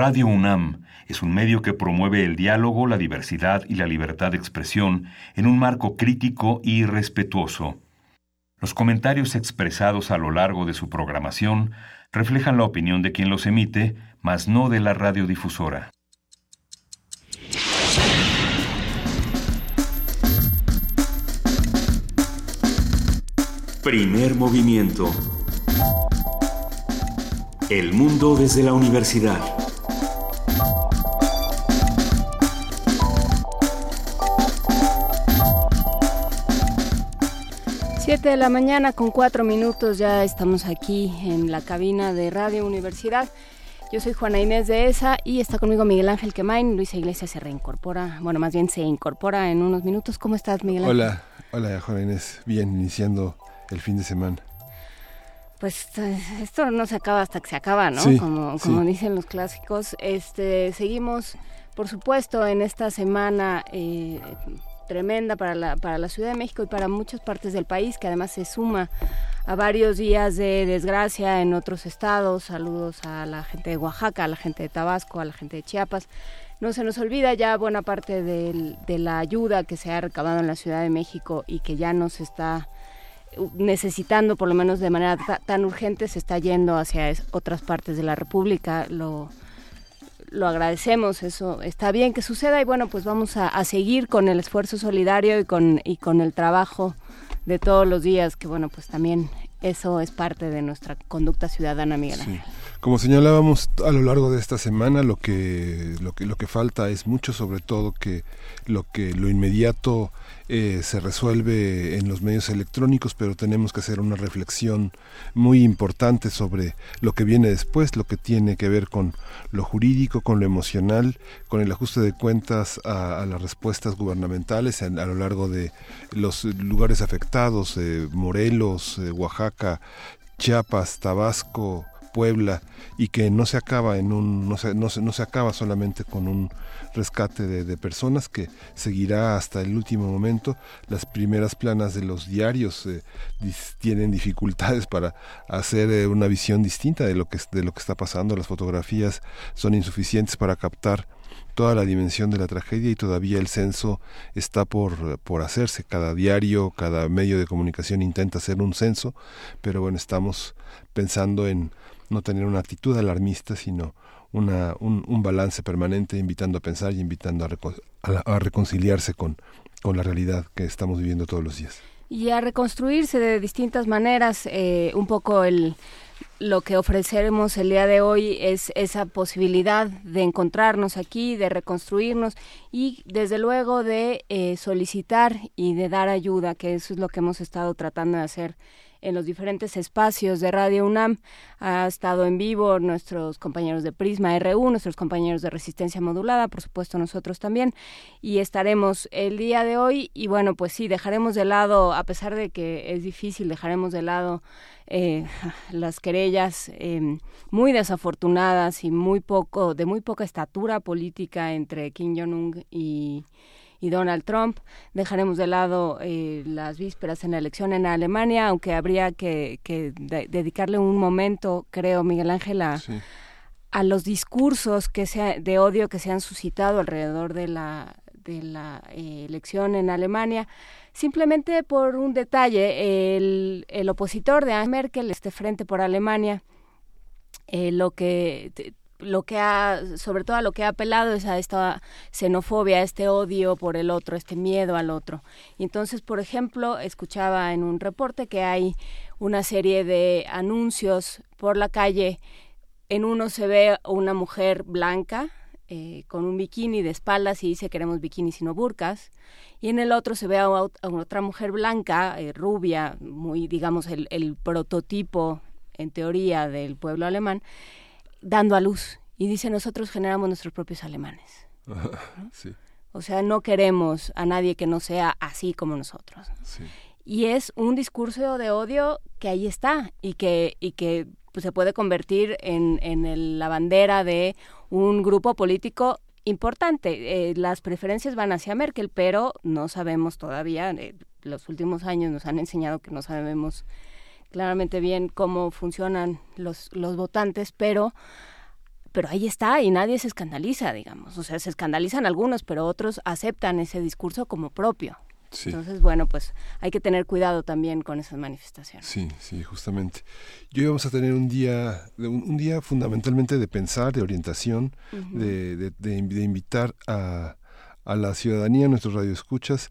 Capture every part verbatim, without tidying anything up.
Radio UNAM es un medio que promueve el diálogo, la diversidad y la libertad de expresión en un marco crítico y respetuoso. Los comentarios expresados a lo largo de su programación reflejan la opinión de quien los emite, mas no de la radiodifusora. Primer movimiento. El mundo desde la universidad. Siete de la mañana con cuatro minutos, ya estamos aquí en la cabina de Radio Universidad. Yo soy Juana Inés de Esa y está conmigo Miguel Ángel Quemain. Luisa Iglesias se reincorpora, bueno, más bien se incorpora en unos minutos. ¿Cómo estás, Miguel Ángel? Hola, hola Juana Inés, bien, iniciando el fin de semana. Pues esto no se acaba hasta que se acaba, ¿no? Sí, como como sí. dicen los clásicos. Este, seguimos, por supuesto, en esta semana eh, tremenda para la, para la Ciudad de México y para muchas partes del país, que además se suma a varios días de desgracia en otros estados. Saludos a la gente de Oaxaca, a la gente de Tabasco, a la gente de Chiapas. No se nos olvida ya buena parte de, de la ayuda que se ha recabado en la Ciudad de México y que ya no se está necesitando, por lo menos de manera ta, tan urgente, se está yendo hacia es, otras partes de la República. Lo, lo agradecemos, eso está bien que suceda y bueno, pues vamos a, a seguir con el esfuerzo solidario y con, y con el trabajo de todos los días, que bueno, pues también eso es parte de nuestra conducta ciudadana, Miguel Ángel. Sí. Como señalábamos a lo largo de esta semana, lo que lo que lo que falta es mucho, sobre todo que lo que lo inmediato eh, se resuelve en los medios electrónicos, pero tenemos que hacer una reflexión muy importante sobre lo que viene después, lo que tiene que ver con lo jurídico, con lo emocional, con el ajuste de cuentas a, a las respuestas gubernamentales a, a lo largo de los lugares afectados, eh, Morelos, eh, Oaxaca, Chiapas, Tabasco, Puebla, y que no se acaba en un no se no se, no se acaba solamente con un rescate de, de personas, que seguirá hasta el último momento. Las primeras planas de los diarios eh, dis, tienen dificultades para hacer eh, una visión distinta de lo que de lo que está pasando. Las fotografías son insuficientes para captar toda la dimensión de la tragedia y todavía el censo está por, por hacerse. Cada diario, cada medio de comunicación intenta hacer un censo, pero bueno, estamos pensando en no tener una actitud alarmista, sino una, un, un balance permanente, invitando a pensar y invitando a, reco- a, a reconciliarse con, con la realidad que estamos viviendo todos los días. Y a reconstruirse de distintas maneras. Eh, un poco el lo que ofreceremos el día de hoy es esa posibilidad de encontrarnos aquí, de reconstruirnos y desde luego de eh, solicitar y de dar ayuda, que eso es lo que hemos estado tratando de hacer en los diferentes espacios de Radio UNAM. Ha estado en vivo nuestros compañeros de Prisma R U, nuestros compañeros de Resistencia Modulada, por supuesto nosotros también, y estaremos el día de hoy. Y bueno, pues sí, dejaremos de lado, a pesar de que es difícil, dejaremos de lado eh, las querellas eh, muy desafortunadas y muy poco, de muy poca estatura política entre Kim Jong-un y y Donald Trump. Dejaremos de lado eh, las vísperas en la elección en Alemania, aunque habría que, que de, dedicarle un momento, creo, Miguel Ángel, a, sí. a los discursos que se, de odio que se han suscitado alrededor de la, de la eh, elección en Alemania. Simplemente por un detalle, el, el opositor de Angela Merkel, este Frente por Alemania, eh, lo que... T- lo que ha, sobre todo a lo que ha apelado es a esta xenofobia, a este odio por el otro, este miedo al otro. Y entonces, por ejemplo, escuchaba en un reporte que hay una serie de anuncios por la calle. En uno se ve una mujer blanca eh, con un bikini de espaldas y dice queremos bikinis y no burkas. Y en el otro se ve a, a otra mujer blanca, eh, rubia, muy, digamos, el, el prototipo, en teoría, del pueblo alemán, dando a luz, y dice nosotros generamos nuestros propios alemanes, ¿no? Sí. O sea, no queremos a nadie que no sea así como nosotros, ¿no? Sí. Y es un discurso de odio que ahí está y que y que pues, se puede convertir en, en el, la bandera de un grupo político importante. Eh, las preferencias van hacia Merkel, pero no sabemos todavía, eh, los últimos años nos han enseñado que no sabemos claramente bien cómo funcionan los, los votantes, pero pero ahí está y nadie se escandaliza, digamos. O sea, se escandalizan algunos, pero otros aceptan ese discurso como propio. Sí. Entonces, bueno, pues hay que tener cuidado también con esas manifestaciones. Sí, sí, justamente. Y hoy vamos a tener un día, un, un día fundamentalmente de pensar, de orientación, uh-huh. de, de, de, de invitar a, a la ciudadanía, a nuestros radioescuchas,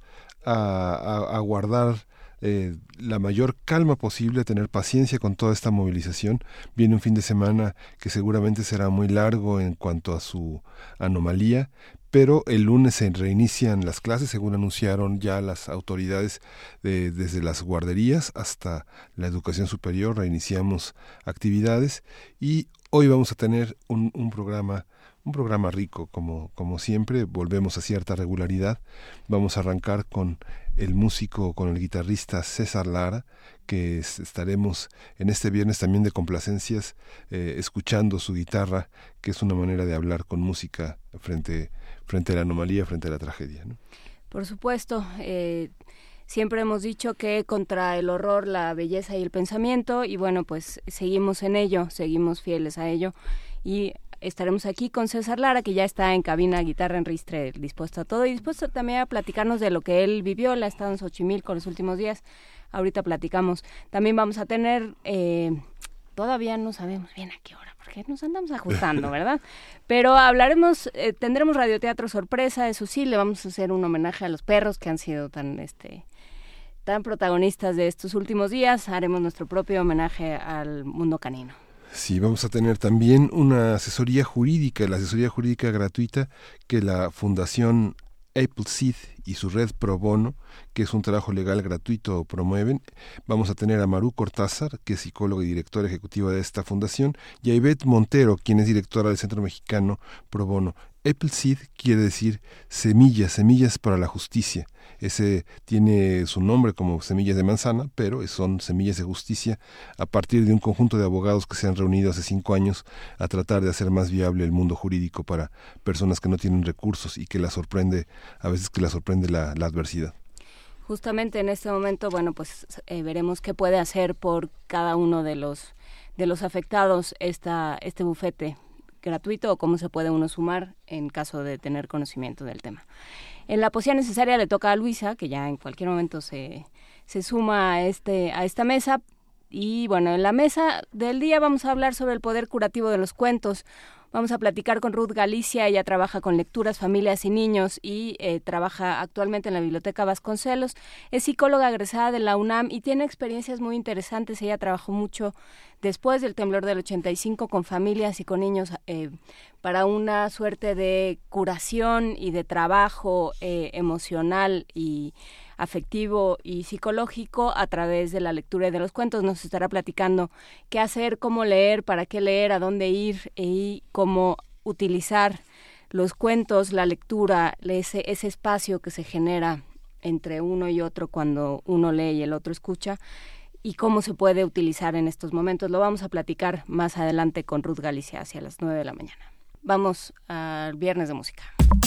a, a, a guardar Eh, la mayor calma posible, tener paciencia con toda esta movilización. Viene un fin de semana que seguramente será muy largo en cuanto a su anomalía, pero el lunes se reinician las clases, según anunciaron ya las autoridades, de, desde las guarderías hasta la educación superior, reiniciamos actividades y hoy vamos a tener un, un programa Un programa rico, como, como siempre. Volvemos a cierta regularidad. Vamos a arrancar con el músico, con el guitarrista César Lara, que es, estaremos en este viernes también de complacencias, eh, escuchando su guitarra, que es una manera de hablar con música frente, frente a la anomalía, frente a la tragedia, ¿no? Por supuesto, eh, siempre hemos dicho que contra el horror, la belleza y el pensamiento, y bueno, pues seguimos en ello, seguimos fieles a ello, y estaremos aquí con César Lara, que ya está en cabina, guitarra en ristre, dispuesto a todo y dispuesto también a platicarnos de lo que él vivió. Él ha estado en Xochimilco los últimos días, ahorita platicamos. También vamos a tener, eh, todavía no sabemos bien a qué hora, porque nos andamos ajustando, ¿verdad? Pero hablaremos, eh, tendremos radioteatro sorpresa, eso sí, le vamos a hacer un homenaje a los perros que han sido tan, este... tan protagonistas de estos últimos días. Haremos nuestro propio homenaje al mundo canino. Sí, vamos a tener también una asesoría jurídica, la asesoría jurídica gratuita que la Fundación Appleseed y su red Pro Bono, que es un trabajo legal gratuito, promueven. Vamos a tener a Maru Cortázar, que es psicóloga y directora ejecutiva de esta fundación, y a Ivette Montero, quien es directora del Centro Mexicano Pro Bono. Appleseed quiere decir semillas, semillas para la justicia. Ese tiene su nombre como semillas de manzana, pero son semillas de justicia a partir de un conjunto de abogados que se han reunido hace cinco años a tratar de hacer más viable el mundo jurídico para personas que no tienen recursos y que la sorprende, a veces que la sorprende la, la adversidad. Justamente en este momento, bueno, pues eh, veremos qué puede hacer por cada uno de los de los afectados esta este bufete gratuito o cómo se puede uno sumar en caso de tener conocimiento del tema. En la poesía necesaria le toca a Luisa, que ya en cualquier momento se, se suma a, este, a esta mesa. Y bueno, en la mesa del día vamos a hablar sobre el poder curativo de los cuentos. Vamos a platicar con Ruth Galicia. Ella trabaja con lecturas, familias y niños y eh, trabaja actualmente en la Biblioteca Vasconcelos. Es psicóloga egresada de la UNAM y tiene experiencias muy interesantes. Ella trabajó mucho después del temblor del ochenta y cinco con familias y con niños eh, para una suerte de curación y de trabajo eh, emocional y afectivo y psicológico a través de la lectura y de los cuentos. Nos estará platicando qué hacer, cómo leer, para qué leer, a dónde ir y cómo utilizar los cuentos, la lectura, ese, ese espacio que se genera entre uno y otro cuando uno lee y el otro escucha, y cómo se puede utilizar en estos momentos. Lo vamos a platicar más adelante con Ruth Galicia hacia las nueve de la mañana. Vamos al Viernes de Música.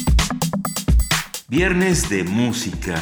Viernes de Música.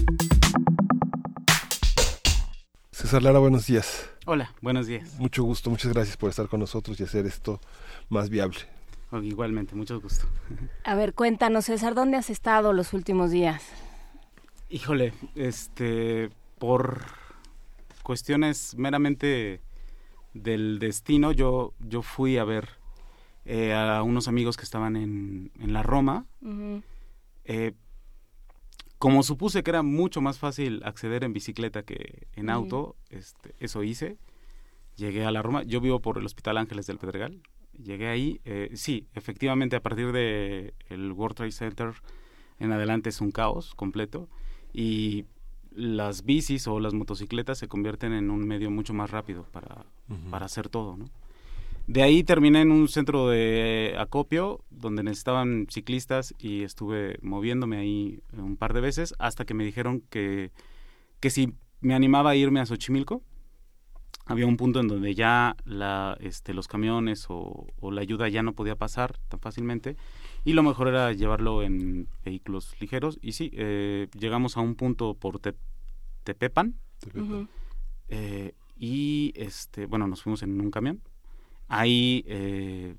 César Lara, buenos días. Hola, buenos días. Mucho gusto, muchas gracias por estar con nosotros y hacer esto más viable. Igualmente, mucho gusto. A ver, cuéntanos, César, ¿dónde has estado los últimos días? Híjole, este, por cuestiones meramente del destino, yo, yo fui a ver eh, a unos amigos que estaban en, en la Roma. Uh-huh. Eh, como supuse que era mucho más fácil acceder en bicicleta que en auto, uh-huh. este, eso hice. Llegué a la Roma. Yo vivo por el Hospital Ángeles del Pedregal. Llegué ahí. Eh, sí, efectivamente, a partir de el World Trade Center en adelante es un caos completo. Y las bicis o las motocicletas se convierten en un medio mucho más rápido para, uh-huh. para hacer todo, ¿no? De ahí terminé en un centro de acopio donde necesitaban ciclistas y estuve moviéndome ahí un par de veces hasta que me dijeron que, que si me animaba a irme a Xochimilco. Había un punto en donde ya la, este, los camiones o, o la ayuda ya no podía pasar tan fácilmente y lo mejor era llevarlo en vehículos ligeros. Y sí, eh, llegamos a un punto por Te- Tepepan uh-huh. eh, y este, bueno, nos fuimos en un camión. Ahí eh,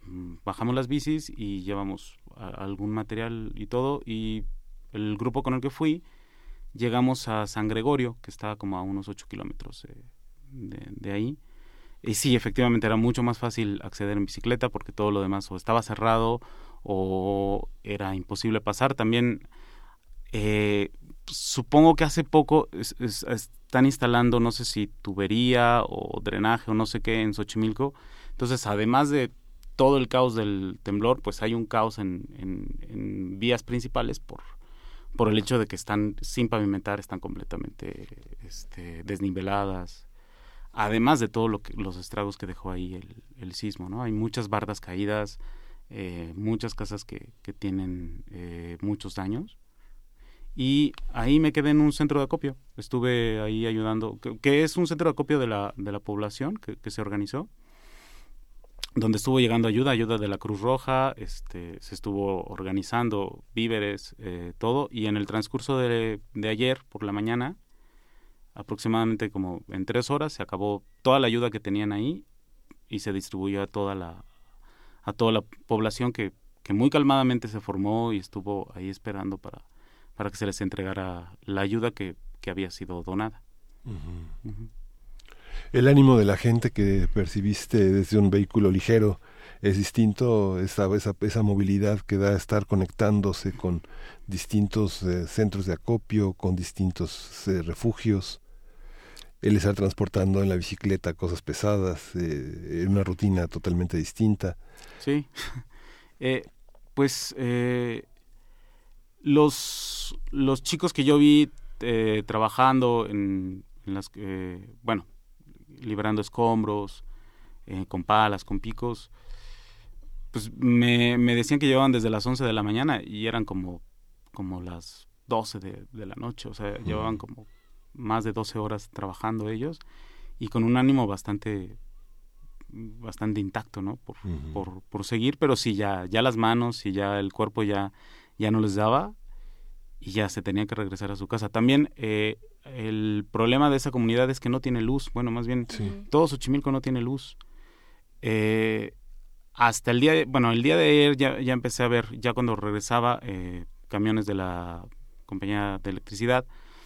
bajamos las bicis y llevamos a, algún material y todo, y el grupo con el que fui llegamos a San Gregorio, que está como a unos ocho kilómetros eh, de, de ahí. Y sí, efectivamente era mucho más fácil acceder en bicicleta porque todo lo demás o estaba cerrado o era imposible pasar. También eh, supongo que hace poco es, es, están instalando, no sé si tubería o drenaje o no sé qué en Xochimilco. Entonces, además de todo el caos del temblor, pues hay un caos en, en, en vías principales por, por el hecho de que están sin pavimentar, están completamente este, desniveladas. Además de todo lo que, los estragos que dejó ahí el, el sismo, ¿no? Hay muchas bardas caídas, eh, muchas casas que, que tienen eh, muchos daños. Y ahí me quedé en un centro de acopio. Estuve ahí ayudando, que, que es un centro de acopio de la, de la población que, que se organizó, donde estuvo llegando ayuda, ayuda de la Cruz Roja, este, se estuvo organizando víveres, eh, todo. Y en el transcurso de, de ayer por la mañana, aproximadamente como en tres horas se acabó toda la ayuda que tenían ahí y se distribuyó a toda la a toda la población que, que muy calmadamente se formó y estuvo ahí esperando para, para que se les entregara la ayuda que, que había sido donada. Uh-huh. Uh-huh. El ánimo de la gente que percibiste desde un vehículo ligero es distinto, esa, esa, esa movilidad que da estar conectándose con distintos eh, centros de acopio, con distintos eh, refugios, el estar transportando en la bicicleta cosas pesadas, eh, en una rutina totalmente distinta. Sí, eh, pues eh, los, los chicos que yo vi eh, trabajando en, en las, eh, bueno, liberando escombros, eh, con palas, con picos, pues me, me decían que llevaban desde las once de la mañana y eran como, como las doce de, de la noche, o sea, uh-huh. llevaban como más de doce horas trabajando ellos y con un ánimo bastante bastante intacto, ¿no? Por, uh-huh. por, por seguir, pero sí, ya, ya las manos y ya el cuerpo ya, ya no les daba y ya se tenían que regresar a su casa. También eh, el problema de esa comunidad es que no tiene luz, bueno, más bien sí. todo Xochimilco no tiene luz. Eh, hasta el día, de, bueno, el día de ayer ya, ya empecé a ver, ya cuando regresaba, eh, camiones de la compañía de electricidad,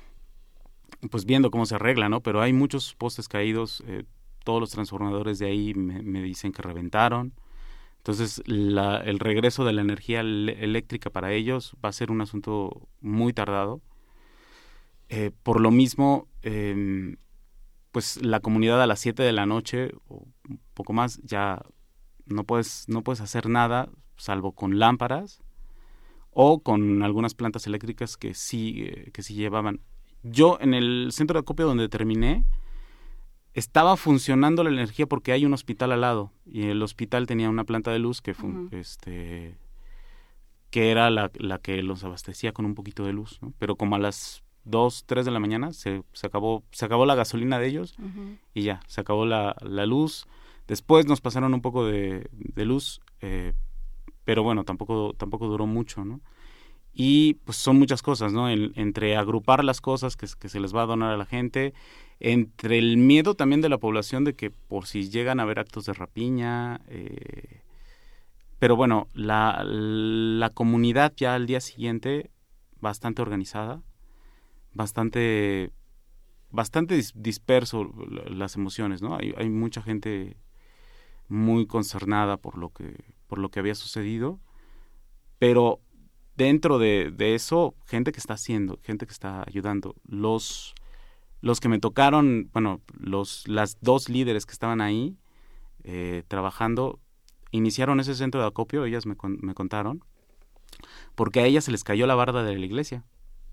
pues viendo cómo se arregla, ¿no? Pero hay muchos postes caídos, eh, todos los transformadores de ahí me, me dicen que reventaron. Entonces, la, el regreso de la energía eléctrica para ellos va a ser un asunto muy tardado. Eh, por lo mismo, eh, pues la comunidad a las siete de la noche o un poco más ya no puedes, no puedes hacer nada salvo con lámparas o con algunas plantas eléctricas que sí, eh, que sí llevaban. Yo en el centro de acopio donde terminé, estaba funcionando la energía porque hay un hospital al lado y el hospital tenía una planta de luz que fun- uh-huh. este que era la, la que los abastecía con un poquito de luz, ¿no? Pero como a las dos, tres de la mañana se, se acabó se acabó la gasolina de ellos uh-huh. y ya, se acabó la, la luz. Después nos pasaron un poco de, de luz, eh, pero bueno, tampoco tampoco duró mucho, ¿no? Y pues son muchas cosas, ¿no? En, entre agrupar las cosas que, que se les va a donar a la gente, entre el miedo también de la población de que por si llegan a haber actos de rapiña, eh, pero bueno, la, la comunidad ya al día siguiente bastante organizada, bastante bastante dis, disperso las emociones, ¿no? Hay, hay mucha gente muy concernada por lo que por lo que había sucedido, pero dentro de, de eso, gente que está haciendo, gente que está ayudando. Los, los que me tocaron, bueno, los, las dos líderes que estaban ahí eh, trabajando, iniciaron ese centro de acopio, ellas me, me contaron, porque a ellas se les cayó la barda de la iglesia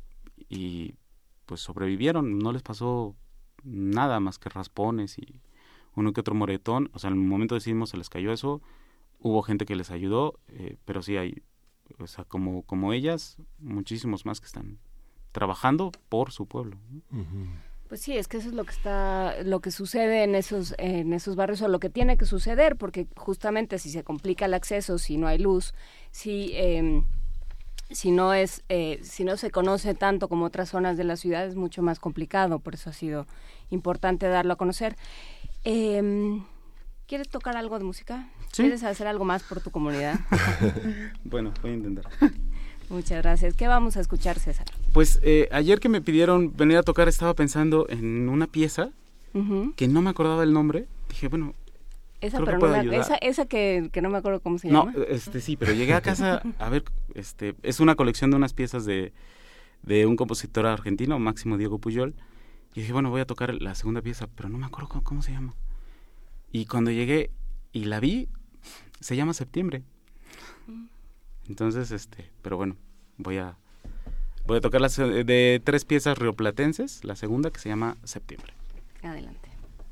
y pues sobrevivieron, no les pasó nada más que raspones y uno que otro moretón. O sea, en el momento decidimos se les cayó eso, hubo gente que les ayudó, eh, pero sí hay... O sea, como, como ellas, muchísimos más que están trabajando por su pueblo. Uh-huh. Pues sí, es que eso es lo que está, lo que sucede en esos, en esos barrios, o lo que tiene que suceder, porque justamente si se complica el acceso, si no hay luz, si eh, si no es, eh, si no se conoce tanto como otras zonas de la ciudad, es mucho más complicado. Por eso ha sido importante darlo a conocer. Eh, ¿Quieres tocar algo de música? ¿Sí? ¿Quieres hacer algo más por tu comunidad? Bueno, voy a intentar. Muchas gracias. ¿Qué vamos a escuchar, César? Pues eh, ayer que me pidieron venir a tocar estaba pensando en una pieza uh-huh. que no me acordaba el nombre. Dije, bueno, esa, creo pero que no puede me, esa, esa que, que no me acuerdo cómo se no, llama. No, este sí, pero llegué a casa a ver, este, es una colección de unas piezas de, de un compositor argentino, Máximo Diego Pujol. Y dije, bueno, voy a tocar la segunda pieza, pero no me acuerdo cómo, cómo se llama. Y cuando llegué y la vi, se llama Septiembre. Entonces, este, pero bueno, voy a voy a tocar las de tres piezas rioplatenses, la segunda que se llama Septiembre. Adelante.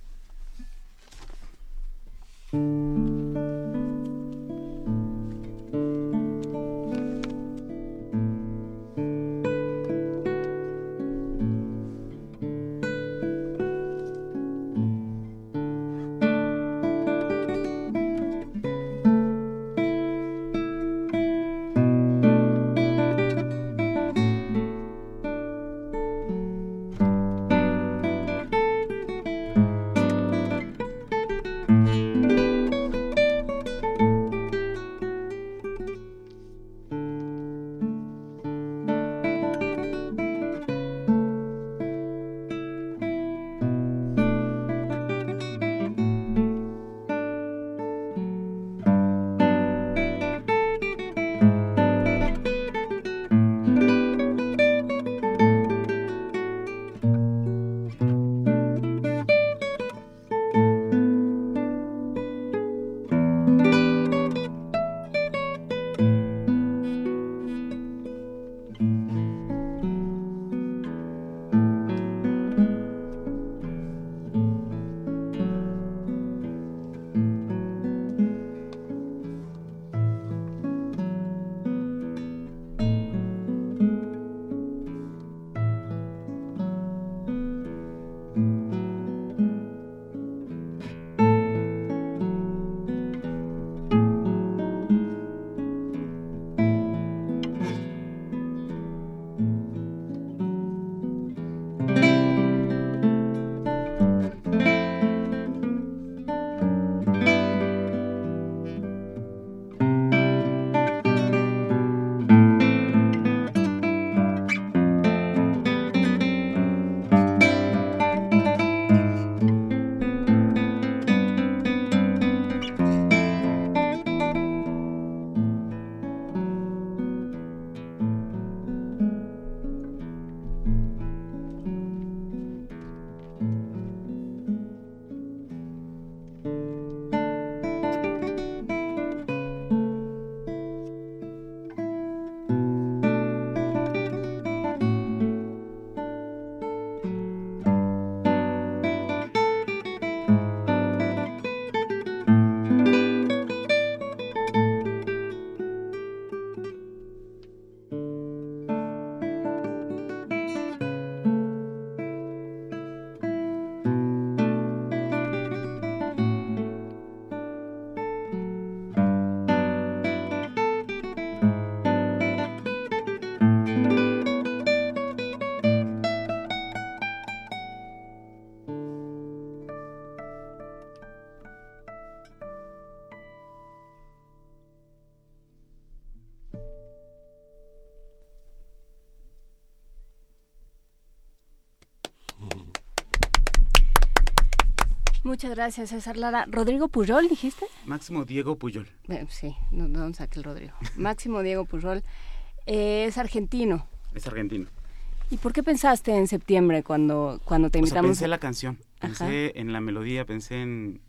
Muchas gracias, César Lara. ¿Rodrigo Pujol, dijiste? Máximo Diego Pujol. Eh, sí, no, no, no saqué el Rodrigo. Máximo Diego Pujol eh, es argentino. Es argentino. ¿Y por qué pensaste en Septiembre cuando, cuando te invitamos? O sea, pensé en la canción, pensé Ajá. en la melodía, pensé en...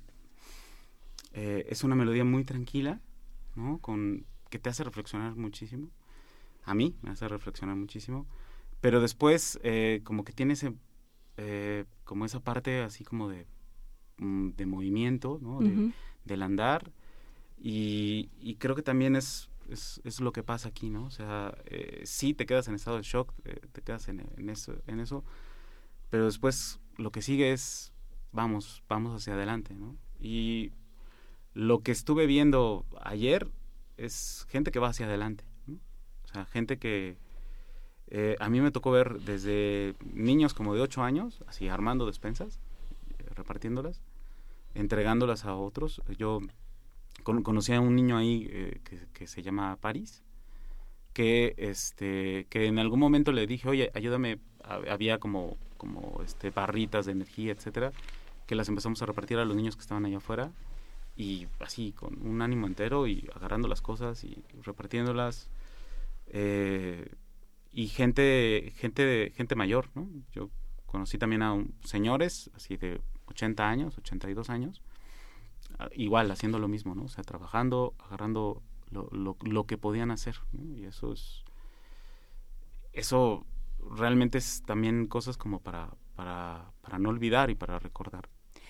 Eh, es una melodía muy tranquila, ¿no? Con, que te hace reflexionar muchísimo. A mí me hace reflexionar muchísimo. Pero después, eh, como que tiene ese... Eh, como esa parte así como de... de movimiento, ¿no? De, uh-huh. del andar y, y creo que también es, es, es lo que pasa aquí, ¿no? O sea, eh, sí te quedas en estado de shock, eh, te quedas en, en, eso, en eso, pero después lo que sigue es, vamos, vamos hacia adelante, ¿no? Y lo que estuve viendo ayer es gente que va hacia adelante, ¿no? O sea, gente que eh, a mí me tocó ver desde niños como de ocho años, así armando despensas, eh, repartiéndolas, entregándolas a otros. Yo con, conocí a un niño ahí eh, que, que se llama Paris, que este que en algún momento le dije, oye, ayúdame, había como, como este barritas de energía, etcétera, que las empezamos a repartir a los niños que estaban allá afuera, y así, con un ánimo entero, y agarrando las cosas y repartiéndolas, eh, y gente, gente, gente mayor, ¿no? Yo conocí también a un, señores, así de ochenta años, ochenta y dos años, igual, haciendo lo mismo, ¿no? O sea, trabajando, agarrando Lo, lo, lo que podían hacer, ¿no? Y eso es eso realmente es también cosas como para para para no olvidar y para recordar.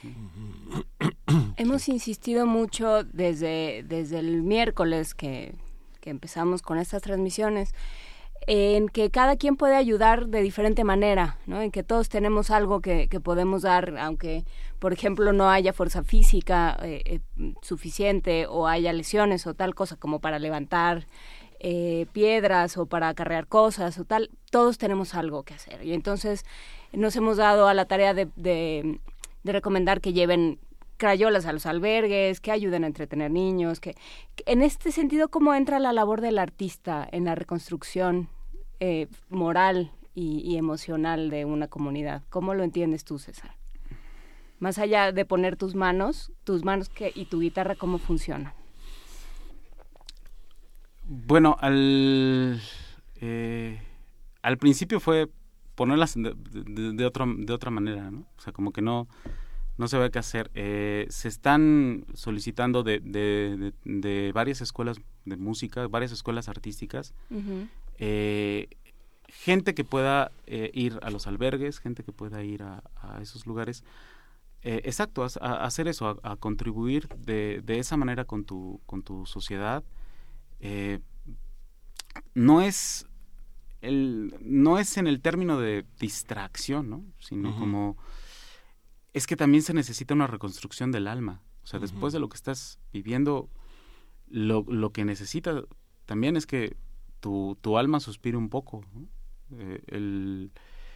Hemos insistido mucho desde desde el miércoles que que empezamos con estas transmisiones en que cada quien puede ayudar de diferente manera, ¿no? En que todos tenemos algo que, que podemos dar, aunque, por ejemplo, no haya fuerza física eh, eh, suficiente, o haya lesiones o tal cosa como para levantar eh, piedras o para acarrear cosas o tal. Todos tenemos algo que hacer. Y entonces nos hemos dado a la tarea de, de, de recomendar que lleven crayolas a los albergues, que ayuden a entretener niños, que, que en este sentido, ¿cómo entra la labor del artista en la reconstrucción eh, moral y, y emocional de una comunidad? ¿Cómo lo entiendes tú, César? Más allá de poner tus manos, tus manos que, y tu guitarra, ¿cómo funcionan? Bueno, al eh, al principio fue ponerlas de, de, de, otra, de otra manera, ¿no? O sea, como que no... No se ve qué hacer. Eh, se están solicitando de, de, de, de varias escuelas de música, varias escuelas artísticas, uh-huh. eh, gente que pueda eh, ir a los albergues, gente que pueda ir a, a esos lugares. Eh, exacto, a, a hacer eso, a, a contribuir de, de esa manera con tu, con tu sociedad. Eh, no es el, no es en el término de distracción, ¿no? Sino uh-huh. como... Es que también se necesita una reconstrucción del alma. O sea, uh-huh. después de lo que estás viviendo, lo, lo que necesita también es que tu, tu alma suspire un poco, ¿no? Eh, el,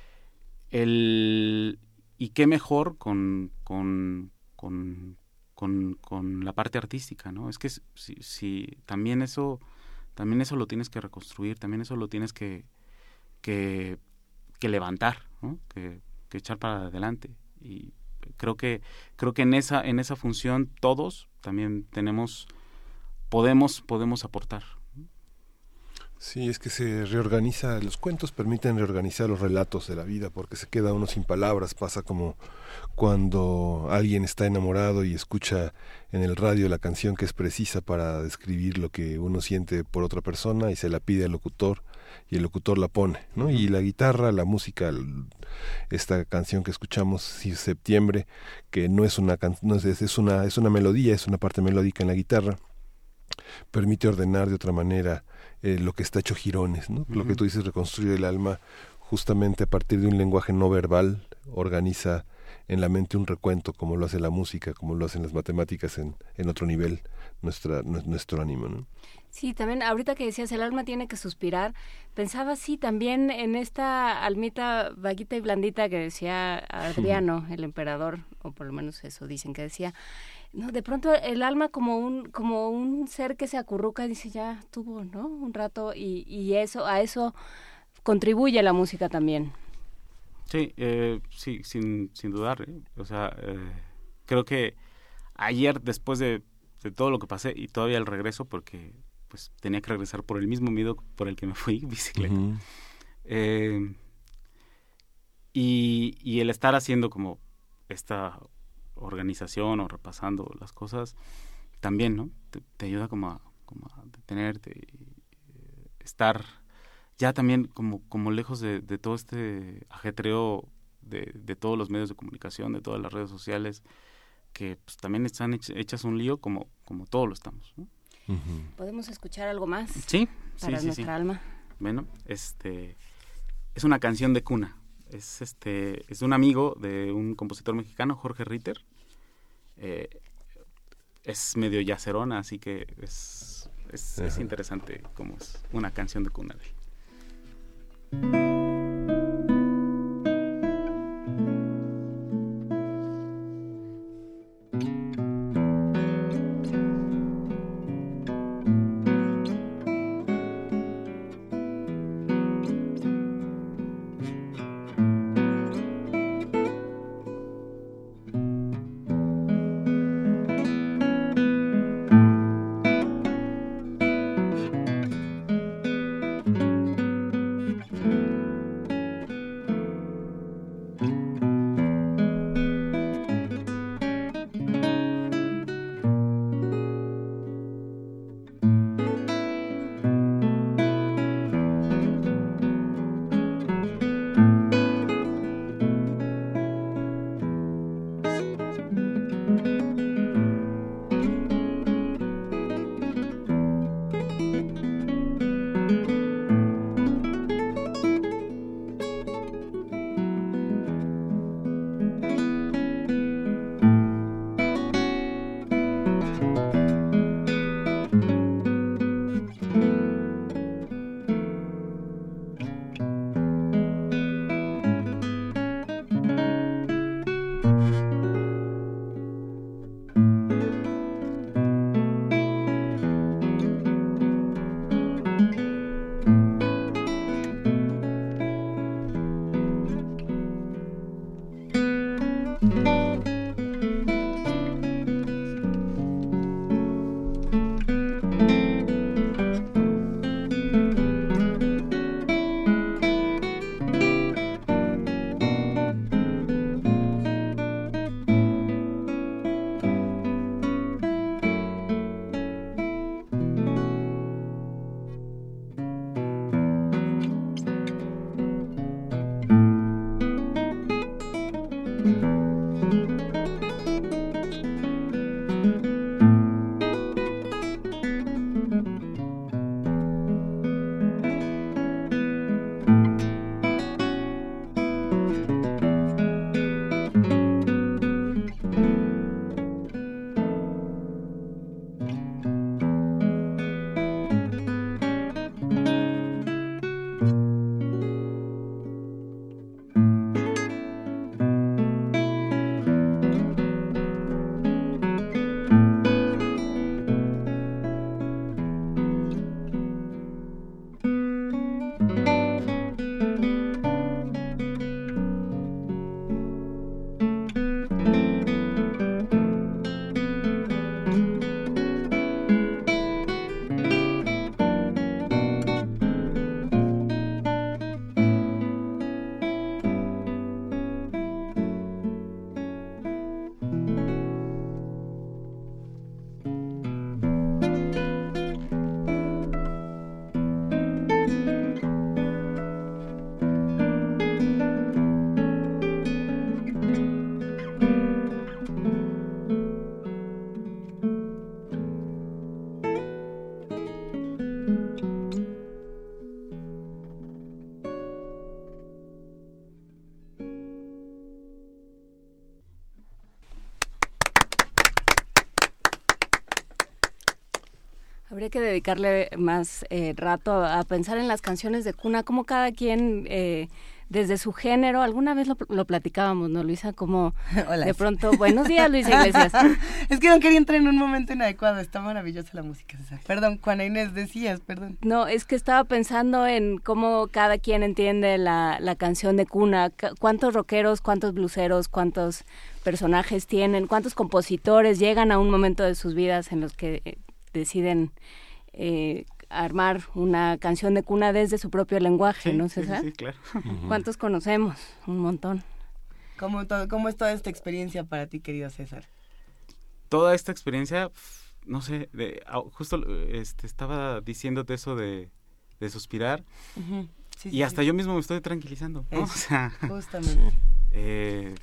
el, y qué mejor con, con, con, con, con la parte artística, ¿no? Es que si, si también eso también eso lo tienes que reconstruir, también eso lo tienes que, que, que levantar, ¿no? Que, que echar para adelante. Y creo que creo que en esa en esa función todos también tenemos podemos podemos aportar. Sí, es que se reorganiza, los cuentos permiten reorganizar los relatos de la vida, porque se queda uno sin palabras. Pasa como cuando alguien está enamorado y escucha en el radio la canción que es precisa para describir lo que uno siente por otra persona y se la pide al locutor y el locutor la pone, ¿no? Y la guitarra, la música, esta canción que escuchamos, Septiembre, que no es una can- no es, es una es una melodía, es una parte melódica en la guitarra, permite ordenar de otra manera eh, lo que está hecho jirones, ¿no? Uh-huh. Lo que tú dices, reconstruir el alma, justamente a partir de un lenguaje no verbal, organiza en la mente un recuento, como lo hace la música, como lo hacen las matemáticas en, en otro nivel, nuestra, nuestro ánimo, ¿no? Sí, también ahorita que decías el alma tiene que suspirar, pensaba sí también en esta almita vaguita y blandita que decía Adriano, el emperador, o por lo menos eso dicen que decía. No, de pronto el alma como un como un ser que se acurruca y dice ya tuvo, ¿no? Un rato y, y eso a eso contribuye la música también. Sí, eh, sí, sin sin dudar, ¿eh? O sea, eh, creo que ayer después de, de todo lo que pasé y todavía el regreso porque pues tenía que regresar por el mismo miedo por el que me fui, bicicleta. Uh-huh. Eh, y y el estar haciendo como esta organización o repasando las cosas también, ¿no? Te, te ayuda como a, como a detenerte y eh, estar ya también como, como lejos de, de todo este ajetreo de, de todos los medios de comunicación, de todas las redes sociales, que pues, también están hech- hechas un lío como, como todos lo estamos, ¿no? Uh-huh. ¿Podemos escuchar algo más? Sí, para sí, nuestra sí. alma. Bueno, este es una canción de cuna. Es este es un amigo de un compositor mexicano, Jorge Ritter. Eh, es medio yacerona, así que es, es, es interesante como es una canción de cuna de él. Habría que dedicarle más eh, rato a pensar en las canciones de cuna, como cada quien, eh, desde su género, alguna vez lo, lo platicábamos, ¿no, Luisa? Como Hola. De pronto, buenos días, Luisa Iglesias. Es que no quería entrar en un momento inadecuado, está maravillosa la música, César. Perdón, Juana Inés, decías, perdón. No, es que estaba pensando en cómo cada quien entiende la, la canción de cuna, cuántos rockeros, cuántos bluseros, cuántos personajes tienen, cuántos compositores llegan a un momento de sus vidas en los que eh, deciden eh, armar una canción de cuna desde su propio lenguaje, sí, ¿no, César? Sí, sí, claro. ¿Cuántos conocemos? Un montón. ¿Cómo, todo, ¿Cómo es toda esta experiencia para ti, querido César? Toda esta experiencia, no sé, de, justo este, estaba diciéndote eso de, de suspirar, uh-huh. sí, y sí, hasta sí. yo mismo me estoy tranquilizando, ¿no? Es, o sea, justamente. Eh,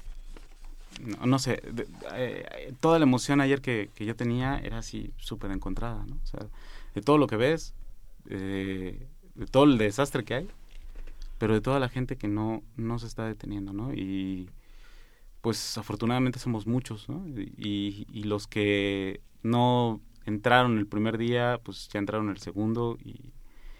no, no sé, de, eh, toda la emoción ayer que, que yo tenía era así súper encontrada, ¿no? O sea, de todo lo que ves, eh, de todo el desastre que hay, pero de toda la gente que no, no se está deteniendo, ¿no? Y pues afortunadamente somos muchos, ¿no? Y, y los que no entraron el primer día, pues ya entraron el segundo, y,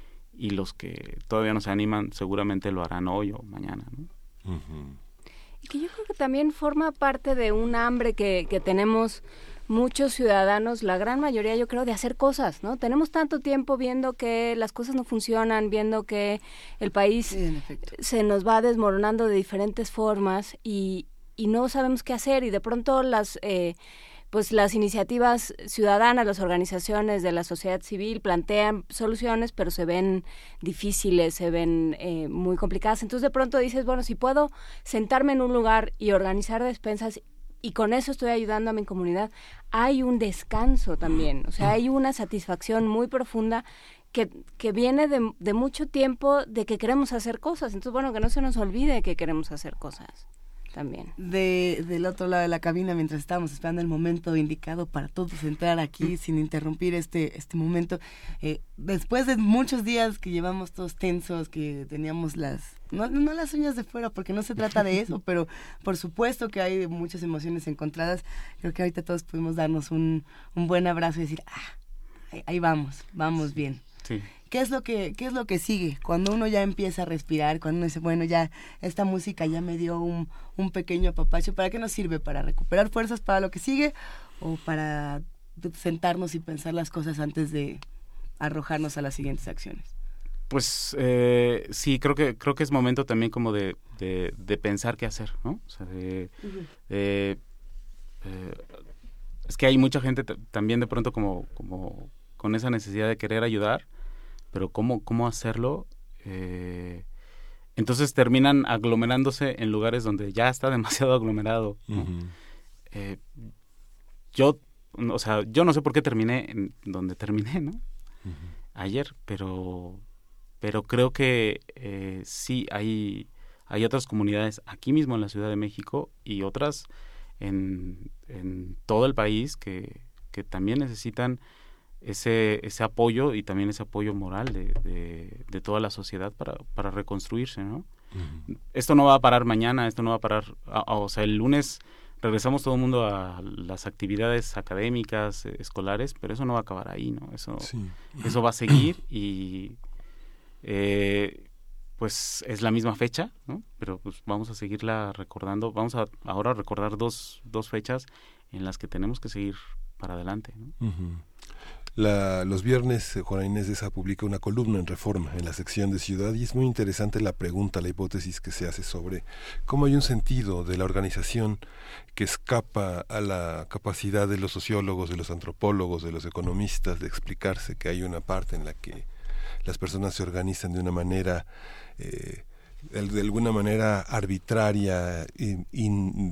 y los que todavía no se animan seguramente lo harán hoy o mañana, ¿no? Uh-huh. Y que yo creo que también forma parte de un hambre que, que tenemos muchos ciudadanos, la gran mayoría yo creo, de hacer cosas, ¿no? Tenemos tanto tiempo viendo que las cosas no funcionan, viendo que el país Sí, se nos va desmoronando de diferentes formas y, y no sabemos qué hacer, y de pronto las... Eh, pues las iniciativas ciudadanas, las organizaciones de la sociedad civil plantean soluciones, pero se ven difíciles, se ven eh, muy complicadas. Entonces de pronto dices, bueno, si puedo sentarme en un lugar y organizar despensas y con eso estoy ayudando a mi comunidad, hay un descanso también, o sea, hay una satisfacción muy profunda que, que viene de, de mucho tiempo de que queremos hacer cosas. Entonces, bueno, que no se nos olvide que queremos hacer cosas también. De, del otro lado de la cabina, mientras estábamos esperando el momento indicado para todos entrar aquí sin interrumpir este este momento, eh, después de muchos días que llevamos todos tensos, que teníamos las, no, no las uñas de fuera, porque no se trata de eso, pero por supuesto que hay muchas emociones encontradas, creo que ahorita todos pudimos darnos un, un buen abrazo y decir, ah, ahí, ahí vamos, vamos bien. Sí. ¿Qué es lo que qué es lo que sigue? Cuando uno ya empieza a respirar, cuando uno dice, bueno, ya esta música ya me dio un, un pequeño apapacho, ¿para qué nos sirve? ¿Para recuperar fuerzas para lo que sigue o para sentarnos y pensar las cosas antes de arrojarnos a las siguientes acciones? Pues eh, sí, creo que creo que es momento también como de, de, de pensar qué hacer, ¿no? O sea, de, uh-huh. de eh, es que hay mucha gente t- también de pronto como como con esa necesidad de querer ayudar, pero cómo cómo hacerlo, eh, entonces terminan aglomerándose en lugares donde ya está demasiado aglomerado, ¿no? Uh-huh. eh, yo o sea yo no sé por qué terminé en donde terminé, ¿no? Uh-huh. Ayer, pero pero creo que eh, sí hay hay otras comunidades aquí mismo en la Ciudad de México y otras en en todo el país que que también necesitan ese ese apoyo y también ese apoyo moral de, de, de toda la sociedad para, para reconstruirse, ¿no? Uh-huh. Esto no va a parar mañana, esto no va a parar, a, a, o sea, el lunes regresamos todo el mundo a las actividades académicas, eh, escolares, pero eso no va a acabar ahí, ¿no? Eso, sí. eso va a seguir y eh, pues es la misma fecha, ¿no? Pero pues vamos a seguirla recordando, vamos a ahora recordar dos, dos fechas en las que tenemos que seguir para adelante, ¿no? Uh-huh. La, los viernes, Juana Inés de Esa publica una columna en Reforma, en la sección de Ciudad, y es muy interesante la pregunta, la hipótesis que se hace sobre cómo hay un sentido de la organización que escapa a la capacidad de los sociólogos, de los antropólogos, de los economistas, de explicarse, que hay una parte en la que las personas se organizan de una manera... Eh, de alguna manera arbitraria y, y,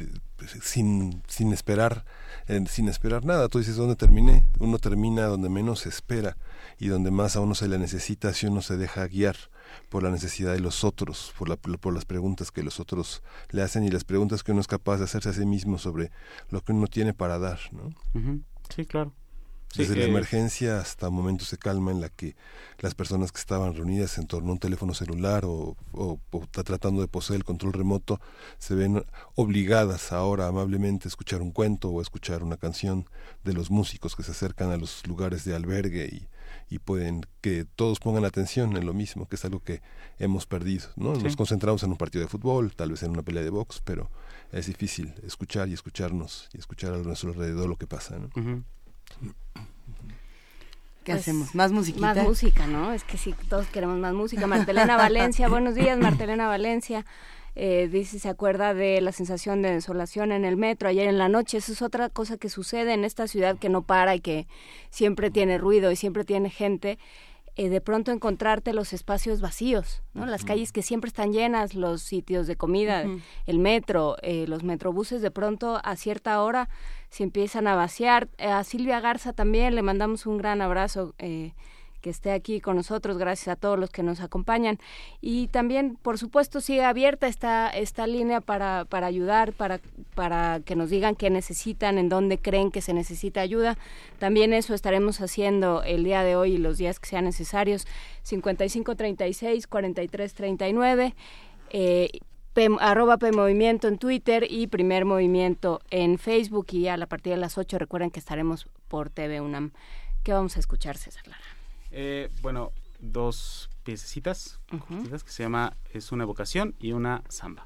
sin sin esperar eh, sin esperar nada. Tú dices, ¿dónde terminé? Uno termina donde menos se espera y donde más a uno se le necesita si uno se deja guiar por la necesidad de los otros, por la por las preguntas que los otros le hacen y las preguntas que uno es capaz de hacerse a sí mismo sobre lo que uno tiene para dar, ¿no? Uh-huh. Sí, claro. Sí, Desde eh, la emergencia hasta momentos de calma en la que las personas que estaban reunidas en torno a un teléfono celular o, o, o tratando de poseer el control remoto se ven obligadas ahora amablemente a escuchar un cuento o a escuchar una canción de los músicos que se acercan a los lugares de albergue y, y pueden que todos pongan atención en lo mismo, que es algo que hemos perdido, ¿no? Sí. Nos concentramos en un partido de fútbol, tal vez en una pelea de box, pero es difícil escuchar y escucharnos y escuchar a nuestro alrededor lo que pasa, ¿no? Uh-huh. ¿Qué Pues, hacemos? ¿Más musiquita? Más música, ¿no? Es que sí, todos queremos más música. Martelena Valencia, buenos días, Martelena Valencia. Eh, dice, se acuerda de la sensación de desolación en el metro ayer en la noche. Eso es otra cosa que sucede en esta ciudad que no para y que siempre tiene ruido y siempre tiene gente. Eh, de pronto encontrarte los espacios vacíos, ¿no? Las calles que siempre están llenas, los sitios de comida, Uh-huh. el metro, eh, los metrobuses, de pronto a cierta hora se empiezan a vaciar. Eh, a Silvia Garza también le mandamos un gran abrazo, eh, que esté aquí con nosotros, gracias a todos los que nos acompañan. Y también, por supuesto, sigue abierta esta esta línea para para ayudar, para para que nos digan qué necesitan, en dónde creen que se necesita ayuda. También eso estaremos haciendo el día de hoy y los días que sean necesarios. cincuenta y cinco treinta y seis cuarenta y tres treinta y nueve, eh, P, arroba P Movimiento en Twitter y Primer Movimiento en Facebook, y a la partir de las ocho recuerden que estaremos por T V UNAM. ¿Qué vamos a escuchar, César Lara? Eh, bueno, dos piececitas Uh-huh. cortitas que se llama Es una evocación y una samba.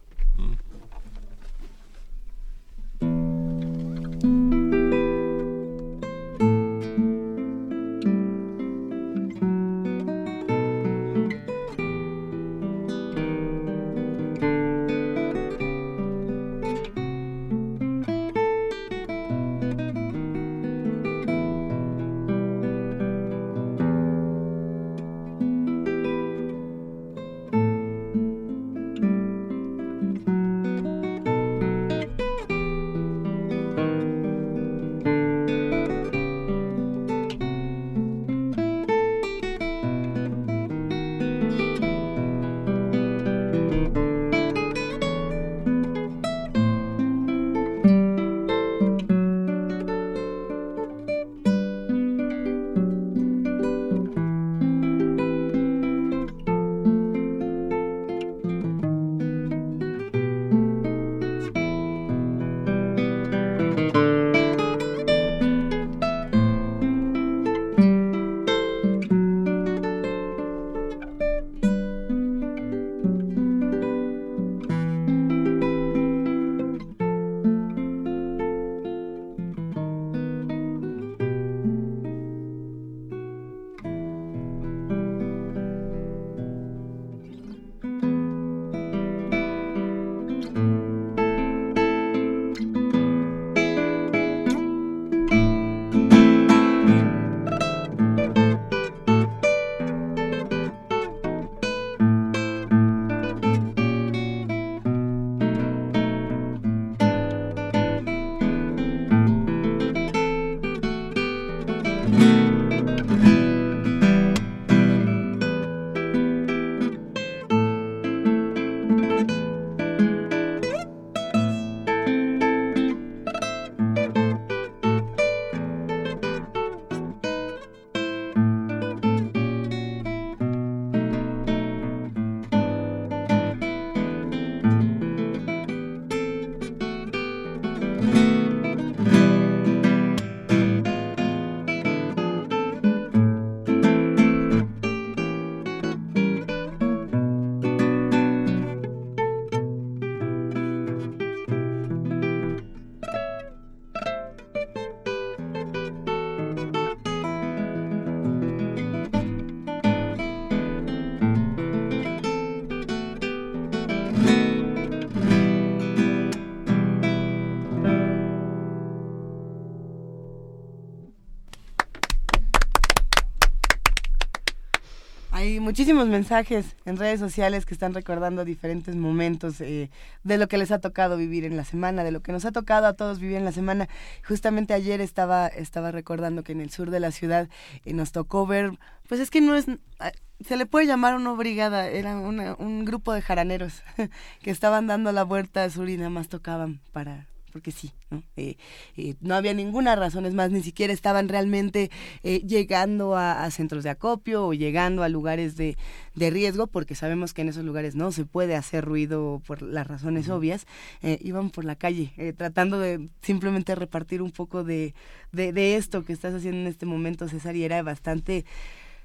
Hay muchísimos mensajes en redes sociales que están recordando diferentes momentos eh, de lo que les ha tocado vivir en la semana, de lo que nos ha tocado a todos vivir en la semana. Justamente ayer estaba estaba recordando que en el sur de la ciudad eh, nos tocó ver, pues es que no es, se le puede llamar una brigada, era una, un grupo de jaraneros que estaban dando la vuelta sur y nada más tocaban para... porque sí, ¿no? Eh, eh, no había ninguna razón, es más, ni siquiera estaban realmente eh, llegando a, a centros de acopio o llegando a lugares de, de riesgo, porque sabemos que en esos lugares no se puede hacer ruido por las razones uh-huh. obvias. Eh, iban por la calle eh, tratando de simplemente repartir un poco de, de, de esto que estás haciendo en este momento, César, y era bastante...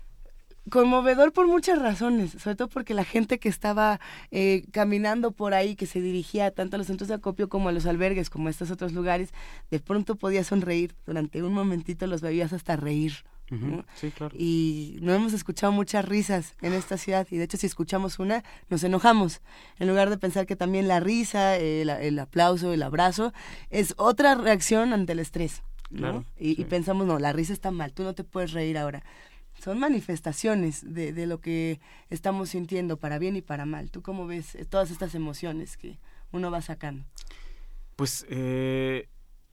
conmovedor por muchas razones, sobre todo porque la gente que estaba eh, caminando por ahí, que se dirigía tanto a los centros de acopio como a los albergues, como a estos otros lugares, de pronto podía sonreír, durante un momentito los veías hasta reír. Uh-huh. ¿no? Sí, claro. Y no hemos escuchado muchas risas en esta ciudad, y de hecho si escuchamos una, nos enojamos, en lugar de pensar que también la risa, el, el aplauso, el abrazo, es otra reacción ante el estrés, ¿no? Claro, y, sí. y pensamos, no, la risa está mal, tú no te puedes reír ahora. Son manifestaciones de, de lo que estamos sintiendo, para bien y para mal. ¿Tú cómo ves todas estas emociones que uno va sacando? Pues eh,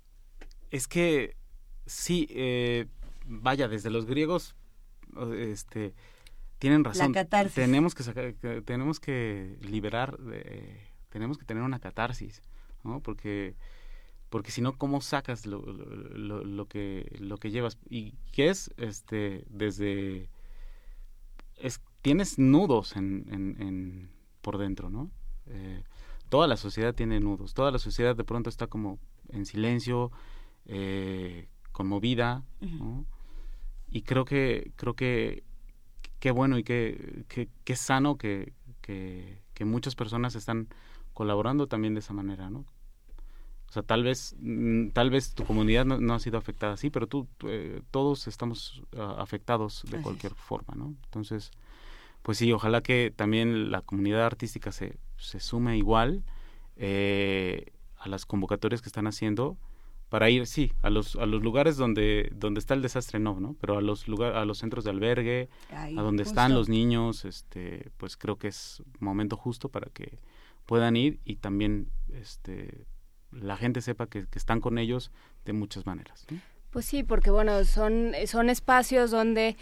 es que sí, eh, vaya, desde los griegos este, tienen razón. La catarsis. Tenemos que sacar, que, tenemos que liberar, eh, tenemos que tener una catarsis, ¿no? Porque porque si no, ¿cómo sacas lo, lo, lo que lo que llevas? Y que es este desde es, tienes nudos en, en, en por dentro, ¿no? Eh, toda la sociedad tiene nudos, toda la sociedad de pronto está como en silencio, eh, conmovida, ¿no? Y creo que creo que qué bueno y qué qué, qué sano que, que que muchas personas están colaborando también de esa manera, ¿no? O sea, tal vez tal vez tu comunidad no, no ha sido afectada así, pero tú, tú eh, todos estamos uh, afectados de Así cualquier es. forma, ¿no? Entonces, pues sí, ojalá que también la comunidad artística se, se sume igual eh, a las convocatorias que están haciendo para ir, sí, a los a los lugares donde donde está el desastre, no, ¿no? Pero a los lugar, a los centros de albergue, Ay, a donde justo. están los niños, este, pues creo que es momento justo para que puedan ir y también, este, la gente sepa que, que están con ellos de muchas maneras, ¿no? Pues sí, porque bueno, son, son espacios donde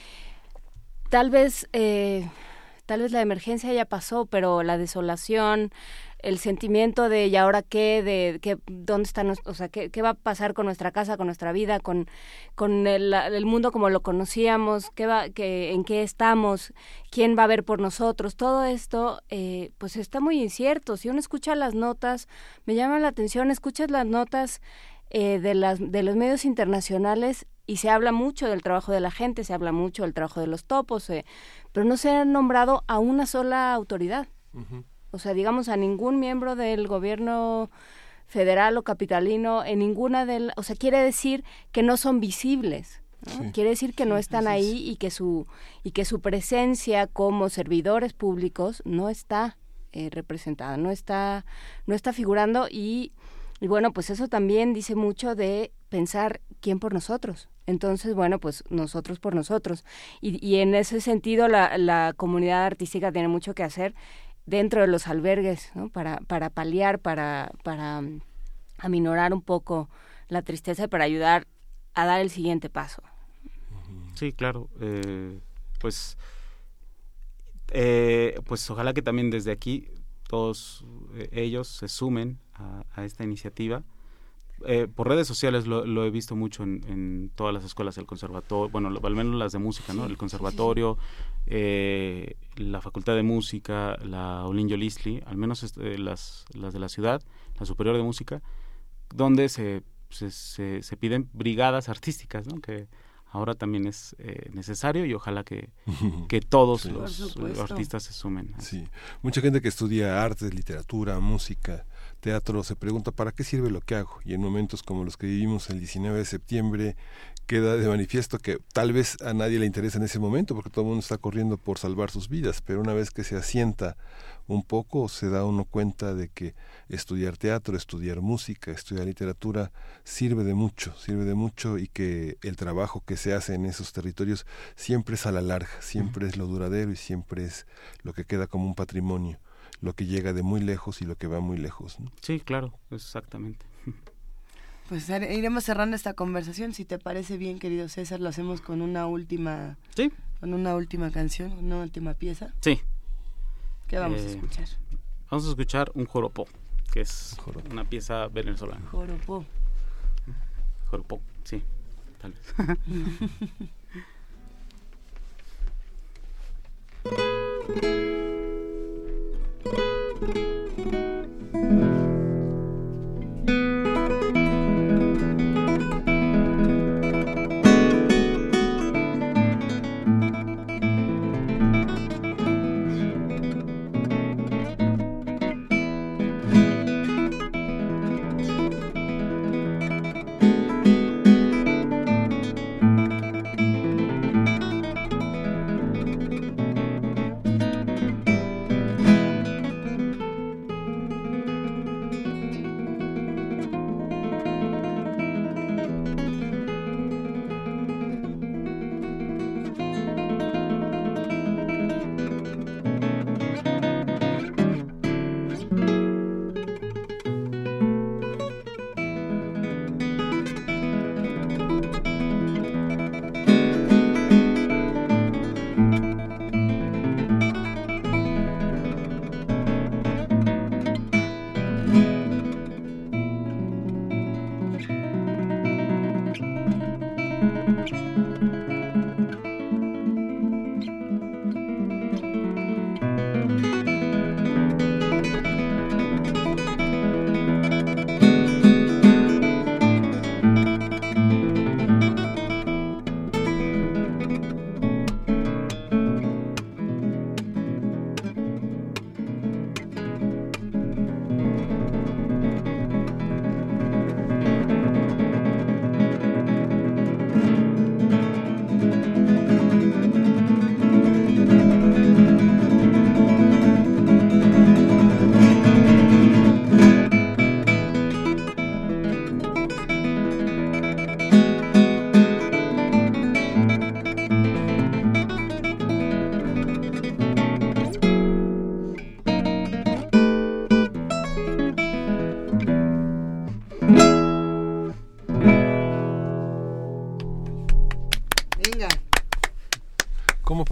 tal vez, eh, tal vez la emergencia ya pasó, pero la desolación, el sentimiento de ¿y ahora qué? De que dónde está, nos- o sea, qué, qué va a pasar con nuestra casa, con nuestra vida, con, con el, el mundo como lo conocíamos, qué va, que, en qué estamos, quién va a ver por nosotros, todo esto, eh, pues está muy incierto. Si uno escucha las notas, me llama la atención, escuchas las notas eh, de las de los medios internacionales y se habla mucho del trabajo de la gente, se habla mucho del trabajo de los topos, eh, pero no se ha nombrado a una sola autoridad. Ujú. O sea, digamos, a ningún miembro del gobierno federal o capitalino, en ninguna de la- o sea, quiere decir que no son visibles, ¿no? Sí. Quiere decir que no Sí, están así es. ahí y que su y que su presencia como servidores públicos no está eh, representada, no está no está figurando y y bueno, pues eso también dice mucho de pensar quién por nosotros. Entonces, bueno, pues nosotros por nosotros. Y, y en ese sentido la, la comunidad artística tiene mucho que hacer dentro de los albergues, ¿no? Para, para paliar, para, para mm, aminorar un poco la tristeza y para ayudar a dar el siguiente paso. Sí, claro. Eh, pues, eh, pues ojalá que también desde aquí todos eh, ellos se sumen a, a esta iniciativa. Eh, por redes sociales lo, lo he visto mucho en, en todas las escuelas del conservatorio, bueno, lo- al menos las de música, ¿no? Sí, El conservatorio, eh, la facultad de música, la Olin Yolisli, al menos este, las, las de la ciudad, la superior de música, donde se, se, se, se piden brigadas artísticas, ¿no? Que ahora también es eh, necesario y ojalá que, que todos Sí. Por los supuesto. artistas se sumen. Sí, mucha gente que estudia artes, literatura, música, teatro, se pregunta ¿para qué sirve lo que hago? Y en momentos como los que vivimos el diecinueve de septiembre, queda de manifiesto que tal vez a nadie le interesa en ese momento porque todo el mundo está corriendo por salvar sus vidas, pero una vez que se asienta un poco, se da uno cuenta de que estudiar teatro, estudiar música, estudiar literatura sirve de mucho, sirve de mucho y que el trabajo que se hace en esos territorios siempre es a la larga, siempre es lo duradero y siempre es lo que queda como un patrimonio, lo que llega de muy lejos y lo que va muy lejos, ¿no? Sí, claro, exactamente. Pues are- iremos cerrando esta conversación, si te parece bien, querido César, lo hacemos con una última, Sí, con una última canción, una última pieza. sí. ¿Qué vamos a Eh, escuchar? Vamos a escuchar un joropó, que es Un joropo. una pieza venezolana. Joropó. Joropó, sí, tal vez.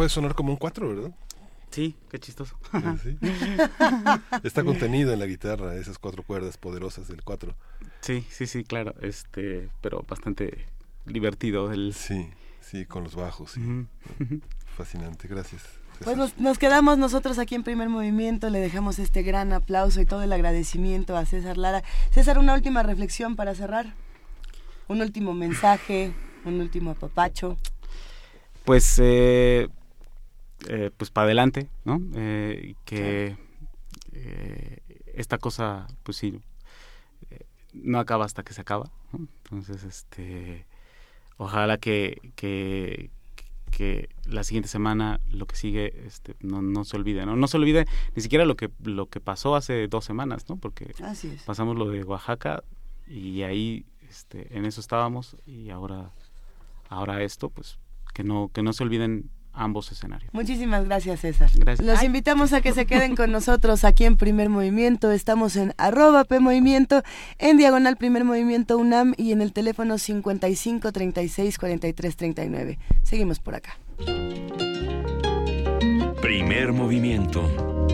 puede sonar como un cuatro, ¿verdad? Sí, qué chistoso. ¿Sí? Está contenido en la guitarra, esas cuatro cuerdas poderosas del cuatro. Sí, sí, sí, claro, este, pero bastante divertido. El... Sí, sí, con los bajos. Sí. Uh-huh. Fascinante, gracias. Pues nos, nos quedamos nosotros aquí en Primer Movimiento, le dejamos este gran aplauso y todo el agradecimiento a César Lara. César, una última reflexión para cerrar, un último mensaje, un último apapacho. Pues, eh, eh, pues para adelante, ¿no? Eh, que eh, esta cosa, pues sí, eh, no acaba hasta que se acaba, ¿no? Entonces, este, ojalá que, que que la siguiente semana lo que sigue este no no se olvide, no no se olvide ni siquiera lo que lo que pasó hace dos semanas, ¿no? Porque Así es. Pasamos lo de Oaxaca y ahí este en eso estábamos y ahora ahora esto, pues que no que no se olviden ambos escenarios. Muchísimas gracias, César. Gracias. Los invitamos a que se queden con nosotros aquí en Primer Movimiento. Estamos en arroba P Movimiento, en diagonal Primer Movimiento UNAM y en el teléfono cincuenta y cinco, treinta y seis, cuarenta y tres, treinta y nueve. Seguimos por acá. Primer Movimiento.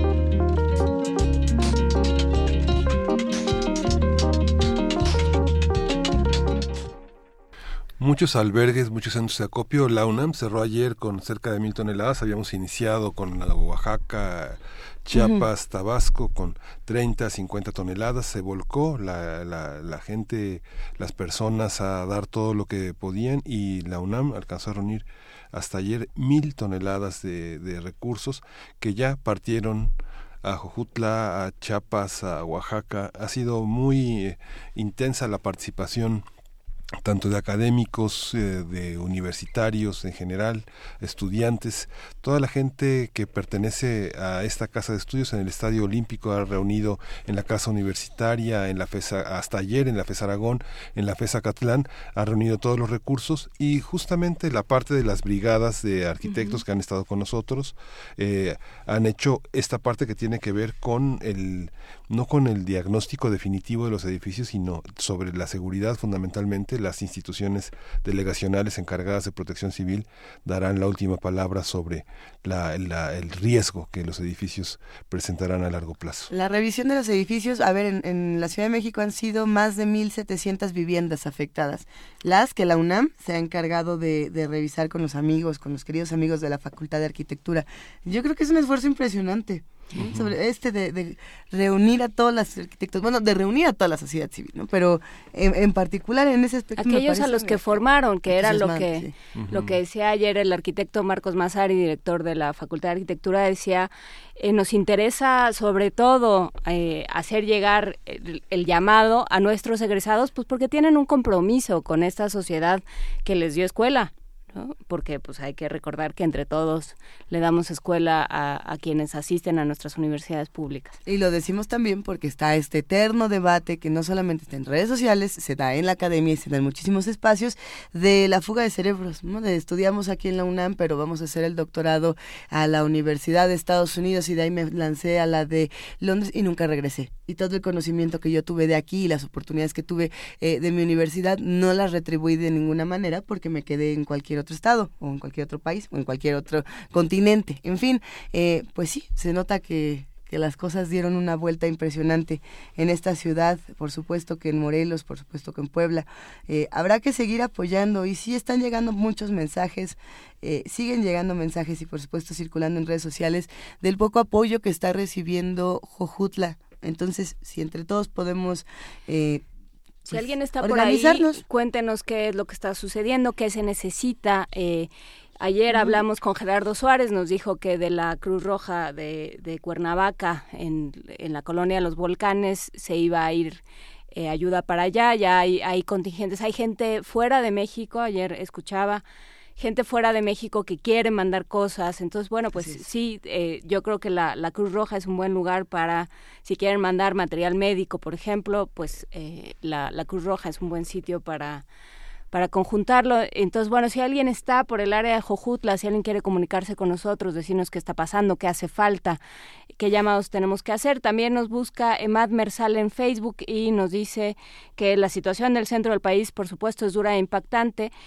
Muchos albergues, muchos centros de acopio. La UNAM cerró ayer con cerca de mil toneladas. Habíamos iniciado con la Oaxaca, Chiapas, uh-huh. Tabasco, con treinta, cincuenta toneladas. Se volcó la, la, la gente, las personas a dar todo lo que podían y la UNAM alcanzó a reunir hasta ayer mil toneladas de, de recursos que ya partieron a Jojutla, a Chiapas, a Oaxaca. Ha sido muy eh, intensa la participación tanto de académicos, eh, de universitarios en general, estudiantes, toda la gente que pertenece a esta casa de estudios en el Estadio Olímpico ha reunido en la casa universitaria, en la FESA, hasta ayer en la FES Aragón, en la FES Acatlán, ha reunido todos los recursos y justamente la parte de las brigadas de arquitectos uh-huh. que han estado con nosotros eh, han hecho esta parte que tiene que ver con el, no con el diagnóstico definitivo de los edificios, sino sobre la seguridad fundamentalmente. Las instituciones delegacionales encargadas de protección civil darán la última palabra sobre la, la, el riesgo que los edificios presentarán a largo plazo. La revisión de los edificios, a ver, en, en la Ciudad de México han sido más de mil setecientas viviendas afectadas, las que la UNAM se ha encargado de, de revisar con los amigos, con los queridos amigos de la Facultad de Arquitectura. Yo creo que es un esfuerzo impresionante. Uh-huh. Sobre este de, de reunir a todos los arquitectos, bueno, de reunir a toda la sociedad civil, ¿no? Pero en, en particular en ese aspecto aquellos a los que formaron, que era lo que sí. lo que decía ayer el arquitecto Marcos Massari, director de la Facultad de Arquitectura, decía eh, nos interesa sobre todo eh, hacer llegar el, el llamado a nuestros egresados, pues porque tienen un compromiso con esta sociedad que les dio escuela, ¿no? Porque pues hay que recordar que entre todos le damos escuela a, a quienes asisten a nuestras universidades públicas. Y lo decimos también porque está este eterno debate que no solamente está en redes sociales, se da en la academia y se da en muchísimos espacios, de la fuga de cerebros, ¿no? De estudiamos aquí en la UNAM, pero vamos a hacer el doctorado a la Universidad de Estados Unidos y de ahí me lancé a la de Londres y nunca regresé. Y todo el conocimiento que yo tuve de aquí y las oportunidades que tuve eh, de mi universidad no las retribuí de ninguna manera porque me quedé en cualquier otro estado o en cualquier otro país o en cualquier otro continente. En fin, eh, pues sí, se nota que, que las cosas dieron una vuelta impresionante en esta ciudad, por supuesto que en Morelos, por supuesto que en Puebla. Eh, habrá que seguir apoyando y sí están llegando muchos mensajes, eh, siguen llegando mensajes y por supuesto circulando en redes sociales del poco apoyo que está recibiendo Jojutla. Entonces, si entre todos podemos... Eh, Si pues, alguien está por ahí, cuéntenos qué es lo que está sucediendo, qué se necesita. Eh, ayer uh-huh. hablamos con Gerardo Suárez, nos dijo que de la Cruz Roja de, de Cuernavaca, en, en la colonia Los Volcanes, se iba a ir eh, ayuda para allá. Ya hay, hay contingentes, hay gente fuera de México, ayer escuchaba, gente fuera de México que quiere mandar cosas. Entonces, bueno, pues sí, sí eh, yo creo que la, la Cruz Roja es un buen lugar para, si quieren mandar material médico, por ejemplo, pues eh, la, la Cruz Roja es un buen sitio para, para conjuntarlo. Entonces, bueno, si alguien está por el área de Jojutla, si alguien quiere comunicarse con nosotros, decirnos qué está pasando, qué hace falta, qué llamados tenemos que hacer. También nos busca Emad Mersal en Facebook y nos dice que la situación del centro del país, por supuesto, es dura e impactante,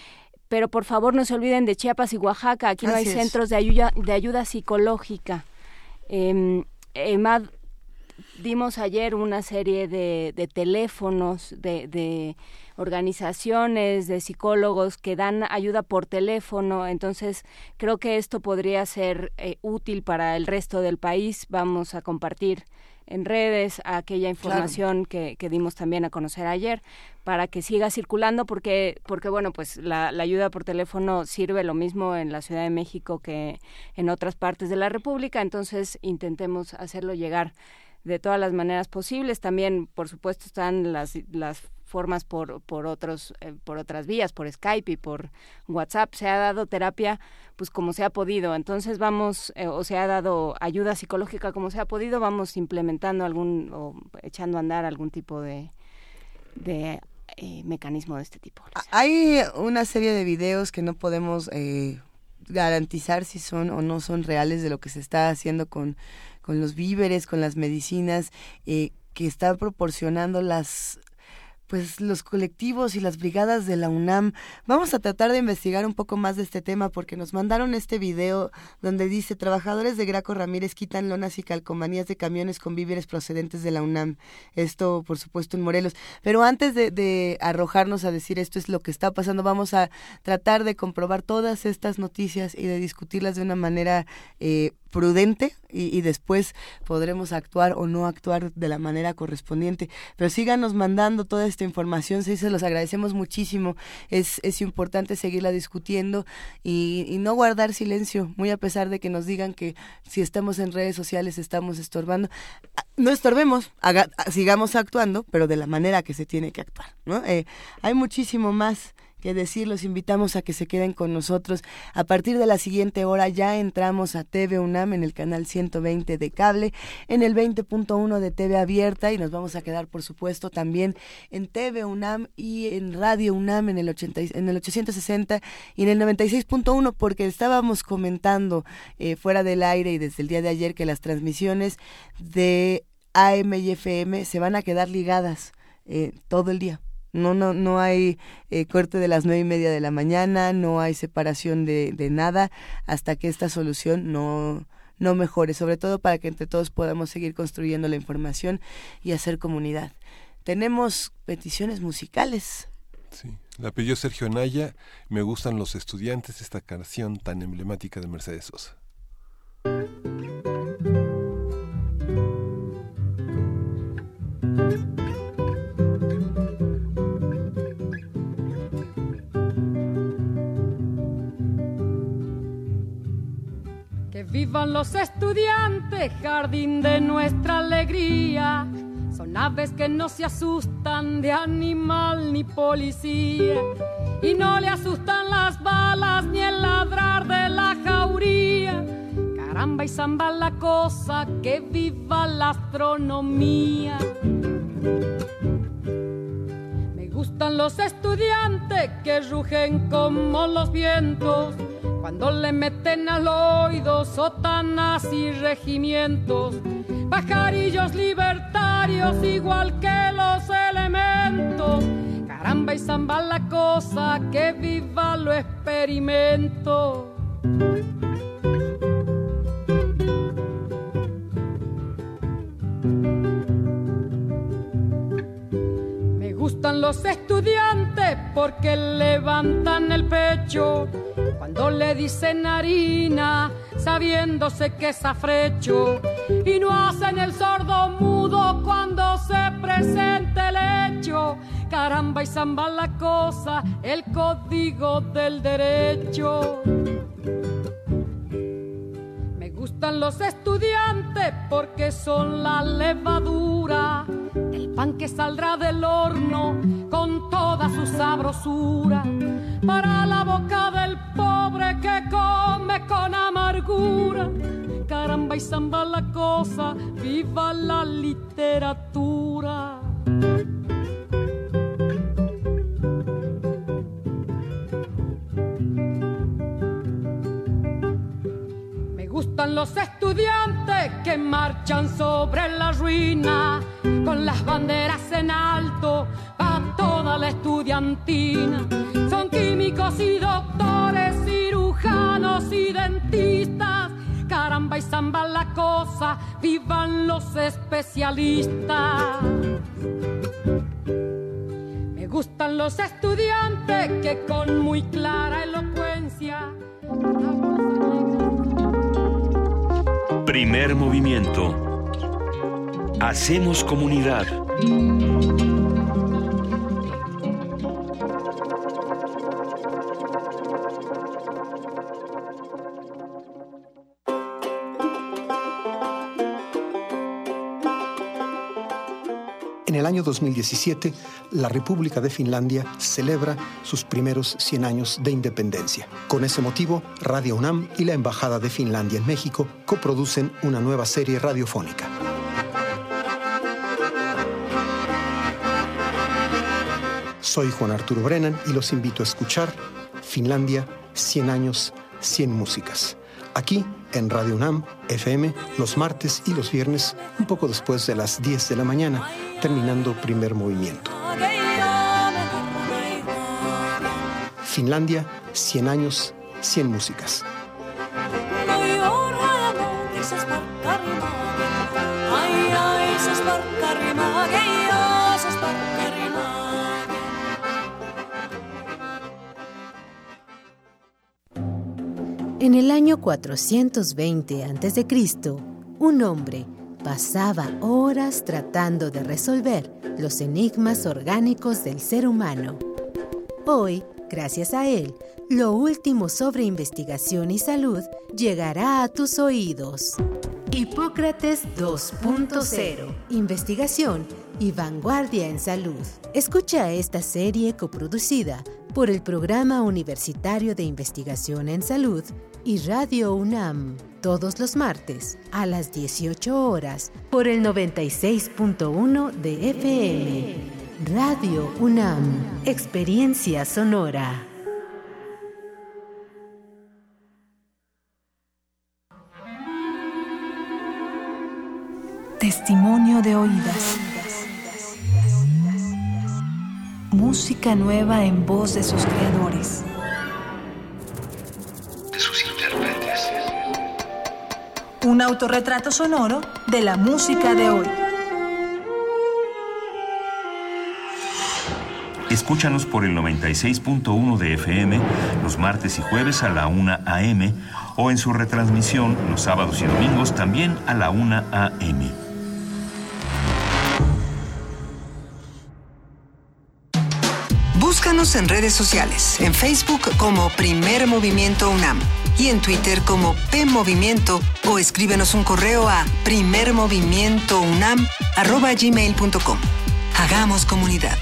pero por favor no se olviden de Chiapas y Oaxaca, aquí no Así hay es. centros de ayuda, de ayuda psicológica. Eh, EMAD, dimos ayer una serie de, de teléfonos, de, de organizaciones, de psicólogos que dan ayuda por teléfono, entonces creo que esto podría ser eh, útil para el resto del país. Vamos a compartir en redes aquella información, claro, que, que dimos también a conocer ayer, para que siga circulando, porque, porque bueno, pues la, la ayuda por teléfono sirve lo mismo en la Ciudad de México que en otras partes de la República, entonces intentemos hacerlo llegar de todas las maneras posibles. También, por supuesto, están las, las formas por, por, otros, eh, por otras vías, por Skype y por WhatsApp. Se ha dado terapia pues como se ha podido, entonces vamos, eh, o se ha dado ayuda psicológica como se ha podido, vamos implementando algún, o echando a andar algún tipo de, de eh, mecanismo de este tipo. Hay una serie de videos que no podemos eh, garantizar si son o no son reales de lo que se está haciendo con, con los víveres, con las medicinas, eh, que están proporcionando las... pues los colectivos y las brigadas de la UNAM. Vamos a tratar de investigar un poco más de este tema porque nos mandaron este video donde dice: trabajadores de Graco Ramírez quitan lonas y calcomanías de camiones con víveres procedentes de la UNAM. Esto, por supuesto, en Morelos. Pero antes de, de arrojarnos a decir esto es lo que está pasando, vamos a tratar de comprobar todas estas noticias y de discutirlas de una manera eh, prudente y, y después podremos actuar o no actuar de la manera correspondiente. Pero síganos mandando toda esta información, sí, se los agradecemos muchísimo. Es, es importante seguirla discutiendo y, y no guardar silencio, muy a pesar de que nos digan que si estamos en redes sociales estamos estorbando. No estorbemos, haga, sigamos actuando, pero de la manera que se tiene que actuar, ¿no? Eh, hay muchísimo más que decir, los invitamos a que se queden con nosotros. A partir de la siguiente hora ya entramos a T V UNAM en el canal ciento veinte de cable, en el veinte punto uno de T V abierta, y nos vamos a quedar, por supuesto, también en T V UNAM y en Radio UNAM en el, ochenta, en el ochocientos sesenta y en el noventa y seis punto uno, porque estábamos comentando eh, fuera del aire y desde el día de ayer que las transmisiones de A M y F M se van a quedar ligadas eh, todo el día. No, no, no hay eh, corte de las nueve y media de la mañana, no hay separación de, de nada hasta que esta solución no, no mejore, sobre todo para que entre todos podamos seguir construyendo la información y hacer comunidad. Tenemos peticiones musicales. Sí, la pidió Sergio Anaya, Me gustan los estudiantes, esta canción tan emblemática de Mercedes Sosa. Que vivan los estudiantes, jardín de nuestra alegría. Son aves que no se asustan de animal ni policía, y no le asustan las balas ni el ladrar de la jauría. Caramba y zamba la cosa, que viva la astronomía. Me gustan los estudiantes que rugen como los vientos, cuando le meten al oído sotanas y regimientos. Pajarillos libertarios igual que los elementos. Caramba y zamba la cosa, que viva lo experimento. Me gustan los estudiantes porque levantan el pecho cuando le dicen harina, sabiéndose que es afrecho, y no hacen el sordo mudo cuando se presente el hecho. Caramba y zamba la cosa, el código del derecho. Me gustan los estudiantes porque son la levadura del pan que saldrá del horno con toda su sabrosura, para la boca del pobre que come con amargura. Caramba y zamba la cosa, viva la literatura. Me gustan los estudiantes que marchan sobre la ruina con las banderas en alto, toda la estudiantina. Son químicos y doctores, cirujanos y dentistas. Caramba y zamba la cosa, vivan los especialistas. Me gustan los estudiantes que con muy clara elocuencia. Primer movimiento. Hacemos comunidad. En el año dos mil diecisiete, la República de Finlandia celebra sus primeros cien años de independencia. Con ese motivo, Radio UNAM y la Embajada de Finlandia en México coproducen una nueva serie radiofónica. Soy Juan Arturo Brennan y los invito a escuchar Finlandia, cien años, cien músicas. Aquí, en Radio UNAM, F M, los martes y los viernes, un poco después de las diez de la mañana, terminando primer movimiento. Finlandia, cien años, cien músicas. En el año cuatrocientos veinte antes de Cristo, un hombre pasaba horas tratando de resolver los enigmas orgánicos del ser humano. Hoy, gracias a él, lo último sobre investigación y salud llegará a tus oídos. Hipócrates dos punto cero. Investigación y vanguardia en salud. Escucha esta serie coproducida por el Programa Universitario de Investigación en Salud y Radio UNAM, todos los martes a las dieciocho horas por el noventa y seis punto uno de F M. Radio UNAM, experiencia sonora. Testimonio de oídas. Música nueva en voz de sus creadores. De sus intérpretes. Un autorretrato sonoro de la música de hoy. Escúchanos por el noventa y seis punto uno de F M los martes y jueves a la una a eme o en su retransmisión los sábados y domingos también a la una a eme. Búscanos en redes sociales, en Facebook como Primer Movimiento UNAM y en Twitter como P Movimiento, o escríbenos un correo a primermovimientounam arroba gmail punto com. Hagamos comunidad.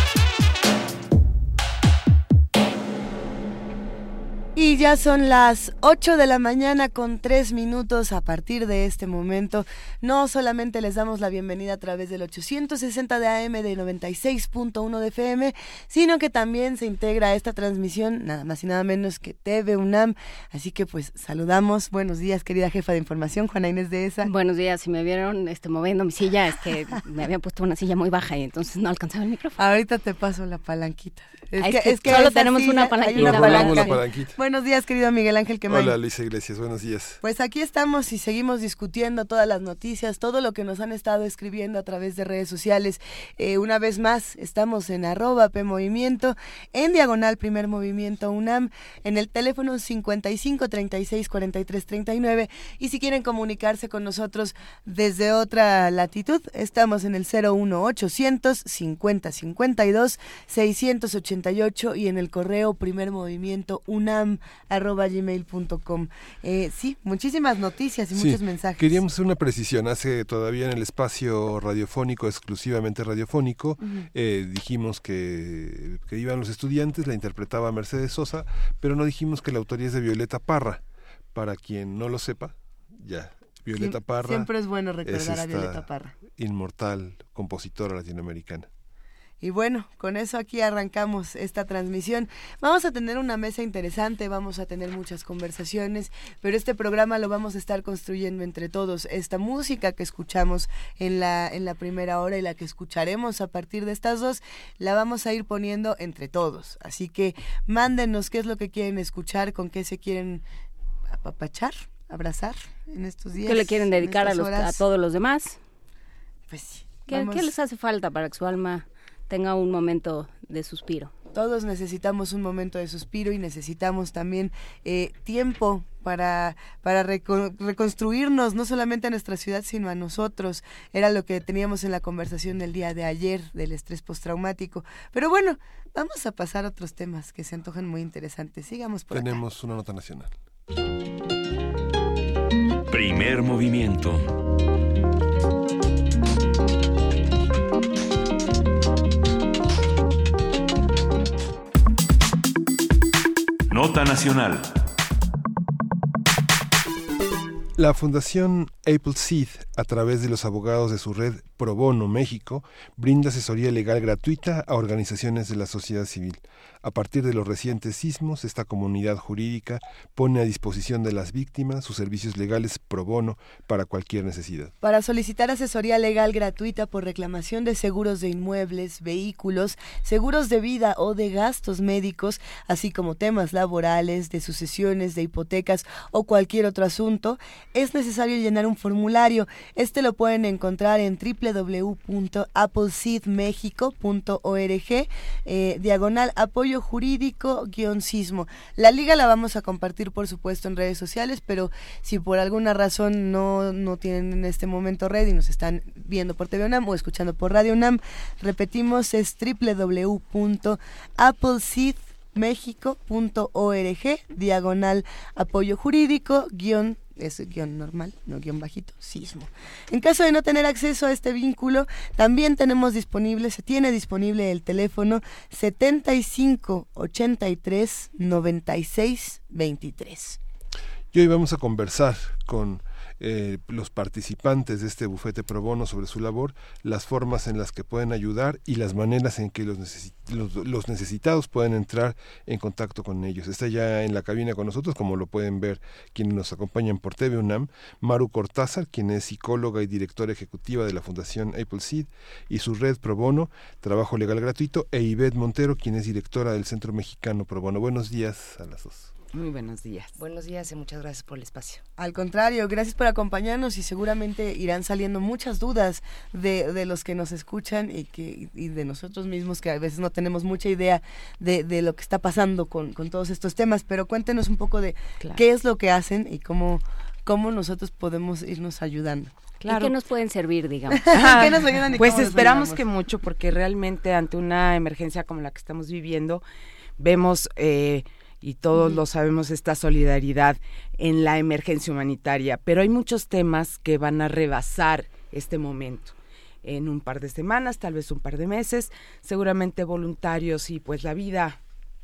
Y ya son las ocho de la mañana con tres minutos. A partir de este momento, no solamente les damos la bienvenida a través del ochocientos sesenta de A M de noventa y seis punto uno de F M, sino que también se integra a esta transmisión nada más y nada menos que T V UNAM. Así que pues saludamos. Buenos días, querida jefa de información, Juana Inés de Esa. Buenos días. Si me vieron este, moviendo mi silla, es que me habían puesto una silla muy baja y entonces no alcanzaba el micrófono. Ahorita te paso la palanquita. Es, es, que, que, es que solo tenemos silla, una palanquita. Una palanca. La palanquita. Buenos días, querido Miguel Ángel Quemain. Hola, Luisa Iglesias, buenos días. Pues aquí estamos y seguimos discutiendo todas las noticias, todo lo que nos han estado escribiendo a través de redes sociales. Eh, una vez más, estamos en arroba P Movimiento, en diagonal Primer Movimiento UNAM, en el teléfono cincuenta y cinco, treinta y seis, cuarenta y tres, treinta y nueve. Y si quieren comunicarse con nosotros desde otra latitud, estamos en el cero uno ochocientos cincuenta cincuenta y dos seiscientos ochenta y ocho y en el correo primermovimientounam arroba gmail punto com. Eh, sí, muchísimas noticias y sí, muchos mensajes. Queríamos hacer una precisión. Hace todavía en el espacio radiofónico, exclusivamente radiofónico, uh-huh. eh, dijimos que, que iban los estudiantes, la interpretaba Mercedes Sosa, pero no dijimos que la autoría es de Violeta Parra. Para quien no lo sepa, ya, Violeta Parra. Siempre es bueno recordar es a Violeta Parra. Inmortal compositora latinoamericana. Y bueno, con eso aquí arrancamos esta transmisión. Vamos a tener una mesa interesante, vamos a tener muchas conversaciones, pero este programa lo vamos a estar construyendo entre todos. Esta música que escuchamos en la, en la primera hora y la que escucharemos a partir de estas dos, la vamos a ir poniendo entre todos. Así que mándenos qué es lo que quieren escuchar, con qué se quieren apapachar, abrazar en estos días. ¿Qué le quieren dedicar a, los, a todos los demás? Pues sí. ¿Qué, ¿Qué les hace falta para que su alma tenga un momento de suspiro? Todos necesitamos un momento de suspiro y necesitamos también eh, tiempo para, para reco- reconstruirnos, no solamente a nuestra ciudad, sino a nosotros. Era lo que teníamos en la conversación del día de ayer, del estrés postraumático. Pero bueno, vamos a pasar a otros temas que se antojan muy interesantes. Sigamos por Tenemos acá. una nota nacional. Primer movimiento. Nota nacional. La Fundación Appleseed, a través de los abogados de su red Pro Bono México, brinda asesoría legal gratuita a organizaciones de la sociedad civil. A partir de los recientes sismos, esta comunidad jurídica pone a disposición de las víctimas sus servicios legales pro bono para cualquier necesidad. Para solicitar asesoría legal gratuita por reclamación de seguros de inmuebles, vehículos, seguros de vida o de gastos médicos, así como temas laborales, de sucesiones, de hipotecas o cualquier otro asunto, es necesario llenar un formulario. Este lo pueden encontrar en doble u doble u doble u punto appleseed mexico punto org, eh, diagonal apoyo jurídico guión sismo. La liga la vamos a compartir, por supuesto, en redes sociales, pero si por alguna razón no, no tienen en este momento red y nos están viendo por T V UNAM o escuchando por Radio UNAM, repetimos, es doble u doble u doble u punto appleseed mexico punto org, diagonal apoyo jurídico guión es guión normal, no guión bajito, sismo. En caso de no tener acceso a este vínculo, también tenemos disponible, se tiene disponible el teléfono setenta y cinco ochenta y tres noventa y seis veintitrés. Y hoy vamos a conversar con eh, los participantes de este bufete pro bono sobre su labor, las formas en las que pueden ayudar y las maneras en que los, necesi- los, los necesitados pueden entrar en contacto con ellos. Está ya en la cabina con nosotros, como lo pueden ver quienes nos acompañan por T V UNAM, Maru Cortázar, quien es psicóloga y directora ejecutiva de la Fundación Appleseed y su red pro bono, Trabajo Legal Gratuito, e Ivette Montero, quien es directora del Centro Mexicano Pro Bono. Buenos días a las dos. Muy buenos días. Buenos días y muchas gracias por el espacio. Al contrario, gracias por acompañarnos y seguramente irán saliendo muchas dudas de, de los que nos escuchan y que y de nosotros mismos, que a veces no tenemos mucha idea de, de lo que está pasando con, con todos estos temas, pero cuéntenos un poco de claro. qué es lo que hacen y cómo, cómo nosotros podemos irnos ayudando. Claro. ¿Y qué nos pueden servir, digamos? ¿Qué nos ayudan y pues cómo esperamos que mucho, porque realmente ante una emergencia como la que estamos viviendo, vemos... Eh, y todos uh-huh. lo sabemos, esta solidaridad en la emergencia humanitaria, pero hay muchos temas que van a rebasar este momento. En un par de semanas, tal vez un par de meses, seguramente voluntarios y pues la vida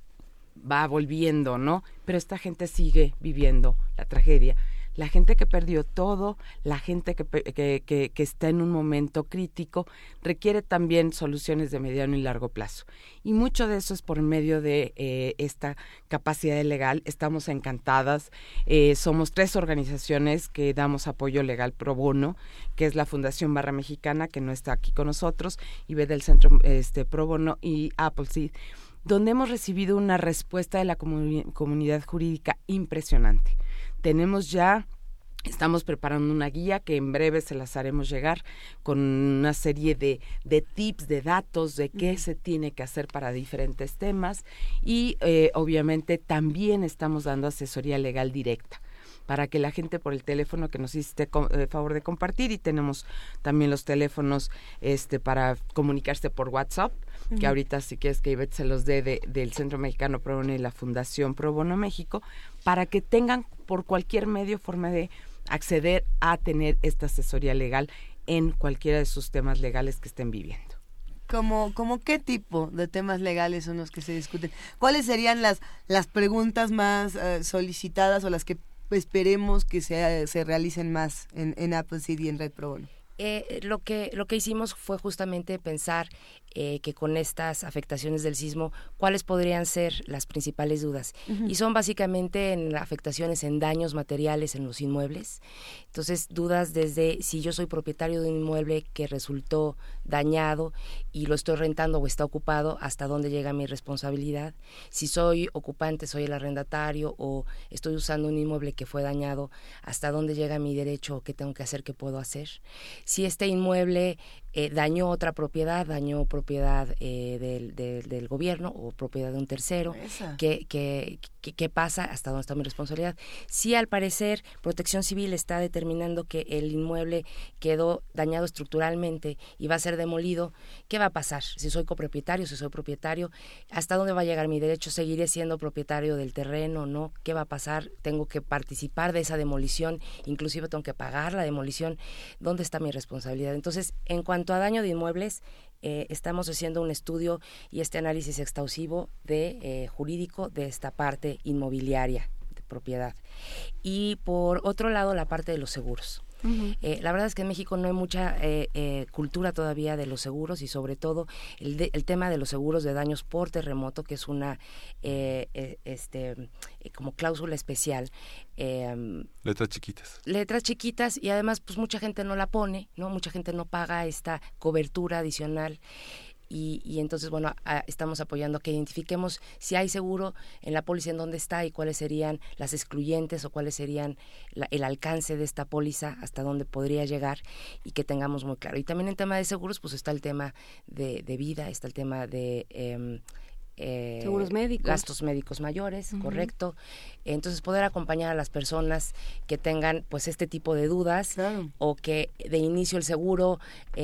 va volviendo, ¿no? Pero esta gente sigue viviendo la tragedia. La gente que perdió todo, la gente que, que, que, que está en un momento crítico, requiere también soluciones de mediano y largo plazo. Y mucho de eso es por medio de eh, esta capacidad legal. Estamos encantadas. Eh, somos tres organizaciones que damos apoyo legal pro bono, que es la Fundación Barra Mexicana, que no está aquí con nosotros, y ve del Centro este, Pro Bono y Appleseed, donde hemos recibido una respuesta de la comun- comunidad jurídica impresionante. Tenemos ya, estamos preparando una guía que en breve se las haremos llegar con una serie de, de tips, de datos, de qué uh-huh. se tiene que hacer para diferentes temas y eh, obviamente también estamos dando asesoría legal directa para que la gente por el teléfono que nos hiciste eh, favor de compartir, y tenemos también los teléfonos este para comunicarse por WhatsApp, uh-huh. que ahorita si quieres que Ivette se los dé de, del Centro Mexicano Pro Bono y la Fundación Pro Bono México, para que tengan por cualquier medio forma de acceder a tener esta asesoría legal en cualquiera de sus temas legales que estén viviendo. ¿Cómo, cómo qué tipo de temas legales son los que se discuten? ¿Cuáles serían las, las preguntas más uh, solicitadas o las que esperemos que se, se realicen más en, en Appleseed y en Red Pro Bono? Eh, lo que lo que hicimos fue justamente pensar eh, que con estas afectaciones del sismo, cuáles podrían ser las principales dudas. Uh-huh. Y son básicamente en afectaciones en daños materiales en los inmuebles. Entonces, dudas desde si yo soy propietario de un inmueble que resultó dañado y lo estoy rentando o está ocupado, hasta dónde llega mi responsabilidad. Si soy ocupante, soy el arrendatario, o estoy usando un inmueble que fue dañado, hasta dónde llega mi derecho o qué tengo que hacer, qué puedo hacer. Si este inmueble eh, dañó otra propiedad, dañó propiedad eh, del, del, del gobierno o propiedad de un tercero, ¿qué, qué, qué, qué pasa? ¿Hasta dónde está mi responsabilidad? Si al parecer Protección Civil está determinando que el inmueble quedó dañado estructuralmente y va a ser demolido, ¿qué va a pasar? Si soy copropietario, si soy propietario, ¿hasta dónde va a llegar mi derecho? ¿Seguiré siendo propietario del terreno o no? ¿Qué va a pasar? ¿Tengo que participar de esa demolición? Inclusive tengo que pagar la demolición. ¿Dónde está mi responsabilidad? Entonces, en cuanto a daño de inmuebles, eh, estamos haciendo un estudio y este análisis exhaustivo de eh, jurídico de esta parte inmobiliaria de propiedad. Y por otro lado, la parte de los seguros. Uh-huh. Eh, la verdad es que en México no hay mucha eh, eh, cultura todavía de los seguros, y sobre todo el, de, el tema de los seguros de daños por terremoto, que es una eh, eh, este eh, como cláusula especial. Eh, letras chiquitas. Letras chiquitas, y además pues mucha gente no la pone, ¿no? Mucha gente no paga esta cobertura adicional. Y, y entonces, bueno, a, estamos apoyando que identifiquemos si hay seguro en la póliza, en dónde está y cuáles serían las excluyentes o cuáles serían la, el alcance de esta póliza, hasta dónde podría llegar, y que tengamos muy claro. Y también en tema de seguros, pues está el tema de, de vida, está el tema de... Eh, Eh, seguros médicos, gastos médicos mayores, uh-huh. correcto. Entonces, poder acompañar a las personas que tengan pues este tipo de dudas, claro. o que de inicio el seguro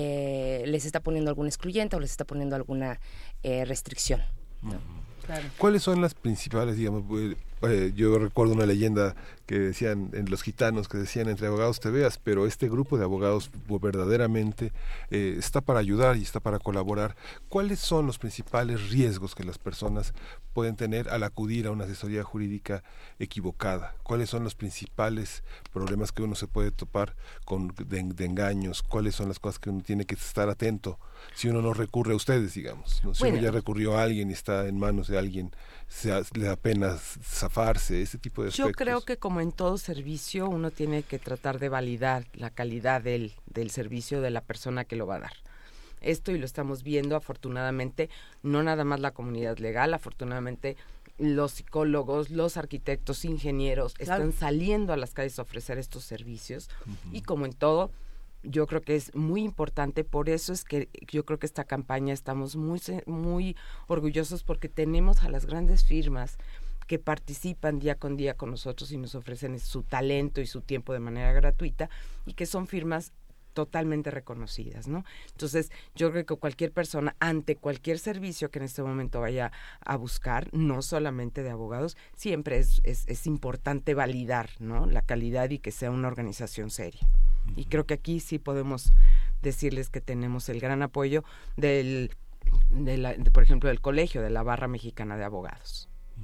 eh, les está poniendo algún excluyente o les está poniendo alguna eh, restricción, ¿no? Uh-huh. Claro. ¿Cuáles son las principales, digamos? Eh, yo recuerdo una leyenda que decían en los gitanos, que decían entre abogados te veas, pero este grupo de abogados verdaderamente eh, está para ayudar y está para colaborar. ¿Cuáles son los principales riesgos que las personas pueden tener al acudir a una asesoría jurídica equivocada? ¿Cuáles son los principales problemas que uno se puede topar con de, de engaños? ¿Cuáles son las cosas que uno tiene que estar atento si uno no recurre a ustedes, digamos, ¿no? Si bueno. uno ya recurrió a alguien y está en manos de alguien, se, le da pena zafarse, ese tipo de aspectos? Yo creo que como en todo servicio uno tiene que tratar de validar la calidad del, del servicio de la persona que lo va a dar. Esto, y lo estamos viendo afortunadamente, no nada más la comunidad legal, afortunadamente los psicólogos, los arquitectos, ingenieros, claro. están saliendo a las calles a ofrecer estos servicios. Uh-huh. Y como en todo, yo creo que es muy importante, por eso es que yo creo que esta campaña estamos muy, muy orgullosos, porque tenemos a las grandes firmas que participan día con día con nosotros y nos ofrecen su talento y su tiempo de manera gratuita, y que son firmas totalmente reconocidas, ¿no? Entonces, yo creo que cualquier persona, ante cualquier servicio que en este momento vaya a buscar, no solamente de abogados, siempre es, es, es importante validar, ¿no?, la calidad y que sea una organización seria. Uh-huh. Y creo que aquí sí podemos decirles que tenemos el gran apoyo del, de la, de, por ejemplo, del colegio, de la Barra Mexicana de Abogados.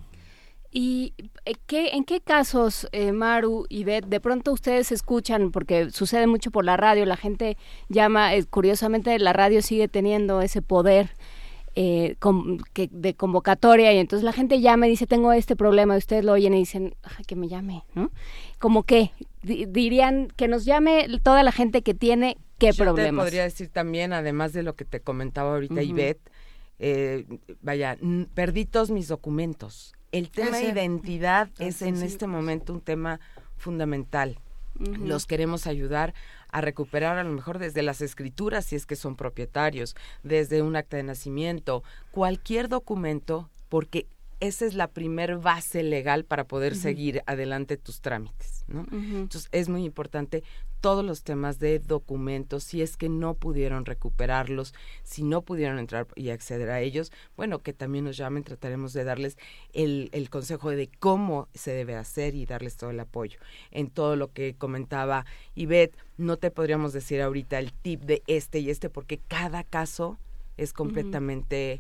¿Y qué, en qué casos, eh, Maru y Beth, de pronto ustedes escuchan, porque sucede mucho por la radio, la gente llama, eh, curiosamente la radio sigue teniendo ese poder eh, com, que, de convocatoria, y entonces la gente llama y dice, tengo este problema, y ustedes lo oyen y dicen, ay, que me llame, ¿no? ¿Cómo qué? D- dirían que nos llame toda la gente que tiene qué Yo problemas. Te podría decir también, además de lo que te comentaba ahorita, uh-huh. Ivette, eh, vaya, n- perdí todos mis documentos. El tema Ese. de identidad ah, es en sí, este sí. momento un tema fundamental. Uh-huh. Los queremos ayudar a recuperar, a lo mejor desde las escrituras, si es que son propietarios, desde un acta de nacimiento, cualquier documento, porque esa es la primer base legal para poder uh-huh. seguir adelante tus trámites, ¿no? Uh-huh. Entonces, es muy importante todos los temas de documentos, si es que no pudieron recuperarlos, si no pudieron entrar y acceder a ellos, bueno, que también nos llamen, trataremos de darles el, el consejo de cómo se debe hacer y darles todo el apoyo. En todo lo que comentaba Ivette, no te podríamos decir ahorita el tip de este y este, porque cada caso es completamente... Uh-huh.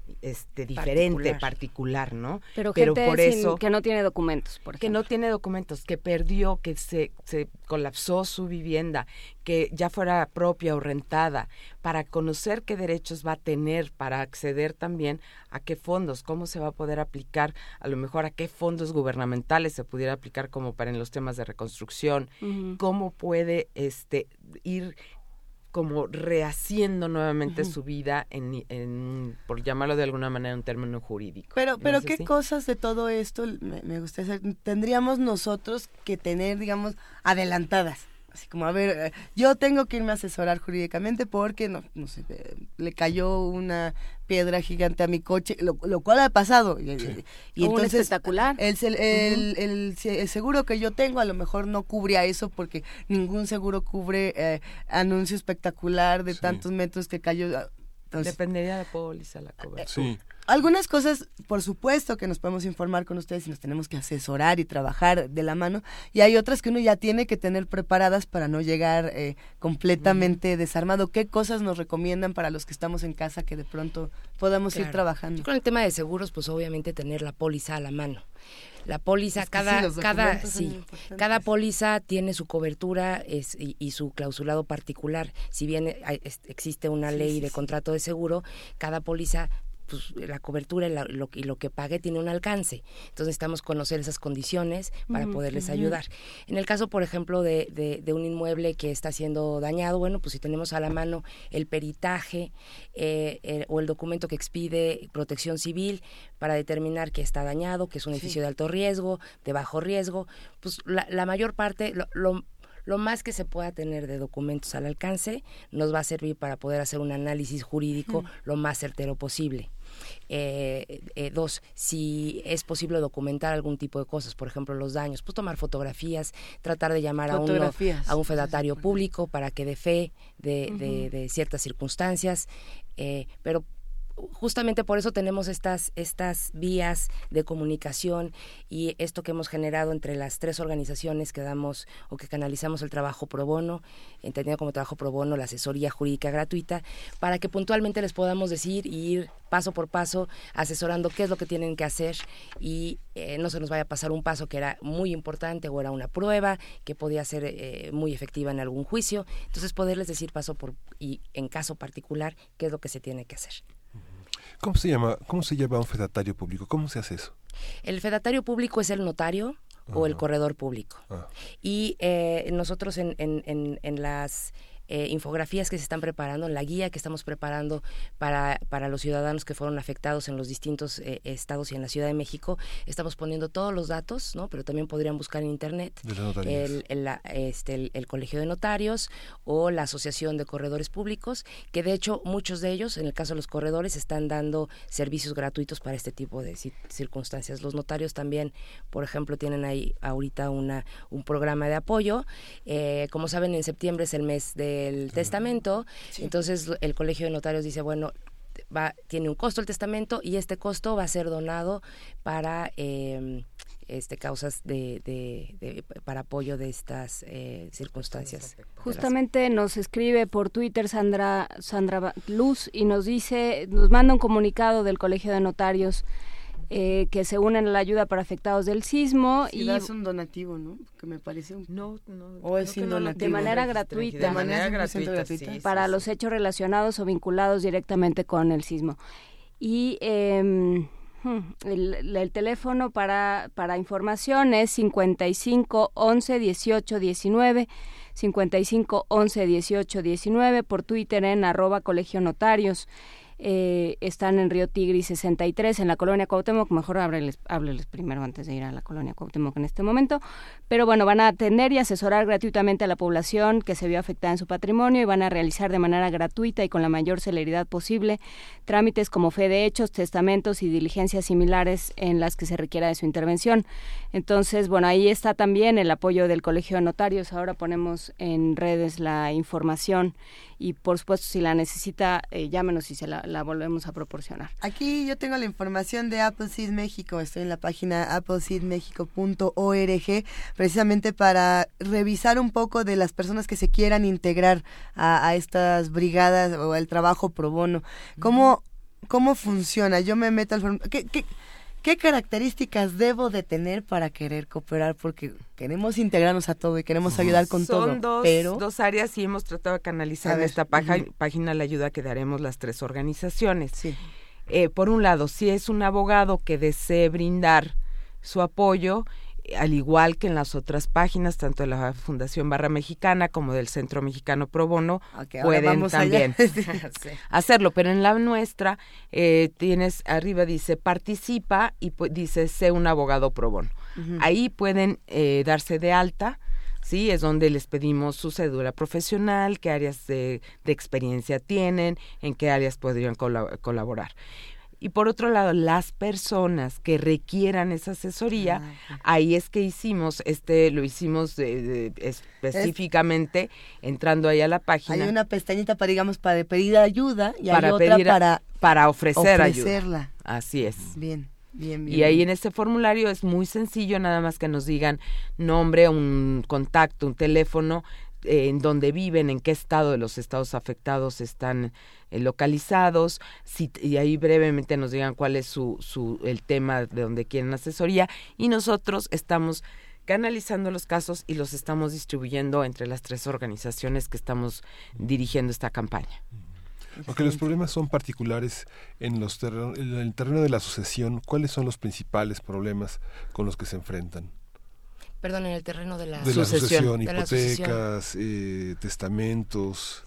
este diferente, particular, particular ¿no? Pero, Pero gente por eso, sin, que no tiene documentos, por ejemplo. Que no tiene documentos, que perdió, que se, se colapsó su vivienda, que ya fuera propia o rentada, para conocer qué derechos va a tener, para acceder también a qué fondos, cómo se va a poder aplicar, a lo mejor a qué fondos gubernamentales se pudiera aplicar como para en los temas de reconstrucción, uh-huh. cómo puede este ir como rehaciendo nuevamente uh-huh. su vida en, en, por llamarlo de alguna manera, un término jurídico. Pero, pero ¿no ¿qué así? Cosas de todo esto me, me gustaría saber, tendríamos nosotros que tener, digamos, adelantadas? Así como, a ver, yo tengo que irme a asesorar jurídicamente porque, no, no sé, le cayó una piedra gigante a mi coche, lo, lo cual ha pasado. Y, sí. y entonces, espectacular. El, el, el, el, el seguro que yo tengo a lo mejor no cubría eso porque ningún seguro cubre eh, anuncio espectacular de sí. tantos metros que cayó. Entonces, dependería de la póliza, la cobertura. Sí. Algunas cosas, por supuesto, que nos podemos informar con ustedes y nos tenemos que asesorar y trabajar de la mano, y hay otras que uno ya tiene que tener preparadas para no llegar eh, completamente uh-huh. desarmado. ¿Qué cosas nos recomiendan para los que estamos en casa que de pronto podamos claro. ir trabajando? Yo con el tema de seguros, pues obviamente tener la póliza a la mano. La póliza, es que cada sí, cada sí, cada póliza tiene su cobertura es, y, y su clausulado particular. Si bien hay, es, existe una sí, ley sí, de sí. contrato de seguro, cada póliza, pues, la cobertura y, la, lo, y lo que pague tiene un alcance. Entonces necesitamos conocer esas condiciones para uh-huh, poderles uh-huh. ayudar. En el caso, por ejemplo, de, de, de un inmueble que está siendo dañado, bueno, pues si tenemos a la mano el peritaje eh, eh, o el documento que expide Protección Civil para determinar que está dañado, que es un edificio sí. de alto riesgo, de bajo riesgo, pues la, la mayor parte, lo, lo Lo más que se pueda tener de documentos al alcance nos va a servir para poder hacer un análisis jurídico mm. lo más certero posible. Eh, eh, dos, si es posible documentar algún tipo de cosas, por ejemplo los daños, pues tomar fotografías, tratar de llamar a, uno, a un fedatario público para que dé fe de, uh-huh. de, de ciertas circunstancias, eh, pero justamente por eso tenemos estas estas vías de comunicación y esto que hemos generado entre las tres organizaciones que damos o que canalizamos el trabajo pro bono, entendido como trabajo pro bono, la asesoría jurídica gratuita, para que puntualmente les podamos decir y ir paso por paso asesorando qué es lo que tienen que hacer y eh, no se nos vaya a pasar un paso que era muy importante o era una prueba que podía ser eh, muy efectiva en algún juicio. Entonces poderles decir paso por y en caso particular qué es lo que se tiene que hacer. ¿Cómo se llama, cómo se llama un fedatario público? ¿Cómo se hace eso? El fedatario público es el notario uh-huh. o el corredor público. Uh-huh. Y eh, nosotros en, en, en, en las eh, infografías que se están preparando, en la guía que estamos preparando para, para los ciudadanos que fueron afectados en los distintos eh, estados y en la Ciudad de México, estamos poniendo todos los datos, ¿no? Pero también podrían buscar en internet el, el, la, este, el, el Colegio de Notarios o la Asociación de Corredores Públicos, que de hecho muchos de ellos, en el caso de los corredores, están dando servicios gratuitos para este tipo de circunstancias. Los notarios también, por ejemplo, tienen ahí ahorita una un programa de apoyo. Eh, como saben, en septiembre es el mes del testamento, sí. Entonces el Colegio de Notarios dice, bueno, va tiene un costo el testamento y este costo va a ser donado para eh, este causas de, de, de para apoyo de estas eh, circunstancias. Justamente nos escribe por Twitter Sandra Sandra Luz y nos dice, nos manda un comunicado del Colegio de Notarios Eh, que se unen a la ayuda para afectados del sismo. Si y das un donativo, ¿no? Que me parece un... No, no. O es sin donativo. De manera gratuita. De manera gratuita, sí, sí, para sí, los sí. hechos relacionados o vinculados directamente con el sismo. Y eh, el, el teléfono para, para información es cincuenta y cinco once dieciocho diecinueve, cincuenta y cinco once dieciocho diecinueve, por Twitter en arroba Colegio Notarios. Eh, están en Río Tigris sesenta y tres, en la Colonia Cuauhtémoc. Mejor hábleles, hábleles primero antes de ir a la Colonia Cuauhtémoc en este momento. Pero bueno, van a atender y asesorar gratuitamente a la población que se vio afectada en su patrimonio y van a realizar de manera gratuita y con la mayor celeridad posible trámites como fe de hechos, testamentos y diligencias similares en las que se requiera de su intervención. Entonces, bueno, ahí está también el apoyo del Colegio de Notarios. Ahora ponemos en redes la información y, por supuesto, si la necesita, eh, llámenos y se la, la volvemos a proporcionar. Aquí yo tengo la información de Appleseed México. Estoy en la página appleseed mexico punto org, precisamente para revisar un poco de las personas que se quieran integrar a, a estas brigadas o al trabajo pro bono. ¿Cómo cómo funciona? Yo me meto al formulario. ¿Qué, qué, ¿Qué características debo de tener para querer cooperar? Porque queremos integrarnos a todo y queremos ayudar con Son todo. Son dos, pero... dos áreas y hemos tratado de canalizar en esta página, uh-huh. página la ayuda que daremos las tres organizaciones. Sí. Eh, por un lado, si es un abogado que desee brindar su apoyo, al igual que en las otras páginas, tanto de la Fundación Barra Mexicana como del Centro Mexicano Pro Bono, okay, pueden también sí. hacerlo. Pero en la nuestra, eh, tienes, arriba dice, participa y pu- dice, sé un abogado pro bono. Uh-huh. Ahí pueden eh, darse de alta, sí, es donde les pedimos su cédula profesional, qué áreas de, de experiencia tienen, en qué áreas podrían colab- colaborar. Y por otro lado, las personas que requieran esa asesoría, ah, ahí es que hicimos, este lo hicimos de, de, específicamente, es, entrando ahí a la página. Hay una pestañita para, digamos, para pedir ayuda y para hay otra pedir, para, para ofrecer ofrecerla. ayuda. Así es. Bien, bien, bien. Y ahí bien. en este formulario es muy sencillo, nada más que nos digan nombre, un contacto, un teléfono, eh, en dónde viven, en qué estado de los estados afectados están eh, localizados, si, y ahí brevemente nos digan cuál es su, su el tema de donde quieren asesoría, y nosotros estamos canalizando los casos y los estamos distribuyendo entre las tres organizaciones que estamos dirigiendo esta campaña. Aunque los problemas son particulares en, los terren- en el terreno de la sucesión, ¿cuáles son los principales problemas con los que se enfrentan? Perdón, en el terreno de la, de la sucesión, de hipotecas, la sucesión. Eh, testamentos.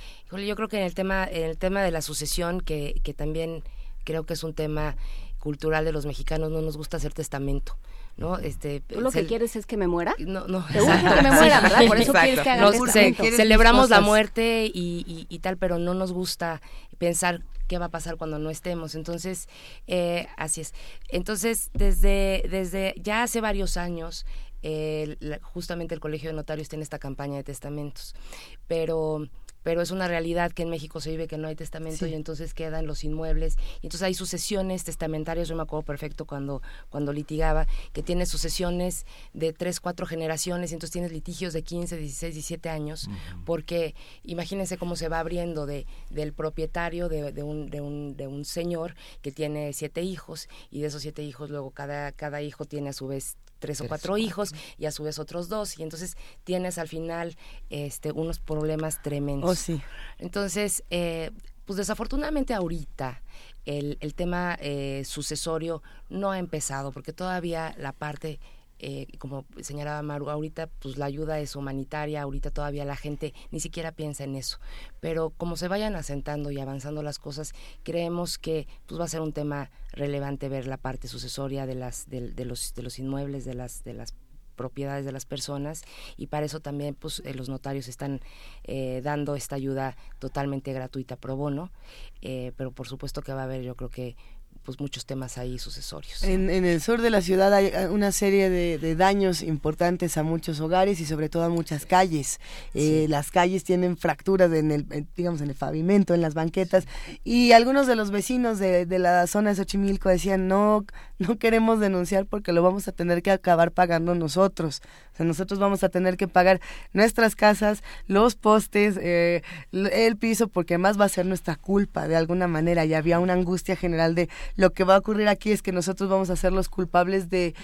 Yo creo que en el tema, en el tema de la sucesión, que, que también creo que es un tema cultural de los mexicanos, no nos gusta hacer testamento, ¿no? Este, ¿Tú lo se, que quieres es que me muera? No, no. Te gusta que me muera, ¿verdad? Por eso Exacto. quieres que haga Nos, testamento. se, celebramos la muerte y, y, y tal, pero no nos gusta pensar qué va a pasar cuando no estemos. Entonces, eh, así es. Entonces, desde, desde ya hace varios años, eh, la, justamente el Colegio de Notarios tiene esta campaña de testamentos, pero... pero es una realidad que en México se vive que no hay testamento, sí. Y entonces quedan los inmuebles, y entonces hay sucesiones testamentarias. Yo me acuerdo perfecto cuando cuando litigaba, que tienes sucesiones de tres, cuatro generaciones, y entonces tienes litigios de quince, dieciséis, diecisiete años, uh-huh. Porque imagínense cómo se va abriendo de del propietario de, de un de un de un señor que tiene siete hijos, y de esos siete hijos luego cada cada hijo tiene a su vez tres o cuatro hijos, y a su vez otros dos, y entonces tienes al final este unos problemas tremendos. Oh, sí. Entonces, eh, pues desafortunadamente ahorita el, el tema eh, sucesorio no ha empezado, porque todavía la parte, eh, como señalaba Maru, ahorita pues la ayuda es humanitaria, ahorita todavía la gente ni siquiera piensa en eso, pero como se vayan asentando y avanzando las cosas, creemos que pues va a ser un tema relevante ver la parte sucesoria de las de, de los de los inmuebles, de las de las propiedades de las personas, y para eso también pues eh, los notarios están eh, dando esta ayuda totalmente gratuita pro bono, eh, pero por supuesto que va a haber, yo creo que pues muchos temas ahí sucesorios. En, en el sur de la ciudad hay una serie de, de daños importantes a muchos hogares y sobre todo a muchas calles. Sí. Eh, las calles tienen fracturas en el, en, digamos, en el pavimento, en las banquetas, y algunos de los vecinos de, de la zona de Xochimilco decían no, no queremos denunciar porque lo vamos a tener que acabar pagando nosotros. O sea, nosotros vamos a tener que pagar nuestras casas, los postes, eh, el piso, porque además va a ser nuestra culpa de alguna manera. Y había una angustia general de lo que va a ocurrir aquí es que nosotros vamos a ser los culpables de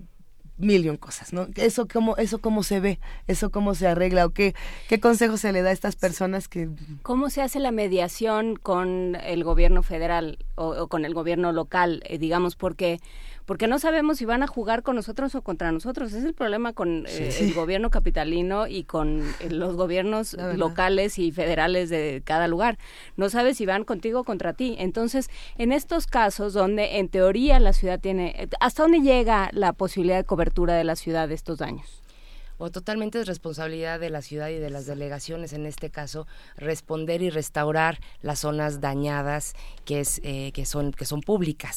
millón cosas, ¿no? Eso cómo, eso cómo se ve, eso cómo se arregla, o qué, qué consejo se le da a estas personas que... ¿Cómo se hace la mediación con el gobierno federal o, o con el gobierno local, eh, digamos, porque... porque no sabemos si van a jugar con nosotros o contra nosotros? Ese es el problema con eh, sí. el gobierno capitalino y con eh, los gobiernos locales y federales de cada lugar. No sabes si van contigo o contra ti. Entonces, en estos casos donde en teoría la ciudad tiene... ¿Hasta dónde llega la posibilidad de cobertura de la ciudad de estos daños? O totalmente es responsabilidad de la ciudad y de las delegaciones, en este caso, responder y restaurar las zonas dañadas que es eh, que son que son públicas.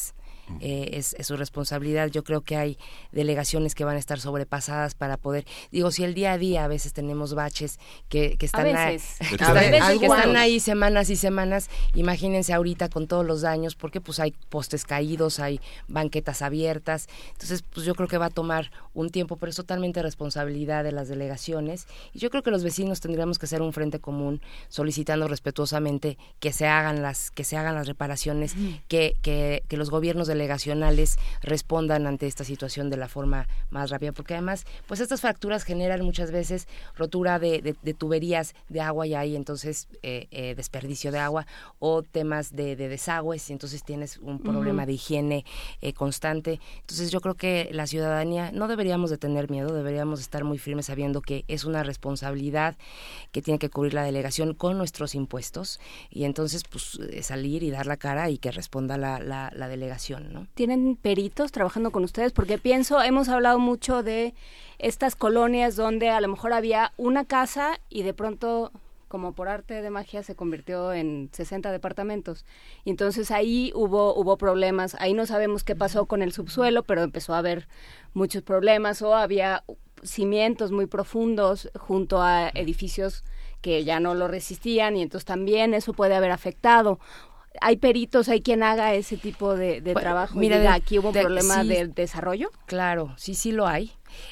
eh, es, es su responsabilidad. Yo creo que hay delegaciones que van a estar sobrepasadas para poder, digo, si el día a día a veces tenemos baches que, que están, a veces. ahí, A están, veces que están ahí semanas y semanas, imagínense ahorita con todos los daños, porque pues hay postes caídos, hay banquetas abiertas, entonces pues yo creo que va a tomar un tiempo, pero es totalmente responsabilidad de las delegaciones, y yo creo que los vecinos tendríamos que hacer un frente común solicitando respetuosamente que se hagan las, que se hagan las reparaciones, uh-huh. que, que, que los gobiernos delegacionales respondan ante esta situación de la forma más rápida, porque además pues estas fracturas generan muchas veces rotura de, de, de tuberías de agua y hay entonces eh, eh, desperdicio de agua o temas de, de desagües, y entonces tienes un problema uh-huh. de higiene eh, constante. Entonces yo creo que la ciudadanía no deberíamos de tener miedo, deberíamos estar muy firmes sabiendo que es una responsabilidad que tiene que cubrir la delegación con nuestros impuestos, y entonces pues salir y dar la cara y que responda la, la, la delegación, ¿no? ¿Tienen peritos trabajando con ustedes? Porque pienso, hemos hablado mucho de estas colonias donde a lo mejor había una casa y de pronto, como por arte de magia, se convirtió en sesenta departamentos. Y entonces ahí hubo hubo problemas. Ahí no sabemos qué pasó con el subsuelo, pero empezó a haber muchos problemas, o había cimientos muy profundos junto a edificios que ya no lo resistían, y entonces también eso puede haber afectado. ¿Hay peritos, hay quien haga ese tipo de, de pues, trabajo? Mira, diga, de, aquí hubo un de, problema sí, de desarrollo. Claro, sí, sí lo hay.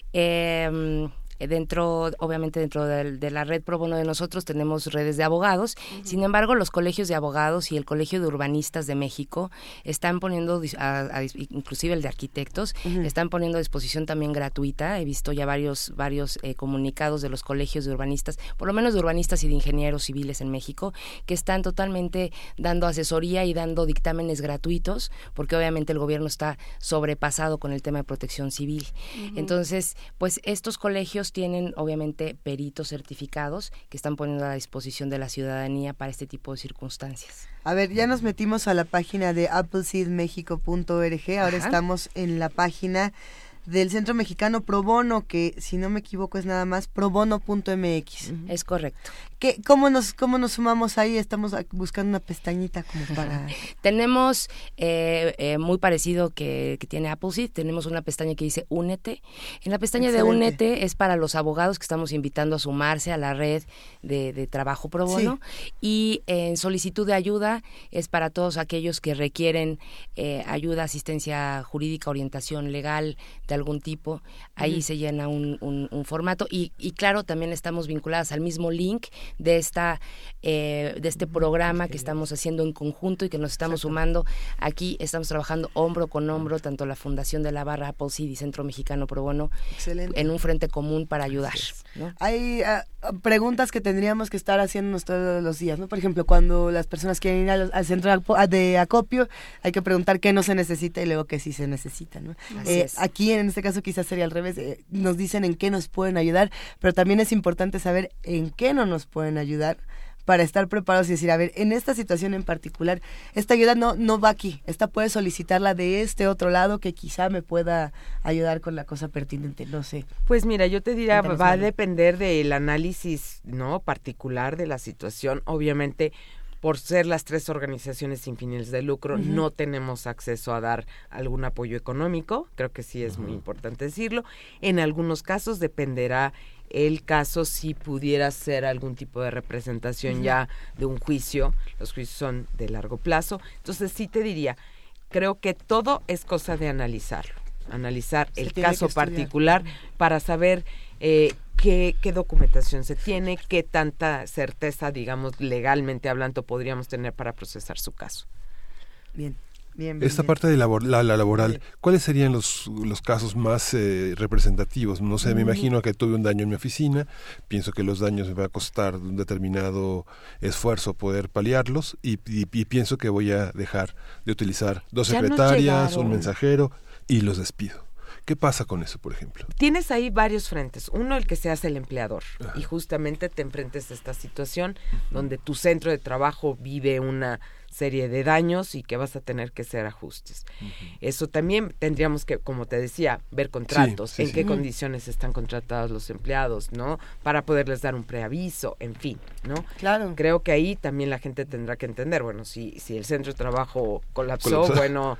Eh, dentro, obviamente dentro de, de la red pro bono de nosotros tenemos redes de abogados. Uh-huh. Sin embargo, los colegios de abogados y el Colegio de Urbanistas de México están poniendo, a, a, inclusive el de arquitectos, uh-huh. están poniendo a disposición también gratuita. He visto ya varios varios eh, comunicados de los colegios de urbanistas, por lo menos de urbanistas y de ingenieros civiles en México, que están totalmente dando asesoría y dando dictámenes gratuitos, porque obviamente el gobierno está sobrepasado con el tema de protección civil. Uh-huh. Entonces, pues estos colegios tienen obviamente peritos certificados que están poniendo a la disposición de la ciudadanía para este tipo de circunstancias. A ver, ya nos metimos a la página de appleseed mexico punto org, ahora Ajá. estamos en la página del Centro Mexicano Pro Bono, que si no me equivoco es nada más probono punto m x. Uh-huh. Es correcto. ¿Qué, cómo, nos, ¿Cómo nos sumamos ahí? Estamos buscando una pestañita como para... Tenemos, eh, eh, muy parecido que, que tiene Appleseed, tenemos una pestaña que dice Únete. En la pestaña Excelente. de Únete es para los abogados que estamos invitando a sumarse a la red de, de trabajo pro bono, sí. y en solicitud de ayuda es para todos aquellos que requieren eh, ayuda, asistencia jurídica, orientación legal de algún tipo. Ahí uh-huh. se llena un, un, un formato y, y claro, también estamos vinculadas al mismo link de esta eh, de este programa que estamos haciendo en conjunto y que nos estamos Exacto. sumando. Aquí estamos trabajando hombro con hombro, tanto la Fundación de la Barra, Appleseed y Centro Mexicano Pro Bono, Excelente. en un frente común para ayudar, ¿no? Hay uh, preguntas que tendríamos que estar haciéndonos todos los días, ¿no? Por ejemplo, cuando las personas quieren ir al, al centro de acopio, hay que preguntar qué no se necesita y luego qué sí se necesita, ¿no? Eh, aquí en este caso quizás sería al revés, eh, nos dicen en qué nos pueden ayudar, pero también es importante saber en qué no nos pueden ayudar para estar preparados y decir, a ver, en esta situación en particular, esta ayuda no no va aquí, esta puede solicitarla de este otro lado que quizá me pueda ayudar con la cosa pertinente, no sé. Pues mira, yo te diría, va a depender del análisis, ¿no?, particular de la situación. Obviamente, por ser las tres organizaciones sin fines de lucro, uh-huh. no tenemos acceso a dar algún apoyo económico, creo que sí es uh-huh. muy importante decirlo. En algunos casos dependerá el caso si pudiera ser algún tipo de representación uh-huh. ya de un juicio, los juicios son de largo plazo, entonces sí te diría, creo que todo es cosa de analizarlo, analizar se el caso particular para saber eh, qué, qué documentación se tiene, qué tanta certeza, digamos, legalmente hablando, podríamos tener para procesar su caso. Bien. Bien, bien, Esta bien. parte de labor, la, la laboral, ¿cuáles serían los, los casos más eh, representativos? No sé, me imagino que tuve un daño en mi oficina, pienso que los daños me va a costar un determinado esfuerzo poder paliarlos y, y, y pienso que voy a dejar de utilizar dos ya secretarias, un mensajero y los despido. ¿Qué pasa con eso, por ejemplo? Tienes ahí varios frentes. Uno, el que se hace el empleador. Ajá. Y justamente te enfrentes a esta situación uh-huh. donde tu centro de trabajo vive una serie de daños y que vas a tener que hacer ajustes. Uh-huh. Eso también tendríamos que, como te decía, ver contratos, sí, sí, en sí. qué uh-huh. condiciones están contratados los empleados, ¿no? Para poderles dar un preaviso, en fin, ¿no? Claro. Creo que ahí también la gente tendrá que entender, bueno, si, si el centro de trabajo colapsó, colapsó. bueno...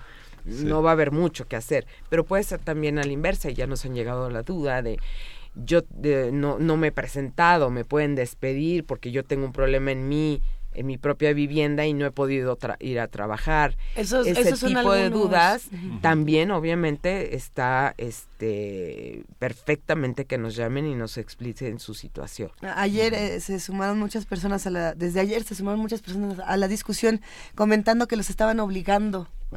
sí. no va a haber mucho que hacer, pero puede ser también a la inversa, y ya nos han llegado a la duda de yo de, no, no me he presentado, me pueden despedir porque yo tengo un problema en mí, en mi propia vivienda y no he podido tra- ir a trabajar. Esos, Ese esos tipo son de algunos... dudas uh-huh. también obviamente está este perfectamente que nos llamen y nos expliquen su situación. Ayer eh, se sumaron muchas personas a la, desde ayer se sumaron muchas personas a la discusión comentando que los estaban obligando uh,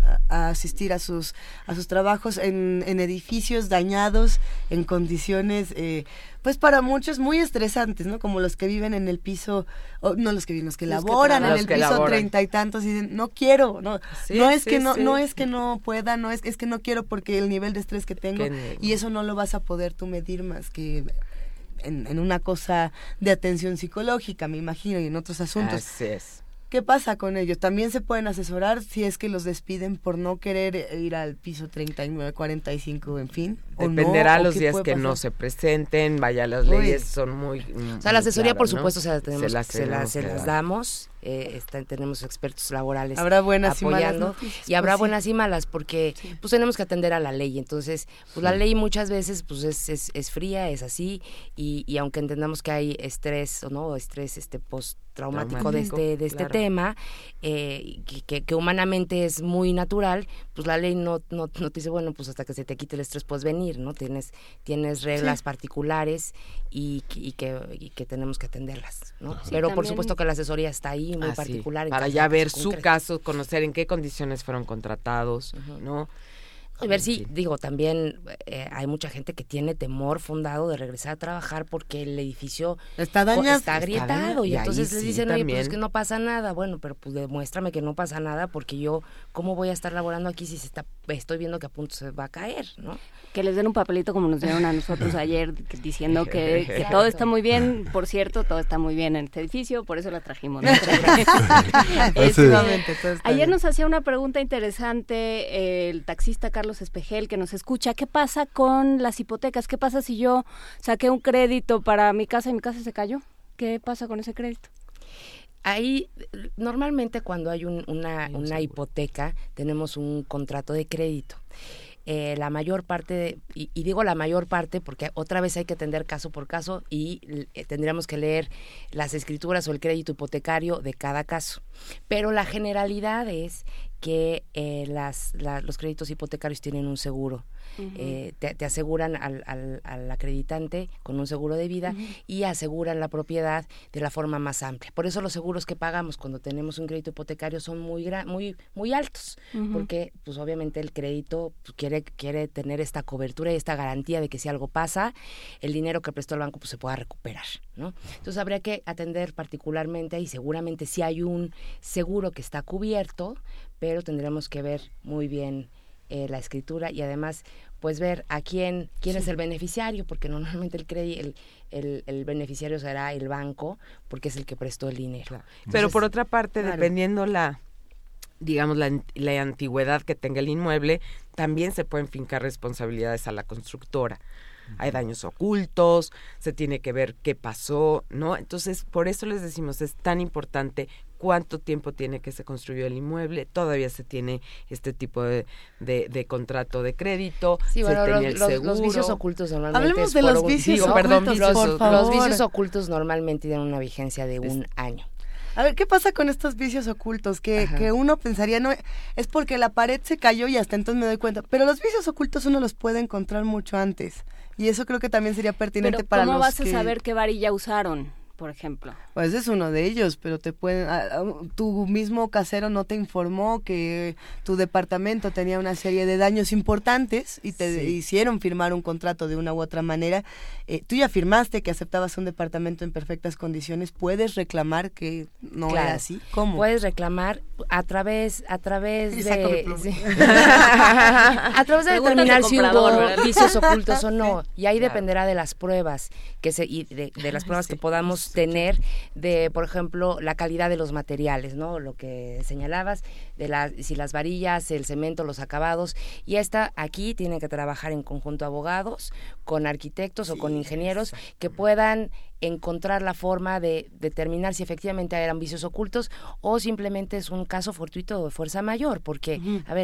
a asistir a sus a sus trabajos en, en edificios dañados, en condiciones eh, pues para muchos muy estresantes, ¿no? Como los que viven en el piso, o, no los que viven, los que los laboran que en el piso laboran. treinta y tantos y dicen, no quiero, no, sí, no es sí, que no, sí. no es que no pueda, no es, es que no quiero porque el nivel de estrés que tengo, que, y eso no lo vas a poder tú medir más que en, en una cosa de atención psicológica, me imagino, y en otros asuntos. Así es. ¿Qué pasa con ellos? ¿También se pueden asesorar si es que los despiden por no querer ir al piso treinta y nueve, cuarenta y cinco, en fin? Dependerá no, los días que pasar? no se presenten, vaya, las leyes Uy. son muy... O sea, la asesoría, claras, por ¿no? supuesto, o sea, tenemos, se, las, se, las, se las damos, eh, está, tenemos expertos laborales habrá buenas apoyando, y malas, y habrá pues, buenas sí. y malas, porque sí. pues tenemos que atender a la ley, entonces, pues sí. la ley muchas veces pues es, es, es fría, es así, y, y aunque entendamos que hay estrés, o no, estrés este post traumático de este de este claro. tema eh, que, que humanamente es muy natural, pues la ley no, no no te dice bueno pues hasta que se te quite el estrés puedes venir, no tienes tienes reglas sí. particulares y, y que y que tenemos que atenderlas, no sí, pero también... por supuesto que la asesoría está ahí muy ah, particular sí. para ya ver su concreto. Caso, conocer en qué condiciones fueron contratados, uh-huh. no a ver si, sí, digo, también eh, hay mucha gente que tiene temor fundado de regresar a trabajar porque el edificio está dañado, está agrietado, y, y entonces les sí, dicen, oye, también. pues es que no pasa nada. Bueno, pero pues demuéstrame que no pasa nada porque yo, ¿cómo voy a estar laborando aquí si se está, estoy viendo que a punto se va a caer, ¿no? Que les den un papelito como nos dieron a nosotros ayer diciendo que, que todo está muy bien, por cierto, todo está muy bien en este edificio, por eso la trajimos. este, ayer bien. Nos hacía una pregunta interesante eh, el taxista Carlos Espejel, que nos escucha. ¿Qué pasa con las hipotecas? ¿Qué pasa si yo saqué un crédito para mi casa y mi casa se cayó? ¿Qué pasa con ese crédito? Ahí, normalmente cuando hay un, una, una hipoteca, tenemos un contrato de crédito. Eh, la mayor parte, de, y, y digo la mayor parte porque otra vez hay que atender caso por caso y eh, tendríamos que leer las escrituras o el crédito hipotecario de cada caso. Pero la generalidad es que eh, las, la, los créditos hipotecarios tienen un seguro. Uh-huh. eh, te, te aseguran al, al, al acreditante con un seguro de vida uh-huh. y aseguran la propiedad de la forma más amplia. Por eso los seguros que pagamos cuando tenemos un crédito hipotecario son muy gra- muy muy altos, uh-huh. porque pues obviamente el crédito pues, quiere quiere tener esta cobertura y esta garantía de que si algo pasa, el dinero que prestó el banco pues se pueda recuperar, ¿no? Entonces habría que atender particularmente y seguramente si hay un seguro que está cubierto, pero tendremos que ver muy bien eh, la escritura y además pues ver a quién quién sí. es el beneficiario, porque normalmente el, credi- el, el el beneficiario será el banco porque es el que prestó el dinero. Claro. Entonces, pero por otra parte, claro. dependiendo la digamos la, la antigüedad que tenga el inmueble, también se pueden fincar responsabilidades a la constructora. Hay daños ocultos, se tiene que ver qué pasó, ¿no? Entonces, por eso les decimos, es tan importante cuánto tiempo tiene que se construyó el inmueble, todavía se tiene este tipo de, de, de contrato de crédito, sí, se bueno, tenía los, el seguro. Los vicios ocultos normalmente... Hablemos de los vicios digo, ocultos, perdón, vicios, por favor. Los vicios ocultos normalmente tienen una vigencia de un año. A ver, ¿qué pasa con estos vicios ocultos? Que, que uno pensaría, no, es porque la pared se cayó y hasta entonces me doy cuenta. Pero los vicios ocultos uno los puede encontrar mucho antes. Y eso creo que también sería pertinente pero para los que... ¿cómo vas a saber qué varilla usaron, por ejemplo? Pues es uno de ellos, pero te pueden... Tu mismo casero no te informó que tu departamento tenía una serie de daños importantes y te sí. hicieron firmar un contrato de una u otra manera. Eh, tú ya firmaste que aceptabas un departamento en perfectas condiciones. ¿Puedes reclamar que no claro. era así? ¿Cómo? Puedes reclamar a través a través de... Sí. a través de determinar si hubo vicios ocultos o no. Y ahí claro. dependerá de las pruebas que se y de, de las pruebas sí. que podamos tener de, por ejemplo, la calidad de los materiales, ¿no? Lo que señalabas, de la, si las varillas, el cemento, los acabados, y esta aquí tienen que trabajar en conjunto abogados, con arquitectos sí, o con ingenieros exacto. que puedan encontrar la forma de determinar si efectivamente eran vicios ocultos o simplemente es un caso fortuito de fuerza mayor, porque, uh-huh. a ver,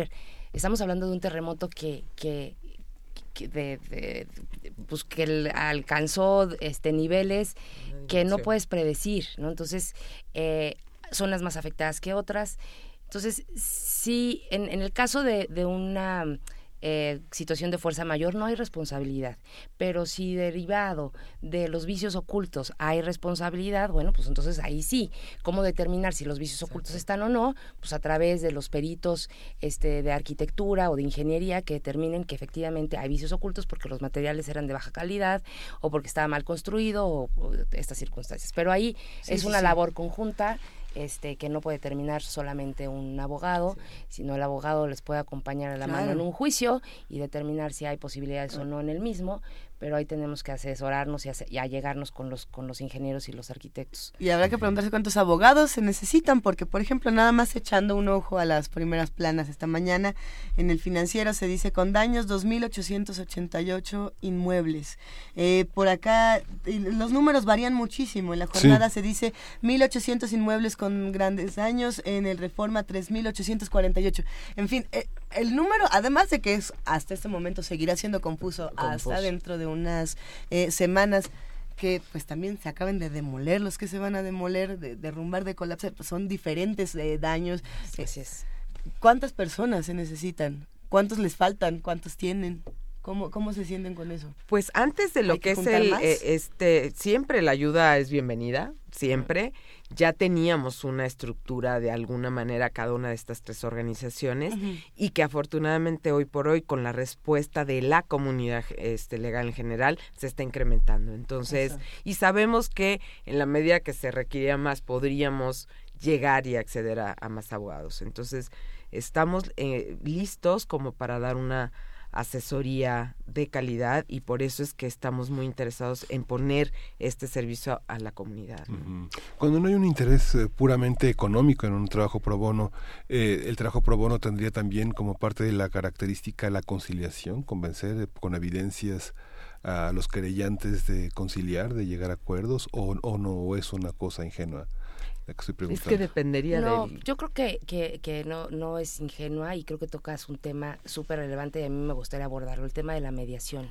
estamos hablando de un terremoto que, que, que de, de, de, pues que el, alcanzó este niveles que no puedes predecir, ¿no? Entonces, eh, zonas más afectadas que otras. Entonces, sí, en, en el caso de, de una eh, situación de fuerza mayor no hay responsabilidad, pero si derivado de los vicios ocultos hay responsabilidad, bueno, pues entonces ahí sí. ¿Cómo determinar si los vicios ocultos están o no? Pues a través de los peritos este, de arquitectura o de ingeniería que determinen que efectivamente hay vicios ocultos porque los materiales eran de baja calidad o porque estaba mal construido o, o estas circunstancias. Pero ahí sí, es sí, una sí. labor conjunta. Este, que no puede terminar solamente un abogado, sí. sino el abogado les puede acompañar a la claro. mano en un juicio y determinar si hay posibilidades claro. o no en el mismo, pero ahí tenemos que asesorarnos y, hacer, y allegarnos con los con los ingenieros y los arquitectos. Y habrá que preguntarse cuántos abogados se necesitan, porque por ejemplo, nada más echando un ojo a las primeras planas esta mañana, en el Financiero se dice con daños dos mil ochocientos ochenta y ocho inmuebles. Eh, por acá los números varían muchísimo, en la jornada sí. se dice mil ochocientos inmuebles con grandes daños, en el Reforma tres mil ochocientos cuarenta y ocho. En fin, eh, el número, además de que es hasta este momento seguirá siendo confuso, confuso. hasta dentro de unas eh, semanas que pues también se acaben de demoler, los que se van a demoler, de derrumbar, de colapsar, pues son diferentes eh, daños. Así es. ¿Cuántas personas se necesitan? ¿Cuántos les faltan? ¿Cuántos tienen? ¿Cómo, cómo se sienten con eso? Pues antes de lo que, que es el, eh, este, siempre la ayuda es bienvenida, siempre. Ya teníamos una estructura de alguna manera cada una de estas tres organizaciones uh-huh. y que afortunadamente hoy por hoy con la respuesta de la comunidad este, legal en general se está incrementando. Entonces, Eso. y sabemos que en la medida que se requiriera más podríamos llegar y acceder a, a más abogados. Entonces, estamos eh, listos como para dar una asesoría de calidad y por eso es que estamos muy interesados en poner este servicio a, a la comunidad. Uh-huh. Cuando no hay un interés eh, puramente económico en un trabajo pro bono, eh, el trabajo pro bono tendría también como parte de la característica la conciliación, convencer eh, con evidencias a los querellantes de conciliar, de llegar a acuerdos, o, o no o es una cosa ingenua. Que estoy es que dependería no, de... yo creo que, que, que no, no es ingenua y creo que tocas un tema súper relevante y a mí me gustaría abordarlo, el tema de la mediación.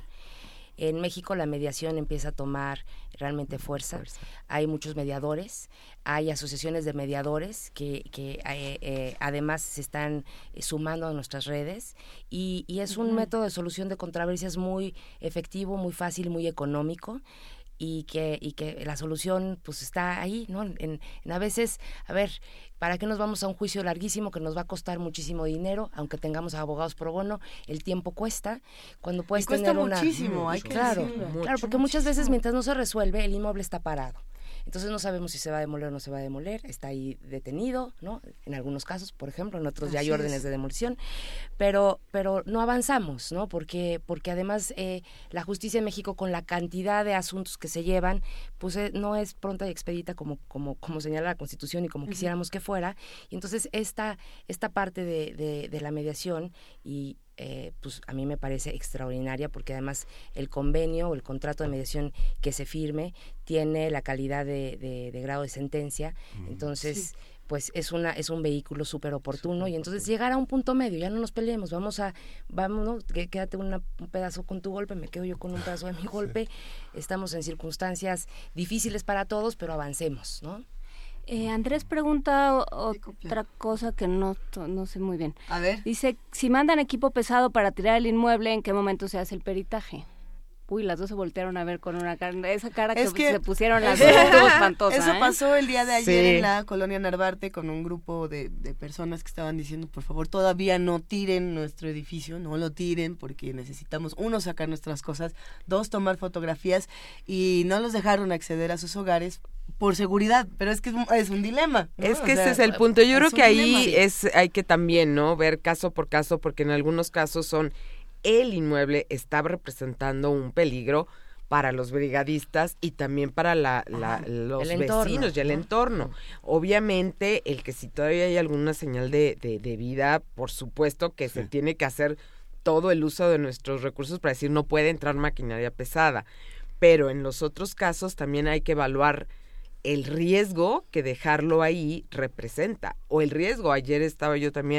En México la mediación empieza a tomar realmente fuerza. fuerza. Hay muchos mediadores, hay asociaciones de mediadores que, que eh, eh, además se están sumando a nuestras redes y, y es un uh-huh. método de solución de controversias muy efectivo, muy fácil, muy económico. Y que y que la solución pues está ahí, ¿no? En, en a veces, a ver, ¿para qué nos vamos a un juicio larguísimo que nos va a costar muchísimo dinero, aunque tengamos abogados pro bono? El tiempo cuesta. Cuando puedes y cuesta tener una muchísimo, hay que claro, decirlo. Mucho, claro, porque muchas muchísimo. veces mientras no se resuelve el inmueble está parado. Entonces no sabemos si se va a demoler o no se va a demoler, está ahí detenido, ¿no? En algunos casos, por ejemplo, en otros Así ya hay órdenes es. de demolición, pero pero no avanzamos, ¿no? Porque porque además eh, la justicia en México con la cantidad de asuntos que se llevan, pues eh, no es pronta y expedita como como como señala la Constitución y como uh-huh. quisiéramos que fuera. Y entonces esta esta parte de de, de la mediación y Eh, pues a mí me parece extraordinaria porque además el convenio o el contrato de mediación que se firme tiene la calidad de, de, de grado de sentencia, mm, entonces sí. pues es una es un vehículo súper oportuno sí, y entonces oportuno. llegar a un punto medio, ya no nos peleemos, vamos a, vamos, ¿no? Quédate una, un pedazo con tu golpe, me quedo yo con un pedazo de mi golpe, sí. estamos en circunstancias difíciles para todos, pero avancemos, ¿no? Eh, Andrés pregunta o, otra cosa que no, no sé muy bien. A ver. Dice, si mandan equipo pesado para tirar el inmueble, ¿en qué momento se hace el peritaje? Uy, las dos se voltearon a ver con una cara, esa cara que, que se pusieron las dos estuvo espantosa. Eso ¿eh? pasó el día de ayer sí. en la colonia Narvarte con un grupo de, de personas que estaban diciendo, por favor, todavía no tiren nuestro edificio, no lo tiren porque necesitamos, uno, sacar nuestras cosas, dos, tomar fotografías y no los dejaron acceder a sus hogares por seguridad, pero es que es un, es un dilema, ¿no? Es que o sea, ese es el punto. Yo creo que ahí dilema. es hay que también, ¿no? Ver caso por caso, porque en algunos casos son el inmueble está representando un peligro para los brigadistas y también para la, la, ah, los vecinos entorno, y el ¿no? entorno. Obviamente, el que si todavía hay alguna señal de, de, de vida, por supuesto que sí. se tiene que hacer todo el uso de nuestros recursos para decir no puede entrar maquinaria pesada. Pero en los otros casos también hay que evaluar el riesgo que dejarlo ahí representa, o el riesgo, ayer estaba yo también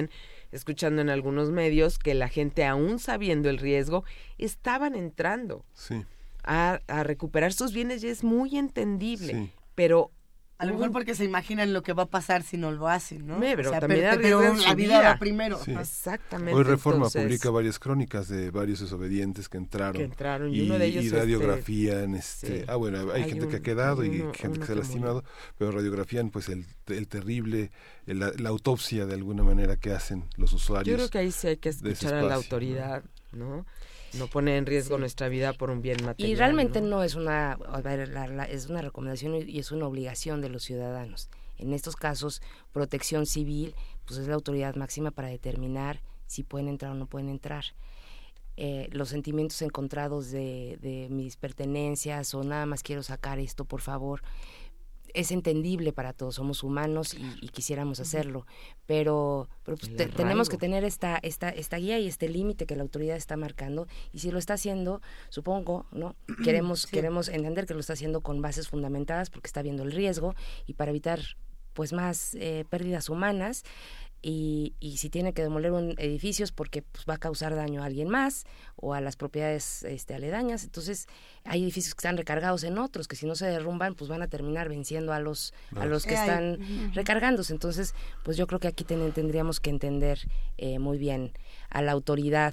escuchando en algunos medios que la gente, aún sabiendo el riesgo, estaban entrando sí. a, a recuperar sus bienes y es muy entendible, sí. pero... A lo mejor porque se imaginan lo que va a pasar si no lo hacen, ¿no? Me, pero o sea, también pero, pero arriesgan la su vida vida. va primero. Sí. Exactamente. Hoy Reforma entonces, publica varias crónicas de varios desobedientes que entraron. Que entraron, y, y uno de ellos y radiografían, este, este, sí. ah bueno, hay, hay gente un, que ha quedado y uno, gente que se ha lastimado, pero radiografían pues el, el terrible, el, la, la autopsia de alguna manera que hacen los usuarios. Yo creo que ahí sí hay que escuchar a la autoridad, ¿no? No pone en riesgo sí. nuestra vida por un bien material. Y realmente no, no es una, a ver, la, la, es una recomendación y es una obligación de los ciudadanos. En estos casos, protección civil, pues es la autoridad máxima para determinar si pueden entrar o no pueden entrar. Eh, los sentimientos encontrados de, de mis pertenencias o nada más quiero sacar esto, por favor, es entendible para todos, somos humanos y, y quisiéramos hacerlo, pero, pero pues te, tenemos que tener esta, esta, esta guía y este límite que la autoridad está marcando, y si lo está haciendo, supongo, ¿no? Queremos, sí. queremos entender que lo está haciendo con bases fundamentadas porque está viendo el riesgo y para evitar pues más eh, pérdidas humanas. Y, y si tiene que demoler un edificio es porque pues, va a causar daño a alguien más o a las propiedades este, aledañas. Entonces hay edificios que están recargados en otros que si no se derrumban pues van a terminar venciendo a los a los que están recargándose. Entonces pues yo creo que aquí ten, tendríamos que entender eh, muy bien a la autoridad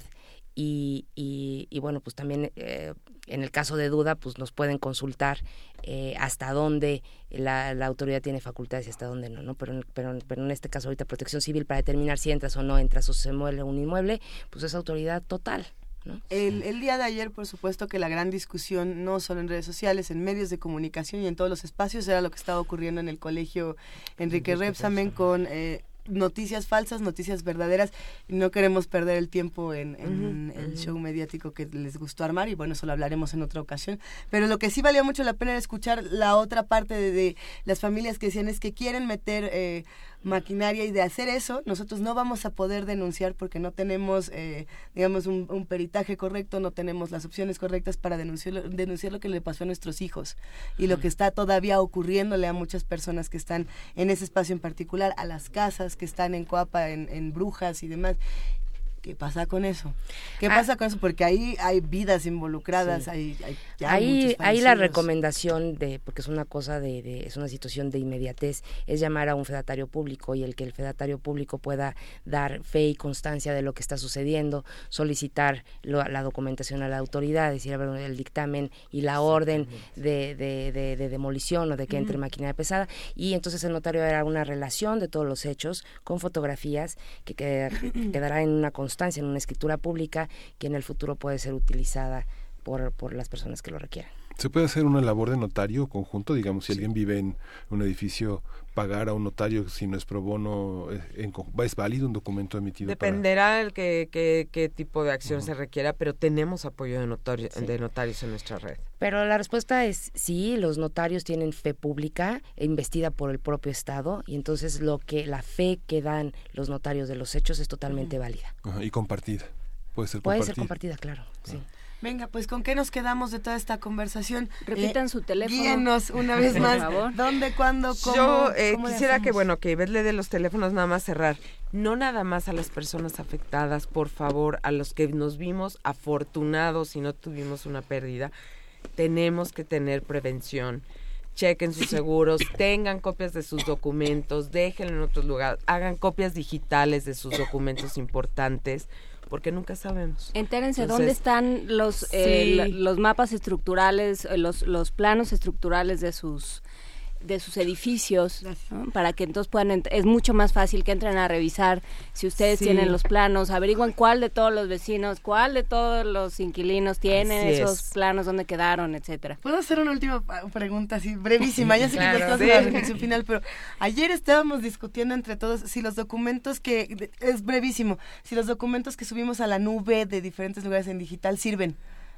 y, y, y bueno pues también eh, en el caso de duda pues nos pueden consultar eh, hasta dónde la, la autoridad tiene facultades y hasta dónde no, ¿no? Pero, pero, pero en este caso ahorita Protección Civil para determinar si entras o no entras o se mueve un inmueble, pues es autoridad total, ¿no? El, el día de ayer, por supuesto que la gran discusión, no solo en redes sociales, en medios de comunicación y en todos los espacios, era lo que estaba ocurriendo en el colegio Enrique Rebsamen con... Eh, noticias falsas, noticias verdaderas. No queremos perder el tiempo en, en uh-huh, el uh-huh. show mediático que les gustó armar y bueno, eso lo hablaremos en otra ocasión. Pero lo que sí valía mucho la pena era escuchar la otra parte de, de las familias que decían es que quieren meter eh, maquinaria y de hacer eso nosotros no vamos a poder denunciar porque no tenemos eh, digamos un, un peritaje correcto, no tenemos las opciones correctas para denunciar, denunciar lo que le pasó a nuestros hijos y uh-huh. lo que está todavía ocurriéndole a muchas personas que están en ese espacio en particular, a las casas que están en Coapa, en, en Brujas y demás. ¿Qué pasa con eso? ¿Qué ah, pasa con eso? Porque ahí hay vidas involucradas, sí. hay, hay, ya hay ahí, ahí la recomendación de, porque es una cosa de, de, es una situación de inmediatez, es llamar a un fedatario público y el que el fedatario público pueda dar fe y constancia de lo que está sucediendo, solicitar lo, la documentación a la autoridad, decir, a ver, el dictamen y la orden de, de, de, de demolición o de que entre uh-huh. maquinaria pesada, y entonces el notario hará una relación de todos los hechos con fotografías que, que, que quedará en una constancia en una escritura pública que en el futuro puede ser utilizada por, por las personas que lo requieran. ¿Se puede hacer una labor de notario conjunto? Digamos, si sí. alguien vive en un edificio, pagar a un notario si no es pro bono, en, ¿es válido un documento emitido? Dependerá del que, que, qué tipo de acción uh-huh. se requiera, pero tenemos apoyo de, notario, sí. de notarios en nuestra red. Pero la respuesta es sí, los notarios tienen fe pública investida por el propio Estado y entonces lo que la fe que dan los notarios de los hechos es totalmente uh-huh. válida. Uh-huh. Y compartida. Puede ser Puede compartida. ser compartida, claro, uh-huh. sí. Venga, pues ¿con qué nos quedamos de toda esta conversación? Repitan eh, su teléfono. Guíenos una vez más. Por favor. ¿Dónde, cuándo, cómo? Yo eh, cómo quisiera que, bueno, que en vez de los teléfonos nada más cerrar. No nada más a las personas afectadas, por favor, a los que nos vimos afortunados y no tuvimos una pérdida. Tenemos que tener prevención. Chequen sus seguros, tengan copias de sus documentos, déjenlo en otros lugares, hagan copias digitales de sus documentos importantes, porque nunca sabemos. Entérense Entonces, dónde están los sí. eh, los mapas estructurales, los los planos estructurales de sus de sus edificios, ¿no? Para que entonces puedan ent- es mucho más fácil que entren a revisar si ustedes sí. tienen los planos, averiguan cuál de todos los vecinos, cuál de todos los inquilinos tienen así esos es. planos, dónde quedaron, etcétera. ¿Puedo hacer una última pregunta así brevísima? Ya sé claro, que estás en la reflexión final, pero ayer estábamos discutiendo entre todos si los documentos que es brevísimo, si los documentos que subimos a la nube de diferentes lugares en digital sirven.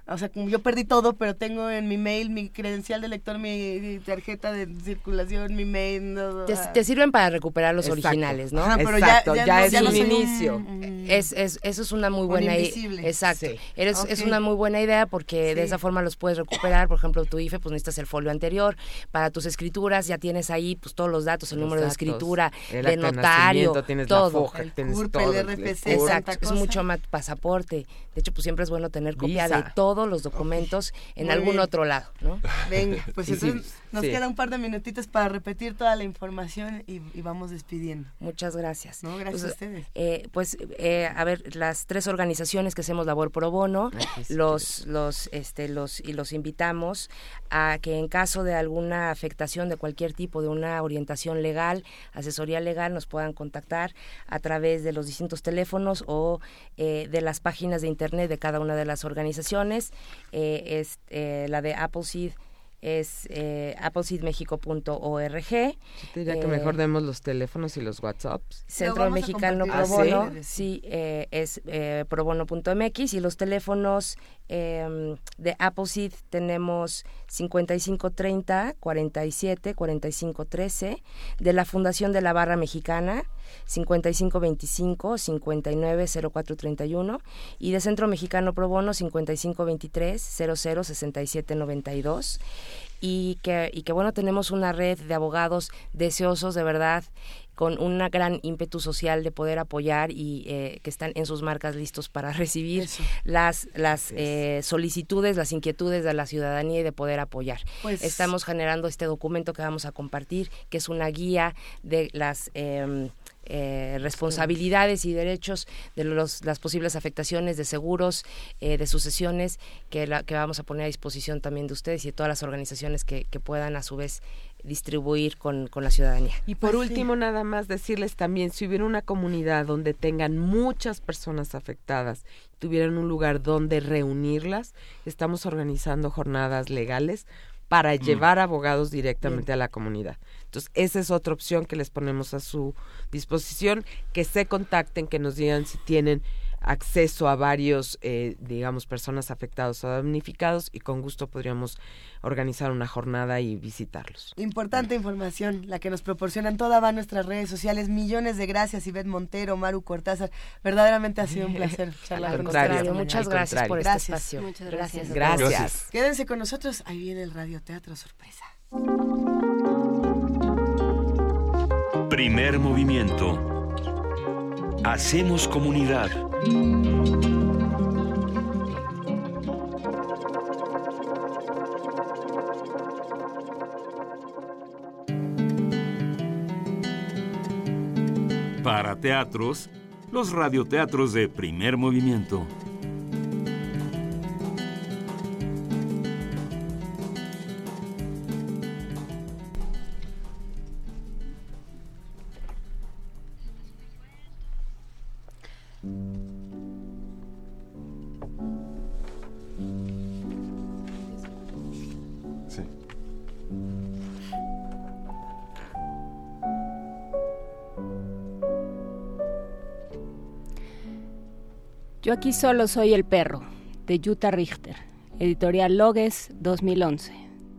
O sea, como yo perdí todo, pero tengo en mi mail mi credencial de lector, mi, mi tarjeta de circulación, mi mail. No, te, te sirven para recuperar los Exacto. originales, ¿no? Ajá, pero Exacto, ya, ya, ya no, es ya un no soy inicio. Un, un, es, es, eso es una muy buena idea. Exacto. Sí. Eres, Okay. Es una muy buena idea porque sí. de esa forma los puedes recuperar. Por ejemplo, tu I F E, pues necesitas el folio anterior. Para tus escrituras ya tienes ahí pues todos los datos, el los número datos, de escritura, el de notario, tienes todo. La foja, el tienes CURP, todo, el R F C, exacto, es cosa. mucho más pasaporte. De hecho, pues siempre es bueno tener copia Visa. de todos los documentos okay. en Muy algún bien. otro lado, ¿no? Venga, pues sí, entonces sí, nos sí. queda un par de minutitos para repetir toda la información y, y vamos despidiendo. Muchas gracias. No, gracias pues, a ustedes. Eh, pues, eh, a ver, las tres organizaciones que hacemos labor pro bono, Ay, sí, los, sí. los, este, los, y los invitamos a que en caso de alguna afectación de cualquier tipo, de una orientación legal, asesoría legal, nos puedan contactar a través de los distintos teléfonos o eh, de las páginas de internet de cada una de las organizaciones. Eh, es eh, la de Appleseed es eh, appleseed mexico punto org. Yo te diría eh, que mejor demos los teléfonos y los WhatsApps. Centro Mexicano Pro Bono, ¿sí? sí, eh, es eh, probono punto m x, y los teléfonos eh, de Appleseed tenemos cincuenta y cinco treinta, cuarenta y siete, cuarenta y cinco trece, de la Fundación de la Barra Mexicana cincuenta y cinco veinticinco, cincuenta y nueve cero cuatro treinta y uno, y de Centro Mexicano Pro Bono cincuenta y cinco veintitrés, cero cero sesenta y siete noventa y dos. Y que, y que bueno, tenemos una red de abogados deseosos de verdad, con una gran ímpetu social de poder apoyar y eh, que están en sus marcas listos para recibir Eso. las las eh, solicitudes, las inquietudes de la ciudadanía y de poder apoyar. Pues, estamos generando este documento que vamos a compartir, que es una guía de las eh, Eh, responsabilidades y derechos de los, las posibles afectaciones de seguros, eh, de sucesiones, que, la, que vamos a poner a disposición también de ustedes y de todas las organizaciones que, que puedan a su vez distribuir con, con la ciudadanía. Y por pues último, sí. nada más decirles también, si hubiera una comunidad donde tengan muchas personas afectadas, tuvieran un lugar donde reunirlas, estamos organizando jornadas legales para mm. llevar abogados directamente Bien. a la comunidad. Entonces, esa es otra opción que les ponemos a su disposición, que se contacten, que nos digan si tienen acceso a varios, eh, digamos, personas afectadas o damnificados, y con gusto podríamos organizar una jornada y visitarlos. Importante información, la que nos proporcionan, toda va a nuestras redes sociales. Millones de gracias, Ivette Montero, Maru Cortázar. Verdaderamente ha sido un placer charlar con ustedes. Muchas gracias por gracias. este espacio. Muchas gracias. Gracias. gracias. Quédense con nosotros, ahí viene el radioteatro sorpresa. Primer movimiento. Hacemos comunidad. Para teatros, los radioteatros de Primer Movimiento. Sí. Yo aquí solo soy el perro, de Jutta Richter, editorial Loges, dos mil once.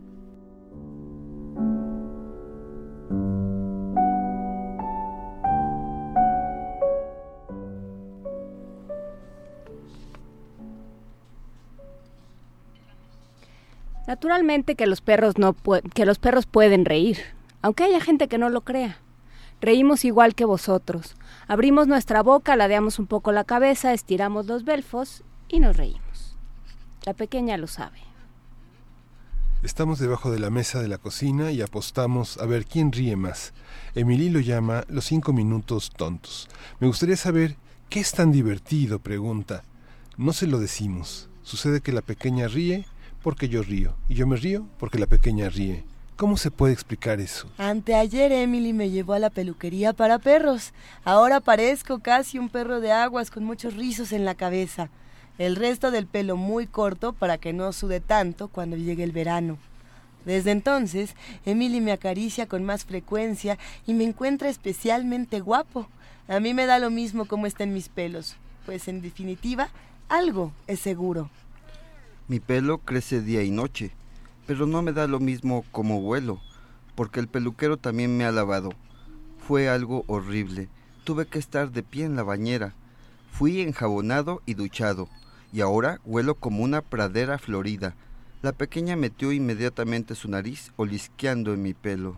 Naturalmente que los perros no pu- que los perros pueden reír, aunque haya gente que no lo crea. Reímos igual que vosotros. Abrimos nuestra boca, ladeamos un poco la cabeza, estiramos los belfos y nos reímos. La pequeña lo sabe. Estamos debajo de la mesa de la cocina y apostamos a ver quién ríe más. Emily lo llama los cinco minutos tontos. Me gustaría saber qué es tan divertido, pregunta. No se lo decimos. Sucede que la pequeña ríe porque yo río, y yo me río porque la pequeña ríe. ¿Cómo se puede explicar eso? Anteayer Emily me llevó a la peluquería para perros. Ahora parezco casi un perro de aguas con muchos rizos en la cabeza. El resto del pelo muy corto para que no sude tanto cuando llegue el verano. Desde entonces, Emily me acaricia con más frecuencia y me encuentra especialmente guapo. A mí me da lo mismo cómo estén mis pelos, pues en definitiva, algo es seguro. Mi pelo crece día y noche, pero no me da lo mismo como vuelo, porque el peluquero también me ha lavado. Fue algo horrible. Tuve que estar de pie en la bañera. Fui enjabonado y duchado, y ahora huelo como una pradera florida. La pequeña metió inmediatamente su nariz olisqueando en mi pelo.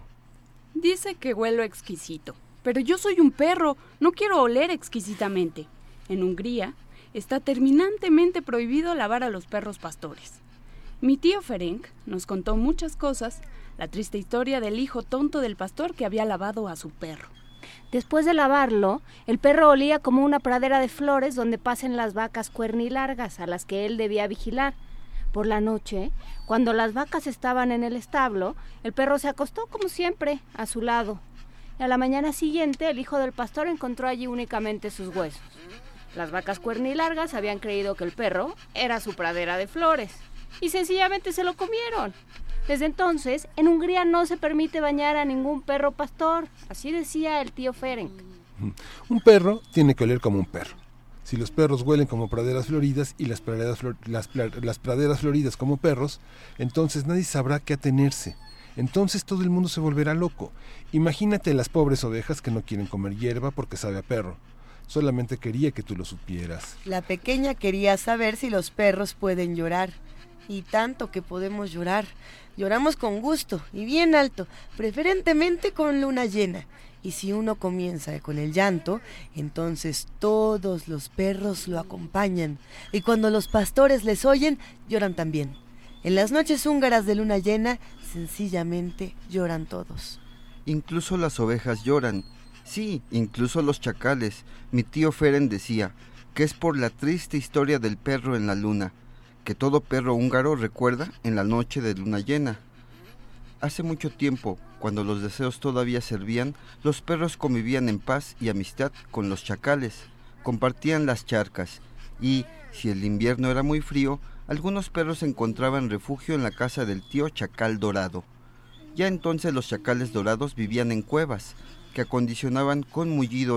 Dice que huelo exquisito, pero yo soy un perro, no quiero oler exquisitamente. En Hungría está terminantemente prohibido lavar a los perros pastores. Mi tío Ferenc nos contó muchas cosas, la triste historia del hijo tonto del pastor que había lavado a su perro. Después de lavarlo, el perro olía como una pradera de flores donde pasen las vacas cuernilargas a las que él debía vigilar. Por la noche, cuando las vacas estaban en el establo, el perro se acostó como siempre a su lado. Y a la mañana siguiente, el hijo del pastor encontró allí únicamente sus huesos. Las vacas cuernilargas habían creído que el perro era su pradera de flores y sencillamente se lo comieron. Desde entonces, en Hungría no se permite bañar a ningún perro pastor, así decía el tío Ferenc. Un perro tiene que oler como un perro. Si los perros huelen como praderas floridas y las praderas, flor- las, las praderas floridas como perros, entonces nadie sabrá qué atenerse. Entonces todo el mundo se volverá loco. Imagínate las pobres ovejas que no quieren comer hierba porque sabe a perro. Solamente quería que tú lo supieras. La pequeña quería saber si los perros pueden llorar. Y tanto que podemos llorar. Lloramos con gusto y bien alto, preferentemente con luna llena. Y si uno comienza con el llanto, entonces todos los perros lo acompañan. Y cuando los pastores les oyen, lloran también. En las noches húngaras de luna llena, sencillamente lloran todos. Incluso las ovejas lloran. Sí, incluso los chacales. Mi tío Ferenc decía que es por la triste historia del perro en la luna, que todo perro húngaro recuerda en la noche de luna llena. Hace mucho tiempo, cuando los deseos todavía servían, los perros convivían en paz y amistad con los chacales, compartían las charcas y, si el invierno era muy frío, algunos perros encontraban refugio en la casa del tío Chacal Dorado. Ya entonces los chacales dorados vivían en cuevas, que acondicionaban con mullido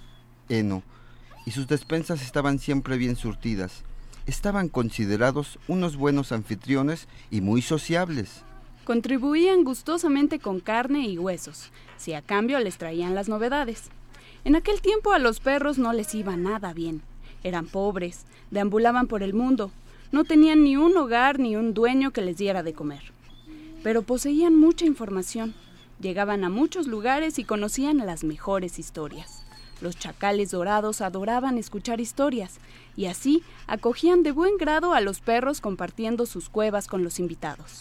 heno, y sus despensas estaban siempre bien surtidas. Estaban considerados unos buenos anfitriones y muy sociables. Contribuían gustosamente con carne y huesos, si a cambio les traían las novedades. En aquel tiempo a los perros no les iba nada bien. Eran pobres, deambulaban por el mundo, no tenían ni un hogar ni un dueño que les diera de comer. Pero poseían mucha información, llegaban a muchos lugares y conocían las mejores historias. Los chacales dorados adoraban escuchar historias, y así acogían de buen grado a los perros compartiendo sus cuevas con los invitados.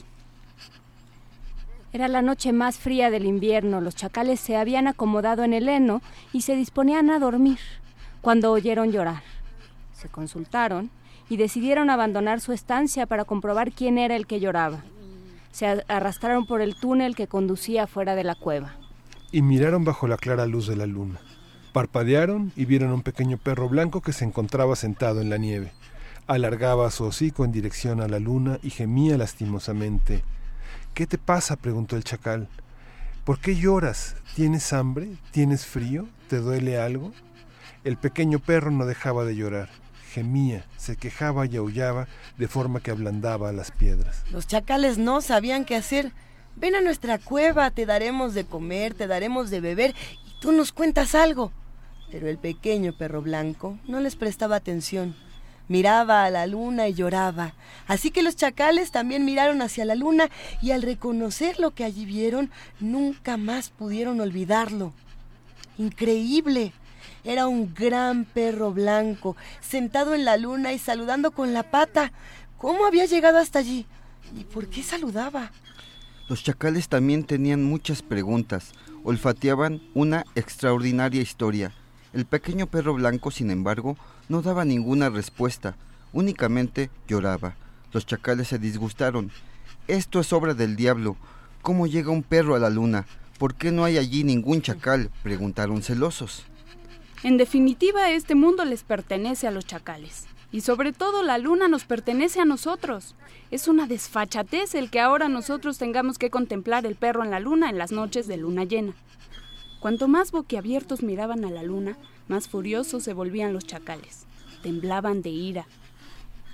Era la noche más fría del invierno, los chacales se habían acomodado en el heno y se disponían a dormir, cuando oyeron llorar. Se consultaron y decidieron abandonar su estancia para comprobar quién era el que lloraba. Se arrastraron por el túnel que conducía fuera de la cueva. Y miraron bajo la clara luz de la luna. Parpadearon y vieron a un pequeño perro blanco que se encontraba sentado en la nieve. Alargaba su hocico en dirección a la luna y gemía lastimosamente. «¿Qué te pasa?», preguntó el chacal. «¿Por qué lloras? ¿Tienes hambre? ¿Tienes frío? ¿Te duele algo?». El pequeño perro no dejaba de llorar. Gemía, se quejaba y aullaba de forma que ablandaba a las piedras. Los chacales no sabían qué hacer. «Ven a nuestra cueva, te daremos de comer, te daremos de beber y tú nos cuentas algo». Pero el pequeño perro blanco no les prestaba atención. Miraba a la luna y lloraba. Así que los chacales también miraron hacia la luna y al reconocer lo que allí vieron, nunca más pudieron olvidarlo. ¡Increíble! Era un gran perro blanco, sentado en la luna y saludando con la pata. ¿Cómo había llegado hasta allí? ¿Y por qué saludaba? Los chacales también tenían muchas preguntas. Olfateaban una extraordinaria historia. El pequeño perro blanco, sin embargo, no daba ninguna respuesta, únicamente lloraba. Los chacales se disgustaron. «Esto es obra del diablo. ¿Cómo llega un perro a la luna? ¿Por qué no hay allí ningún chacal?», preguntaron celosos. En definitiva, este mundo les pertenece a los chacales. Y sobre todo la luna nos pertenece a nosotros. Es una desfachatez el que ahora nosotros tengamos que contemplar el perro en la luna en las noches de luna llena. Cuanto más boquiabiertos miraban a la luna, más furiosos se volvían los chacales. Temblaban de ira.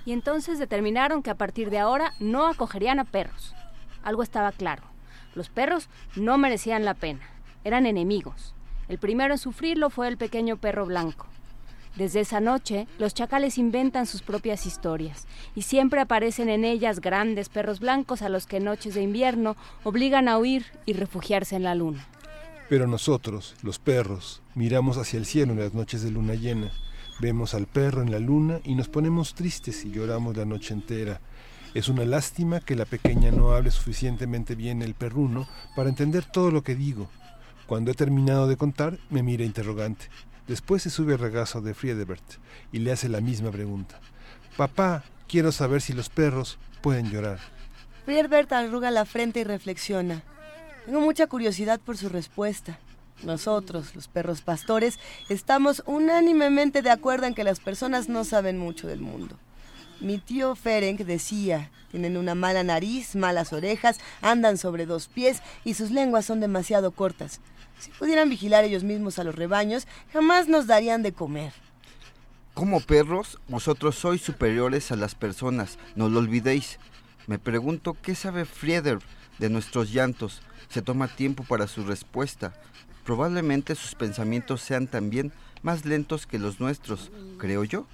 Y entonces determinaron que a partir de ahora no acogerían a perros. Algo estaba claro. Los perros no merecían la pena. Eran enemigos. El primero en sufrirlo fue el pequeño perro blanco. Desde esa noche, los chacales inventan sus propias historias y siempre aparecen en ellas grandes perros blancos a los que en noches de invierno obligan a huir y refugiarse en la luna. Pero nosotros, los perros, miramos hacia el cielo en las noches de luna llena, vemos al perro en la luna y nos ponemos tristes y lloramos la noche entera. Es una lástima que la pequeña no hable suficientemente bien el perruno para entender todo lo que digo. Cuando he terminado de contar, me mira interrogante. Después se sube al regazo de Friedebert y le hace la misma pregunta. Papá, quiero saber si los perros pueden llorar. Friedebert arruga la frente y reflexiona. Tengo mucha curiosidad por su respuesta. Nosotros, los perros pastores, estamos unánimemente de acuerdo en que las personas no saben mucho del mundo. Mi tío Ferenc decía, tienen una mala nariz, malas orejas, andan sobre dos pies y sus lenguas son demasiado cortas. Si pudieran vigilar ellos mismos a los rebaños, jamás nos darían de comer. Como perros, vosotros sois superiores a las personas, no lo olvidéis. Me pregunto, ¿qué sabe Frieder de nuestros llantos? Se toma tiempo para su respuesta. Probablemente sus pensamientos sean también más lentos que los nuestros, creo yo.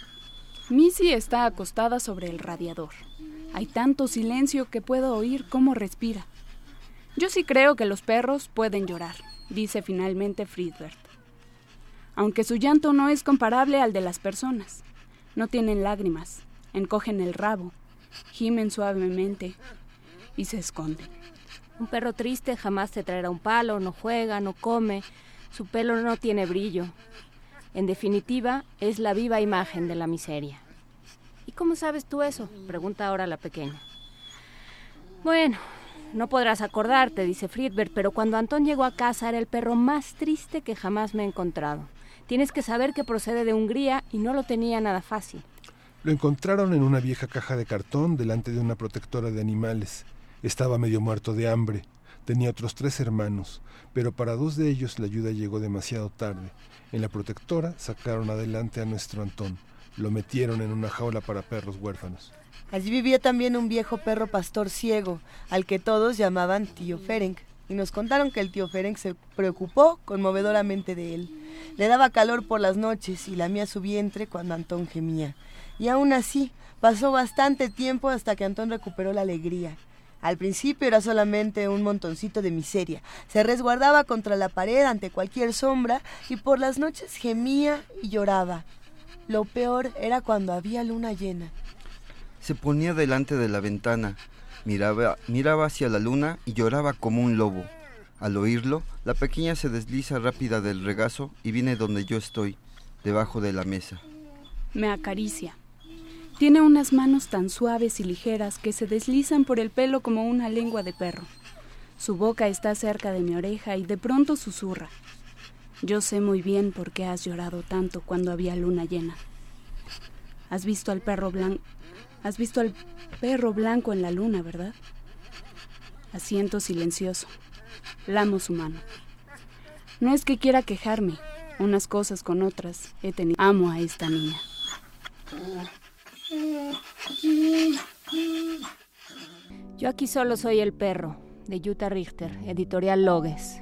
Missy está acostada sobre el radiador. Hay tanto silencio que puedo oír cómo respira. Yo sí creo que los perros pueden llorar, dice finalmente Friedbert. Aunque su llanto no es comparable al de las personas. No tienen lágrimas, encogen el rabo, gimen suavemente y se esconden. Un perro triste jamás te traerá un palo, no juega, no come, su pelo no tiene brillo. En definitiva, es la viva imagen de la miseria. ¿Y cómo sabes tú eso?, pregunta ahora la pequeña. Bueno, no podrás acordarte, dice Friedbert, pero cuando Antón llegó a casa era el perro más triste que jamás me he encontrado. Tienes que saber que procede de Hungría y no lo tenía nada fácil. Lo encontraron en una vieja caja de cartón delante de una protectora de animales. Estaba medio muerto de hambre. Tenía otros tres hermanos, pero para dos de ellos la ayuda llegó demasiado tarde. En la protectora sacaron adelante a nuestro Antón. Lo metieron en una jaula para perros huérfanos. Allí vivía también un viejo perro pastor ciego, al que todos llamaban tío Ferenc, y nos contaron que el tío Ferenc se preocupó conmovedoramente de él. Le daba calor por las noches y lamía su vientre cuando Antón gemía. Y aún así, pasó bastante tiempo hasta que Antón recuperó la alegría. Al principio era solamente un montoncito de miseria. Se resguardaba contra la pared ante cualquier sombra y por las noches gemía y lloraba. Lo peor era cuando había luna llena. Se ponía delante de la ventana, miraba, miraba hacia la luna y lloraba como un lobo. Al oírlo, la pequeña se desliza rápida del regazo y viene donde yo estoy, debajo de la mesa. Me acaricia. Tiene unas manos tan suaves y ligeras que se deslizan por el pelo como una lengua de perro. Su boca está cerca de mi oreja y de pronto susurra. Yo sé muy bien por qué has llorado tanto cuando había luna llena. Has visto al perro blanco, has visto al perro blanco en la luna, ¿verdad? Asiento silencioso. Lamo su mano. No es que quiera quejarme, unas cosas con otras he tenido. Amo a esta niña. Yo aquí solo soy el perro, de Jutta Richter, editorial Loges.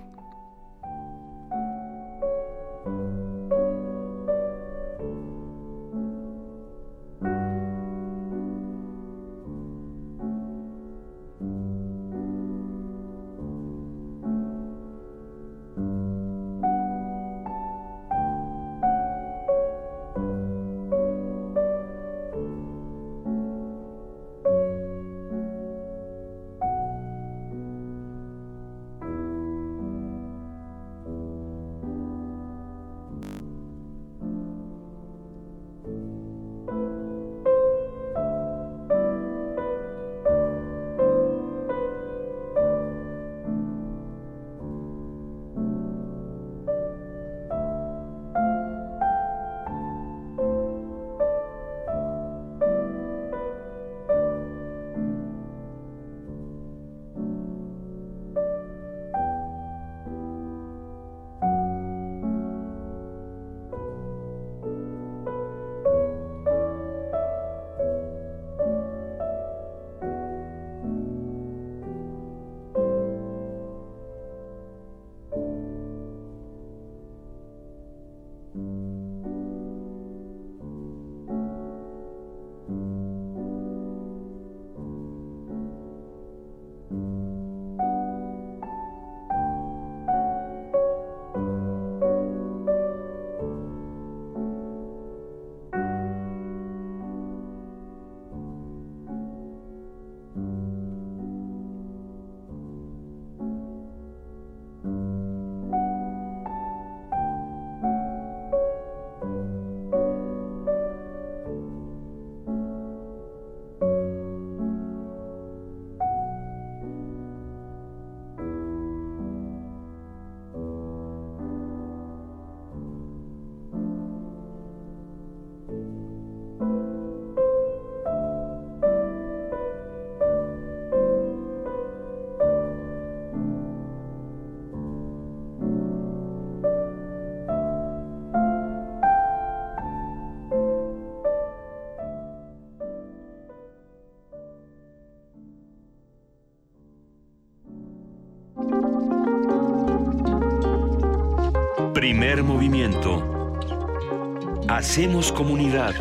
Primer movimiento. Hacemos comunidad.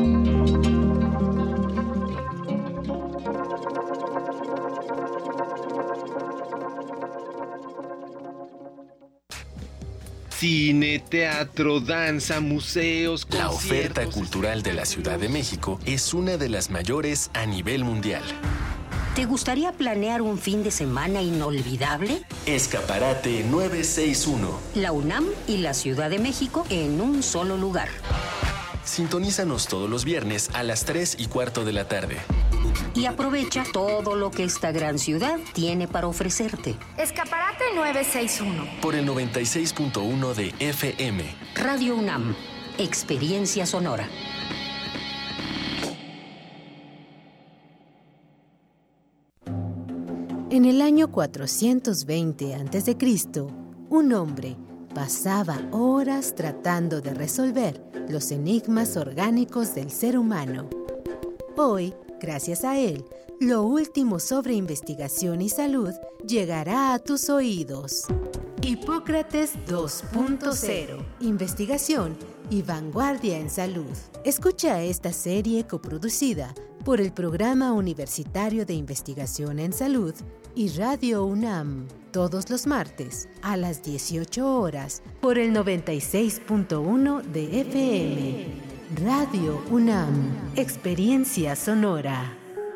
Cine, teatro, danza, museos, conciertos. La oferta cultural de la Ciudad de México es una de las mayores a nivel mundial. ¿Te gustaría planear un fin de semana inolvidable? Escaparate nueve seis uno. La UNAM y la Ciudad de México en un solo lugar. Sintonízanos todos los viernes a las tres y cuarto de la tarde. Y aprovecha todo lo que esta gran ciudad tiene para ofrecerte. Escaparate nueve seis uno. Por el noventa y seis punto uno de F M. Radio UNAM. Experiencia sonora. En el año cuatrocientos veinte antes de Cristo, un hombre pasaba horas tratando de resolver los enigmas orgánicos del ser humano. Hoy, gracias a él, lo último sobre investigación y salud llegará a tus oídos. Hipócrates dos punto cero. Investigación y vanguardia en salud. Escucha esta serie coproducida por el Programa Universitario de Investigación en Salud y Radio UNAM, todos los martes a las dieciocho horas por el noventa y seis punto uno de F M. Radio UNAM, experiencia sonora.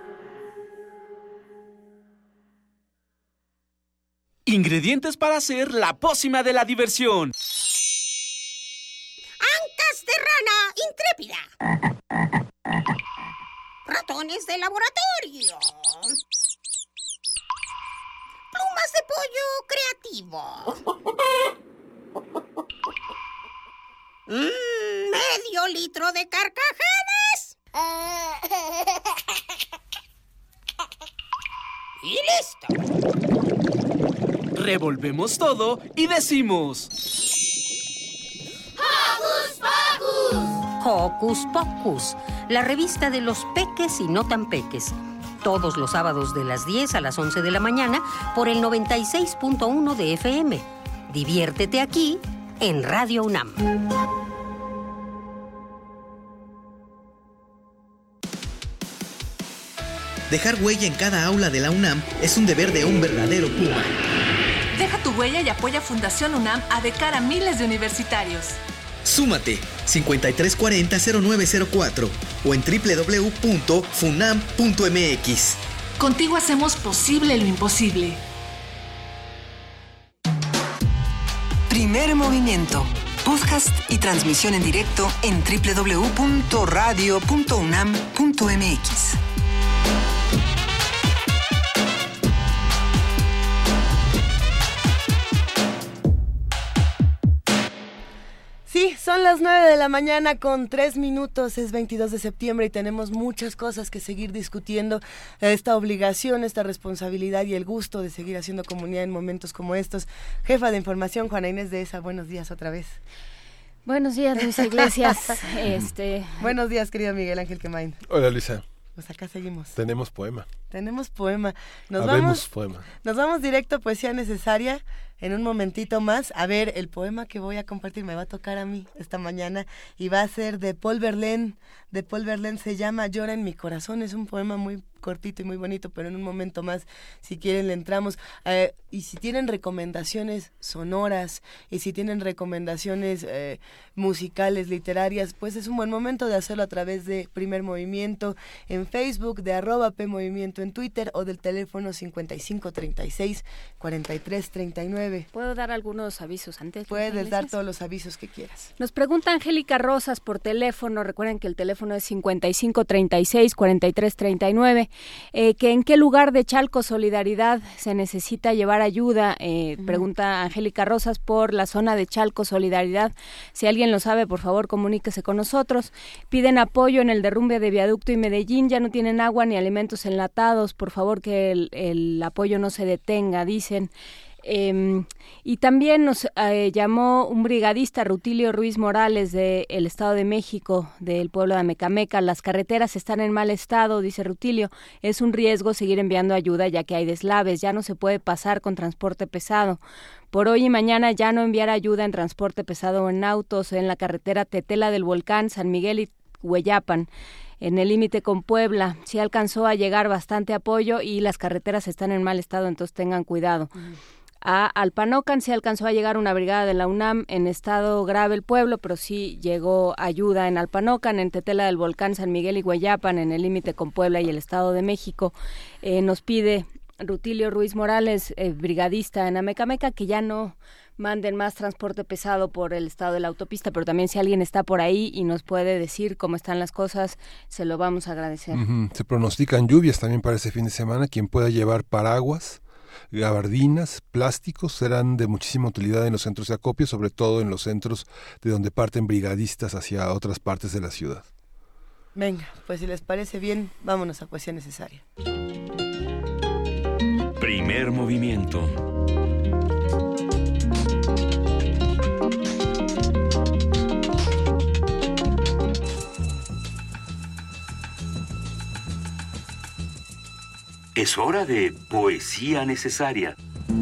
Ingredientes para hacer la pócima de la diversión. Ancas de rana intrépida. Ratones de laboratorio. Plumas de pollo creativo. Mm, medio litro de carcajadas. Y listo. Revolvemos todo y decimos... ¡Hocus Pocus! Hocus Pocus, la revista de los peques y no tan peques. Todos los sábados de las diez a las once de la mañana por el noventa y seis punto uno de F M. Diviértete aquí en Radio UNAM. Dejar huella en cada aula de la UNAM es un deber de un verdadero Puma. Deja tu huella y apoya Fundación UNAM a de cara a miles de universitarios. Súmate cincuenta y tres cuarenta cero nueve cero cuatro o en doble u doble u doble u punto funam punto m x. Contigo hacemos posible lo imposible. Primer movimiento. Podcast y transmisión en directo en doble u doble u doble u punto radio punto unam punto m x. Sí, son las nueve de la mañana con tres minutos, es veintidós de septiembre y tenemos muchas cosas que seguir discutiendo. Esta obligación, esta responsabilidad y el gusto de seguir haciendo comunidad en momentos como estos. Jefa de Información, Juana Inés de Esa, buenos días otra vez. Buenos días, Luisa Iglesias. este... Buenos días, querido Miguel Ángel Quemain. Hola, Luisa. Pues acá seguimos. Tenemos poema. tenemos poema. Nos Habemos vamos, poema. Nos vamos directo a Poesía Necesaria. En un momentito más, a ver, el poema que voy a compartir me va a tocar a mí esta mañana y va a ser de Paul Verlaine. De Paul Verlaine, se llama Llora en mi corazón. Es un poema muy cortito y muy bonito, pero en un momento más, si quieren, le entramos. Eh, y si tienen recomendaciones sonoras y si tienen recomendaciones eh, musicales, literarias, pues es un buen momento de hacerlo a través de Primer Movimiento en Facebook, de arroba P Movimiento en Twitter o del teléfono cincuenta y cinco treinta y seis cuarenta y tres treinta y nueve. ¿Puedo dar algunos avisos antes? Puedes dar todos los avisos que quieras. Nos pregunta Angélica Rosas por teléfono, recuerden que el teléfono es cincuenta y cinco treinta y seis cuarenta y tres treinta y nueve, eh, que en qué lugar de Chalco Solidaridad se necesita llevar ayuda, eh, uh-huh. Pregunta Angélica Rosas por la zona de Chalco Solidaridad. Si alguien lo sabe, por favor, comuníquese con nosotros. Piden apoyo en el derrumbe de Viaducto y Medellín, ya no tienen agua ni alimentos enlatados, por favor que el, el apoyo no se detenga, dicen. Eh, y también nos eh, llamó un brigadista, Rutilio Ruiz Morales, del Estado de México, del pueblo de Amecameca. Las carreteras están en mal estado, dice Rutilio. Es un riesgo seguir enviando ayuda ya que hay deslaves, ya no se puede pasar con transporte pesado. Por hoy y mañana ya no enviar ayuda en transporte pesado o en autos en la carretera Tetela del Volcán, San Miguel y Hueyapan. En el límite con Puebla, sí alcanzó a llegar bastante apoyo y las carreteras están en mal estado, entonces tengan cuidado. Uh-huh. A Alpanocan sí alcanzó a llegar una brigada de la UNAM, en estado grave el pueblo, pero sí llegó ayuda en Alpanocan, en Tetela del Volcán, San Miguel y Hueyapan, en el límite con Puebla y el Estado de México. Eh, nos pide Rutilio Ruiz Morales, eh, brigadista en Amecameca, que ya no manden más transporte pesado por el estado de la autopista, pero también si alguien está por ahí y nos puede decir cómo están las cosas, se lo vamos a agradecer. Uh-huh. Se pronostican lluvias también para este fin de semana. Quien pueda llevar paraguas, gabardinas, plásticos, serán de muchísima utilidad en los centros de acopio, sobre todo en los centros de donde parten brigadistas hacia otras partes de la ciudad. Venga, pues si les parece bien, vámonos a Poesía Necesaria. Primer movimiento. Es hora de Poesía Necesaria.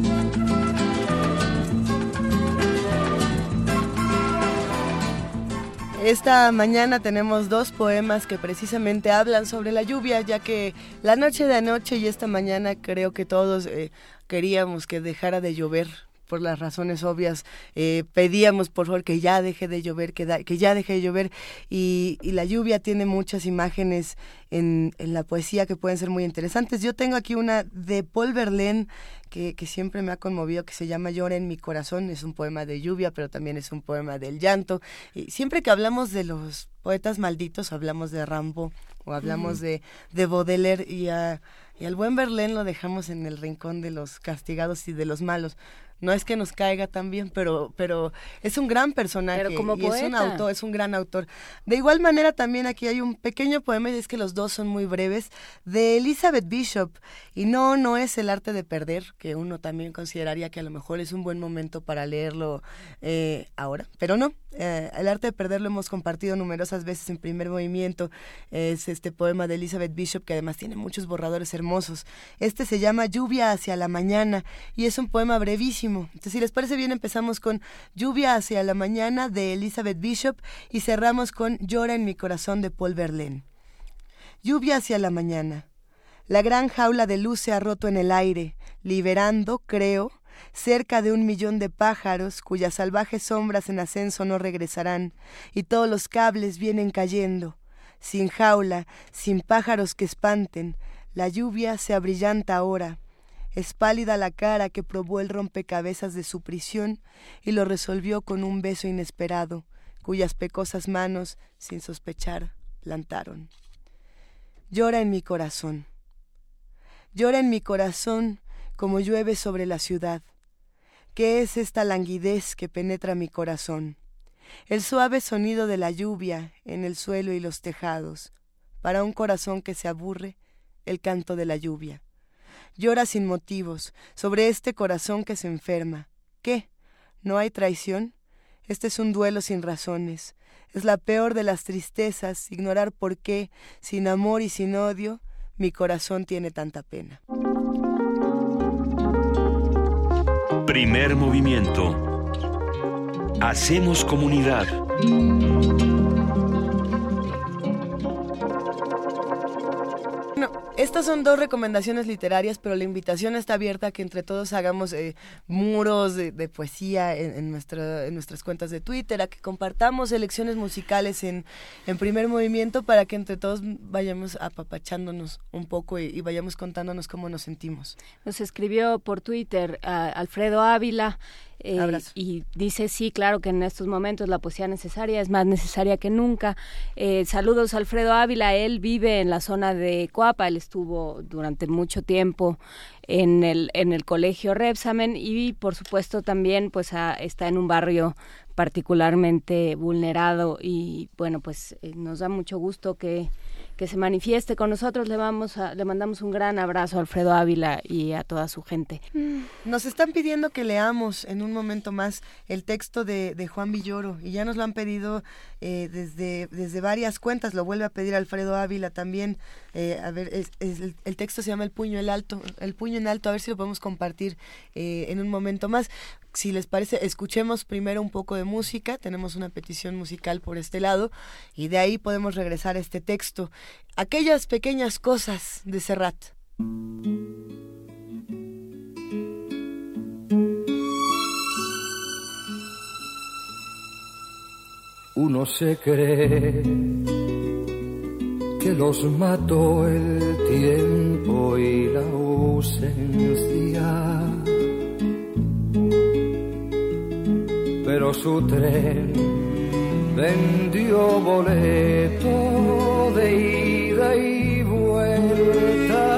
Esta mañana tenemos dos poemas que precisamente hablan sobre la lluvia, ya que la noche de anoche y esta mañana creo que todos eh, queríamos que dejara de llover. Por las razones obvias, eh, pedíamos por favor que ya deje de llover, que, da, que ya deje de llover, y, y la lluvia tiene muchas imágenes en, en la poesía que pueden ser muy interesantes. Yo tengo aquí una de Paul Verlaine que, que siempre me ha conmovido, que se llama Llora en mi corazón. Es un poema de lluvia, pero también es un poema del llanto. Y siempre que hablamos de los poetas malditos, hablamos de Rimbaud o hablamos mm. de, de Baudelaire, y, a, y al buen Verlaine lo dejamos en el rincón de los castigados y de los malos. No es que nos caiga tan bien, pero, pero es un gran personaje. Pero como y poeta. es un autor, es un gran autor. De igual manera también aquí hay un pequeño poema, y es que los dos son muy breves, de Elizabeth Bishop. Y no, no es El arte de perder, que uno también consideraría que a lo mejor es un buen momento para leerlo eh, ahora, pero no. Eh, El arte de perder lo hemos compartido numerosas veces en Primer Movimiento. Es este poema de Elizabeth Bishop, que además tiene muchos borradores hermosos. Este se llama Lluvia hacia la mañana y es un poema brevísimo. Entonces, si les parece bien, empezamos con Lluvia hacia la mañana de Elizabeth Bishop y cerramos con Llora en mi corazón de Paul Verlaine. Lluvia hacia la mañana. La gran jaula de luz se ha roto en el aire, liberando, creo, cerca de un millón de pájaros cuyas salvajes sombras en ascenso no regresarán, y todos los cables vienen cayendo. Sin jaula, sin pájaros que espanten, la lluvia se abrillanta ahora. Es pálida la cara que probó el rompecabezas de su prisión y lo resolvió con un beso inesperado, cuyas pecosas manos, sin sospechar, plantaron. Llora en mi corazón. Llora en mi corazón como llueve sobre la ciudad. ¿Qué es esta languidez que penetra mi corazón? El suave sonido de la lluvia en el suelo y los tejados. Para un corazón que se aburre, el canto de la lluvia. Llora sin motivos, sobre este corazón que se enferma. ¿Qué? ¿No hay traición? Este es un duelo sin razones. Es la peor de las tristezas, ignorar por qué, sin amor y sin odio, mi corazón tiene tanta pena. Primer movimiento. Hacemos comunidad. Estas son dos recomendaciones literarias, pero la invitación está abierta a que entre todos hagamos eh, muros de, de poesía en, en, nuestra, en nuestras cuentas de Twitter, a que compartamos selecciones musicales en, en Primer Movimiento para que entre todos vayamos apapachándonos un poco y, y vayamos contándonos cómo nos sentimos. Nos escribió por Twitter uh, Alfredo Ávila. Eh, y dice, sí, claro que en estos momentos la poesía necesaria es más necesaria que nunca. Eh, saludos a Alfredo Ávila, él vive en la zona de Coapa, él estuvo durante mucho tiempo en el en el colegio Rebsamen y por supuesto también pues a, está en un barrio particularmente vulnerado y bueno, pues eh, nos da mucho gusto que que se manifieste con nosotros. Le vamos a, le mandamos un gran abrazo a Alfredo Ávila y a toda su gente. Nos están pidiendo que leamos en un momento más el texto de, de Juan Villoro y ya nos lo han pedido eh, desde, desde varias cuentas, lo vuelve a pedir Alfredo Ávila también. Eh, a ver, es, es, el, el texto se llama El puño en alto, El puño en alto, a ver si lo podemos compartir eh, en un momento más. Si les parece, escuchemos primero un poco de música, tenemos una petición musical por este lado, y de ahí podemos regresar a este texto. Aquellas pequeñas cosas de Serrat. Uno se cree que los mató el tiempo y la ausencia, pero su tren vendió boleto de ida y vuelta.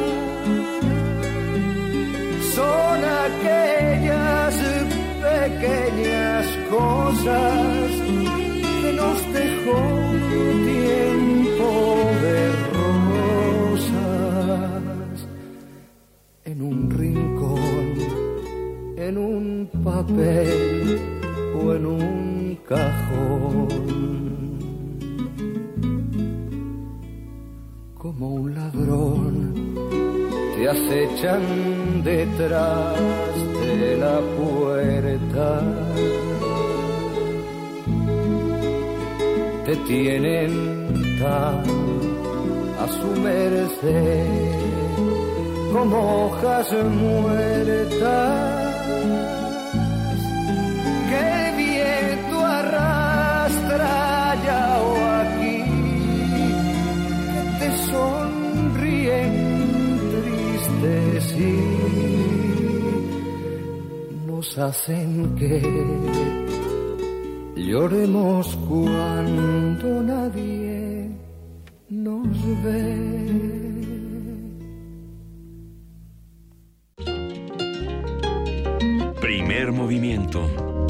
Son aquellas pequeñas cosas que nos dejó tiempo de rosas en un rincón, en un papel o en un cajón, como un ladrón te acechan detrás de la puerta, te tienen tan a su merced como hojas muertas. Allá o aquí, que te sonríen tristes y nos hacen que lloremos cuando nadie nos ve. Primer movimiento.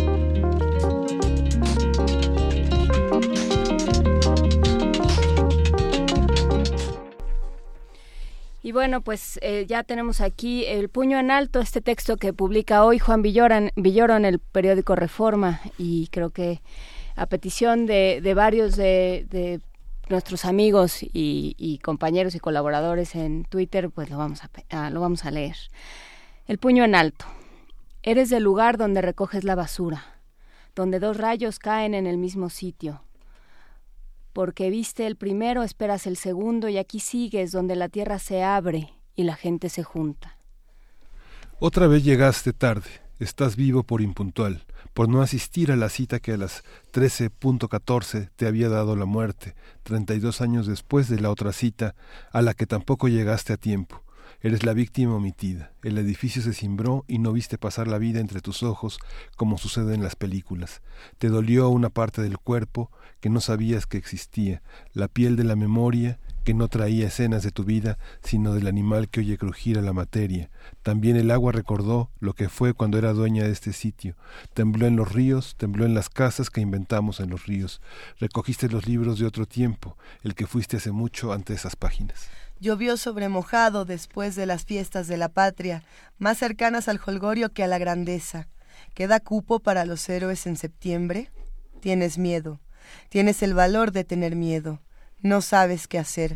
Y bueno, pues eh, ya tenemos aquí El puño en alto, este texto que publica hoy Juan Villoro en, Villoro en el periódico Reforma, y creo que a petición de, de varios de, de nuestros amigos y, y compañeros y colaboradores en Twitter, pues lo vamos a, a, lo vamos a leer. El puño en alto. Eres del lugar donde recoges la basura, donde dos rayos caen en el mismo sitio. Porque viste el primero, esperas el segundo, y aquí sigues donde la tierra se abre y la gente se junta. Otra vez llegaste tarde, estás vivo por impuntual, por no asistir a la cita que a las trece punto catorce te había dado la muerte, treinta y dos años después de la otra cita, a la que tampoco llegaste a tiempo. Eres la víctima omitida. El edificio se cimbró y no viste pasar la vida entre tus ojos como sucede en las películas. Te dolió una parte del cuerpo que no sabías que existía, la piel de la memoria que no traía escenas de tu vida, sino del animal que oye crujir a la materia. También el agua recordó lo que fue cuando era dueña de este sitio. Tembló en los ríos, tembló en las casas que inventamos en los ríos. Recogiste los libros de otro tiempo, el que fuiste hace mucho ante esas páginas. Llovió sobre mojado después de las fiestas de la patria, más cercanas al jolgorio que a la grandeza. ¿Queda cupo para los héroes en septiembre? Tienes miedo, tienes el valor de tener miedo. No sabes qué hacer,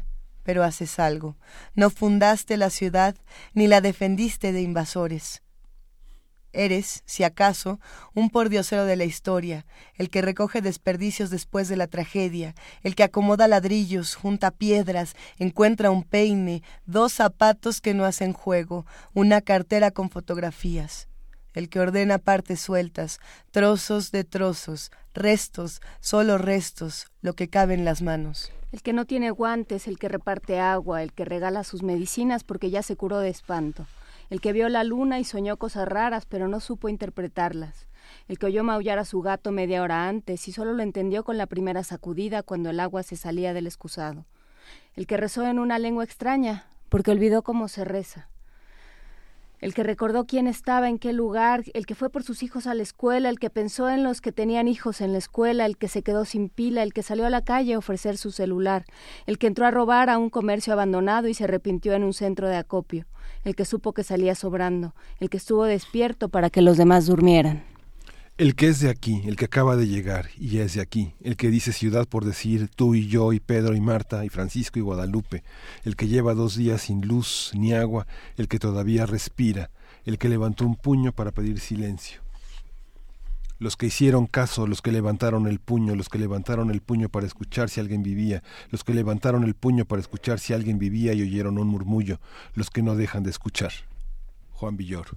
pero haces algo. No fundaste la ciudad, ni la defendiste de invasores. Eres, si acaso, un pordiosero de la historia, el que recoge desperdicios después de la tragedia, el que acomoda ladrillos, junta piedras, encuentra un peine, dos zapatos que no hacen juego, una cartera con fotografías, el que ordena partes sueltas, trozos de trozos, restos, solo restos, lo que cabe en las manos. El que no tiene guantes, el que reparte agua, el que regala sus medicinas porque ya se curó de espanto. El que vio la luna y soñó cosas raras, pero no supo interpretarlas. El que oyó maullar a su gato media hora antes y solo lo entendió con la primera sacudida cuando el agua se salía del excusado. El que rezó en una lengua extraña, porque olvidó cómo se reza. El que recordó quién estaba, en qué lugar, el que fue por sus hijos a la escuela, el que pensó en los que tenían hijos en la escuela, el que se quedó sin pila, el que salió a la calle a ofrecer su celular, el que entró a robar a un comercio abandonado y se arrepintió en un centro de acopio, el que supo que salía sobrando, el que estuvo despierto para que los demás durmieran. El que es de aquí, el que acaba de llegar y ya es de aquí, el que dice ciudad por decir tú y yo y Pedro y Marta y Francisco y Guadalupe, el que lleva dos días sin luz ni agua, el que todavía respira, el que levantó un puño para pedir silencio. Los que hicieron caso, los que levantaron el puño, los que levantaron el puño para escuchar si alguien vivía, los que levantaron el puño para escuchar si alguien vivía y oyeron un murmullo, los que no dejan de escuchar. Juan Villoro.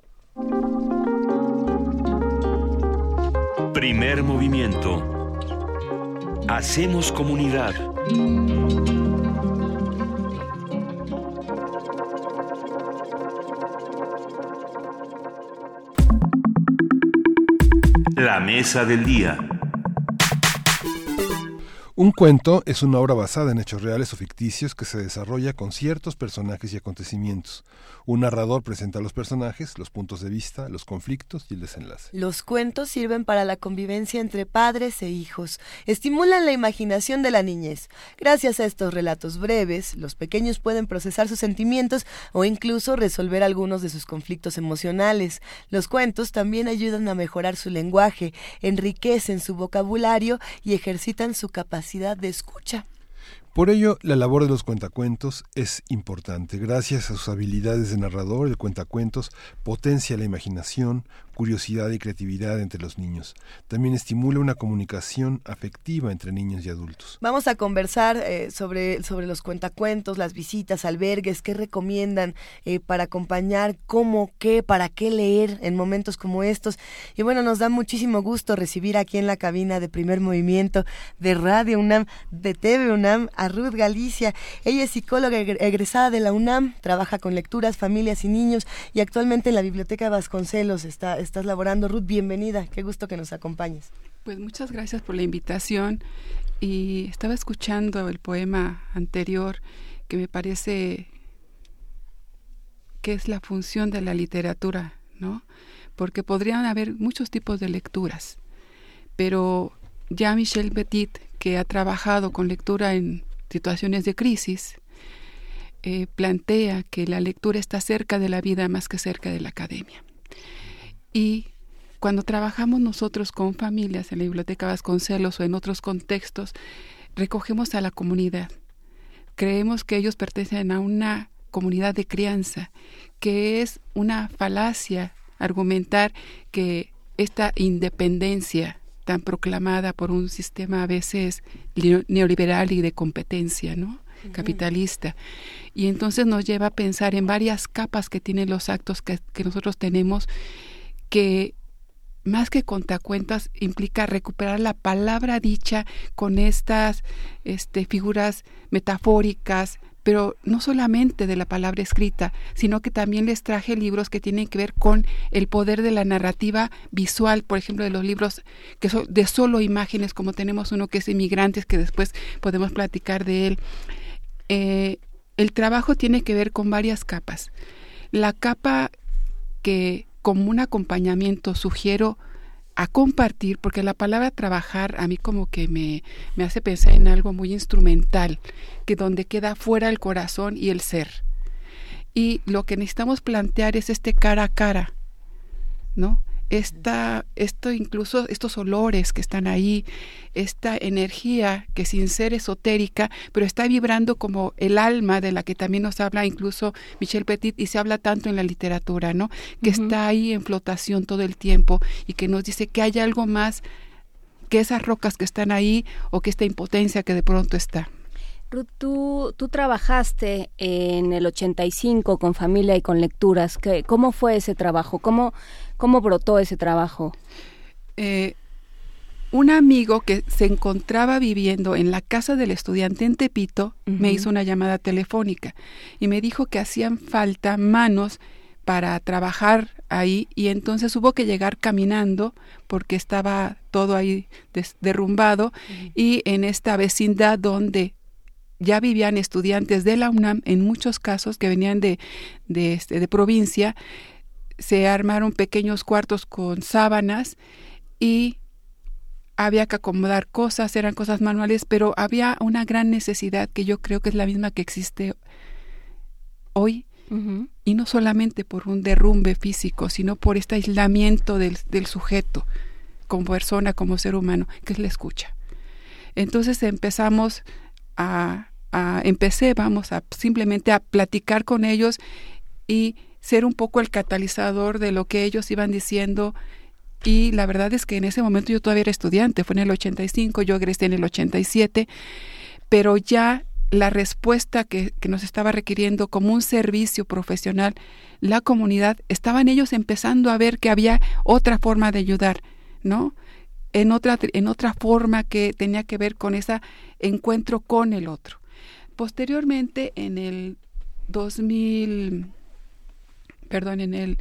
Primer movimiento. Hacemos comunidad. La mesa del día. Un cuento es una obra basada en hechos reales o ficticios que se desarrolla con ciertos personajes y acontecimientos. Un narrador presenta a los personajes, los puntos de vista, los conflictos y el desenlace. Los cuentos sirven para la convivencia entre padres e hijos. Estimulan la imaginación de la niñez. Gracias a estos relatos breves, los pequeños pueden procesar sus sentimientos o incluso resolver algunos de sus conflictos emocionales. Los cuentos también ayudan a mejorar su lenguaje, enriquecen su vocabulario y ejercitan su capacidad de escucha. Por ello, la labor de los cuentacuentos es importante. Gracias a sus habilidades de narrador, el cuentacuentos potencia la imaginación, curiosidad y creatividad entre los niños. También estimula una comunicación afectiva entre niños y adultos. Vamos a conversar eh, sobre, sobre los cuentacuentos, las visitas, albergues, qué recomiendan eh, para acompañar, cómo, qué, para qué leer en momentos como estos. Y bueno, nos da muchísimo gusto recibir aquí en la cabina de Primer Movimiento, de Radio UNAM, de T V UNAM, a Ruth Galicia. Ella es psicóloga egresada de la UNAM, trabaja con lecturas, familias y niños y actualmente en la Biblioteca Vasconcelos está estás laborando. Ruth, bienvenida, qué gusto que nos acompañes. Pues muchas gracias por la invitación y estaba escuchando el poema anterior que me parece que es la función de la literatura, ¿no? Porque podrían haber muchos tipos de lecturas, pero ya Michel Petit, que ha trabajado con lectura en situaciones de crisis, eh, plantea que la lectura está cerca de la vida más que cerca de la academia. Y cuando trabajamos nosotros con familias en la Biblioteca Vasconcelos o en otros contextos, recogemos a la comunidad. Creemos que ellos pertenecen a una comunidad de crianza, que es una falacia argumentar que esta independencia tan proclamada por un sistema a veces neoliberal y de competencia, ¿no? Uh-huh. Capitalista. Y entonces nos lleva a pensar en varias capas que tienen los actos que, que nosotros tenemos, que más que contacuentos implica recuperar la palabra dicha con estas este, figuras metafóricas, pero no solamente de la palabra escrita, sino que también les traje libros que tienen que ver con el poder de la narrativa visual, por ejemplo, de los libros que son de solo imágenes, como tenemos uno que es Inmigrantes, que después podemos platicar de él. Eh, el trabajo tiene que ver con varias capas. La capa que como un acompañamiento sugiero a compartir, porque la palabra trabajar a mí como que me, me hace pensar en algo muy instrumental, que donde queda fuera el corazón y el ser. Y lo que necesitamos plantear es este cara a cara, ¿no? esta, esto incluso estos olores que están ahí, esta energía que sin ser esotérica, pero está vibrando como el alma de la que también nos habla incluso Michel Petit, y se habla tanto en la literatura, ¿no? Que uh-huh. está ahí en flotación todo el tiempo y que nos dice que hay algo más que esas rocas que están ahí o que esta impotencia que de pronto está. Ruth, tú, tú trabajaste en el ochenta y cinco con Familia y con Lecturas. ¿Qué, ¿Cómo fue ese trabajo? ¿Cómo, cómo brotó ese trabajo? Eh, un amigo que se encontraba viviendo en la casa del estudiante en Tepito uh-huh. me hizo una llamada telefónica y me dijo que hacían falta manos para trabajar ahí, y entonces hubo que llegar caminando porque estaba todo ahí des- derrumbado uh-huh. y en esta vecindad donde ya vivían estudiantes de la UNAM, en muchos casos que venían de, de, este, de provincia, se armaron pequeños cuartos con sábanas y había que acomodar cosas, eran cosas manuales, pero había una gran necesidad que yo creo que es la misma que existe hoy, uh-huh. y no solamente por un derrumbe físico, sino por este aislamiento del, del sujeto como persona, como ser humano, que es la escucha. Entonces empezamos A, a, empecé, vamos, a simplemente a platicar con ellos y ser un poco el catalizador de lo que ellos iban diciendo, y la verdad es que en ese momento yo todavía era estudiante, fue en el ochenta y cinco, yo egresé en el ochenta y siete, pero ya la respuesta que, que nos estaba requiriendo como un servicio profesional, la comunidad, estaban ellos empezando a ver que había otra forma de ayudar, ¿no? En otra, en otra forma que tenía que ver con ese encuentro con el otro. Posteriormente, en el dos mil, perdón, en el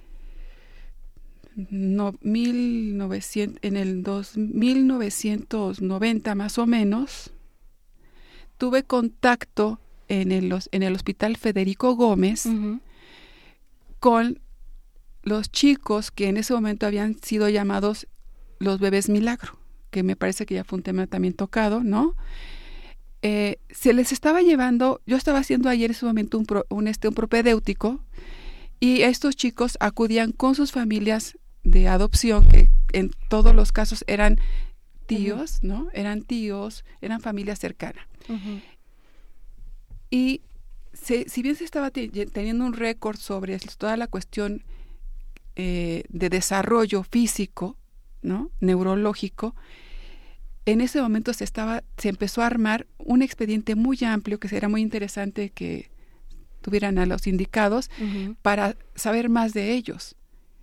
no, mil novecientos, en el dos, mil novecientos noventa más o menos, tuve contacto en el, en el Hospital Federico Gómez uh-huh. con los chicos que en ese momento habían sido llamados los bebés milagro, que me parece que ya fue un tema también tocado, ¿no? Eh, se les estaba llevando, yo estaba haciendo ayer en ese momento un, pro, un, este, un propedéutico, y estos chicos acudían con sus familias de adopción, que en todos los casos eran tíos, uh-huh. ¿no? Eran tíos, eran familia cercana. Uh-huh. Y se, si bien se estaba te, teniendo un récord sobre toda la cuestión eh, de desarrollo físico, ¿no? Neurológico, en ese momento se estaba se empezó a armar un expediente muy amplio que será muy interesante que tuvieran a los indicados uh-huh. para saber más de ellos.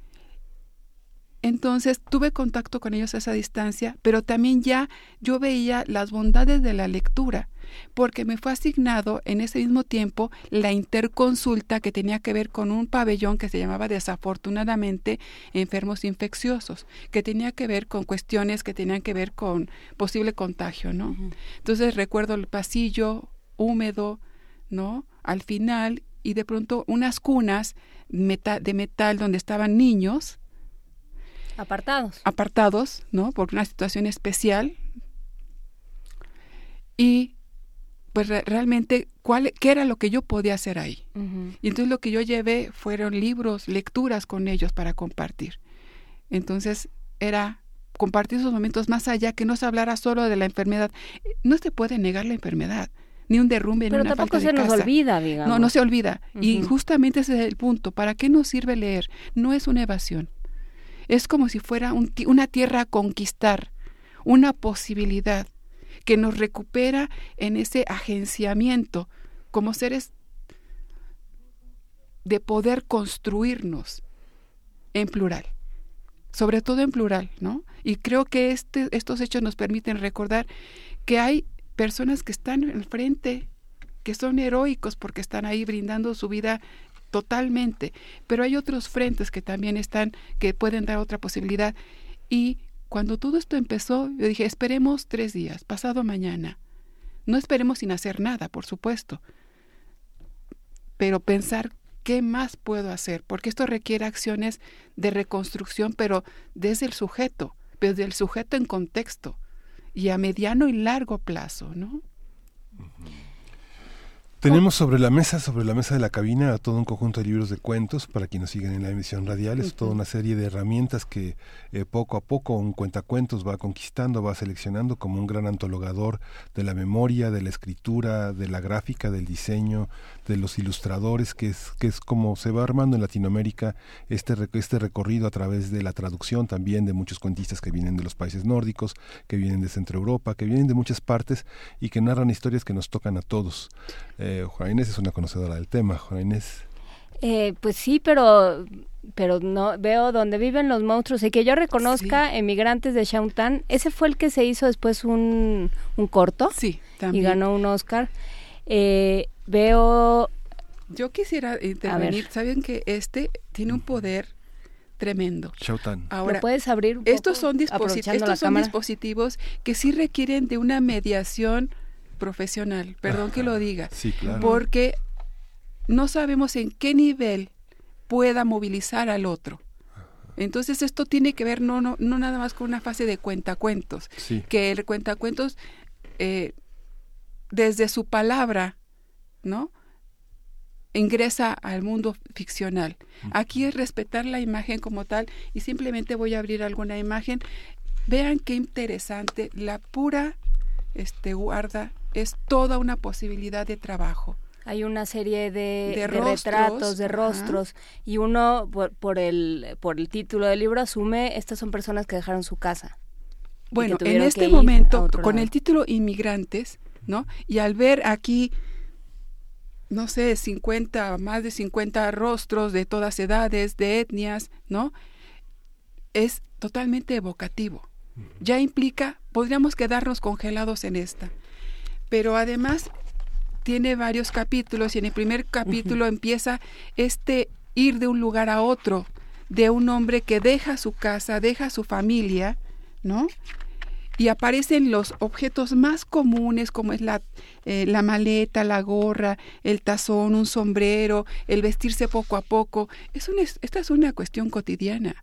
Entonces tuve contacto con ellos a esa distancia, pero también ya yo veía las bondades de la lectura, porque me fue asignado en ese mismo tiempo la interconsulta que tenía que ver con un pabellón que se llamaba desafortunadamente enfermos infecciosos, que tenía que ver con cuestiones que tenían que ver con posible contagio, ¿no? Uh-huh. Entonces recuerdo el pasillo húmedo, ¿no? Al final, y de pronto unas cunas meta- de metal donde estaban niños apartados, apartados, ¿no? Por una situación especial. Y pues re- realmente, ¿cuál, ¿qué era lo que yo podía hacer ahí? Uh-huh. Y entonces lo que yo llevé fueron libros, lecturas con ellos para compartir. Entonces era compartir esos momentos más allá, que no se hablara solo de la enfermedad. No se puede negar la enfermedad, ni un derrumbe, pero ni una falta de casa. Pero tampoco se nos olvida, digamos. No, no se olvida. Uh-huh. Y justamente ese es el punto. ¿Para qué nos sirve leer? No es una evasión. Es como si fuera un, una tierra a conquistar, una posibilidad que nos recupera en ese agenciamiento como seres de poder construirnos en plural, sobre todo en plural, ¿no? Y creo que este, estos hechos nos permiten recordar que hay personas que están enfrente, que son heroicos porque están ahí brindando su vida totalmente, pero hay otros frentes que también están, que pueden dar otra posibilidad. Y cuando todo esto empezó, yo dije, esperemos tres días, pasado mañana. No esperemos sin hacer nada, por supuesto, pero pensar qué más puedo hacer, porque esto requiere acciones de reconstrucción, pero desde el sujeto, desde el sujeto en contexto, y a mediano y largo plazo, ¿no? Tenemos sobre la mesa, sobre la mesa de la cabina, todo un conjunto de libros de cuentos para quienes nos siguen en la emisión radial. Es uh-huh. toda una serie de herramientas que eh, poco a poco un cuentacuentos va conquistando, va seleccionando como un gran antologador de la memoria, de la escritura, de la gráfica, del diseño, de los ilustradores, que es que es como se va armando en Latinoamérica este este recorrido a través de la traducción también de muchos cuentistas que vienen de los países nórdicos, que vienen de Centro Europa, que vienen de muchas partes y que narran historias que nos tocan a todos. Eh, Juana Inés es una conocedora del tema. Juana Inés. Eh, pues sí, pero pero no veo Donde viven los monstruos y que yo reconozca, sí. Emigrantes de Shauntan. Ese fue el que se hizo después un, un corto. Sí, también. Y ganó un Oscar. Eh, veo... Yo quisiera intervenir. Saben que este tiene un poder tremendo. Shauntan. Ahora, ¿lo puedes abrir un poco? Estos son, disposit- estos son dispositivos que sí requieren de una mediación profesional, perdón Ajá. que lo diga, sí, claro. porque no sabemos en qué nivel pueda movilizar al otro. Entonces esto tiene que ver no no no nada más con una fase de cuentacuentos, sí. que el cuentacuentos eh, desde su palabra, ¿no?, ingresa al mundo ficcional. Uh-huh. Aquí es respetar la imagen como tal y simplemente voy a abrir alguna imagen. Vean qué interesante, la pura este guarda es toda una posibilidad de trabajo. Hay una serie de, de, de rostros, retratos, de rostros, ajá. y uno, por, por, el, por el título del libro, asume, estas son personas que dejaron su casa. Bueno, en este momento, con lado. el título Inmigrantes, ¿no? Y al ver aquí, no sé, cincuenta, más de cincuenta rostros de todas edades, de etnias, ¿no? Es totalmente evocativo. Ya implica, podríamos quedarnos congelados en esta. Pero además tiene varios capítulos y en el primer capítulo uh-huh. empieza este ir de un lugar a otro, de un hombre que deja su casa, deja su familia, ¿no? Y aparecen los objetos más comunes como es la, eh, la maleta, la gorra, el tazón, un sombrero, el vestirse poco a poco. Es una, esta es una cuestión cotidiana.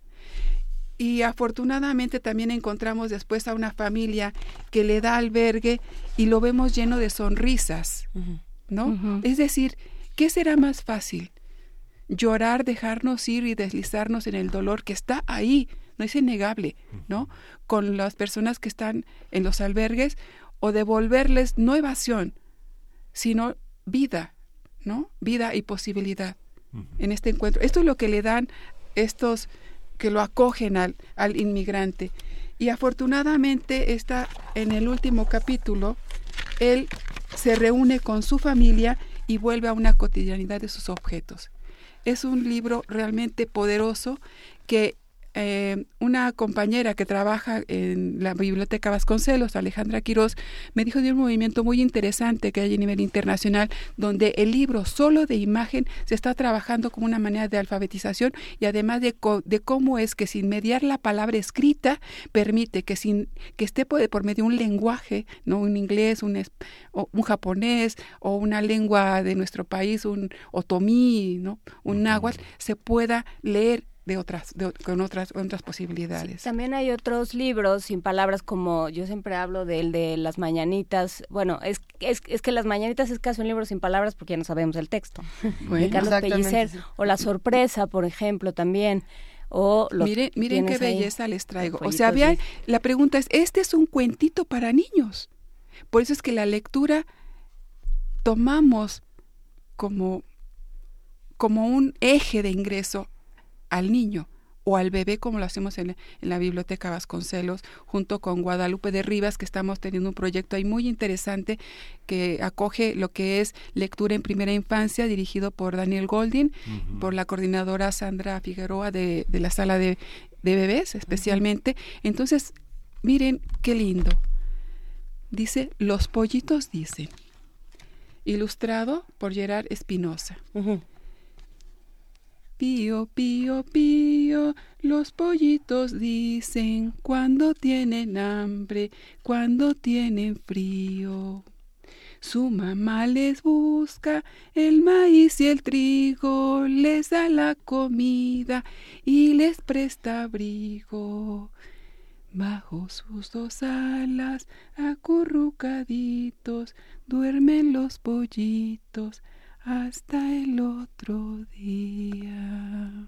Y afortunadamente también encontramos después a una familia que le da albergue y lo vemos lleno de sonrisas, uh-huh. ¿no? Uh-huh. Es decir, ¿qué será más fácil? Llorar, dejarnos ir y deslizarnos en el dolor que está ahí, no es innegable, ¿no? Con las personas que están en los albergues, o devolverles no evasión, sino vida, ¿no? Vida y posibilidad uh-huh. en este encuentro. Esto es lo que le dan estos que lo acogen al, al inmigrante. Y afortunadamente está en el último capítulo, él se reúne con su familia y vuelve a una cotidianidad de sus objetos. Es un libro realmente poderoso que eh, una compañera que trabaja en la Biblioteca Vasconcelos, Alejandra Quirós, me dijo de un movimiento muy interesante que hay a nivel internacional, donde el libro solo de imagen se está trabajando como una manera de alfabetización y además de, co- de cómo es que sin mediar la palabra escrita permite que sin que esté por, por medio de un lenguaje, no un inglés, un, es, o un japonés o una lengua de nuestro país, un otomí, ¿no? un náhuatl, se pueda leer de otras de, con otras otras posibilidades. Sí, también hay otros libros sin palabras, como yo siempre hablo del de Las Mañanitas. Bueno, es es, es que Las Mañanitas es casi un libro sin palabras porque ya no sabemos el texto. Bueno, de Carlos Pellicer, sí. O La Sorpresa, por ejemplo, también. O los miren miren qué belleza les traigo. O sea, había, la pregunta es, este es un cuentito para niños. Por eso es que la lectura tomamos como como un eje de ingreso al niño o al bebé, como lo hacemos en, en la Biblioteca Vasconcelos, junto con Guadalupe de Rivas, que estamos teniendo un proyecto ahí muy interesante que acoge lo que es lectura en primera infancia, dirigido por Daniel Goldin, uh-huh. por la coordinadora Sandra Figueroa de, de la sala de, de bebés, especialmente. Uh-huh. Entonces, miren qué lindo. Dice, Los pollitos dicen, ilustrado por Gerard Espinosa. Uh-huh. Pío, pío, pío, los pollitos dicen cuando tienen hambre, cuando tienen frío. Su mamá les busca el maíz y el trigo, les da la comida y les presta abrigo. Bajo sus dos alas, acurrucaditos, duermen los pollitos hasta el otro día.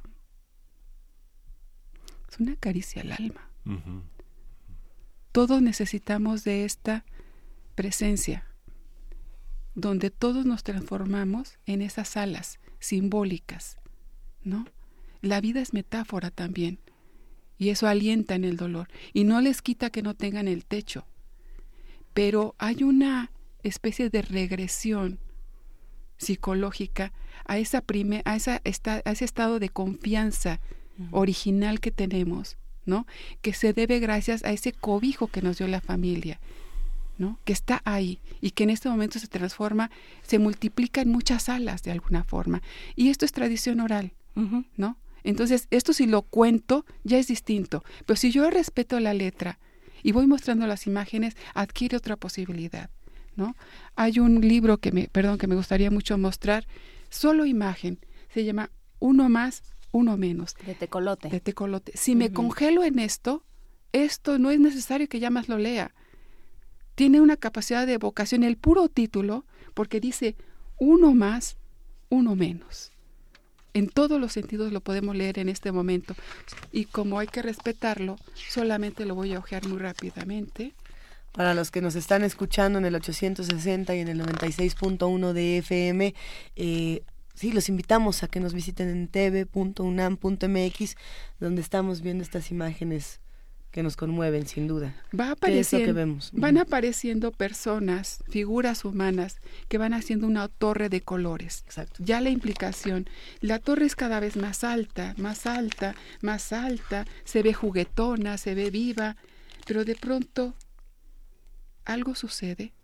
Es una caricia al alma. Uh-huh. Todos necesitamos de esta presencia, donde todos nos transformamos en esas alas simbólicas, ¿no? La vida es metáfora también, y eso alienta en el dolor, y no les quita que no tengan el techo, pero hay una especie de regresión psicológica a esa prime, a esa esta, a ese estado de confianza uh-huh. original que tenemos, ¿no? Que se debe gracias a ese cobijo que nos dio la familia, ¿no? Que está ahí y que en este momento se transforma, se multiplica en muchas alas de alguna forma. Y esto es tradición oral, uh-huh. ¿no? Entonces, esto si lo cuento ya es distinto, pero si yo respeto la letra y voy mostrando las imágenes, adquiere otra posibilidad, ¿no? Hay un libro que me, perdón, que me gustaría mucho mostrar, solo imagen, se llama Uno más, uno menos. De Tecolote. De Tecolote. Si uh-huh. me congelo en esto, esto no es necesario que ya más lo lea. Tiene una capacidad de evocación, el puro título, porque dice uno más, uno menos. En todos los sentidos lo podemos leer en este momento. Y como hay que respetarlo, solamente lo voy a hojear muy rápidamente. Para los que nos están escuchando en el ochocientos sesenta y en el noventa y seis punto uno de F M, eh, sí, los invitamos a que nos visiten en t v punto u n a m punto m x, donde estamos viendo estas imágenes que nos conmueven, sin duda. Va apareciendo, ¿Qué es lo que vemos? Van apareciendo personas, figuras humanas, que van haciendo una torre de colores. Exacto. Ya la implicación. La torre es cada vez más alta, más alta, más alta, se ve juguetona, se ve viva, pero de pronto algo sucede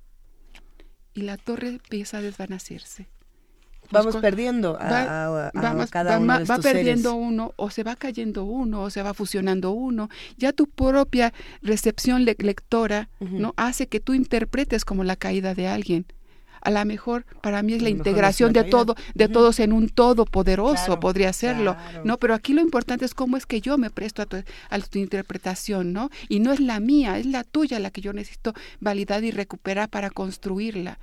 y la torre empieza a desvanecerse. Vamos con, perdiendo a, va, a, a, vamos, a cada va, uno de estos va perdiendo seres. uno, o se va cayendo uno, o se va fusionando uno. Ya tu propia recepción le lectora, uh-huh. ¿no? hace que tú interpretes como la caída de alguien. A lo mejor para mí es la integración de todo, de uh-huh. todos en un todo poderoso, claro, podría serlo, claro. ¿no? Pero aquí lo importante es cómo es que yo me presto a tu, a tu interpretación, ¿no? Y no es la mía, es la tuya la que yo necesito validar y recuperar para construirla.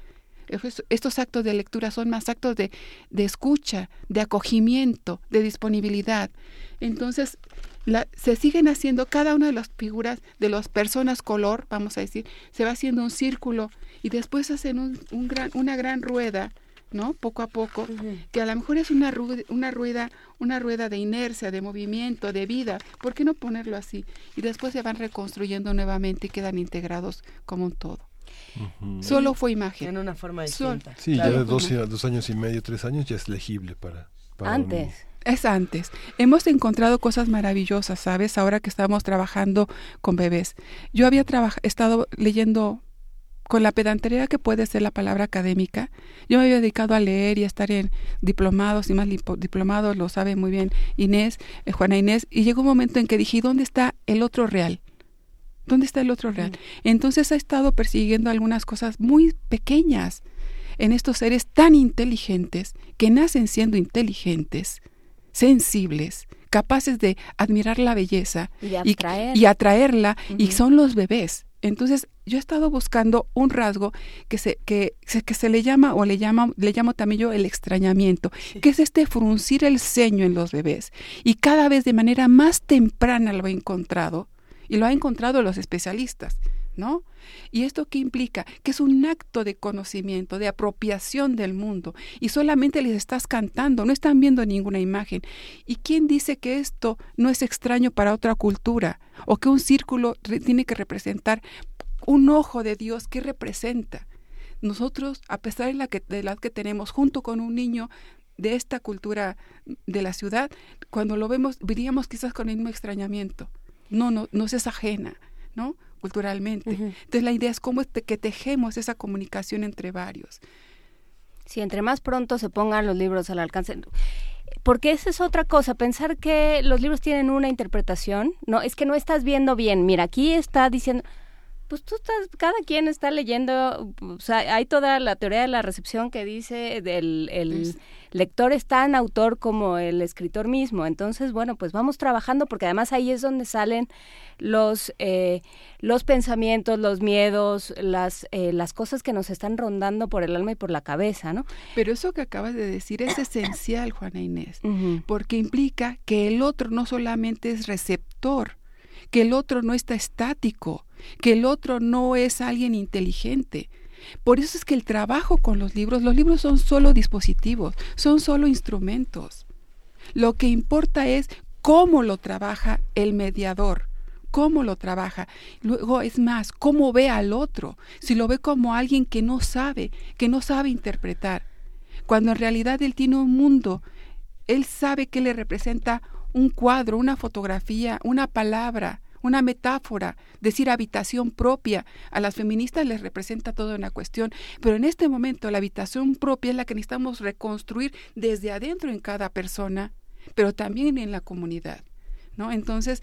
Estos actos de lectura son más actos de, de escucha, de acogimiento, de disponibilidad. Entonces, la, se siguen haciendo cada una de las figuras de las personas color, vamos a decir, se va haciendo un círculo y después hacen un, un gran, una gran rueda, ¿no? Poco a poco, uh-huh. que a lo mejor es una rueda, una rueda, una rueda de inercia, de movimiento, de vida. ¿Por qué no ponerlo así? Y después se van reconstruyendo nuevamente y quedan integrados como un todo. Uh-huh. Solo fue imagen. En una forma distinta. Sí, claro. Ya de dos, dos años y medio, tres años ya es legible para... para antes. Un... Es antes. Hemos encontrado cosas maravillosas, ¿sabes? Ahora que estamos trabajando con bebés. Yo había traba- estado leyendo con la pedantería que puede ser la palabra académica. Yo me había dedicado a leer y a estar en diplomados y más lipo- diplomados, lo sabe muy bien Inés, eh, Juana Inés, y llegó un momento en que dije, ¿dónde está el otro real? ¿Dónde está el otro real? Entonces he estado persiguiendo algunas cosas muy pequeñas en estos seres tan inteligentes, que nacen siendo inteligentes, sensibles, capaces de admirar la belleza y, atraer. y, y atraerla, uh-huh. y son los bebés. Entonces yo he estado buscando un rasgo que se, que, que se le llama, o le llama, le llamo también yo el extrañamiento, sí. que es este fruncir el ceño en los bebés. Y cada vez de manera más temprana lo he encontrado, y lo han encontrado los especialistas, ¿no? ¿Y esto qué implica? Que es un acto de conocimiento, de apropiación del mundo, y solamente les estás cantando, no están viendo ninguna imagen. ¿Y quién dice que esto no es extraño para otra cultura? O que un círculo re- tiene que representar un ojo de Dios. ¿Qué representa? Nosotros, a pesar de la, que, de la que tenemos, junto con un niño de esta cultura de la ciudad, cuando lo vemos, diríamos quizás con el mismo extrañamiento. No, no, no es ajena, ¿no? Culturalmente. Uh-huh. Entonces la idea es cómo es que tejemos esa comunicación entre varios. Sí, entre más pronto se pongan los libros al alcance. Porque esa es otra cosa, pensar que los libros tienen una interpretación, no, es que no estás viendo bien. Mira, aquí está diciendo, pues tú estás, cada quien está leyendo, o sea, hay toda la teoría de la recepción que dice del el, lector es tan autor como el escritor mismo. Entonces, bueno, pues vamos trabajando, porque además ahí es donde salen los eh, los pensamientos, los miedos, las eh, las cosas que nos están rondando por el alma y por la cabeza, ¿no? Pero eso que acabas de decir es esencial, Juana Inés, uh-huh. porque implica que el otro no solamente es receptor, que el otro no está estático, que el otro no es alguien inteligente. Por eso es que el trabajo con los libros, los libros son solo dispositivos, son solo instrumentos. Lo que importa es cómo lo trabaja el mediador, cómo lo trabaja. Luego, es más, cómo ve al otro, si lo ve como alguien que no sabe, que no sabe interpretar, cuando en realidad él tiene un mundo, él sabe que le representa un cuadro, una fotografía, una palabra, una metáfora, decir habitación propia. A las feministas les representa toda una cuestión, pero en este momento la habitación propia es la que necesitamos reconstruir desde adentro en cada persona, pero también en la comunidad, ¿no? Entonces,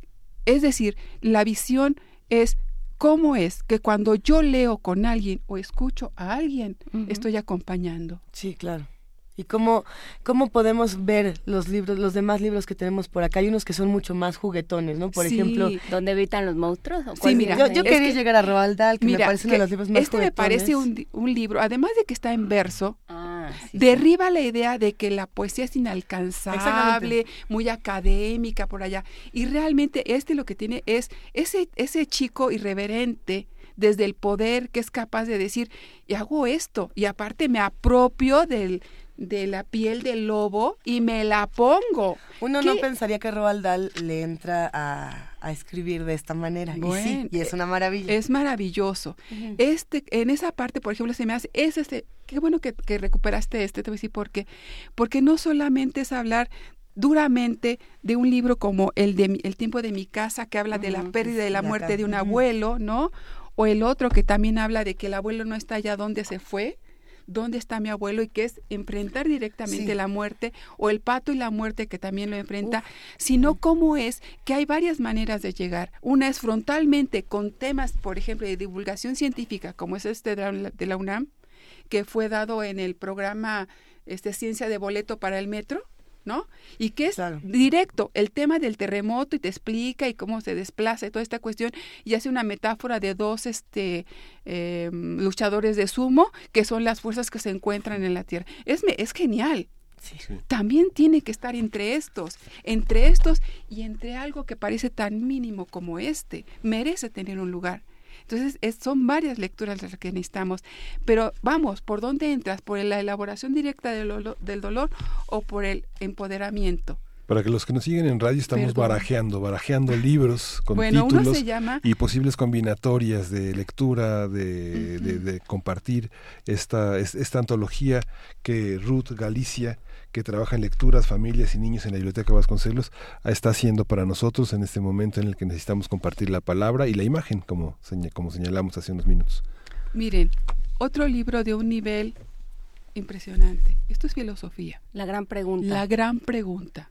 es decir, la visión es cómo es que cuando yo leo con alguien o escucho a alguien, uh-huh. estoy acompañando. Sí, claro. ¿Y cómo, cómo podemos ver los libros, los demás libros que tenemos por acá? Hay unos que son mucho más juguetones, ¿no? Por sí. ejemplo... ¿Dónde habitan los monstruos? ¿O sí, mira, yo, yo quería que, llegar a Roald Dahl, que mira, me parece uno de los libros más este juguetones. Este me parece un, un libro, además de que está en verso, ah, sí, derriba sí. la idea de que la poesía es inalcanzable, muy académica por allá. Y realmente este lo que tiene es ese, ese chico irreverente, desde el poder, que es capaz de decir, y hago esto, y aparte me apropio del... de la piel del lobo y me la pongo. Uno ¿Qué? no pensaría que Roald Dahl le entra a, a escribir de esta manera. Bueno, y sí, y es una maravilla. Es maravilloso. Uh-huh. Este, en esa parte, por ejemplo, se me hace, es este, qué bueno que, que recuperaste este, te voy a decir por qué. Porque no solamente es hablar duramente de un libro como el de El tiempo de mi casa, que habla uh-huh, de la pérdida y la, la muerte casa. de un uh-huh. abuelo, ¿no? O el otro que también habla de que el abuelo no está allá donde se fue, dónde está mi abuelo, y que es enfrentar directamente sí. la muerte, o el pato y la muerte, que también lo enfrenta, Uf. sino cómo es que hay varias maneras de llegar. Una es frontalmente con temas, por ejemplo, de divulgación científica, como es este de la UNAM, que fue dado en el programa este, Ciencia de Boleto para el Metro, ¿no? Y que es claro. directo el tema del terremoto, y te explica y cómo se desplaza y toda esta cuestión, y hace una metáfora de dos este eh, luchadores de sumo, que son las fuerzas que se encuentran en la tierra. Es, es genial. Sí. Sí. También tiene que estar entre estos, entre estos y entre algo que parece tan mínimo como este. Merece tener un lugar. Entonces, es, son varias lecturas las que necesitamos. Pero vamos, ¿por dónde entras? ¿Por la elaboración directa del, del dolor o por el empoderamiento? Para que los que nos siguen en radio estamos Perdón. barajeando, barajeando libros con bueno, títulos uno se llama... y posibles combinatorias de lectura, de, uh-huh. de, de compartir esta, esta antología que Ruth Galicia, que trabaja en lecturas, familias y niños en la Biblioteca Vasconcelos, está haciendo para nosotros en este momento en el que necesitamos compartir la palabra y la imagen, como, como señalamos hace unos minutos. Miren, otro libro de un nivel impresionante. Esto es filosofía. La gran pregunta. La gran pregunta.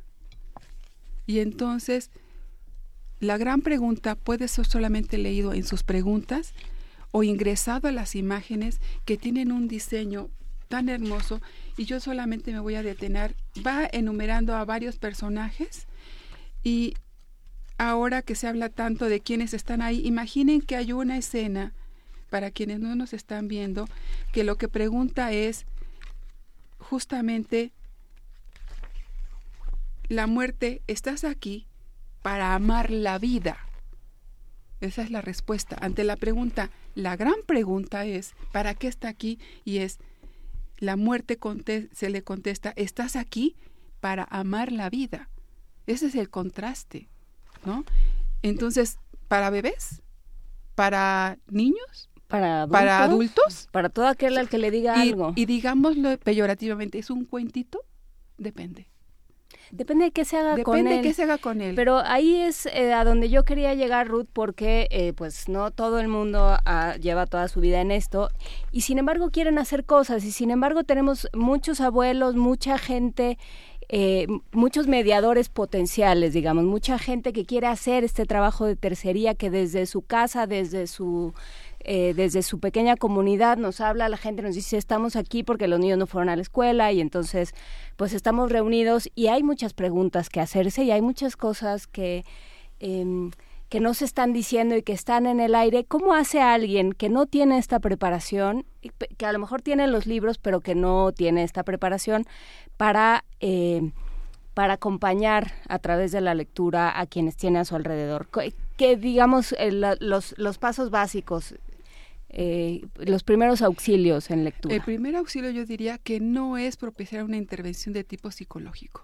Y entonces, la gran pregunta puede ser solamente leído en sus preguntas o ingresado a las imágenes que tienen un diseño tan hermoso, y yo solamente me voy a detener. Va enumerando a varios personajes, y ahora que se habla tanto de quienes están ahí, imaginen que hay una escena, para quienes no nos están viendo, que lo que pregunta es justamente la muerte: ¿estás aquí para amar la vida? Esa es la respuesta. Ante la pregunta, la gran pregunta es ¿para qué está aquí? Y es la muerte conte- se le contesta: ¿estás aquí para amar la vida? Ese es el contraste, ¿no? Entonces, ¿para bebés? ¿Para niños? ¿Para adultos? ¿Para adultos? Para todo aquel al que le diga y, algo. Y digámoslo peyorativamente, ¿es un cuentito? Depende. Depende de qué se haga Depende con él. Depende de qué se haga con él. Pero ahí es eh, a donde yo quería llegar, Ruth, porque eh, pues no todo el mundo ah, lleva toda su vida en esto, y sin embargo quieren hacer cosas, y sin embargo tenemos muchos abuelos, mucha gente eh, muchos mediadores potenciales, digamos, mucha gente que quiere hacer este trabajo de tercería, que desde su casa, desde su eh, desde su pequeña comunidad nos habla, la gente nos dice estamos aquí porque los niños no fueron a la escuela y entonces pues estamos reunidos y hay muchas preguntas que hacerse y hay muchas cosas que eh, que no se están diciendo y que están en el aire. ¿Cómo hace alguien que no tiene esta preparación, que a lo mejor tiene los libros, pero que no tiene esta preparación para, eh, para acompañar a través de la lectura a quienes tiene a su alrededor? Que digamos, eh, la, los, los pasos básicos, eh, los primeros auxilios en lectura. El primer auxilio yo diría que no es propiciar una intervención de tipo psicológico.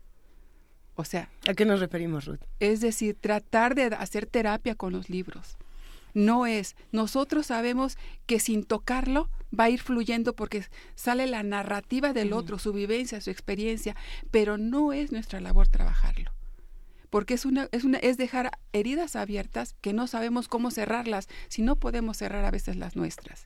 O sea, ¿a qué nos referimos, Ruth? Es decir, tratar de hacer terapia con los libros. No es, nosotros sabemos que sin tocarlo va a ir fluyendo porque sale la narrativa del uh-huh. otro, su vivencia, su experiencia, pero no es nuestra labor trabajarlo. Porque es una, es una, es dejar heridas abiertas que no sabemos cómo cerrarlas, si no podemos cerrar a veces las nuestras.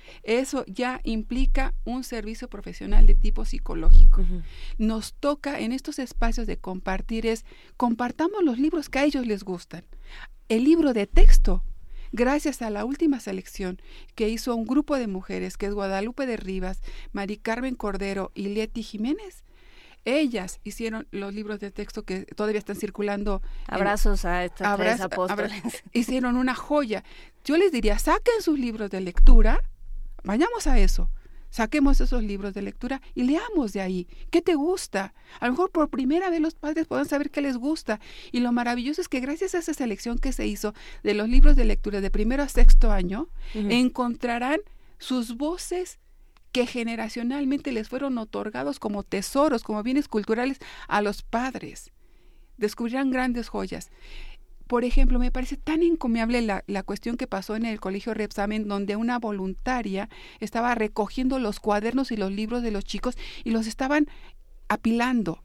Eso ya implica un servicio profesional de tipo psicológico. Uh-huh. Nos toca en estos espacios de compartir es, compartamos los libros que a ellos les gustan. El libro de texto, gracias a la última selección que hizo un grupo de mujeres, que es Guadalupe de Rivas, Mari Carmen Cordero y Leti Jiménez, ellas hicieron los libros de texto que todavía están circulando. Abrazos en, a estas abra- tres apóstoles. Abra- hicieron una joya. Yo les diría, saquen sus libros de lectura, vayamos a eso, saquemos esos libros de lectura y leamos de ahí. ¿Qué te gusta? A lo mejor por primera vez los padres pueden saber qué les gusta. Y lo maravilloso es que gracias a esa selección que se hizo de los libros de lectura de primero a sexto año, uh-huh. encontrarán sus voces que generacionalmente les fueron otorgados como tesoros, como bienes culturales a los padres. Descubrirán grandes joyas. Por ejemplo, me parece tan encomiable la, la cuestión que pasó en el Colegio Repsamen, donde una voluntaria estaba recogiendo los cuadernos y los libros de los chicos y los estaban apilando,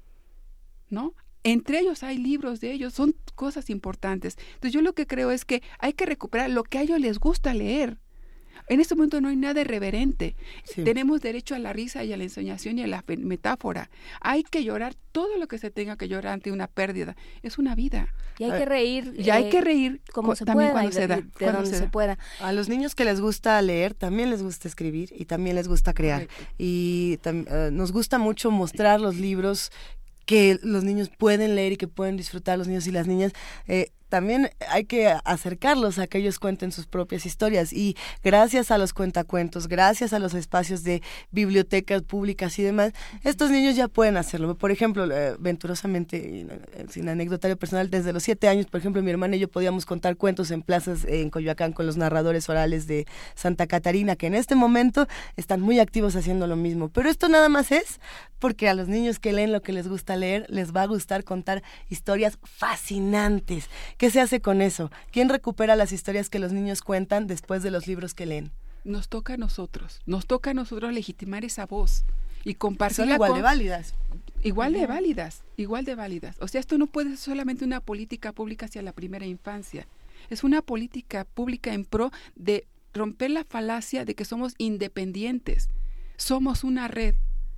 ¿no? Entre ellos hay libros de ellos, son cosas importantes. Entonces yo lo que creo es que hay que recuperar lo que a ellos les gusta leer. En este momento no hay nada irreverente. Sí. Tenemos derecho a la risa y a la ensoñación y a la metáfora. Hay que llorar todo lo que se tenga que llorar ante una pérdida. Es una vida. Y hay que reír. Y eh, hay que reír como se también pueda, cuando se da. De, de donde se, se pueda. A los niños que les gusta leer, también les gusta escribir y también les gusta crear. Correcto. Y tam, uh, nos gusta mucho mostrar los libros que los niños pueden leer y que pueden disfrutar, los niños y las niñas. Eh, También hay que acercarlos a que ellos cuenten sus propias historias y gracias a los cuentacuentos, gracias a los espacios de bibliotecas públicas y demás, estos niños ya pueden hacerlo. Por ejemplo, eh, venturosamente, sin anecdotario personal, desde los siete años, por ejemplo, mi hermana y yo podíamos contar cuentos en plazas eh, en Coyoacán con los narradores orales de Santa Catarina, que en este momento están muy activos haciendo lo mismo. Pero esto nada más es porque a los niños que leen lo que les gusta leer, les va a gustar contar historias fascinantes. ¿Qué se hace con eso? ¿Quién recupera las historias que los niños cuentan después de los libros que leen? Nos toca a nosotros, nos toca a nosotros legitimar esa voz y compartirla. Son igual con... de válidas. Igual de válidas, igual de válidas. O sea, esto no puede ser solamente una política pública hacia la primera infancia. Es una política pública en pro de romper la falacia de que somos independientes. Somos una red.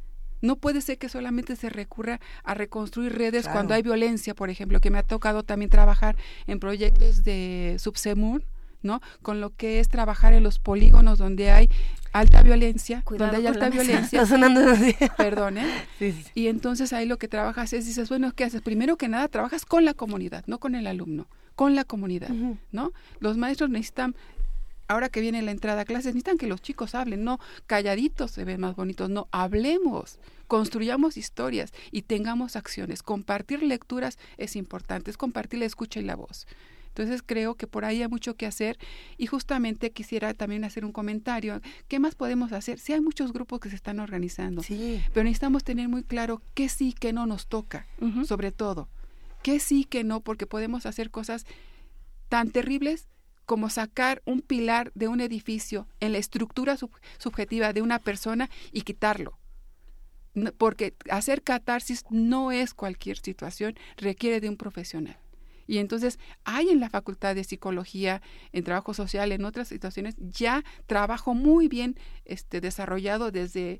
No puede ser que solamente se recurra a reconstruir redes claro. cuando hay violencia, por ejemplo, que me ha tocado también trabajar en proyectos de Subsemur, ¿no? Con lo que es trabajar en los polígonos donde hay alta violencia, Cuidado donde hay alta violencia. Está sonando así. Perdón, ¿eh? Sí, sí. Y entonces ahí lo que trabajas es, dices, bueno, ¿qué haces? Primero que nada, trabajas con la comunidad, no con el alumno, con la comunidad, uh-huh. ¿no? Los maestros necesitan... Ahora que viene la entrada a clases, necesitan que los chicos hablen, no calladitos se ven más bonitos, no, hablemos, construyamos historias y tengamos acciones. Compartir lecturas es importante, es compartir la escucha y la voz. Entonces creo que por ahí hay mucho que hacer y justamente quisiera también hacer un comentario. ¿Qué más podemos hacer? Sí hay muchos grupos que se están organizando, sí. pero necesitamos tener muy claro qué sí, qué no nos toca, uh-huh. sobre todo. Qué sí, qué no, porque podemos hacer cosas tan terribles como sacar un pilar de un edificio en la estructura sub- subjetiva de una persona y quitarlo. No, porque hacer catarsis no es cualquier situación, requiere de un profesional. Y entonces hay en la Facultad de Psicología, en Trabajo Social, en otras situaciones, ya trabajo muy bien este, desarrollado desde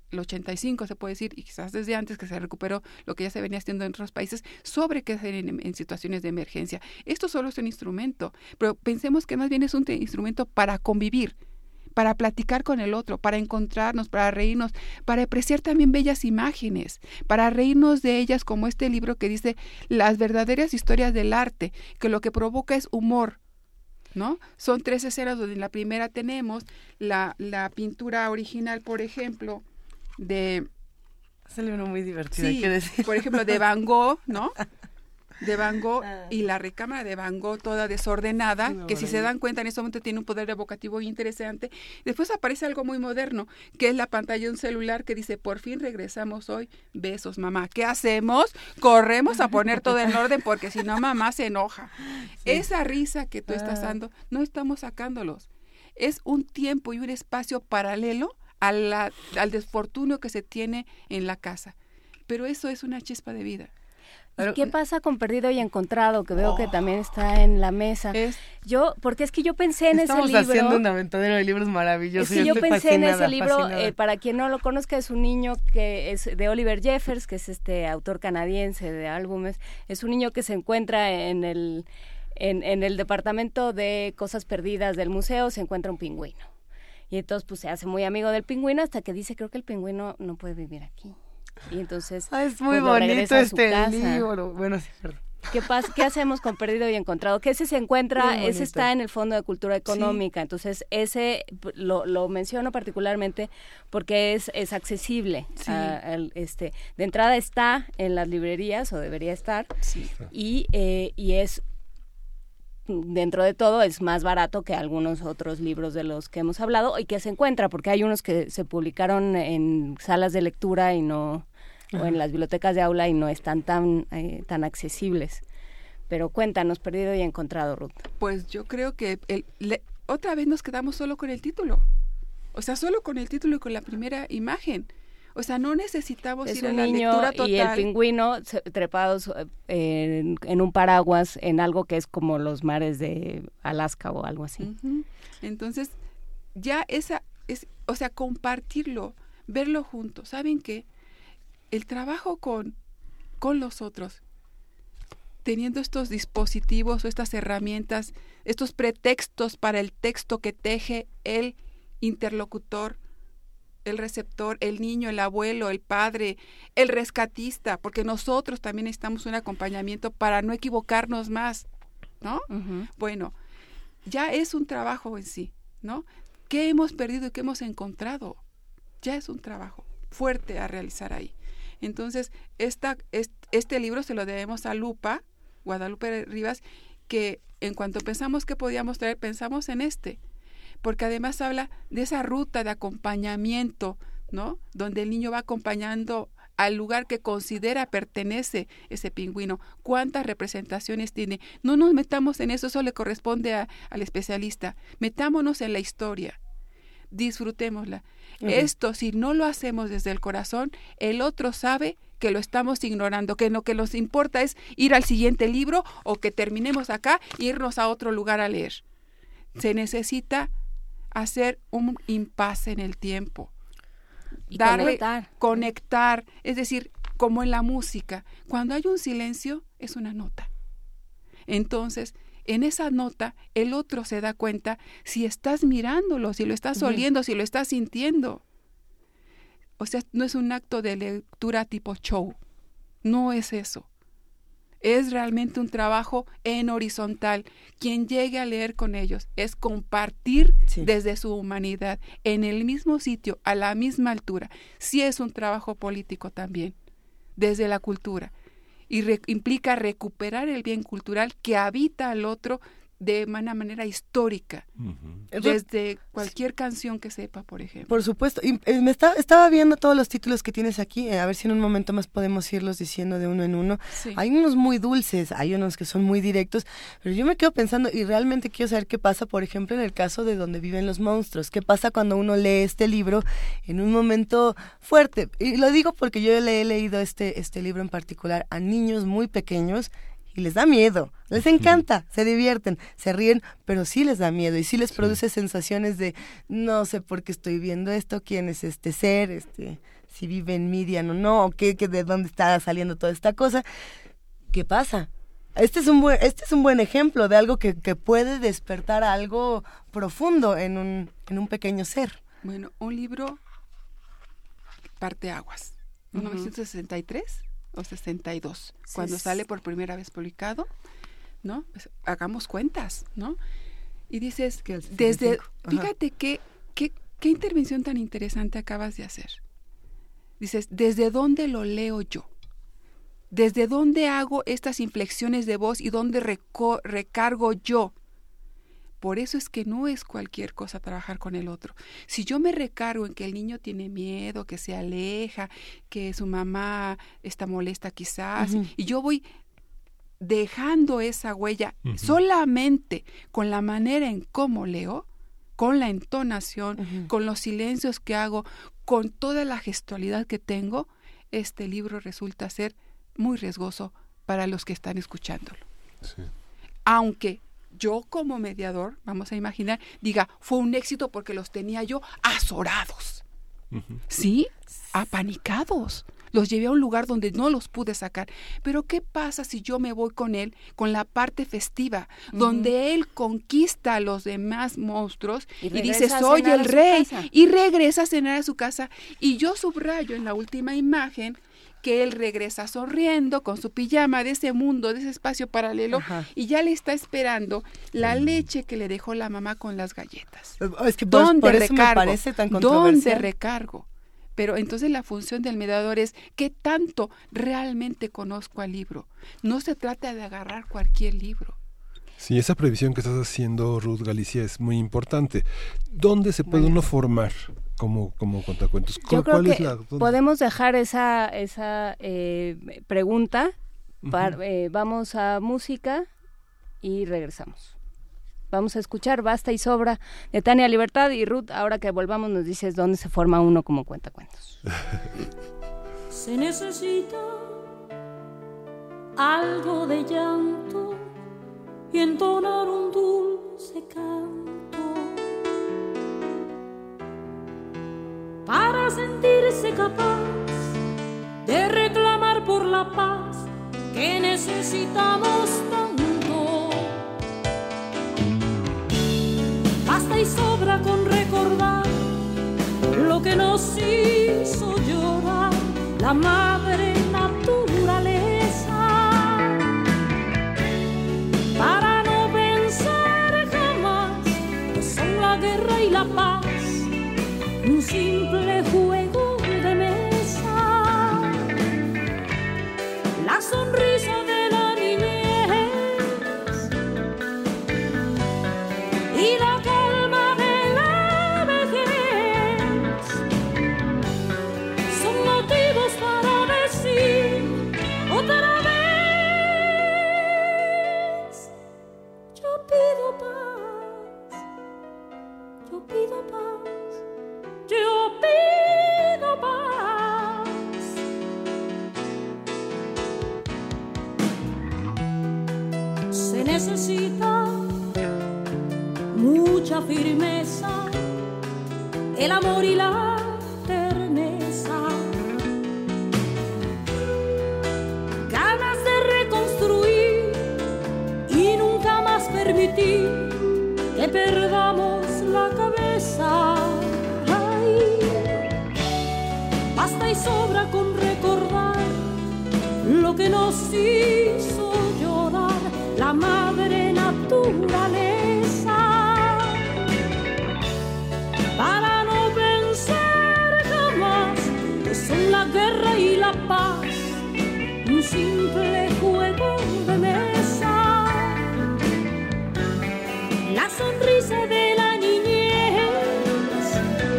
el ochenta y cinco se puede decir, y quizás desde antes que se recuperó lo que ya se venía haciendo en otros países, sobre qué hacer en, en situaciones de emergencia. Esto solo es un instrumento, pero pensemos que más bien es un te- instrumento para convivir, para platicar con el otro, para encontrarnos, para reírnos, para apreciar también bellas imágenes, para reírnos de ellas, como este libro que dice las verdaderas historias del arte, que lo que provoca es humor, ¿no? Son tres escenas donde en la primera tenemos la, la pintura original, por ejemplo, de... Es un libro muy divertido, sí, hay que decir. Por ejemplo, de Van Gogh, ¿no? De Van Gogh y la recámara de Van Gogh toda desordenada, No, que si se dan cuenta en este momento tiene un poder evocativo interesante. Después aparece algo muy moderno, que es la pantalla de un celular que dice, por fin regresamos hoy, besos mamá. ¿Qué hacemos? Corremos a poner todo en orden porque si no mamá se enoja. Sí. Esa risa que tú estás dando, no estamos sacándolos. Es un tiempo y un espacio paralelo a la, al desfortunio que se tiene en la casa. Pero eso es una chispa de vida. ¿Y qué pasa con Perdido y Encontrado? Que veo oh, que también está en la mesa. Es, yo, porque es que yo pensé en ese libro. Estamos haciendo un aventadero de libros maravillosos. Es que yo, yo pensé en ese libro, eh, para quien no lo conozca, es un niño que es de Oliver Jeffers, que es este autor canadiense de álbumes. Es un niño que se encuentra en el, en, en el departamento de cosas perdidas del museo, se encuentra un pingüino. Y entonces pues se hace muy amigo del pingüino hasta que dice, creo que el pingüino no puede vivir aquí. Y entonces ah, es muy pues, bonito este libro. Bueno, sí, perdón. ¿Qué pasa? ¿Qué hacemos con Perdido y Encontrado? Que ese se encuentra, ese está en el Fondo de Cultura Económica, sí. Entonces ese lo, lo menciono particularmente porque es, es accesible. Sí. A, a, este, de entrada está en las librerías, o debería estar, sí. y, eh, y es, dentro de todo, es más barato que algunos otros libros de los que hemos hablado, y que se encuentra, porque hay unos que se publicaron en salas de lectura y no... o en las bibliotecas de aula y no están tan eh, tan accesibles. Pero cuéntanos, Perdido y Encontrado, Ruth. Pues yo creo que el, le, otra vez nos quedamos solo con el título. O sea, solo con el título y con la primera imagen. O sea, no necesitamos es ir a la lectura total. Y el pingüino trepados eh, en, en un paraguas en algo que es como los mares de Alaska o algo así. Uh-huh. Entonces, ya esa, es, o sea, compartirlo, verlo juntos. ¿Saben qué? El trabajo con, con los otros, teniendo estos dispositivos o estas herramientas, estos pretextos para el texto que teje el interlocutor, el receptor, el niño, el abuelo, el padre, el rescatista, porque nosotros también necesitamos un acompañamiento para no equivocarnos más, ¿no? Uh-huh. Bueno, ya es un trabajo en sí, ¿no? ¿Qué hemos perdido y qué hemos encontrado? Ya es un trabajo fuerte a realizar ahí. Entonces, esta, este libro se lo debemos a Lupa, Guadalupe Rivas, que en cuanto pensamos que podíamos traer, pensamos en este, porque además habla de esa ruta de acompañamiento, ¿no? Donde el niño va acompañando al lugar que considera pertenece ese pingüino. ¿Cuántas representaciones tiene? No nos metamos en eso, eso le corresponde a, al especialista. Metámonos en la historia. Disfrutémosla. Uh-huh. Esto, si no lo hacemos desde el corazón, el otro sabe que lo estamos ignorando, que lo que nos importa es ir al siguiente libro o que terminemos acá e irnos a otro lugar a leer. Se necesita hacer un impasse en el tiempo. Y darle, conectar. conectar, es decir, como en la música, cuando hay un silencio es una nota. Entonces, en esa nota, el otro se da cuenta si estás mirándolo, si lo estás oliendo, uh-huh. si lo estás sintiendo. O sea, no es un acto de lectura tipo show. No es eso. Es realmente un trabajo en horizontal. Quien llegue a leer con ellos es compartir sí. desde su humanidad, en el mismo sitio, a la misma altura. Sí es un trabajo político también, desde la cultura. Y re- implica recuperar el bien cultural que habita al otro de una manera histórica, uh-huh. desde cualquier canción que sepa, por ejemplo. Por supuesto, y eh, me estaba, estaba viendo todos los títulos que tienes aquí, eh, a ver si en un momento más podemos irlos diciendo de uno en uno. Sí. Hay unos muy dulces, hay unos que son muy directos, pero yo me quedo pensando y realmente quiero saber qué pasa, por ejemplo, en el caso de Donde viven los monstruos, qué pasa cuando uno lee este libro en un momento fuerte, y lo digo porque yo le he leído este, este libro en particular a niños muy pequeños, y les da miedo, les encanta, se divierten, se ríen, pero sí les da miedo y sí les sí. produce sensaciones de no sé por qué estoy viendo esto, quién es este ser, este, si vive en Midian o no, o qué, qué, de dónde está saliendo toda esta cosa. ¿Qué pasa? Este es un buen, este es un buen ejemplo de algo que, que puede despertar algo profundo en un, en un pequeño ser. Bueno, un libro parteaguas, uh-huh. mil novecientos sesenta y tres o sesenta y dos, sí, cuando es... sale por primera vez publicado, ¿no? Pues hagamos cuentas, ¿no? Y dices, desde, fíjate qué, qué, qué intervención tan interesante acabas de hacer. Dices, ¿desde dónde lo leo yo? ¿Desde dónde hago estas inflexiones de voz y dónde reco- recargo yo? Por eso es que no es cualquier cosa trabajar con el otro. Si yo me recargo en que el niño tiene miedo, que se aleja, que su mamá está molesta quizás, uh-huh. y yo voy dejando esa huella uh-huh. solamente con la manera en cómo leo, con la entonación, uh-huh. con los silencios que hago, con toda la gestualidad que tengo, este libro resulta ser muy riesgoso para los que están escuchándolo. Sí. Aunque yo como mediador, vamos a imaginar, diga, fue un éxito porque los tenía yo azorados, uh-huh. ¿sí? Apanicados. Los llevé a un lugar donde no los pude sacar. Pero ¿qué pasa si yo me voy con él, con la parte festiva, uh-huh. donde él conquista a los demás monstruos y, y dice, soy el rey, y regresa a cenar a su casa? Y yo subrayo en la última imagen que él regresa sonriendo con su pijama de ese mundo, de ese espacio paralelo, ajá. y ya le está esperando la leche que le dejó la mamá con las galletas. Es que por, ¿Dónde por eso recargo? me parece tan controversial. ¿Dónde recargo? Pero entonces la función del mediador es ¿qué tanto realmente conozco al libro? No se trata de agarrar cualquier libro. Sí, esa previsión que estás haciendo, Ruth Galicia, es muy importante. ¿Dónde se puede bueno. uno formar como, como contacuentos? Yo creo ¿Cuál que es la, podemos dejar esa, esa eh, pregunta. Uh-huh. Para, eh, vamos a música y regresamos. Vamos a escuchar Basta y Sobra de Tania Libertad, y Ruth, ahora que volvamos nos dices dónde se forma uno como cuentacuentos. Se necesita algo de llanto y entonar un dulce canto para sentirse capaz de reclamar por la paz que necesitamos tanto. Basta y sobra con recordar lo que nos hizo llorar la madre naturaleza, para no pensar jamás que son la guerra y la paz un simple juego de mesa. La sonrisa de la niñez y la calma de la vejez son motivos para decir otra vez: yo pido paz, yo pido paz, yo pido paz. Se necesita mucha firmeza, el amor y la terneza, ganas de reconstruir y nunca más permitir que perdamos la cabeza. Ay, basta y sobra con recordar lo que nos hizo llorar la madre naturaleza, para no pensar jamás que son la guerra y la paz un simple juego de mesa. La sonrisa de la niñez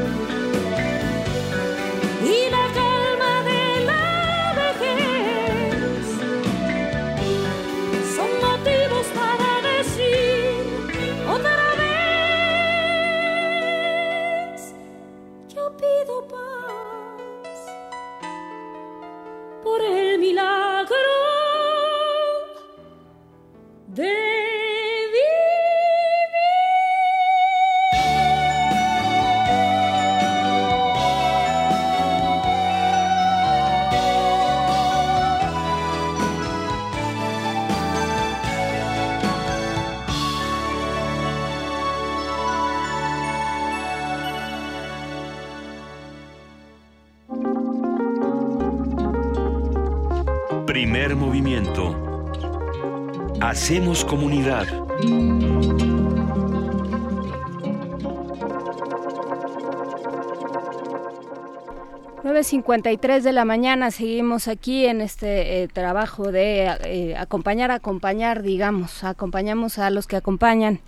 y la calma de la vejez son motivos para decir otra vez: yo pido paz por el milagro Primer movimiento. Hacemos comunidad. nueve cincuenta y tres de la mañana, seguimos aquí en este eh, trabajo de eh, acompañar, acompañar, digamos, acompañamos a los que acompañan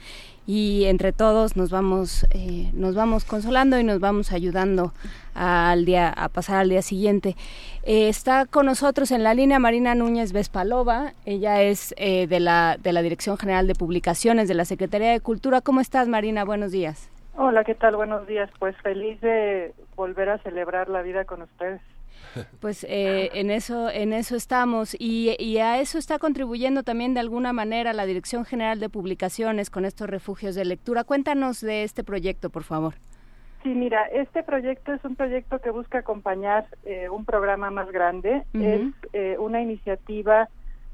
y entre todos nos vamos, eh, nos vamos consolando y nos vamos ayudando al día, a pasar al día siguiente. Eh, está con nosotros en la línea Marina Núñez Vespalova, ella es eh, de la de la Dirección General de Publicaciones de la Secretaría de Cultura. ¿Cómo estás, Marina? Buenos días. Hola, ¿qué tal? Buenos días. Pues feliz de volver a celebrar la vida con ustedes. Pues eh, en eso en eso estamos y, y a eso está contribuyendo también de alguna manera la Dirección General de Publicaciones con estos refugios de lectura. Cuéntanos de este proyecto, por favor. Sí, mira, este proyecto es un proyecto que busca acompañar eh, un programa más grande. Uh-huh. Es eh, una iniciativa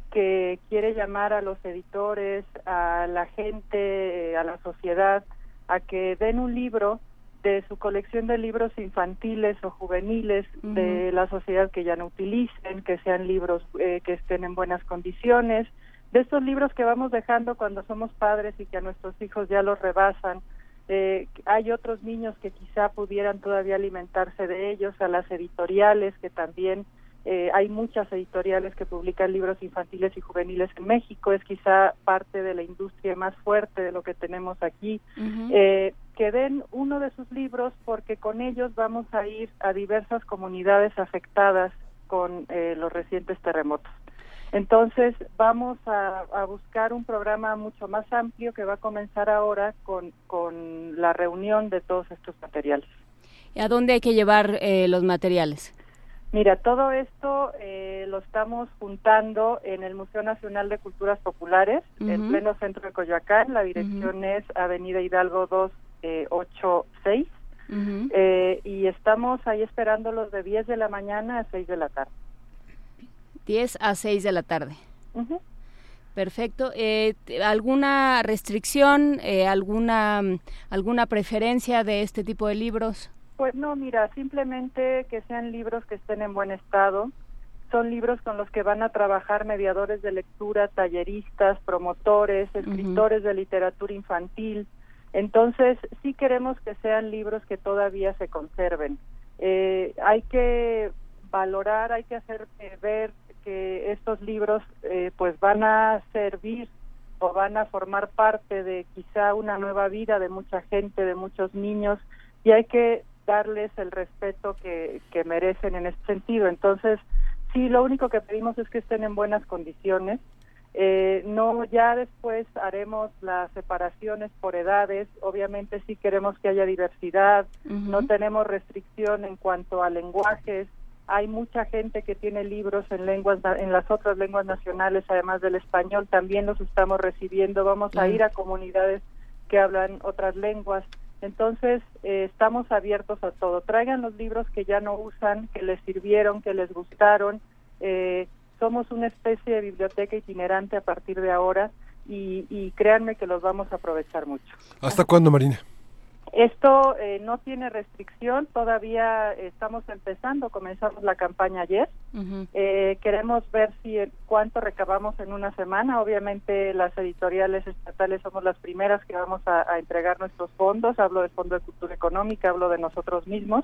que quiere llamar a los editores, a la gente, eh, a la sociedad, a que den un libro de su colección de libros infantiles o juveniles uh-huh. de la sociedad que ya no utilicen, que sean libros eh, que estén en buenas condiciones, de estos libros que vamos dejando cuando somos padres y que a nuestros hijos ya los rebasan. Eh, hay otros niños que quizá pudieran todavía alimentarse de ellos, a las editoriales que también Eh, hay muchas editoriales que publican libros infantiles y juveniles en México, es quizá parte de la industria más fuerte de lo que tenemos aquí, uh-huh. eh, que den uno de sus libros porque con ellos vamos a ir a diversas comunidades afectadas con eh, los recientes terremotos. Entonces vamos a, a buscar un programa mucho más amplio que va a comenzar ahora con, con la reunión de todos estos materiales. ¿Y a dónde hay que llevar eh, los materiales? Mira, todo esto eh, lo estamos juntando en el Museo Nacional de Culturas Populares, uh-huh. en pleno centro de Coyoacán. La dirección uh-huh. es Avenida Hidalgo doscientos ochenta y seis, uh-huh. eh, y estamos ahí esperándolos de diez de la mañana a seis de la tarde. diez a seis de la tarde. Uh-huh. Perfecto. Eh, ¿Alguna restricción, eh, alguna, alguna preferencia de este tipo de libros? Pues no, mira, simplemente que sean libros que estén en buen estado. Son libros con los que van a trabajar mediadores de lectura, talleristas, promotores, escritores uh-huh. de literatura infantil. Entonces, sí queremos que sean libros que todavía se conserven. Eh, hay que valorar, hay que hacer eh, ver que estos libros eh, pues van a servir o van a formar parte de quizá una nueva vida de mucha gente, de muchos niños, y hay que darles el respeto que, que merecen en este sentido. Entonces, sí, lo único que pedimos es que estén en buenas condiciones. Eh, no, ya después haremos las separaciones por edades. Obviamente sí queremos que haya diversidad, uh-huh. no tenemos restricción en cuanto a lenguajes. Hay mucha gente que tiene libros en lenguas, en las otras lenguas nacionales, además del español, también los estamos recibiendo. Vamos uh-huh. a ir a comunidades que hablan otras lenguas. Entonces, eh, estamos abiertos a todo. Traigan los libros que ya no usan, que les sirvieron, que les gustaron. Eh, somos una especie de biblioteca itinerante a partir de ahora y, y créanme que los vamos a aprovechar mucho. ¿Hasta cuándo, Marina? Esto eh, no tiene restricción, todavía estamos empezando, comenzamos la campaña ayer. Uh-huh. Eh, queremos ver si cuánto recabamos en una semana. Obviamente las editoriales estatales somos las primeras que vamos a, a entregar nuestros fondos. Hablo del Fondo de Cultura Económica, hablo de nosotros mismos.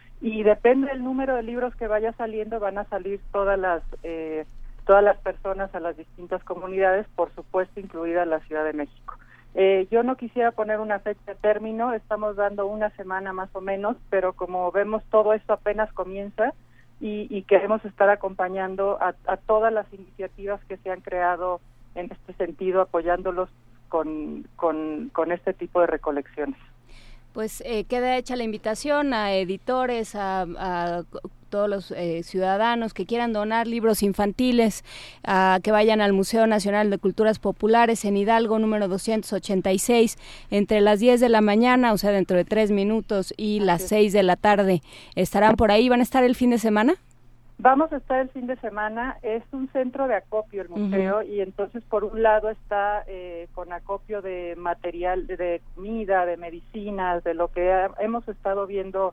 Y depende del número de libros que vaya saliendo, van a salir todas las eh, todas las personas a las distintas comunidades, por supuesto incluida la Ciudad de México. Eh, yo no quisiera poner una fecha de término, estamos dando una semana más o menos, pero como vemos todo esto apenas comienza y, y queremos estar acompañando a, a todas las iniciativas que se han creado en este sentido, apoyándolos con, con, con este tipo de recolecciones. Pues eh, queda hecha la invitación a editores, a, a todos los eh, ciudadanos que quieran donar libros infantiles, a que vayan al Museo Nacional de Culturas Populares en Hidalgo, número doscientos ochenta y seis, entre las diez de la mañana, o sea, dentro de tres minutos, y las seis de la tarde. ¿Estarán por ahí? ¿Van a estar el fin de semana? Vamos a estar el fin de semana. Es un centro de acopio el museo, uh-huh. y entonces por un lado está eh, con acopio de material, de, de comida, de medicinas, de lo que ha, hemos estado viendo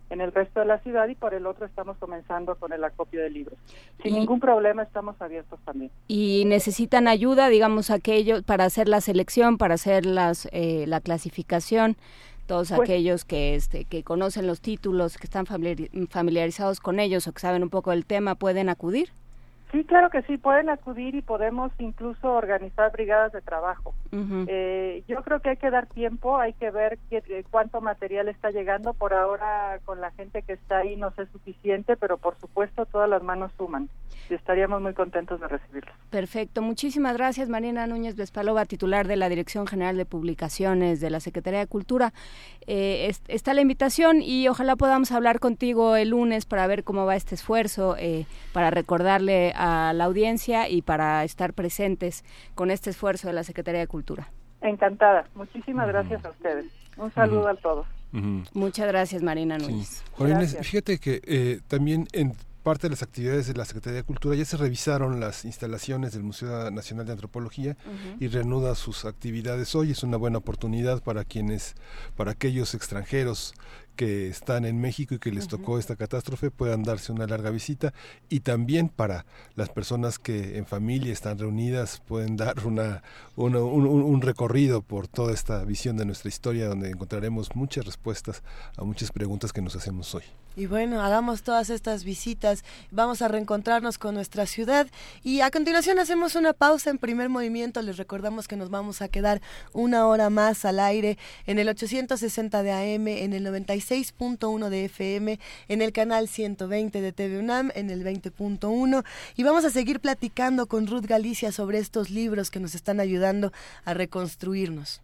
en el resto de la ciudad, y por el otro estamos comenzando con el acopio de libros. Sin y, ningún problema estamos abiertos también. ¿Y necesitan ayuda, digamos, aquellos para hacer la selección, para hacer las eh, la clasificación? Todos pues, aquellos que este que conocen los títulos, que están familiarizados con ellos o que saben un poco del tema, ¿pueden acudir? Sí, claro que sí, pueden acudir y podemos incluso organizar brigadas de trabajo. Uh-huh. Eh, yo creo que hay que dar tiempo, hay que ver qué, cuánto material está llegando. Por ahora, con la gente que está ahí no sé suficiente, pero por supuesto todas las manos suman y estaríamos muy contentos de recibirlos. Perfecto, muchísimas gracias, Marina Núñez Vespalova, titular de la Dirección General de Publicaciones de la Secretaría de Cultura. Eh, es, está la invitación y ojalá podamos hablar contigo el lunes para ver cómo va este esfuerzo, eh, para recordarle a la audiencia y para estar presentes con este esfuerzo de la Secretaría de Cultura. Encantada, muchísimas uh-huh. gracias a ustedes. Un saludo uh-huh. a todos. Uh-huh. Muchas gracias, Marina Núñez. Sí. Juan Inés, fíjate que eh, también en parte de las actividades de la Secretaría de Cultura ya se revisaron las instalaciones del Museo Nacional de Antropología uh-huh. y reanuda sus actividades hoy. Es una buena oportunidad para quienes, para aquellos extranjeros que están en México y que les tocó uh-huh. esta catástrofe, puedan darse una larga visita, y también para las personas que en familia están reunidas pueden dar una, una un, un recorrido por toda esta visión de nuestra historia, donde encontraremos muchas respuestas a muchas preguntas que nos hacemos hoy. Y bueno, hagamos todas estas visitas, vamos a reencontrarnos con nuestra ciudad y a continuación hacemos una pausa en Primer Movimiento. Les recordamos que nos vamos a quedar una hora más al aire en el ochocientos sesenta de A M, en el noventa y seis punto uno de F M, en el canal ciento veinte de T V UNAM, en el veinte punto uno, y vamos a seguir platicando con Ruth Galicia sobre estos libros que nos están ayudando a reconstruirnos.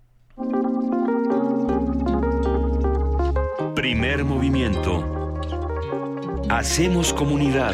Primer Movimiento. Hacemos comunidad.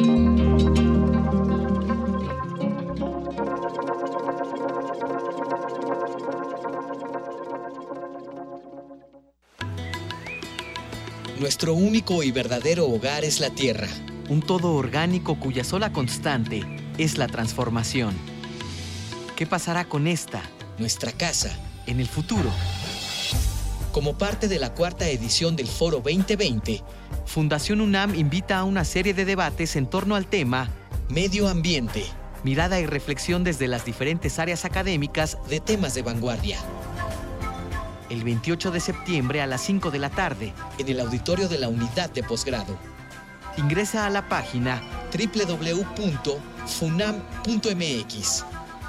Nuestro único y verdadero hogar es la tierra. Un todo orgánico cuya sola constante es la transformación. ¿Qué pasará con esta, nuestra casa, en el futuro? Como parte de la cuarta edición del Foro veinte veinte, Fundación UNAM invita a una serie de debates en torno al tema Medio Ambiente, mirada y reflexión desde las diferentes áreas académicas de temas de vanguardia. El veintiocho de septiembre a las cinco de la tarde, en el auditorio de la Unidad de Posgrado. Ingresa a la página doble u doble u doble u punto funam punto m x.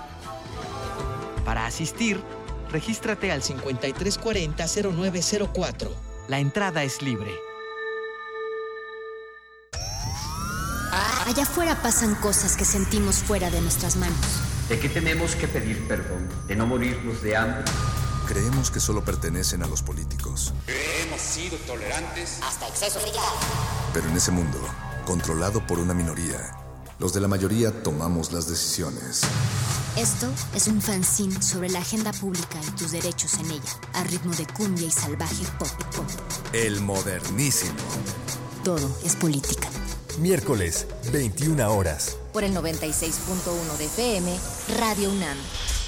Para asistir, regístrate al cincuenta y tres cuarenta cero nueve cero cuatro. La entrada es libre. Allá afuera pasan cosas que sentimos fuera de nuestras manos. ¿De qué tenemos que pedir perdón? ¿De no morirnos de hambre? Creemos que solo pertenecen a los políticos. Hemos sido tolerantes hasta exceso de ya. Pero en ese mundo, controlado por una minoría, los de la mayoría tomamos las decisiones. Esto es un fanzine sobre la agenda pública y tus derechos en ella, a ritmo de cumbia y salvaje pop pop. El modernísimo. Todo es política. Miércoles, veintiuna horas. Por el noventa y seis punto uno de F M, Radio UNAM.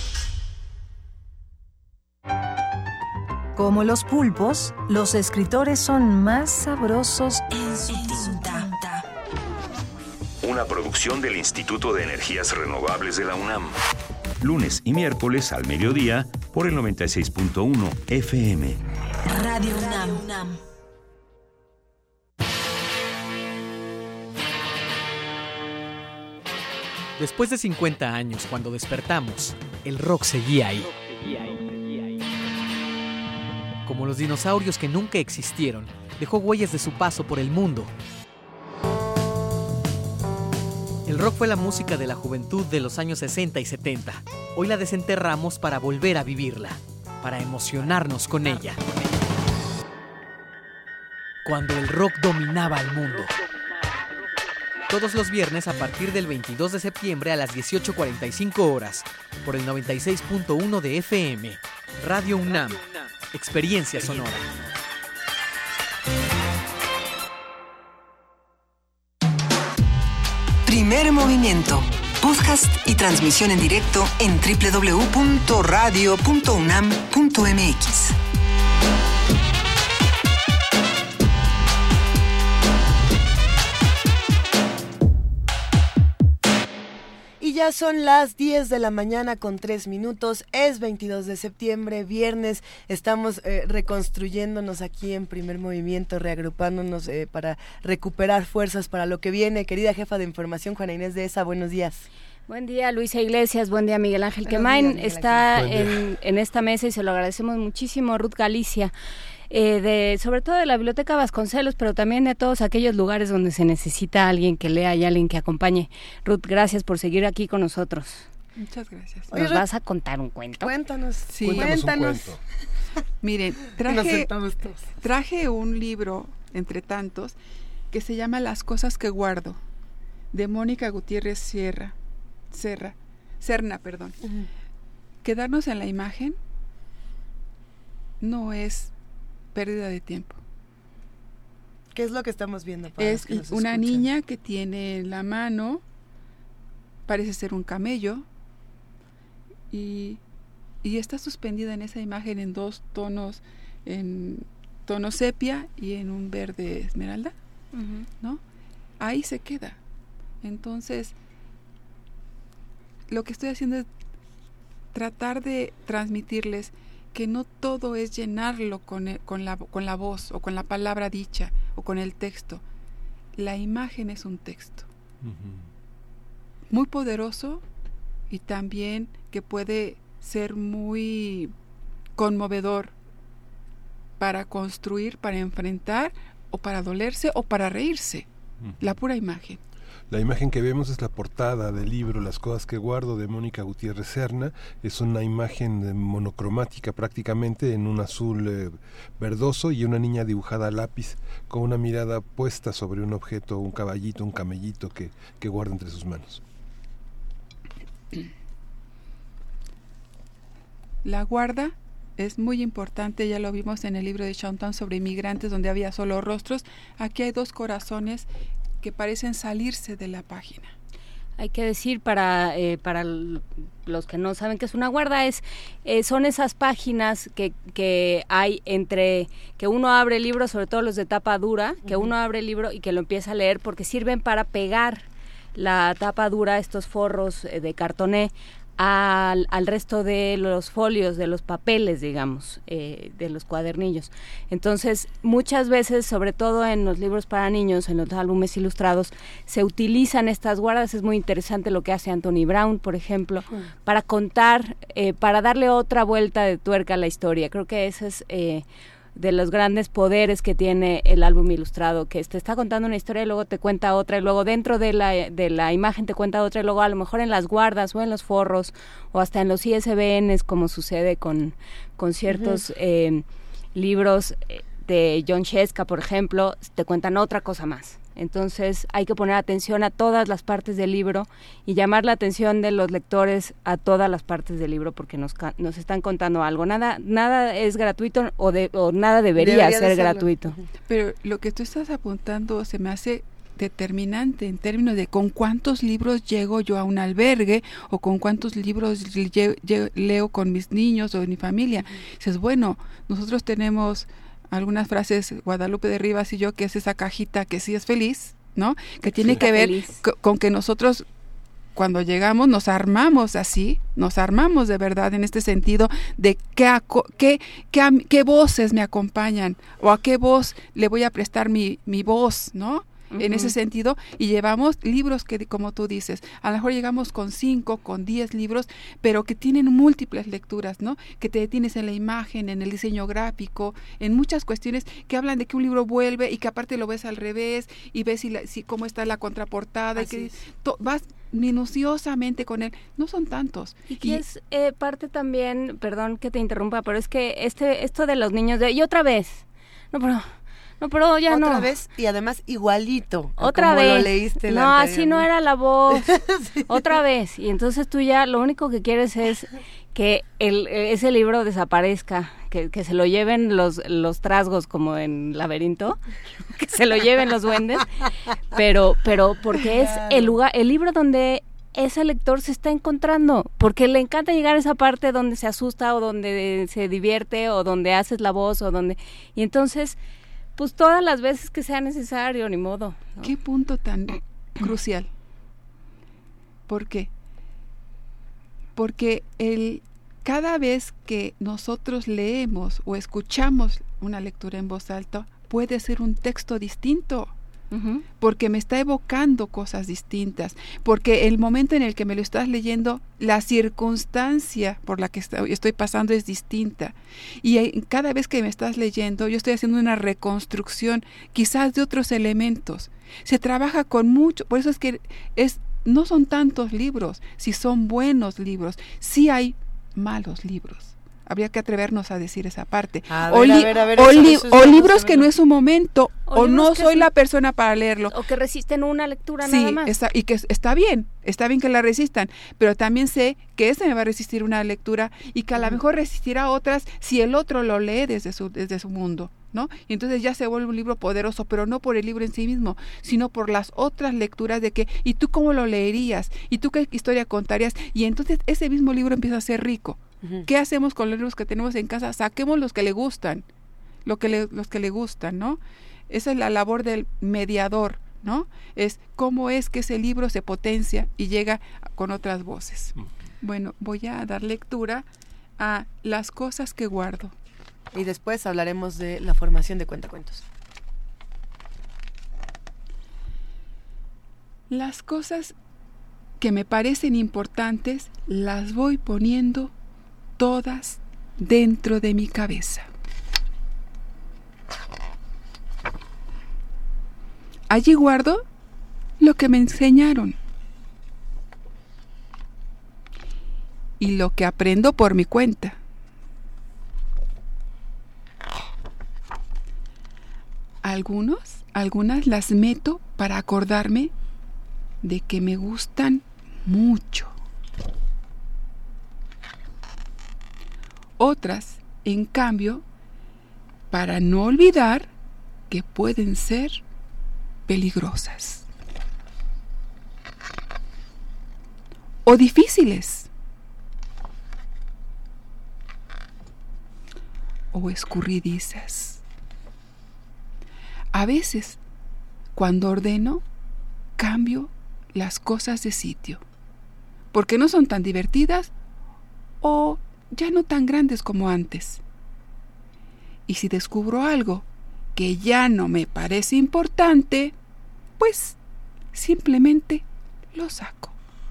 Como los pulpos, los escritores son más sabrosos en su tinta. Una producción del Instituto de Energías Renovables de la UNAM. Lunes y miércoles al mediodía por el noventa y seis punto uno F M. Radio UNAM. Después de cincuenta años, cuando despertamos, el rock seguía ahí. Como los dinosaurios que nunca existieron, dejó huellas de su paso por el mundo. El rock fue la música de la juventud de los años sesenta y setenta. Hoy la desenterramos para volver a vivirla, para emocionarnos con ella. Cuando el rock dominaba al mundo. Todos los viernes a partir del veintidós de septiembre a las dieciocho cuarenta y cinco horas, por el noventa y seis punto uno de F M, Radio UNAM, Experiencia Sonora. Primer Movimiento, podcast y transmisión en directo en doble u doble u doble u punto radio punto unam punto m x. Ya son las diez de la mañana con tres minutos, es veintidós de septiembre, viernes, estamos eh, reconstruyéndonos aquí en Primer Movimiento, reagrupándonos eh, para recuperar fuerzas para lo que viene. Querida jefa de información, Juana Inés de Esa, buenos días. Buen día, Luisa Iglesias, buen día, Miguel Ángel Quemain, está en, en esta mesa y se lo agradecemos muchísimo, Ruth Galicia. Eh, de sobre todo de la Biblioteca Vasconcelos, pero también de todos aquellos lugares donde se necesita alguien que lea y alguien que acompañe. Ruth, gracias por seguir aquí con nosotros. Muchas gracias. ¿Nos Oye, vas a contar un cuento? Cuéntanos. Sí. Cuéntanos. cuéntanos. Un cuento. Miren, traje, traje un libro, entre tantos, que se llama Las cosas que guardo, de Mónica Gutiérrez Sierra, Serra, Serna, perdón. Uh-huh. Quedarnos en la imagen no es pérdida de tiempo. ¿Qué es lo que estamos viendo? Para es los que nos una escuchan? niña que tiene en la mano, parece ser un camello, y, y está suspendida en esa imagen en dos tonos, en tono sepia y en un verde esmeralda, uh-huh. ¿no? Ahí se queda. Entonces, lo que estoy haciendo es tratar de transmitirles que no todo es llenarlo con, el, con, la, con la voz o con la palabra dicha o con el texto. La imagen es un texto. Uh-huh. Muy poderoso y también que puede ser muy conmovedor para construir, para enfrentar o para dolerse o para reírse. Uh-huh. La pura imagen. La imagen que vemos es la portada del libro Las cosas que guardo, de Mónica Gutiérrez Serna. Es una imagen monocromática prácticamente, en un azul eh, verdoso, y una niña dibujada a lápiz con una mirada puesta sobre un objeto, un caballito, un camellito que, que guarda entre sus manos. La guarda es muy importante, ya lo vimos en el libro de Shantan sobre inmigrantes, donde había solo rostros. Aquí hay dos corazones que parecen salirse de la página. Hay que decir para eh, para los que no saben qué es una guarda, es eh, son esas páginas que, que hay entre que uno abre el libro, sobre todo los de tapa dura, que uh-huh. uno abre el libro y que lo empieza a leer, porque sirven para pegar la tapa dura, estos forros eh, de cartoné, Al, al resto de los folios, de los papeles, digamos, eh, de los cuadernillos. Entonces, muchas veces, sobre todo en los libros para niños, en los álbumes ilustrados, se utilizan estas guardas. Es muy interesante lo que hace Anthony Brown, por ejemplo, uh-huh. para contar, eh, para darle otra vuelta de tuerca a la historia. Creo que ese es eh, de los grandes poderes que tiene el álbum ilustrado, que te está contando una historia y luego te cuenta otra, y luego dentro de la de la imagen te cuenta otra, y luego a lo mejor en las guardas o en los forros o hasta en los I S B Ns, como sucede con, con ciertos uh-huh. eh, libros de Jon Scieszka, por ejemplo, te cuentan otra cosa más. Entonces hay que poner atención a todas las partes del libro y llamar la atención de los lectores a todas las partes del libro, porque nos nos están contando algo. Nada nada es gratuito o, de, o nada debería, debería ser de gratuito. Pero lo que tú estás apuntando se me hace determinante en términos de con cuántos libros llego yo a un albergue o con cuántos libros lle- lle- leo con mis niños o mi familia. Dices, bueno, nosotros tenemos algunas frases, Guadalupe de Rivas y yo, que es esa cajita que sí es feliz, ¿no? Que tiene sí, que ver c- con que nosotros cuando llegamos nos armamos así, nos armamos de verdad en este sentido de qué, aco- qué, qué, qué voces me acompañan o a qué voz le voy a prestar mi, mi voz, ¿no? Uh-huh. En ese sentido, y llevamos libros que, como tú dices, a lo mejor llegamos con cinco, con diez libros, pero que tienen múltiples lecturas, ¿no? Que te detienes en la imagen, en el diseño gráfico, en muchas cuestiones que hablan de que un libro vuelve y que aparte lo ves al revés y ves si, la, si cómo está la contraportada. Así y que to, vas minuciosamente con él. No son tantos. Y que y, es eh, parte también, perdón que te interrumpa, pero es que este esto de los niños de, y otra vez, no, pero... No, pero ya otra no. Otra vez y además igualito. Otra como vez. Lo leíste no, anterior, así no era la voz. Sí. Otra vez. Y entonces tú ya lo único que quieres es que el ese libro desaparezca, que, que se lo lleven los los trasgos como en Laberinto, que se lo lleven los duendes, pero pero porque es el lugar, el libro donde ese lector se está encontrando, porque le encanta llegar a esa parte donde se asusta o donde se divierte o donde haces la voz o donde y entonces pues todas las veces que sea necesario, ni modo, ¿no? Qué punto tan crucial. ¿Por qué? porque el, cada vez que nosotros leemos o escuchamos una lectura en voz alta, puede ser un texto distinto. Uh-huh. Porque me está evocando cosas distintas, porque el momento en el que me lo estás leyendo, la circunstancia por la que estoy pasando es distinta, y cada vez que me estás leyendo yo estoy haciendo una reconstrucción quizás de otros elementos. Se trabaja con mucho, por eso es que es, no son tantos libros, si son buenos libros, sí hay malos libros. Habría que atrevernos a decir esa parte. A o, ver, li- a ver, a ver, o, eso, li- eso, eso, o libros que no es su momento, o, o no soy la persona para leerlo. O que resisten una lectura sí, nada más. Está, y que está bien, está bien que la resistan, pero también sé que ese me va a resistir una lectura y que a lo mejor resistirá otras si el otro lo lee desde su, desde su mundo, ¿no? Y entonces ya se vuelve un libro poderoso, pero no por el libro en sí mismo, sino por las otras lecturas de que, ¿y tú cómo lo leerías? ¿Y tú qué historia contarías? Y entonces ese mismo libro empieza a ser rico. Uh-huh. ¿Qué hacemos con los libros que tenemos en casa? Saquemos los que le gustan, lo que le, los que le gustan, ¿no? Esa es la labor del mediador, ¿no? Es cómo es que ese libro se potencia y llega con otras voces. Uh-huh. Bueno, voy a dar lectura a Las cosas que guardo. Y después hablaremos de la formación de cuentacuentos. Las cosas que me parecen importantes las voy poniendo todas dentro de mi cabeza. Allí guardo lo que me enseñaron y lo que aprendo por mi cuenta. Algunos, algunas las meto para acordarme de que me gustan mucho. Otras, en cambio, para no olvidar que pueden ser peligrosas o difíciles o escurridizas. A veces, cuando ordeno, cambio las cosas de sitio, porque no son tan divertidas o ya no tan grandes como antes. Y si descubro algo que ya no me parece importante, pues simplemente lo saco.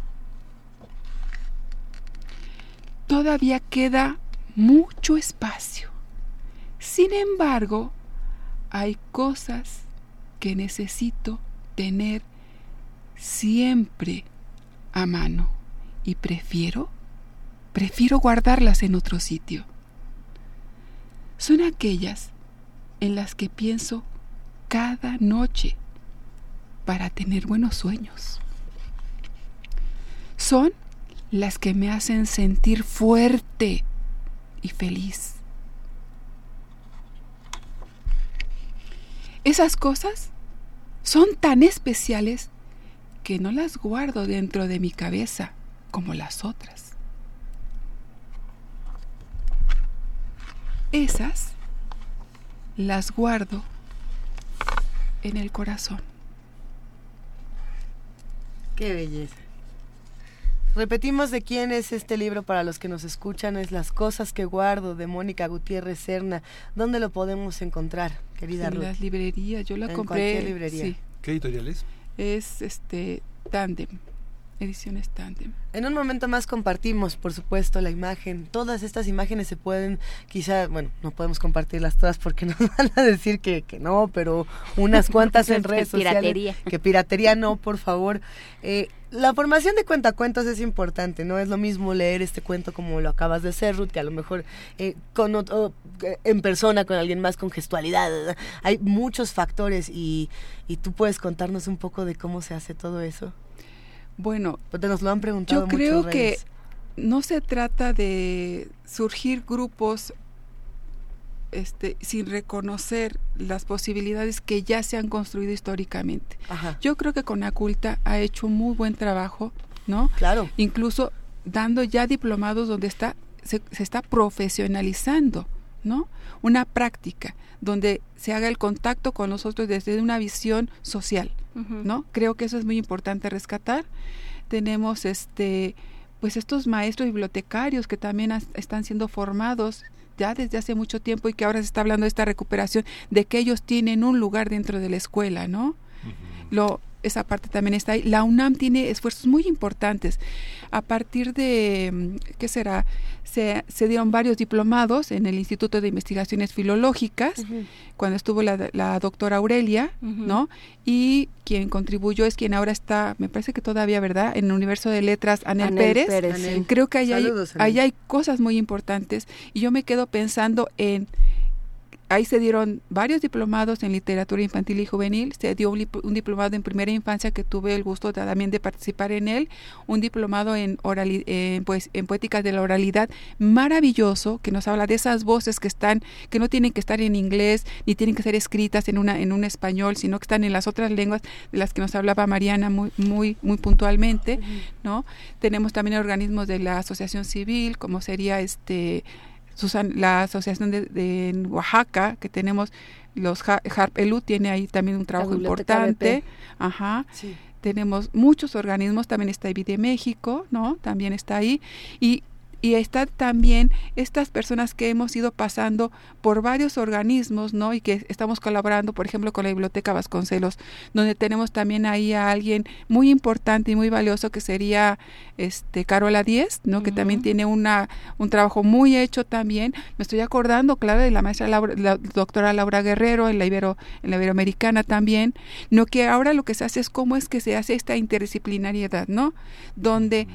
Todavía queda mucho espacio. Sin embargo, hay cosas que necesito tener siempre a mano y prefiero prefiero guardarlas en otro sitio. Son aquellas en las que pienso cada noche para tener buenos sueños. Son las que me hacen sentir fuerte y feliz. Esas cosas son tan especiales que no las guardo dentro de mi cabeza como las otras. Esas las guardo en el corazón. ¡Qué belleza! Repetimos de quién es este libro para los que nos escuchan. Es Las cosas que guardo, de Mónica Gutiérrez Serna. ¿Dónde lo podemos encontrar, querida Ruth? En las librerías, yo la en compré. Cualquier librería. Sí. ¿Qué editorial es? Es este Tándem. Ediciones Tándem. En un momento más compartimos, por supuesto, la imagen. Todas estas imágenes se pueden, quizá, bueno, no podemos compartirlas todas porque nos van a decir que, que no, pero unas cuantas en redes sociales. Piratería. Que piratería no, por favor. Eh, la formación de cuentacuentos es importante, no es lo mismo leer este cuento como lo acabas de hacer, Ruth, que a lo mejor eh, con otro, eh, en persona con alguien más con gestualidad. Hay muchos factores y, y tú puedes contarnos un poco de cómo se hace todo eso. Bueno, porque nos lo han preguntado yo creo muchas que redes. No se trata de surgir grupos este, sin reconocer las posibilidades que ya se han construido históricamente. Ajá. Yo creo que Conaculta ha hecho un muy buen trabajo, ¿no? Claro. Incluso dando ya diplomados donde está se, se está profesionalizando, ¿no? Una práctica donde se haga el contacto con nosotros desde una visión social, uh-huh. ¿no? Creo que eso es muy importante rescatar. Tenemos este pues estos maestros bibliotecarios que también as, están siendo formados ya desde hace mucho tiempo y que ahora se está hablando de esta recuperación, de que ellos tienen un lugar dentro de la escuela, ¿no? Uh-huh. Lo esa parte también está ahí. La UNAM tiene esfuerzos muy importantes. A partir de, ¿qué será? Se, se dieron varios diplomados en el Instituto de Investigaciones Filológicas, uh-huh. cuando estuvo la, la doctora Aurelia, uh-huh. ¿no? Y quien contribuyó es quien ahora está, me parece que todavía, ¿verdad?, en el Universo de Letras, Anel, Anel Pérez. Pérez Anel. Creo que ahí hay, ahí hay cosas muy importantes y yo me quedo pensando en... Ahí se dieron varios diplomados en literatura infantil y juvenil, se dio un, un diplomado en primera infancia que tuve el gusto de, también de participar en él, un diplomado en, orali, en, pues, en poética de la oralidad maravilloso, que nos habla de esas voces que están, que no tienen que estar en inglés, ni tienen que ser escritas en una en un español, sino que están en las otras lenguas de las que nos hablaba Mariana muy muy muy puntualmente, uh-huh. ¿no? Tenemos también organismos de la asociación civil, como sería este... Susan, la asociación de, de en Oaxaca, que tenemos los Harp-Elu, tiene ahí también un trabajo importante. Ajá. Sí. Tenemos muchos organismos, también está I B I de México, ¿no? También está ahí. Y y está también estas personas que hemos ido pasando por varios organismos, ¿no? Y que estamos colaborando, por ejemplo, con la Biblioteca Vasconcelos, donde tenemos también ahí a alguien muy importante y muy valioso que sería este Carola Díez, ¿no? Uh-huh. Que también tiene una un trabajo muy hecho también. Me estoy acordando, claro, de la maestra Laura, la doctora Laura Guerrero en la Ibero, en la Iberoamericana también, no, que ahora lo que se hace es cómo es que se hace esta interdisciplinariedad, ¿no? Donde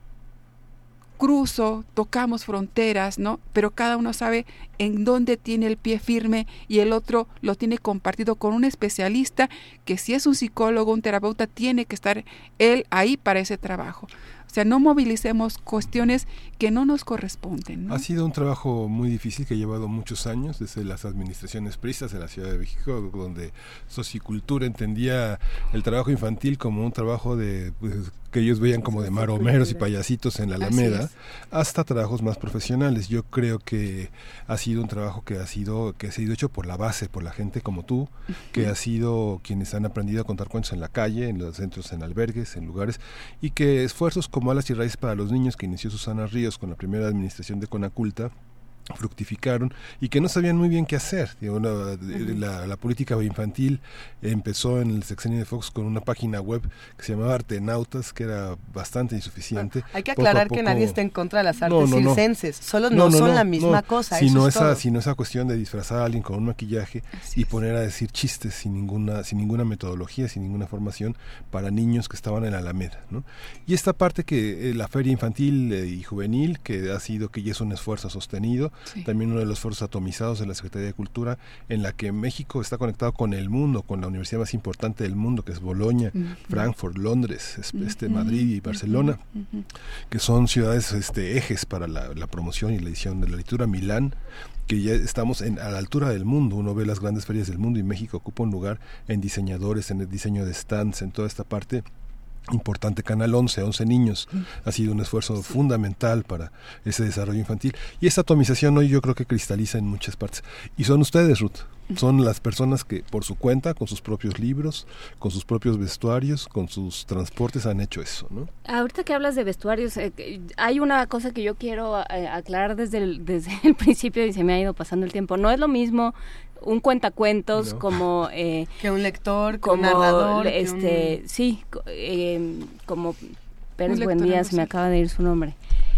cruzo, tocamos fronteras, ¿no? Pero cada uno sabe en dónde tiene el pie firme y el otro lo tiene compartido con un especialista que si es un psicólogo, un terapeuta, tiene que estar él ahí para ese trabajo. O sea, no movilicemos cuestiones que no nos corresponden, ¿no? Ha sido un trabajo muy difícil que ha llevado muchos años, desde las administraciones priistas de la Ciudad de México, donde Socicultura entendía el trabajo infantil como un trabajo de... Pues, que ellos veían como de maromeros y payasitos en la Alameda, hasta trabajos más profesionales. Yo creo que ha sido un trabajo que ha sido que ha sido hecho por la base, por la gente como tú, uh-huh. que ha sido quienes han aprendido a contar cuentos en la calle, en los centros, en albergues, en lugares, y que esfuerzos como Alas y Raíces para los Niños, que inició Susana Ríos con la primera administración de Conaculta, fructificaron y que no sabían muy bien qué hacer. Digo, la, la, la política infantil empezó en el sexenio de Fox con una página web que se llamaba Artenautas, que era bastante insuficiente. Hay que aclarar poco poco, que nadie está en contra de las artes no, no, circenses, solo no, no, no son no, la misma no, cosa. Sino eso es esa, todo. sino esa cuestión de disfrazar a alguien con un maquillaje Así y poner a decir chistes sin ninguna, sin ninguna metodología, sin ninguna formación para niños que estaban en la Alameda, ¿no? Y esta parte que eh, la feria infantil eh, y juvenil, que ha sido, que ya es un esfuerzo sostenido, Sí. también uno de los foros atomizados de la Secretaría de Cultura, en la que México está conectado con el mundo, con la universidad más importante del mundo, que es Bolonia, uh-huh. Frankfurt, Londres, este, uh-huh. Madrid y Barcelona, uh-huh. que son ciudades este, ejes para la, la promoción y la edición de la literatura. Milán, que ya estamos en, a la altura del mundo. Uno ve las grandes ferias del mundo y México ocupa un lugar en diseñadores, en el diseño de stands, en toda esta parte importante. Canal once, once niños, ha sido un esfuerzo sí. fundamental para ese desarrollo infantil. Y esta atomización hoy yo creo que cristaliza en muchas partes. Y son ustedes, Ruth. Son las personas que por su cuenta, con sus propios libros, con sus propios vestuarios, con sus transportes han hecho eso, ¿no? Ahorita que hablas de vestuarios, eh, hay una cosa que yo quiero eh, aclarar desde el, desde el principio y se me ha ido pasando el tiempo. No es lo mismo un cuentacuentos no. como eh, que un lector, como un narrador, este, un... sí, eh, como Pérez Buendía, se me acaba de ir su nombre.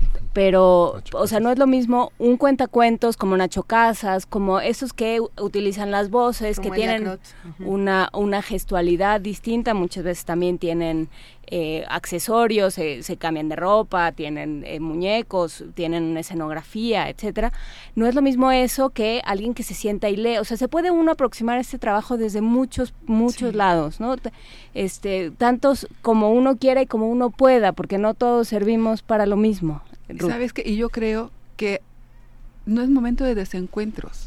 Pero, o sea, no es lo mismo un cuentacuentos como Nacho Casas, como esos que utilizan las voces, como que tienen uh-huh. una una gestualidad distinta, muchas veces también tienen eh, accesorios, eh, se cambian de ropa, tienen eh, muñecos, tienen una escenografía, etcétera. No es lo mismo eso que alguien que se sienta y lee. O sea, se puede uno aproximar a este trabajo desde muchos, muchos sí. lados, ¿no? Este, tantos como uno quiera y como uno pueda, porque no todos servimos para lo mismo. ¿Sabes qué? Y yo creo que no es momento de desencuentros.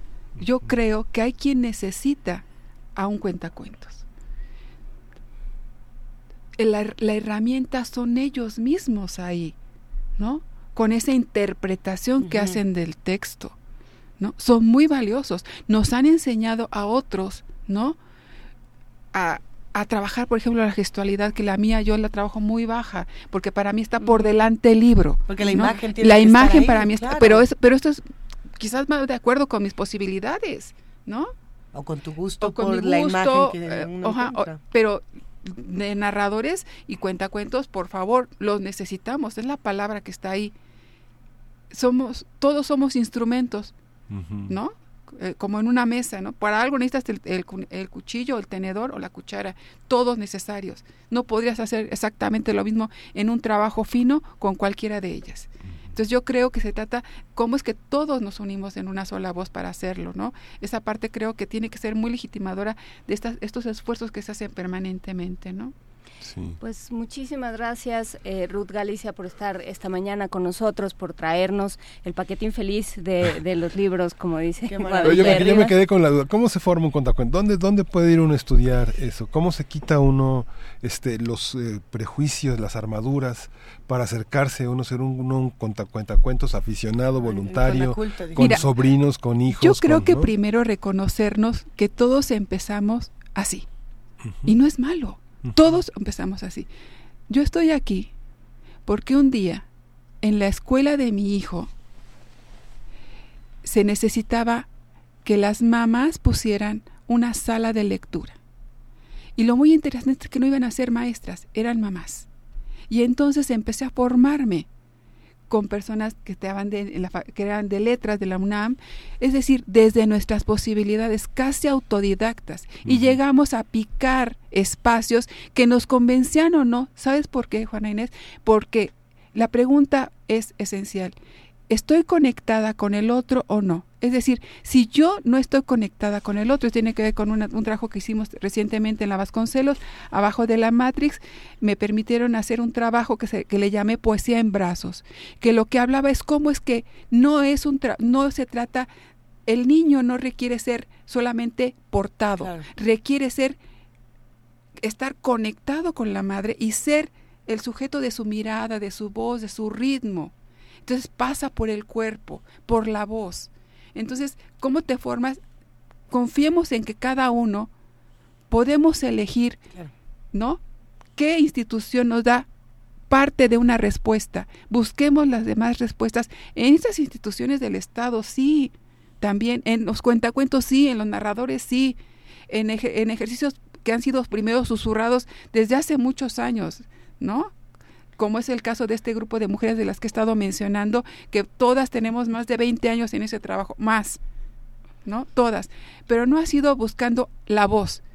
Yo creo que hay quien necesita a un cuentacuentos. La, la herramienta son ellos mismos ahí, ¿no? Con esa interpretación uh-huh. que hacen del texto, ¿no? Son muy valiosos. Nos han enseñado a otros, ¿no? A a trabajar, por ejemplo, la gestualidad, que la mía yo la trabajo muy baja, porque para mí está por delante el libro. Porque la ¿no? imagen tiene La que imagen estar para ahí, mí claro. está, pero, es, pero esto es quizás más de acuerdo con mis posibilidades, ¿no? O con tu gusto, o con por mi la gusto, imagen que eh, uno oja, encuentra. o, pero de narradores y cuentacuentos, por favor, los necesitamos, es la palabra que está ahí. Somos, todos somos instrumentos, uh-huh. ¿no? Eh, como en una mesa, ¿no? Para algo necesitas el, el, el cuchillo, el tenedor o la cuchara, todos necesarios. No podrías hacer exactamente lo mismo en un trabajo fino con cualquiera de ellas. Entonces yo creo que se trata cómo es que todos nos unimos en una sola voz para hacerlo, ¿no? Esa parte creo que tiene que ser muy legitimadora de estas, estos esfuerzos que se hacen permanentemente, ¿no? Sí. Pues muchísimas gracias, eh, Ruth Galicia, por estar esta mañana con nosotros, por traernos el paquetín feliz de, de los libros, como dice. Pero yo me, yo me quedé con la duda, ¿cómo se forma un contacuento? ¿Dónde, dónde puede ir uno a estudiar eso? ¿Cómo se quita uno este, los eh, prejuicios, las armaduras para acercarse a uno, ser un, uno un contacuentos aficionado, voluntario, con, culto, con Mira, sobrinos, con hijos? Yo creo con, que ¿no? primero reconocernos que todos empezamos así, uh-huh. y no es malo. Todos empezamos así. Yo estoy aquí porque un día en la escuela de mi hijo se necesitaba que las mamás pusieran una sala de lectura. Y lo muy interesante es que no iban a ser maestras, eran mamás. Y entonces empecé a formarme con personas que, estaban de, en la, que eran de letras de la UNAM, es decir, desde nuestras posibilidades casi autodidactas, uh-huh. y llegamos a picar espacios que nos convencían o no. ¿Sabes por qué, Juana Inés? Porque la pregunta es esencial. ¿Estoy conectada con el otro o no? Es decir, si yo no estoy conectada con el otro, tiene que ver con una, un trabajo que hicimos recientemente en la Vasconcelos, abajo de la Matrix, me permitieron hacer un trabajo que, se, que le llamé Poesía en Brazos, que lo que hablaba es cómo es que no, es un tra- no se trata, el niño no requiere ser solamente portado, claro. requiere ser, estar conectado con la madre y ser el sujeto de su mirada, de su voz, de su ritmo. Entonces pasa por el cuerpo, por la voz. Entonces, ¿cómo te formas? Confiemos en que cada uno podemos elegir, claro. ¿no? ¿Qué institución nos da parte de una respuesta? Busquemos las demás respuestas en estas instituciones del Estado, sí. También en los cuentacuentos, sí. En los narradores, sí. En, eje- en ejercicios que han sido primero susurrados desde hace muchos años, ¿no? Como es el caso de este grupo de mujeres de las que he estado mencionando, que todas tenemos más de veinte años en ese trabajo, más, ¿no? Todas, pero no ha sido buscando la voz.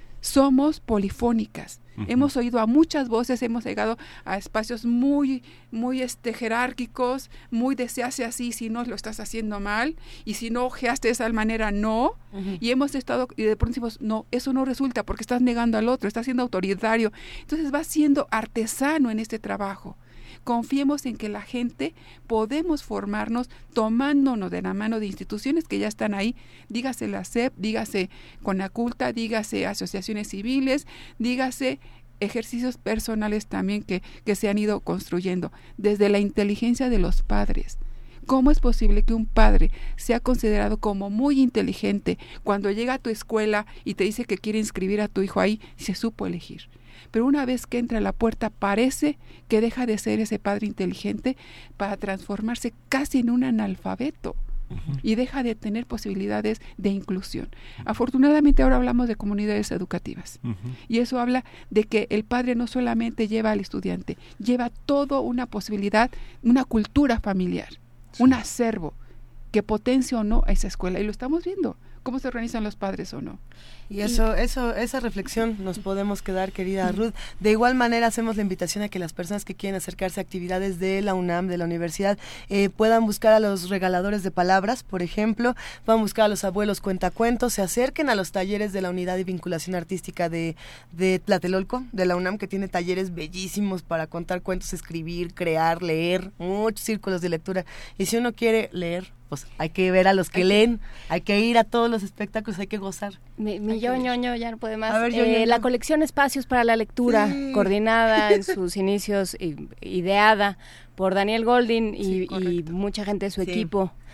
Somos polifónicas. Uh-huh. Hemos oído a muchas voces, hemos llegado a espacios muy, muy este, jerárquicos, muy de se hace así, si no lo estás haciendo mal, y si no ojeaste de esa manera, no. Uh-huh. Y hemos estado, y de pronto decimos, no, eso no resulta porque estás negando al otro, estás siendo autoritario. Entonces vas siendo artesano en este trabajo. Confiemos en que la gente podemos formarnos tomándonos de la mano de instituciones que ya están ahí, dígase la S E P, dígase Conaculta, dígase asociaciones civiles, dígase ejercicios personales también que, que se han ido construyendo, desde la inteligencia de los padres. ¿Cómo es posible que un padre sea considerado como muy inteligente cuando llega a tu escuela y te dice que quiere inscribir a tu hijo ahí, se supo elegir? Pero una vez que entra a la puerta parece que deja de ser ese padre inteligente para transformarse casi en un analfabeto. Uh-huh. Y deja de tener posibilidades de inclusión. Uh-huh. Afortunadamente ahora hablamos de comunidades educativas. Uh-huh. Y eso habla de que el padre no solamente lleva al estudiante, lleva toda una posibilidad, una cultura familiar, sí. un acervo que potencia o no a esa escuela. Y lo estamos viendo, cómo se organizan los padres o no. Y eso, eso, esa reflexión nos podemos quedar, querida Ruth. De igual manera hacemos la invitación a que las personas que quieren acercarse a actividades de la UNAM, de la universidad, eh, puedan buscar a los regaladores de palabras, por ejemplo, puedan buscar a los abuelos cuentacuentos, se acerquen a los talleres de la Unidad de Vinculación Artística de, de Tlatelolco, de la UNAM, que tiene talleres bellísimos para contar cuentos, escribir, crear, leer, muchos círculos de lectura. Y si uno quiere leer, pues hay que ver a los que leen, hay que ir a todos los espectáculos, hay que gozar. Mi, mi yo, ñoño, ya no puede más. A ver, yo, eh, yo, yo. La colección Espacios para la Lectura, sí. coordinada en sus inicios, ideada por Daniel Goldin y, sí, y mucha gente de su sí. equipo.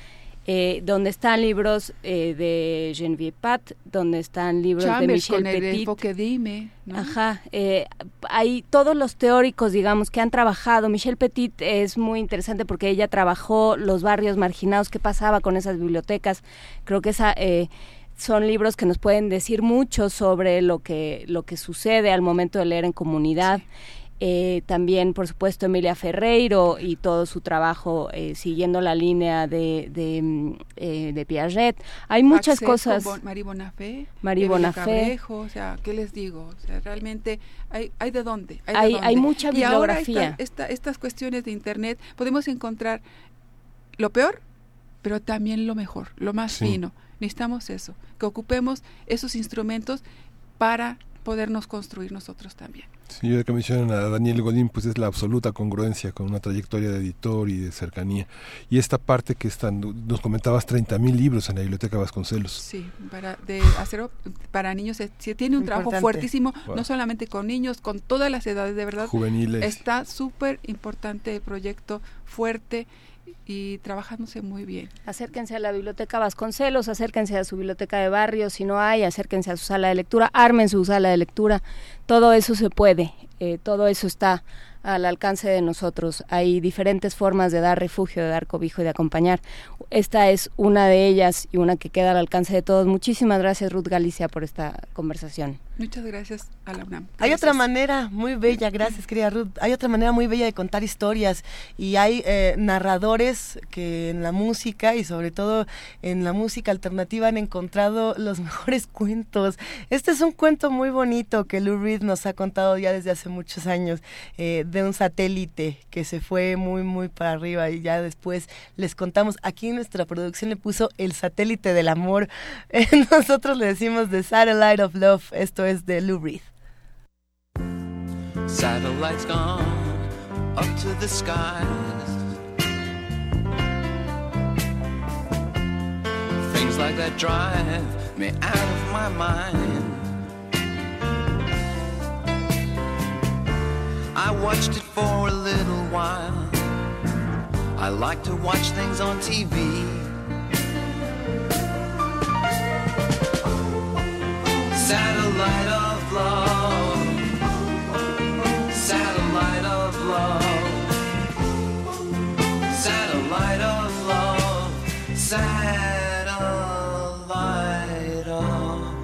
eh, donde están libros eh, de Geneviève Pat, donde están libros Chambers, de Michel con el Petit. enfoque Dime, ¿no? Ajá, eh, hay todos los teóricos, digamos, que han trabajado. Michel Petit es muy interesante porque ella trabajó los barrios marginados, qué pasaba con esas bibliotecas. Creo que esa... Eh, son libros que nos pueden decir mucho sobre lo que, lo que sucede al momento de leer en comunidad. Sí. Eh, también, por supuesto, Emilia Ferreiro y todo su trabajo eh, siguiendo la línea de, de, eh, de Piaget. Hay muchas Axel, cosas. Bon, Marie Bonafé. Marie Bonafé. Cabrejo, o sea, ¿qué les digo? O sea, realmente hay, hay de dónde. Hay, hay, de dónde. hay mucha bibliografía. Y ahora esta, esta, estas cuestiones de Internet, podemos encontrar lo peor, pero también lo mejor, lo más sí. fino. Necesitamos eso, que ocupemos esos instrumentos para podernos construir nosotros también. Sí, yo que mencionan a Daniel Godín, pues es la absoluta congruencia con una trayectoria de editor y de cercanía. Y esta parte que están, nos comentabas treinta mil libros en la Biblioteca Vasconcelos. Sí, para de hacer para niños se, se tiene un Importante. trabajo fuertísimo, wow. no solamente con niños, con todas las edades, de verdad. Juveniles. Está súper importante el proyecto, fuerte y trabajándose muy bien. Acérquense a la Biblioteca Vasconcelos, acérquense a su biblioteca de barrio, si no hay, acérquense a su sala de lectura, armen su sala de lectura, todo eso se puede, eh, todo eso está al alcance de nosotros. Hay diferentes formas de dar refugio, de dar cobijo y de acompañar. Esta es una de ellas y una que queda al alcance de todos. Muchísimas gracias, Ruth Galicia, por esta conversación. Muchas gracias a la UNAM. Gracias. Hay otra manera muy bella, gracias querida Ruth, hay otra manera muy bella de contar historias y hay eh, narradores que en la música y sobre todo en la música alternativa han encontrado los mejores cuentos. Este es un cuento muy bonito que Lou Reed nos ha contado ya desde hace muchos años, eh, de un satélite que se fue muy muy para arriba y ya después les contamos. Aquí nuestra producción le puso el satélite del amor, eh, nosotros le decimos The Satellite of Love. Esto es de Lou Reed. Satellites gone up to the skies. Things like that drive me out of my mind. I watched it for a little while. I like to watch things on T V. Satellite of love, satellite of love, satellite of love, satellite of.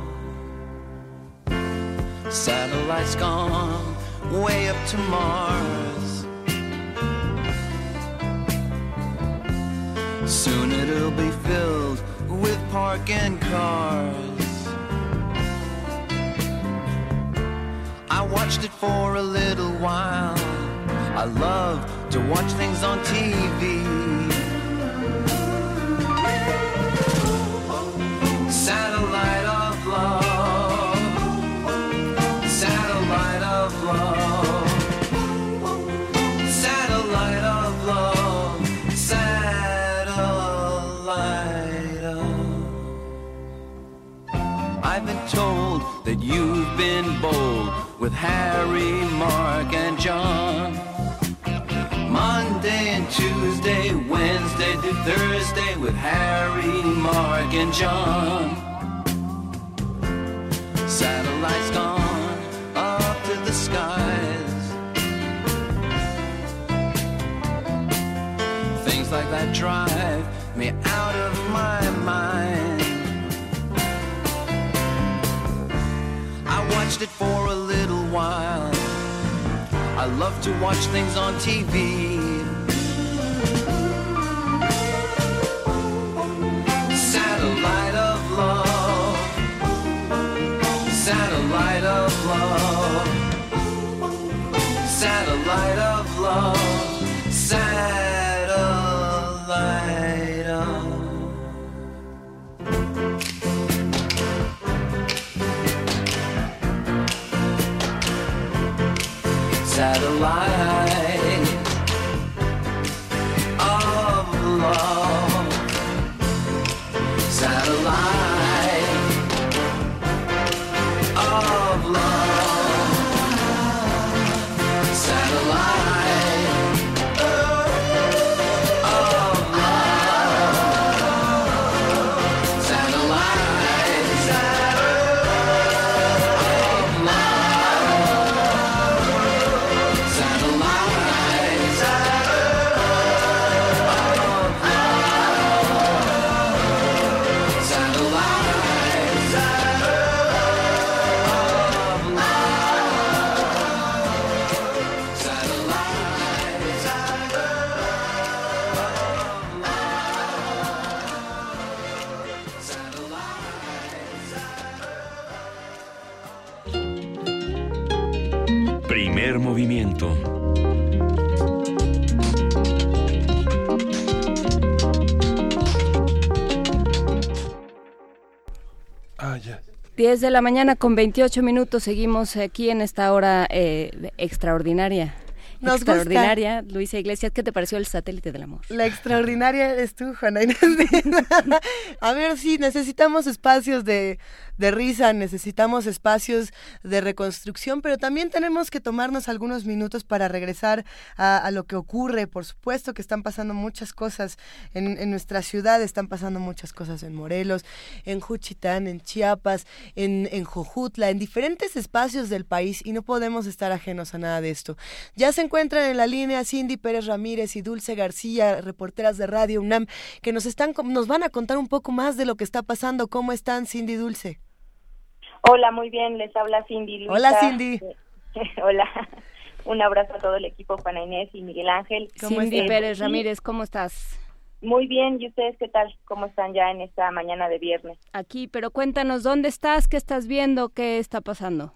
Satellite's gone way up to Mars. Soon it'll be filled with parking cars. I watched it for a little while. I love to watch things on T V. Satellite of love, satellite of love, satellite of love, satellite of. I've been told that you've been bold with Harry, Mark, and John. Monday and Tuesday, Wednesday to Thursday with Harry, Mark, and John. Satellites gone up to the skies. Things like that drive me out of my mind. I watched it for a little while. I love to watch things on T V. Satellite of love, satellite of love, satellite of love, satellite of. Satellite of love, satellite of love, satellite of love. Primer movimiento. Ah, ya. diez de la mañana con veintiocho minutos, seguimos aquí en esta hora eh, extraordinaria. Nos extraordinaria, gusta. Luisa Iglesias, ¿qué te pareció el satélite del amor? La extraordinaria eres tú, Juana Inés. A ver, sí, necesitamos espacios de, de risa, necesitamos espacios de reconstrucción, pero también tenemos que tomarnos algunos minutos para regresar a, a lo que ocurre. Por supuesto que están pasando muchas cosas en, en nuestra ciudad, están pasando muchas cosas en Morelos, en Juchitán, en Chiapas, en, en Jojutla, en diferentes espacios del país, y no podemos estar ajenos a nada de esto. Ya se encuentran en la línea Cindy Pérez Ramírez y Dulce García, reporteras de Radio UNAM, que nos están nos van a contar un poco más de lo que está pasando. ¿Cómo están, Cindy y Dulce? Hola, muy bien, les habla Cindy Luisa. Hola, Cindy. Hola, un abrazo a todo el equipo, Juana Inés y Miguel Ángel. Cindy Pérez Ramírez, ¿cómo estás? Muy bien, ¿y ustedes qué tal? ¿Cómo están ya en esta mañana de viernes? Aquí, pero cuéntanos, ¿dónde estás? ¿Qué estás viendo? ¿Qué está pasando?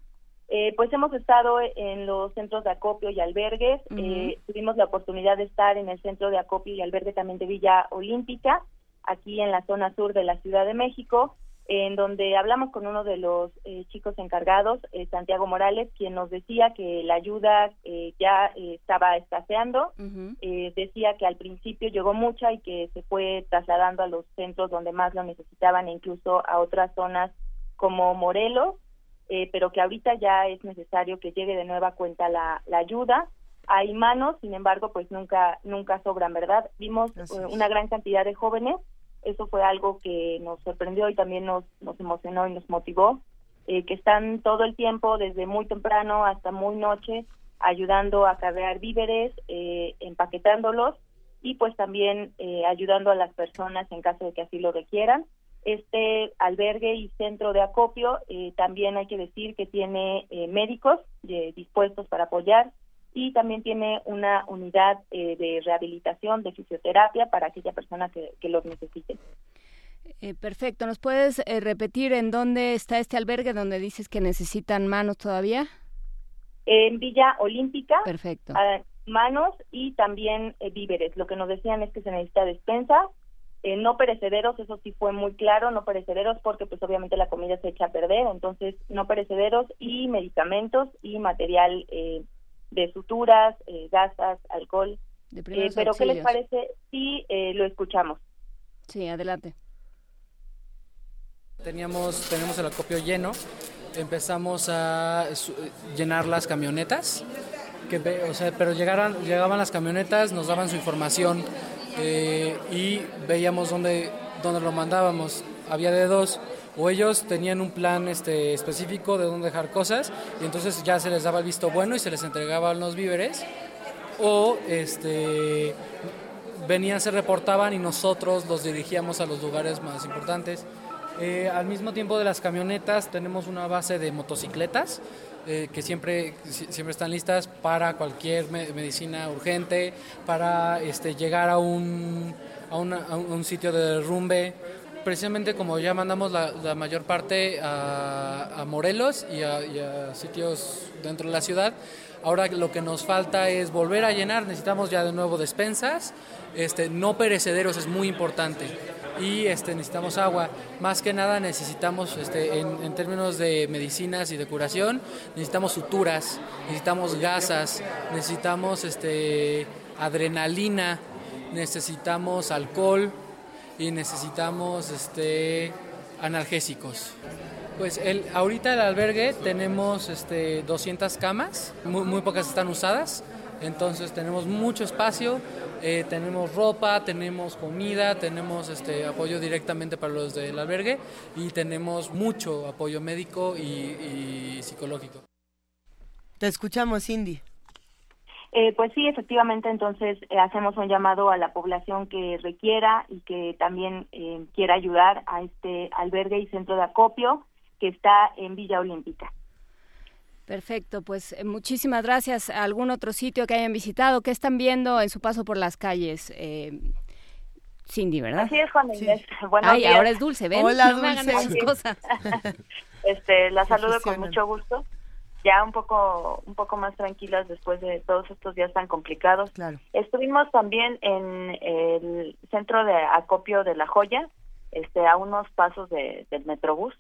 Eh, pues hemos estado en los centros de acopio y albergues. Uh-huh. eh, tuvimos la oportunidad de estar en el centro de acopio y albergue también de Villa Olímpica, aquí en la zona sur de la Ciudad de México, en donde hablamos con uno de los eh, chicos encargados, eh, Santiago Morales, quien nos decía que la ayuda eh, ya eh, estaba escaseando. Uh-huh. eh, decía que al principio llegó mucha y que se fue trasladando a los centros donde más lo necesitaban e incluso a otras zonas como Morelos. Eh, pero que ahorita ya es necesario que llegue de nueva cuenta la, la ayuda. Hay manos, sin embargo, pues nunca nunca sobran, ¿verdad? Vimos eh, una gran cantidad de jóvenes, eso fue algo que nos sorprendió y también nos, nos emocionó y nos motivó, eh, que están todo el tiempo, desde muy temprano hasta muy noche, ayudando a cargar víveres, eh, empaquetándolos y pues también eh, ayudando a las personas en caso de que así lo requieran. Este albergue y centro de acopio eh, también hay que decir que tiene eh, médicos eh, dispuestos para apoyar y también tiene una unidad eh, de rehabilitación, de fisioterapia para aquella persona que, que los necesite. Eh, perfecto. ¿Nos puedes eh, repetir en dónde está este albergue donde dices que necesitan manos todavía? En Villa Olímpica. Perfecto. Uh, manos y también eh, víveres. Lo que nos decían es que se necesita despensa. Eh, no perecederos, eso sí fue muy claro, no perecederos porque pues obviamente la comida se echa a perder, entonces no perecederos y medicamentos y material eh, de suturas, eh, gasas, alcohol. De eh, pero auxilios. ¿Qué les parece si eh, lo escuchamos? Sí, adelante. Teníamos, tenemos el acopio lleno, empezamos a llenar las camionetas, que, o sea, pero llegaran, llegaban las camionetas, nos daban su información. Eh, y veíamos dónde, dónde lo mandábamos. Había de dos, o ellos tenían un plan este, específico de dónde dejar cosas y entonces ya se les daba el visto bueno y se les entregaban los víveres, o este, venían, se reportaban y nosotros los dirigíamos a los lugares más importantes. Eh, al mismo tiempo de las camionetas tenemos una base de motocicletas eh, que siempre, siempre están listas para cualquier me- medicina urgente, para este, llegar a un, a, una, a un sitio de derrumbe. Precisamente como ya mandamos la, la mayor parte a, a Morelos y a, y a sitios dentro de la ciudad, ahora lo que nos falta es volver a llenar. Necesitamos ya de nuevo despensas, este, no perecederos, es muy importante. Y este, necesitamos agua. Más que nada necesitamos, este, en, en términos de medicinas y de curación, necesitamos suturas, necesitamos gasas, necesitamos este, adrenalina, necesitamos alcohol y necesitamos este, analgésicos. Pues el, ahorita el albergue tenemos este, doscientas camas, muy, muy pocas están usadas, entonces tenemos mucho espacio. Eh, tenemos ropa, tenemos comida, tenemos este apoyo directamente para los del albergue y tenemos mucho apoyo médico y, y psicológico. Te escuchamos, Cindy. Eh, pues sí, efectivamente, entonces eh, hacemos un llamado a la población que requiera y que también eh, quiera ayudar a este albergue y centro de acopio que está en Villa Olímpica. Perfecto, pues eh, muchísimas gracias. ¿Algún otro sitio que hayan visitado? ¿Qué están viendo en su paso por las calles? Eh, Cindy, ¿verdad? Así es, Juan Inés. Sí. Buenos Ay, días. ahora es Dulce, ¿ven? Hola, no me hagan Dulce. esas cosas. Este, la saludo con mucho gusto. ya un poco un poco más tranquilas después de todos estos días tan complicados. Claro. Estuvimos también en el centro de acopio de La Joya, este a unos pasos de, del Metrobús.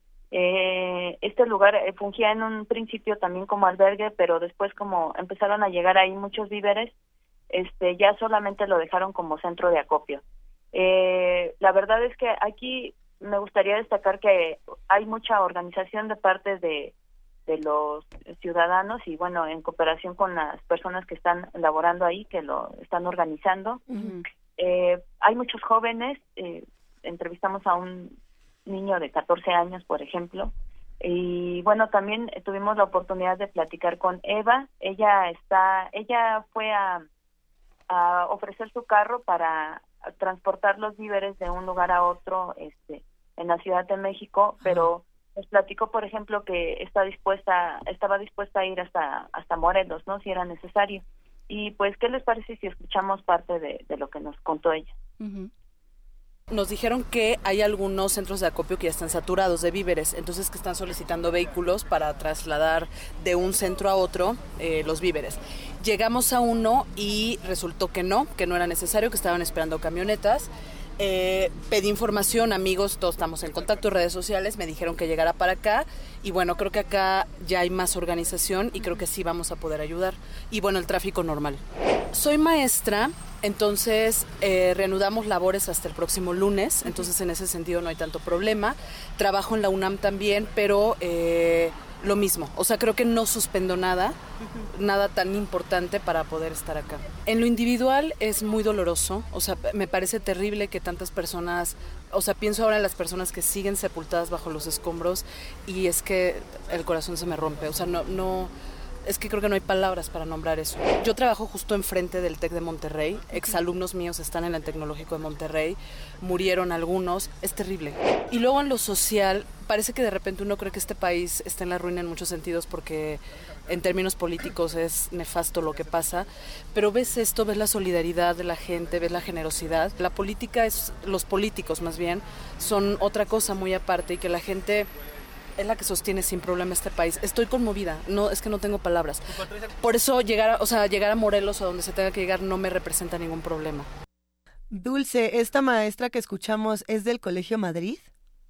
Eh, este lugar eh, fungía en un principio también como albergue, pero después como empezaron a llegar ahí muchos víveres, este ya solamente lo dejaron como centro de acopio. Eh, la verdad es que aquí me gustaría destacar que hay mucha organización de parte de, de los ciudadanos y bueno, en cooperación con las personas que están laborando ahí, que lo están organizando. Uh-huh. Eh, hay muchos jóvenes, eh, entrevistamos a un niño de catorce años, por ejemplo, y bueno, también tuvimos la oportunidad de platicar con Eva. Ella está, ella fue a, a ofrecer su carro para transportar los víveres de un lugar a otro, este, en la Ciudad de México, pero nos platicó, por ejemplo, que está dispuesta, estaba dispuesta a ir hasta hasta Morelos, ¿no? Si era necesario. Y pues, ¿qué les parece si escuchamos parte de, de lo que nos contó ella? Uh-huh. Nos dijeron que hay algunos centros de acopio que ya están saturados de víveres, entonces que están solicitando vehículos para trasladar de un centro a otro eh, los víveres. Llegamos a uno y resultó que no, que no era necesario, que estaban esperando camionetas. Eh, pedí información, amigos, todos estamos en contacto, redes sociales, me dijeron que llegara para acá y bueno, creo que acá ya hay más organización y creo que sí vamos a poder ayudar. Y bueno, el tráfico normal. Soy maestra, entonces eh, reanudamos labores hasta el próximo lunes, entonces en ese sentido no hay tanto problema. Trabajo en la UNAM también, pero eh, lo mismo, o sea, creo que no suspendo nada, uh-huh. nada tan importante para poder estar acá. En lo individual es muy doloroso, o sea, me parece terrible que tantas personas, o sea, pienso ahora en las personas que siguen sepultadas bajo los escombros y es que el corazón se me rompe, o sea, no, no, es que creo que no hay palabras para nombrar eso. Yo trabajo justo enfrente del TEC de Monterrey, exalumnos míos están en el Tecnológico de Monterrey, murieron algunos, es terrible. Y luego en lo social, parece que de repente uno cree que este país está en la ruina en muchos sentidos porque en términos políticos es nefasto lo que pasa, pero ves esto, ves la solidaridad de la gente, ves la generosidad. La política es, los políticos más bien, son otra cosa muy aparte y que la gente es la que sostiene sin problema este país. Estoy conmovida, no es que no tengo palabras. Por eso llegar a, o sea, llegar a Morelos o a donde se tenga que llegar no me representa ningún problema. Dulce, esta maestra que escuchamos es del Colegio Madrid.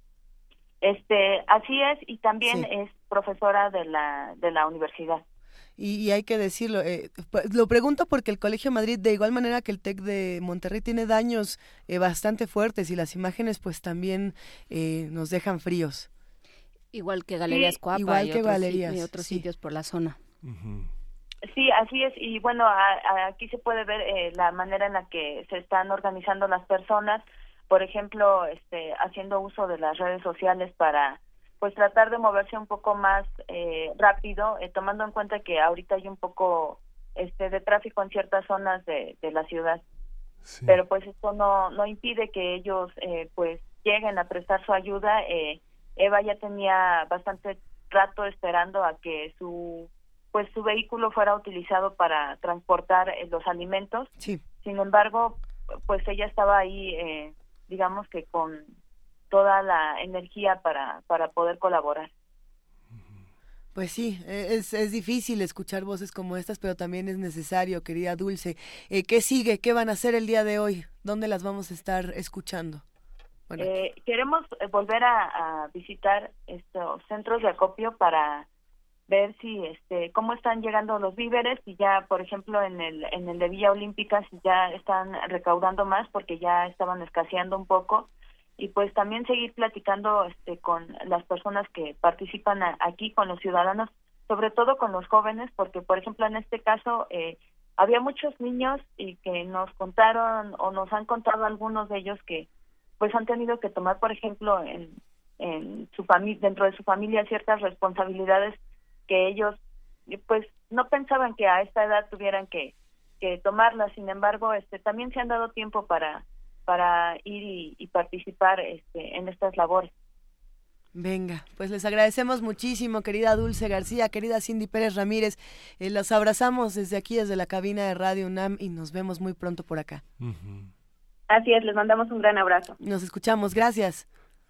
Este, así es, y también sí. es profesora de la de la universidad. Y, y hay que decirlo, eh, lo pregunto porque el Colegio Madrid, de igual manera que el TEC de Monterrey, tiene daños eh, bastante fuertes y las imágenes pues también eh, nos dejan fríos. Igual que Galerías sí, Cuapa igual y, que otros, galerías, y otros sí. sitios por la zona. Uh-huh. Sí, así es, y bueno, a, a, aquí se puede ver eh, la manera en la que se están organizando las personas, por ejemplo, este, haciendo uso de las redes sociales para pues tratar de moverse un poco más eh, rápido, eh, tomando en cuenta que ahorita hay un poco este de tráfico en ciertas zonas de, de la ciudad, sí. Pero pues esto no no impide que ellos eh, pues lleguen a prestar su ayuda. eh, Eva ya tenía bastante rato esperando a que su pues su vehículo fuera utilizado para transportar eh, los alimentos. Sí. Sin embargo, pues ella estaba ahí, eh, digamos que con toda la energía para para poder colaborar. Pues sí, es, es difícil escuchar voces como estas, pero también es necesario, querida Dulce. Eh, ¿Qué sigue? ¿Qué van a hacer el día de hoy? ¿Dónde las vamos a estar escuchando? Bueno. Eh, queremos volver a, a visitar estos centros de acopio para ver si este cómo están llegando los víveres y ya, por ejemplo, en el en el de Villa Olímpica si ya están recaudando más porque ya estaban escaseando un poco y pues también seguir platicando este con las personas que participan a, aquí con los ciudadanos, sobre todo con los jóvenes, porque por ejemplo en este caso eh, había muchos niños y que nos contaron o nos han contado algunos de ellos que pues han tenido que tomar, por ejemplo, en, en su familia, dentro de su familia ciertas responsabilidades que ellos, pues, no pensaban que a esta edad tuvieran que, que tomarlas. Sin embargo, este, también se han dado tiempo para, para ir y, y participar, este, en estas labores. Venga, pues les agradecemos muchísimo, querida Dulce García, querida Cindy Pérez Ramírez. Eh, los abrazamos desde aquí, desde la cabina de Radio UNAM y nos vemos muy pronto por acá. Uh-huh. Así es, les mandamos un gran abrazo. Nos escuchamos, gracias.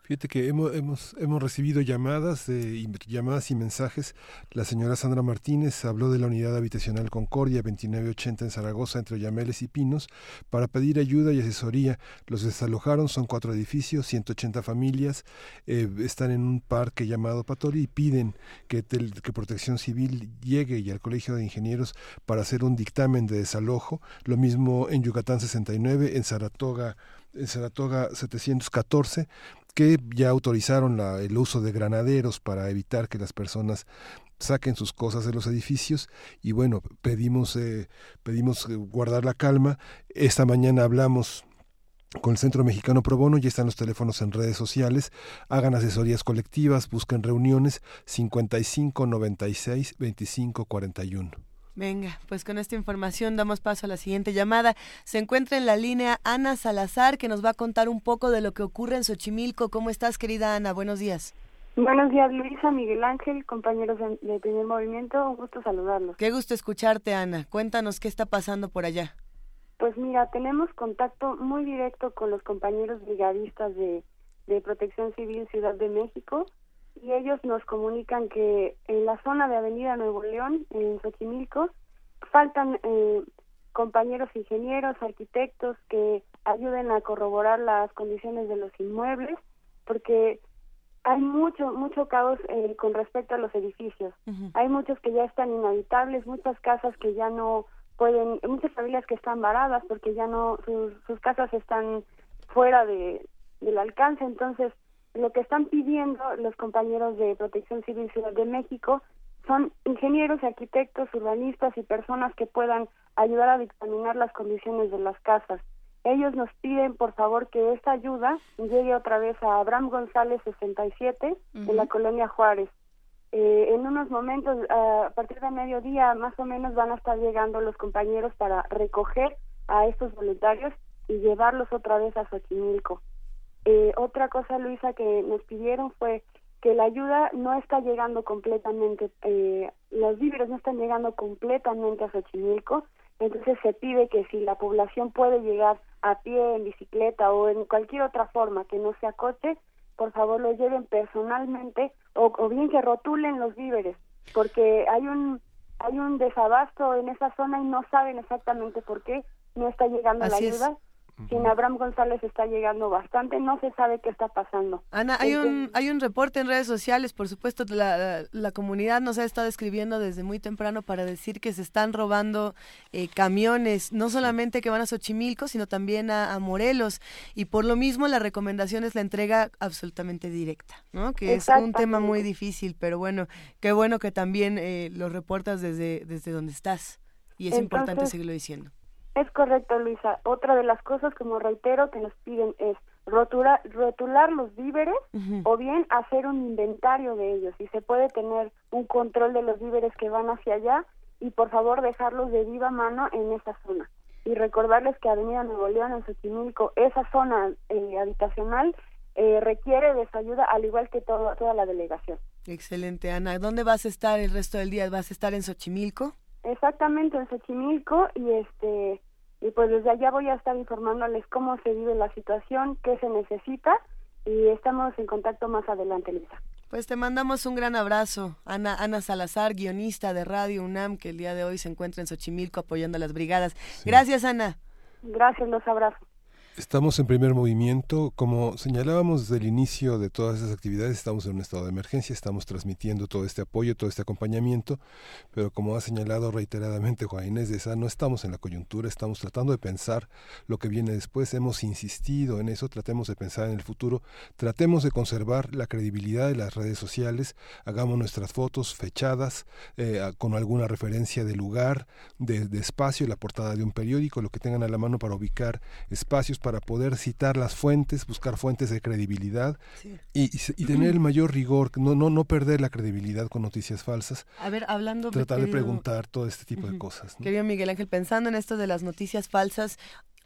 Fíjate que hemos, hemos, hemos recibido llamadas, de, llamadas y mensajes. La señora Sandra Martínez habló de la unidad habitacional Concordia veintinueve ochenta en Zaragoza, entre Oyameles y Pinos, para pedir ayuda y asesoría. Los desalojaron, son cuatro edificios, ciento ochenta familias, eh, están en un parque llamado Patori y piden que, tel, que Protección Civil llegue y al Colegio de Ingenieros para hacer un dictamen de desalojo. Lo mismo en Yucatán sesenta y nueve, en Saratoga, en Saratoga setecientos catorce, que ya autorizaron la, el uso de granaderos para evitar que las personas saquen sus cosas de los edificios. Y bueno, pedimos eh, pedimos guardar la calma. Esta mañana hablamos con el Centro Mexicano Pro Bono, ya están los teléfonos en redes sociales, hagan asesorías colectivas, busquen reuniones cincuenta y cinco noventa y seis veinticinco cuarenta y uno. Venga, pues con esta información damos paso a la siguiente llamada. Se encuentra en la línea Ana Salazar, que nos va a contar un poco de lo que ocurre en Xochimilco. ¿Cómo estás, querida Ana? Buenos días. Buenos días, Luisa, Miguel Ángel, compañeros de, de Primer Movimiento. Un gusto saludarlos. Qué gusto escucharte, Ana. Cuéntanos qué está pasando por allá. Pues mira, tenemos contacto muy directo con los compañeros brigadistas de, de Protección Civil Ciudad de México, y ellos nos comunican que en la zona de Avenida Nuevo León, en Xochimilco, faltan eh, compañeros ingenieros, arquitectos que ayuden a corroborar las condiciones de los inmuebles, porque hay mucho, mucho caos eh, con respecto a los edificios. Uh-huh. Hay muchos que ya están inhabitables, muchas casas que ya no pueden, muchas familias que están varadas porque ya no, sus, sus casas están fuera de del alcance. Entonces, lo que están pidiendo los compañeros de Protección Civil Ciudad de México son ingenieros, arquitectos, urbanistas y personas que puedan ayudar a dictaminar las condiciones de las casas. Ellos nos piden, por favor, que esta ayuda llegue otra vez a Abraham González sesenta y siete, uh-huh, en la Colonia Juárez. Eh, en unos momentos, uh, a partir de mediodía, más o menos, van a estar llegando los compañeros para recoger a estos voluntarios y llevarlos otra vez a Xochimilco. Eh, otra cosa, Luisa, que nos pidieron fue que la ayuda no está llegando completamente, eh, los víveres no están llegando completamente a Xochimilco, entonces se pide que si la población puede llegar a pie, en bicicleta o en cualquier otra forma que no sea coche, por favor lo lleven personalmente o, o bien que rotulen los víveres, porque hay un hay un desabasto en esa zona y no saben exactamente por qué no está llegando Así la ayuda. Es. Sin Abraham González está llegando bastante, no se sabe qué está pasando. Ana, hay un hay un reporte en redes sociales, por supuesto, la, la, la comunidad nos ha estado escribiendo desde muy temprano para decir que se están robando eh, camiones, no solamente que van a Xochimilco, sino también a, a Morelos, y por lo mismo la recomendación es la entrega absolutamente directa, ¿no? Que es un tema muy difícil, pero bueno, qué bueno que también eh, lo reportas desde, desde donde estás, y es Entonces, importante seguirlo diciendo. Es correcto, Luisa. Otra de las cosas, como reitero, que nos piden es rotular, rotular los víveres, uh-huh, o bien hacer un inventario de ellos. Y se puede tener un control de los víveres que van hacia allá y, por favor, dejarlos de viva mano en esa zona. Y recordarles que Avenida Nuevo León, en Xochimilco, esa zona eh, habitacional eh, requiere de su ayuda, al igual que todo, toda la delegación. Excelente, Ana. ¿Dónde vas a estar el resto del día? ¿Vas a estar en Xochimilco? Exactamente, en Xochimilco, y este... y pues desde allá voy a estar informándoles cómo se vive la situación, qué se necesita, y estamos en contacto más adelante, Luisa. Pues te mandamos un gran abrazo, Ana Ana Salazar, guionista de Radio UNAM, que el día de hoy se encuentra en Xochimilco apoyando a las brigadas. Sí. Gracias, Ana. Gracias, los abrazo. Estamos en Primer Movimiento. Como señalábamos desde el inicio de todas esas actividades, estamos en un estado de emergencia, estamos transmitiendo todo este apoyo, todo este acompañamiento, pero como ha señalado reiteradamente Juan Inés de Esa, no estamos en la coyuntura, estamos tratando de pensar lo que viene después, hemos insistido en eso, tratemos de pensar en el futuro, tratemos de conservar la credibilidad de las redes sociales, hagamos nuestras fotos fechadas, eh, con alguna referencia de lugar, de, de espacio, la portada de un periódico, lo que tengan a la mano para ubicar espacios, para poder citar las fuentes, buscar fuentes de credibilidad, sí, y, y, y tener el mayor rigor, no no no perder la credibilidad con noticias falsas. A ver, hablando tratar querido, de preguntar todo este tipo uh-huh, de cosas, ¿no? Querido Miguel Ángel, pensando en esto de las noticias falsas,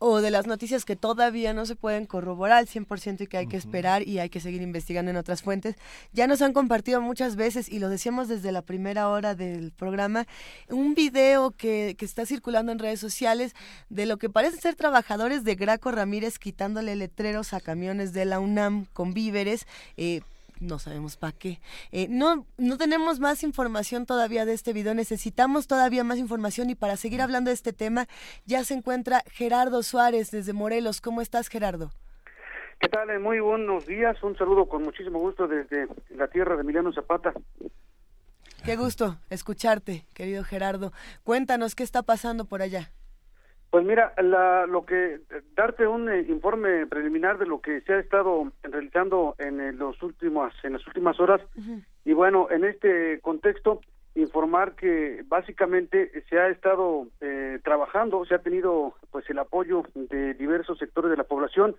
o de las noticias que todavía no se pueden corroborar al cien por ciento y que hay que esperar y hay que seguir investigando en otras fuentes. Ya nos han compartido muchas veces, y lo decíamos desde la primera hora del programa, un video que, que está circulando en redes sociales de lo que parece ser trabajadores de Graco Ramírez quitándole letreros a camiones de la UNAM con víveres. eh, No sabemos para qué. Eh, no, no tenemos más información todavía de este video. Necesitamos todavía más información, y para seguir hablando de este tema ya se encuentra Gerardo Suárez desde Morelos. ¿Cómo estás, Gerardo? ¿Qué tal? Muy buenos días. Un saludo con muchísimo gusto desde la tierra de Emiliano Zapata. Qué gusto escucharte, querido Gerardo. Cuéntanos qué está pasando por allá. Pues mira, la, lo que darte un eh, informe preliminar de lo que se ha estado realizando en eh, los últimos en las últimas horas. Uh-huh. Y bueno, en este contexto informar que básicamente se ha estado eh, trabajando, se ha tenido pues el apoyo de diversos sectores de la población.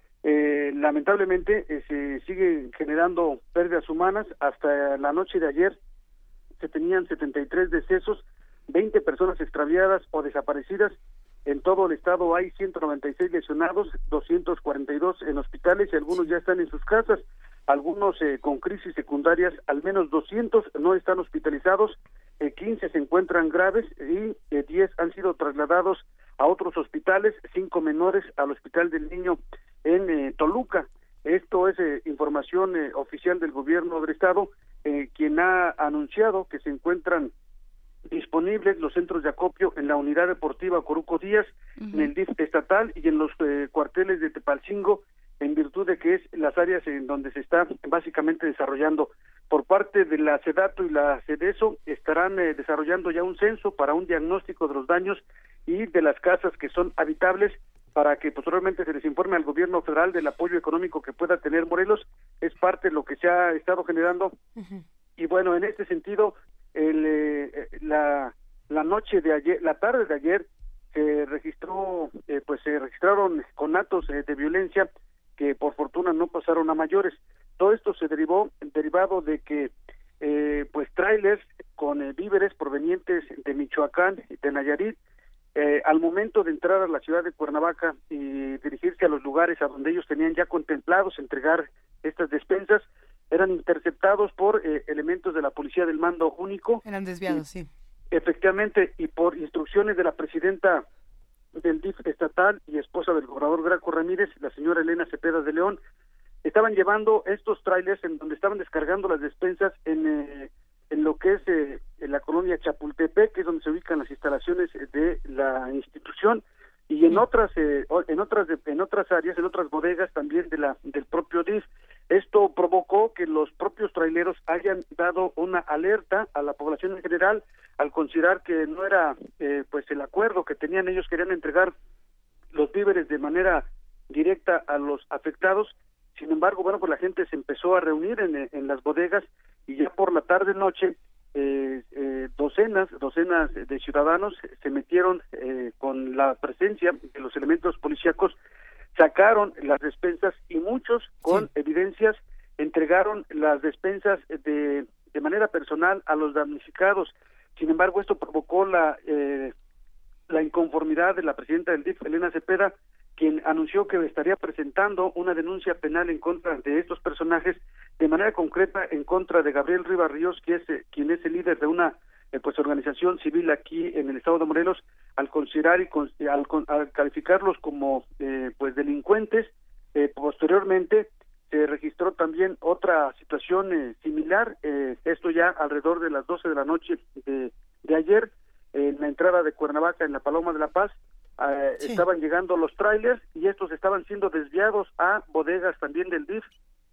Eh, lamentablemente eh, se siguen generando pérdidas humanas. Hasta la noche de ayer se tenían setenta y tres decesos, veinte personas extraviadas o desaparecidas. En todo el estado hay ciento noventa y seis lesionados, doscientos cuarenta y dos en hospitales, y algunos ya están en sus casas, algunos eh, con crisis secundarias. Al menos doscientos no están hospitalizados, eh, quince se encuentran graves y eh, diez han sido trasladados a otros hospitales, cinco menores al Hospital del Niño en eh, Toluca. Esto es eh, información eh, oficial del gobierno del estado, eh, quien ha anunciado que se encuentran disponibles los centros de acopio en la unidad deportiva Coruco Díaz, uh-huh. en el D I F estatal y en los eh, cuarteles de Tepalcingo, en virtud de que es las áreas en donde se está básicamente desarrollando. Por parte de la SEDATU y la CEDESO estarán eh, desarrollando ya un censo para un diagnóstico de los daños y de las casas que son habitables, para que posteriormente se les informe al gobierno federal del apoyo económico que pueda tener Morelos. Es parte de lo que se ha estado generando. Uh-huh. Y bueno, en este sentido, El, eh, la la noche de ayer, la tarde de ayer se registró, eh, pues se registraron conatos eh, de violencia que por fortuna no pasaron a mayores. Todo esto se derivó derivado de que eh, pues trailers con eh, víveres provenientes de Michoacán y de Nayarit, eh, al momento de entrar a la ciudad de Cuernavaca y dirigirse a los lugares a donde ellos tenían ya contemplados entregar estas despensas, eran interceptados por eh, elementos de la Policía del Mando Único. Eran desviados, y, sí. Efectivamente, y por instrucciones de la presidenta del D I F estatal y esposa del gobernador Graco Ramírez, la señora Elena Cepeda de León, estaban llevando estos trailers en donde estaban descargando las despensas en, eh, en lo que es eh, en la colonia Chapultepec, que es donde se ubican las instalaciones de la institución, y en otras eh, en otras en otras áreas, en otras bodegas también de la del propio D I F. Esto provocó que los propios traileros hayan dado una alerta a la población en general al considerar que no era eh, pues el acuerdo que tenían. Ellos querían entregar los víveres de manera directa a los afectados. Sin embargo, bueno, pues la gente se empezó a reunir en, en las bodegas, y ya por la tarde noche eh, eh, docenas docenas de ciudadanos se metieron eh, con la presencia de los elementos policíacos, sacaron las despensas, y muchos con sí. evidencias entregaron las despensas de, de manera personal a los damnificados. Sin embargo, esto provocó la eh, la inconformidad de la presidenta del D I F, Elena Cepeda, quien anunció que estaría presentando una denuncia penal en contra de estos personajes, de manera concreta en contra de Gabriel Rivas Ríos, que es eh, quien es el líder de una eh, pues organización civil aquí en el estado de Morelos, al considerar y con, al, al calificarlos como eh, pues delincuentes. Eh, posteriormente se registró también otra situación eh, similar, eh, esto ya alrededor de las doce de la noche de, de ayer, eh, en la entrada de Cuernavaca, en la Paloma de la Paz. Eh, sí. Estaban llegando los trailers y estos estaban siendo desviados a bodegas también del D I F,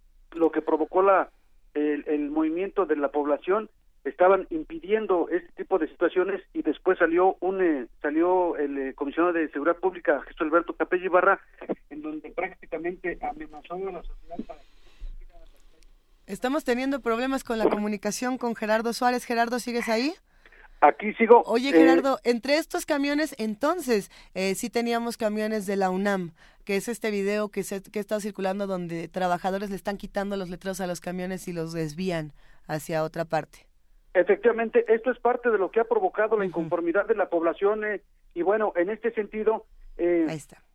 lo que provocó la el, el movimiento de la población. Estaban impidiendo este tipo de situaciones, y después salió un eh, salió el eh, comisionado de Seguridad Pública, Jesús Alberto Capella Ibarra, en donde prácticamente amenazó a la sociedad para... Estamos teniendo problemas con la comunicación con Gerardo Suárez. Gerardo, ¿sigues ahí? Aquí sigo. Oye, Gerardo, eh, entre estos camiones, entonces, eh, sí teníamos camiones de la UNAM, que es este video que, se, que está circulando donde trabajadores le están quitando los letreros a los camiones y los desvían hacia otra parte. Efectivamente, esto es parte de lo que ha provocado la inconformidad de la población, eh, y bueno, en este sentido, eh, Ahí está.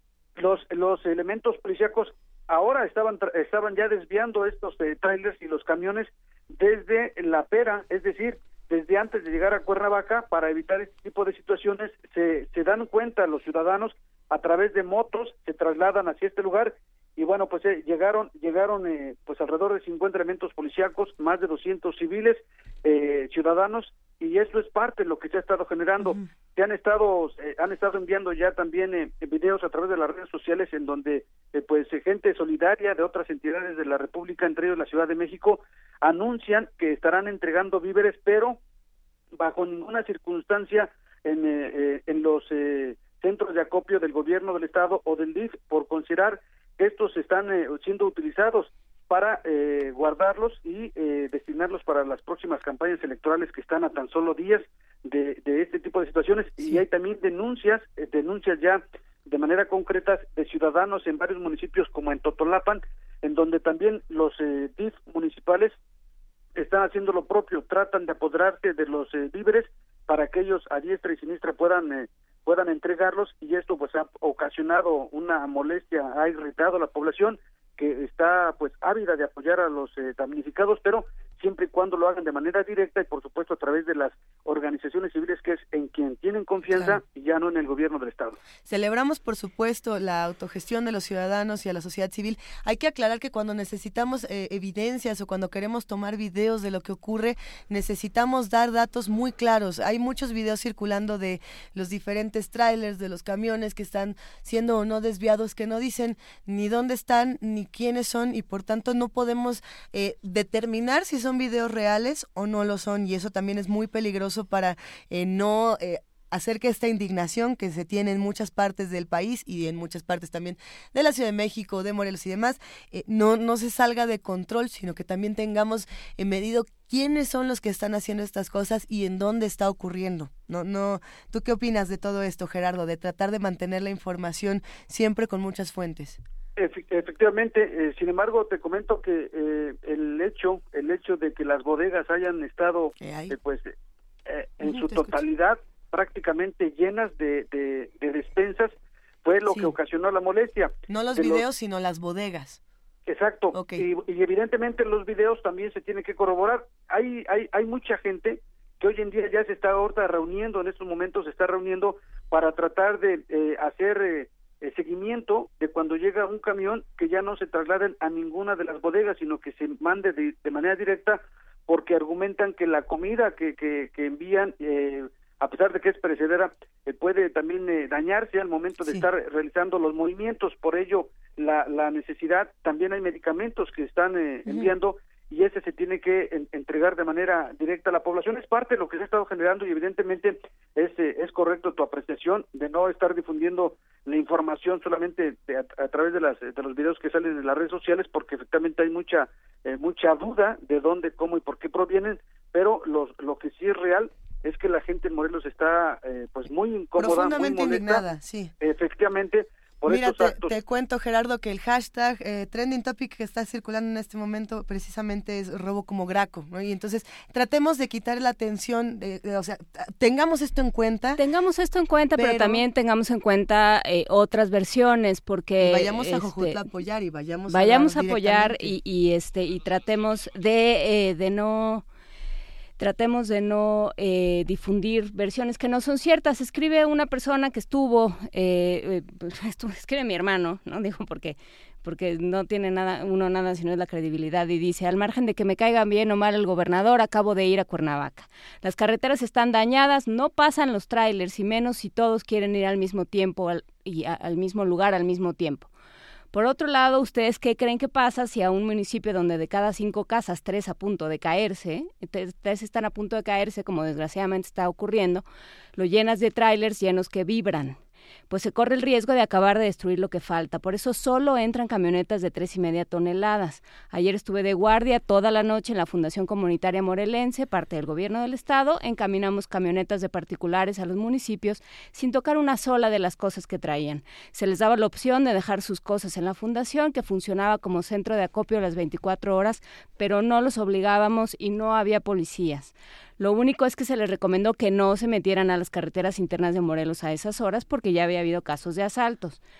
los los elementos policíacos ahora estaban estaban ya desviando estos eh, trailers y los camiones desde La Pera, es decir, desde antes de llegar a Cuernavaca, para evitar este tipo de situaciones. Se, se dan cuenta los ciudadanos a través de motos, se trasladan hacia este lugar y bueno, pues eh, llegaron llegaron eh, pues alrededor de cincuenta elementos policíacos, más de doscientos civiles, eh, ciudadanos, y esto es parte de lo que se ha estado generando. Uh-huh. Se han estado eh, han estado enviando ya también eh, videos a través de las redes sociales en donde eh, pues eh, gente solidaria de otras entidades de la República, entre ellos la Ciudad de México, anuncian que estarán entregando víveres, pero bajo ninguna circunstancia en eh, eh, en los eh, centros de acopio del gobierno del estado o del D I F, por considerar que estos están eh, siendo utilizados para eh, guardarlos y eh, destinarlos para las próximas campañas electorales que están a tan solo días de, de este tipo de situaciones. Sí. Y hay también denuncias, eh, denuncias ya de manera concreta de ciudadanos en varios municipios como en Totolapan, en donde también los eh, D I F municipales están haciendo lo propio, tratan de apoderarse de los eh, víveres para que ellos a diestra y siniestra puedan eh, puedan entregarlos, y esto pues ha ocasionado una molestia, ha irritado a la población que está pues ávida de apoyar a los eh, damnificados, pero siempre y cuando lo hagan de manera directa y por supuesto a través de las organizaciones civiles, que es en quien tienen confianza, claro, y ya no en el gobierno del estado. Celebramos por supuesto la autogestión de los ciudadanos y a la sociedad civil. Hay que aclarar que cuando necesitamos eh, evidencias o cuando queremos tomar videos de lo que ocurre, necesitamos dar datos muy claros. Hay muchos videos circulando de los diferentes trailers, de los camiones que están siendo o no desviados, que no dicen ni dónde están ni quiénes son, y por tanto no podemos eh, determinar si son videos reales o no lo son, y eso también es muy peligroso para eh, no eh, hacer que esta indignación que se tiene en muchas partes del país y en muchas partes también de la Ciudad de México, de Morelos y demás, eh, no, no se salga de control, sino que también tengamos eh, medido quiénes son los que están haciendo estas cosas y en dónde está ocurriendo. No, no. ¿Tú qué opinas de todo esto, Gerardo, de tratar de mantener la información siempre con muchas fuentes? Efectivamente, eh, sin embargo, te comento que eh, el hecho el hecho de que las bodegas hayan estado eh, pues eh, en su totalidad prácticamente llenas de, de, de despensas fue lo sí. que ocasionó la molestia. No los de videos, los... sino las bodegas. Exacto. Okay. Y, y evidentemente los videos también se tienen que corroborar. Hay hay hay mucha gente que hoy en día ya se está ahorita reuniendo, en estos momentos se está reuniendo para tratar de eh, hacer eh, el seguimiento de cuando llega un camión, que ya no se trasladen a ninguna de las bodegas, sino que se mande de, de manera directa, porque argumentan que la comida que, que, que envían, eh, a pesar de que es perecedera, eh, puede también eh, dañarse al momento de sí. estar realizando los movimientos. Por ello, la, la necesidad, también hay medicamentos que están eh, uh-huh. enviando, y ese se tiene que en, entregar de manera directa a la población. Es parte de lo que se ha estado generando, y evidentemente es, eh, es correcto tu apreciación de no estar difundiendo la información solamente de, a, a través de las de los videos que salen en las redes sociales, porque efectivamente hay mucha eh, mucha duda de dónde, cómo y por qué provienen, pero los, lo que sí es real es que la gente en Morelos está eh, pues muy incómoda, profundamente muy molesta, indignada, sí. Efectivamente. Por Mira, te, te cuento, Gerardo, que el hashtag eh, trending topic que está circulando en este momento precisamente es robo como Graco, ¿no? Y entonces tratemos de quitar la atención, de, de, o sea, tengamos esto en cuenta. Tengamos esto en cuenta, pero, pero también tengamos en cuenta eh, otras versiones, porque... Y vayamos este, a Jojutla a apoyar y vayamos, vayamos a, a apoyar y, y, este, y tratemos de, eh, de no... Tratemos de no eh, difundir versiones que no son ciertas. Escribe una persona que estuvo, eh, estuvo escribe mi hermano, ¿no? Dijo porque porque no tiene nada uno nada sino es la credibilidad, y dice: al margen de que me caigan bien o mal el gobernador, acabo de ir a Cuernavaca. Las carreteras están dañadas, no pasan los tráilers, y menos si todos quieren ir al mismo tiempo al, y a, al mismo lugar al mismo tiempo. Por otro lado, ¿ustedes qué creen que pasa si a un municipio donde de cada cinco casas, tres a punto de caerse, tres están a punto de caerse, como desgraciadamente está ocurriendo, lo llenas de tráilers llenos que vibran? Pues se corre el riesgo de acabar de destruir lo que falta. Por eso solo entran camionetas de tres y media toneladas. Ayer estuve de guardia toda la noche en la Fundación Comunitaria Morelense, parte del gobierno del estado. Encaminamos camionetas de particulares a los municipios sin tocar una sola de las cosas que traían. Se les daba la opción de dejar sus cosas en la fundación, que funcionaba como centro de acopio las veinticuatro horas, pero no los obligábamos y no había policías. Lo único es que se les recomendó que no se metieran a las carreteras internas de Morelos a esas horas, porque ya había habido casos de asaltos.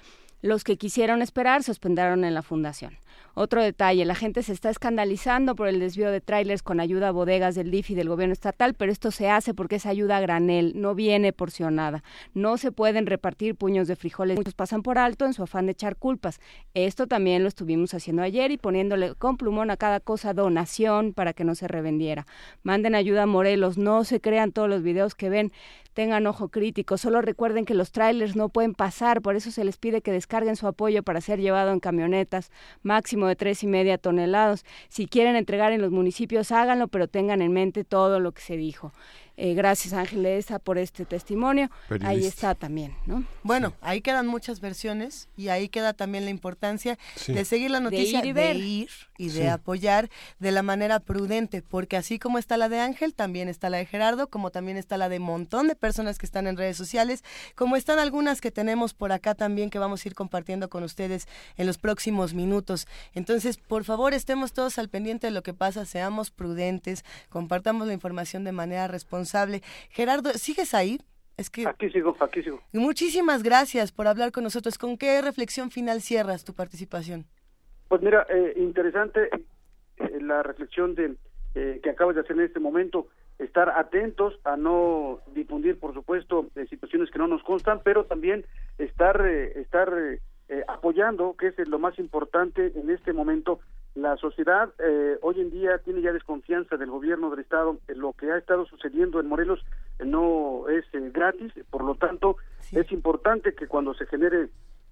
Los que quisieron esperar se hospedaron en la fundación. Otro detalle, la gente se está escandalizando por el desvío de tráilers con ayuda a bodegas del D I F y del gobierno estatal, pero esto se hace porque es ayuda a granel, no viene porcionada. No se pueden repartir puños de frijoles, muchos pasan por alto en su afán de echar culpas. Esto también lo estuvimos haciendo ayer y poniéndole con plumón a cada cosa donación para que no se revendiera. Manden ayuda a Morelos, no se crean todos los videos que ven, tengan ojo crítico, solo recuerden que los trailers no pueden pasar, por eso se les pide que descarguen su apoyo para ser llevado en camionetas, máximo de tres y media toneladas. Si quieren entregar en los municipios, háganlo, pero tengan en mente todo lo que se dijo. Eh, gracias, Ángeles, por este testimonio. Periodista. Ahí está también, ¿no? Bueno, sí. Ahí quedan muchas versiones y ahí queda también la importancia sí. de seguir la noticia, de ir y, de ir y de sí. apoyar de la manera prudente, porque así como está la de Ángel, también está la de Gerardo, como también está la de un montón de personas que están en redes sociales, como están algunas que tenemos por acá también que vamos a ir compartiendo con ustedes en los próximos minutos. Entonces, por favor, estemos todos al pendiente de lo que pasa, seamos prudentes, compartamos la información de manera responsable. Gerardo, ¿sigues ahí? Es que aquí sigo, aquí sigo. Muchísimas gracias por hablar con nosotros. ¿Con qué reflexión final cierras tu participación? Pues mira, eh, interesante eh, la reflexión de eh, que acabas de hacer en este momento. Estar atentos a no difundir, por supuesto, eh, situaciones que no nos constan, pero también estar eh, estar eh, apoyando, que es lo más importante en este momento. La sociedad eh, hoy en día tiene ya desconfianza del gobierno del estado. Lo que ha estado sucediendo en Morelos eh, no es eh, gratis, por lo tanto sí. es importante que cuando se genere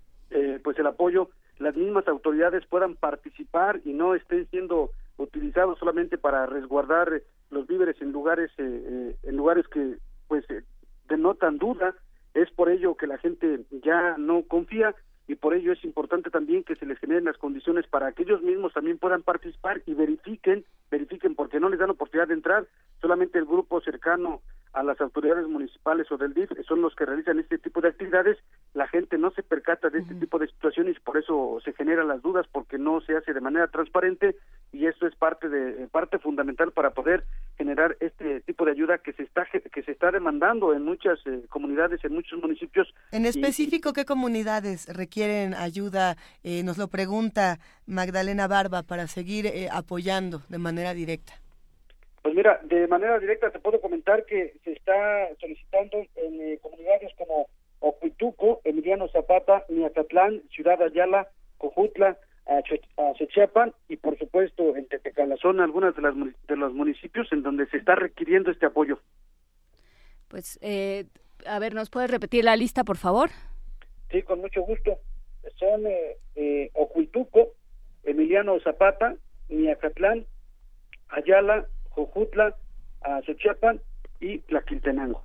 eh, pues el apoyo, las mismas autoridades puedan participar y no estén siendo utilizados solamente para resguardar eh, los víveres en lugares eh, eh, en lugares que pues eh, denotan duda. Es por ello que la gente ya no confía. Y por ello es importante también que se les generen las condiciones para que ellos mismos también puedan participar y verifiquen, verifiquen porque no les dan oportunidad de entrar, solamente el grupo cercano a las autoridades municipales o del D I F son los que realizan este tipo de actividades. La gente no se percata de este uh-huh. tipo de situaciones y por eso se generan las dudas, porque no se hace de manera transparente, y esto es parte de parte fundamental para poder generar este tipo de ayuda que se está que se está demandando en muchas eh, comunidades, en muchos municipios. En específico, y, ¿qué comunidades requieren ayuda? Eh, nos lo pregunta Magdalena Barba para seguir eh, apoyando de manera directa. Pues mira, de manera directa te puedo comentar que se está solicitando en eh, comunidades como Ocuituco, Emiliano Zapata, Miacatlán, Ciudad Ayala, Cojutla, Xochiapan y por supuesto en Tetecalazón, algunas de las de los municipios en donde se está requiriendo este apoyo. Pues, eh, a ver, ¿nos puedes repetir la lista, por favor? Sí, con mucho gusto. Son eh, eh, Ocuituco, Emiliano Zapata, Miacatlán, Ayala, Jojutla, Xochiapan y Tlaquiltenango.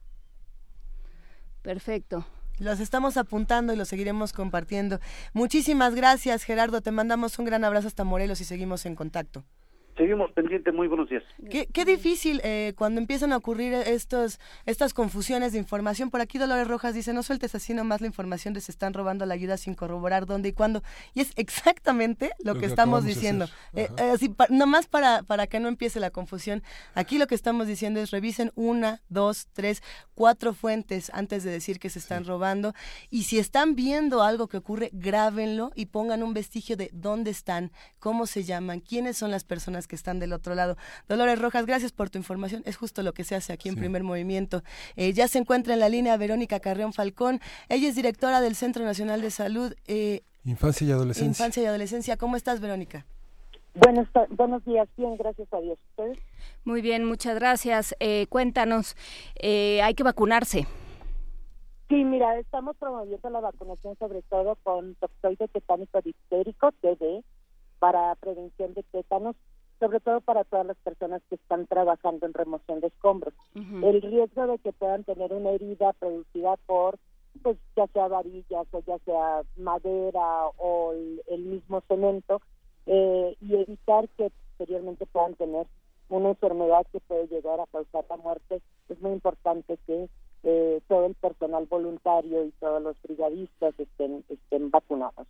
Perfecto. Los estamos apuntando y los seguiremos compartiendo. Muchísimas gracias, Gerardo. Te mandamos un gran abrazo hasta Morelos y seguimos en contacto. Seguimos pendientes, muy buenos días. Qué, qué difícil eh, cuando empiezan a ocurrir estos estas confusiones de información. Por aquí Dolores Rojas dice, no sueltes así nomás la información de se están robando la ayuda sin corroborar dónde y cuándo. Y es exactamente lo, lo que, que estamos diciendo. Eh, eh, así, pa, nomás para, para que no empiece la confusión. Aquí lo que estamos diciendo es revisen una, dos, tres, cuatro fuentes antes de decir que se están sí. robando. Y si están viendo algo que ocurre, grábenlo y pongan un vestigio de dónde están, cómo se llaman, quiénes son las personas que están del otro lado. Dolores Rojas, gracias por tu información. Es justo lo que se hace aquí en sí. Primer Movimiento. Eh, ya se encuentra en la línea Verónica Carreón Falcón. Ella es directora del Centro Nacional de Salud. Eh, Infancia y Adolescencia. Infancia y Adolescencia. ¿Cómo estás, Verónica? Buenos, buenos días, bien, gracias a Dios. ¿Ustedes? Muy bien, muchas gracias. Eh, cuéntanos, eh, hay que vacunarse. Sí, mira, estamos promoviendo la vacunación sobre todo con toxoide tetánico difterico, T D, para prevención de tétanos, sobre todo para todas las personas que están trabajando en remoción de escombros. Uh-huh. El riesgo de que puedan tener una herida producida por, pues ya sea varillas o ya sea madera o el, el mismo cemento, eh, y evitar que posteriormente puedan tener una enfermedad que puede llegar a causar la muerte. Es muy importante que eh, todo el personal voluntario y todos los brigadistas estén, estén vacunados.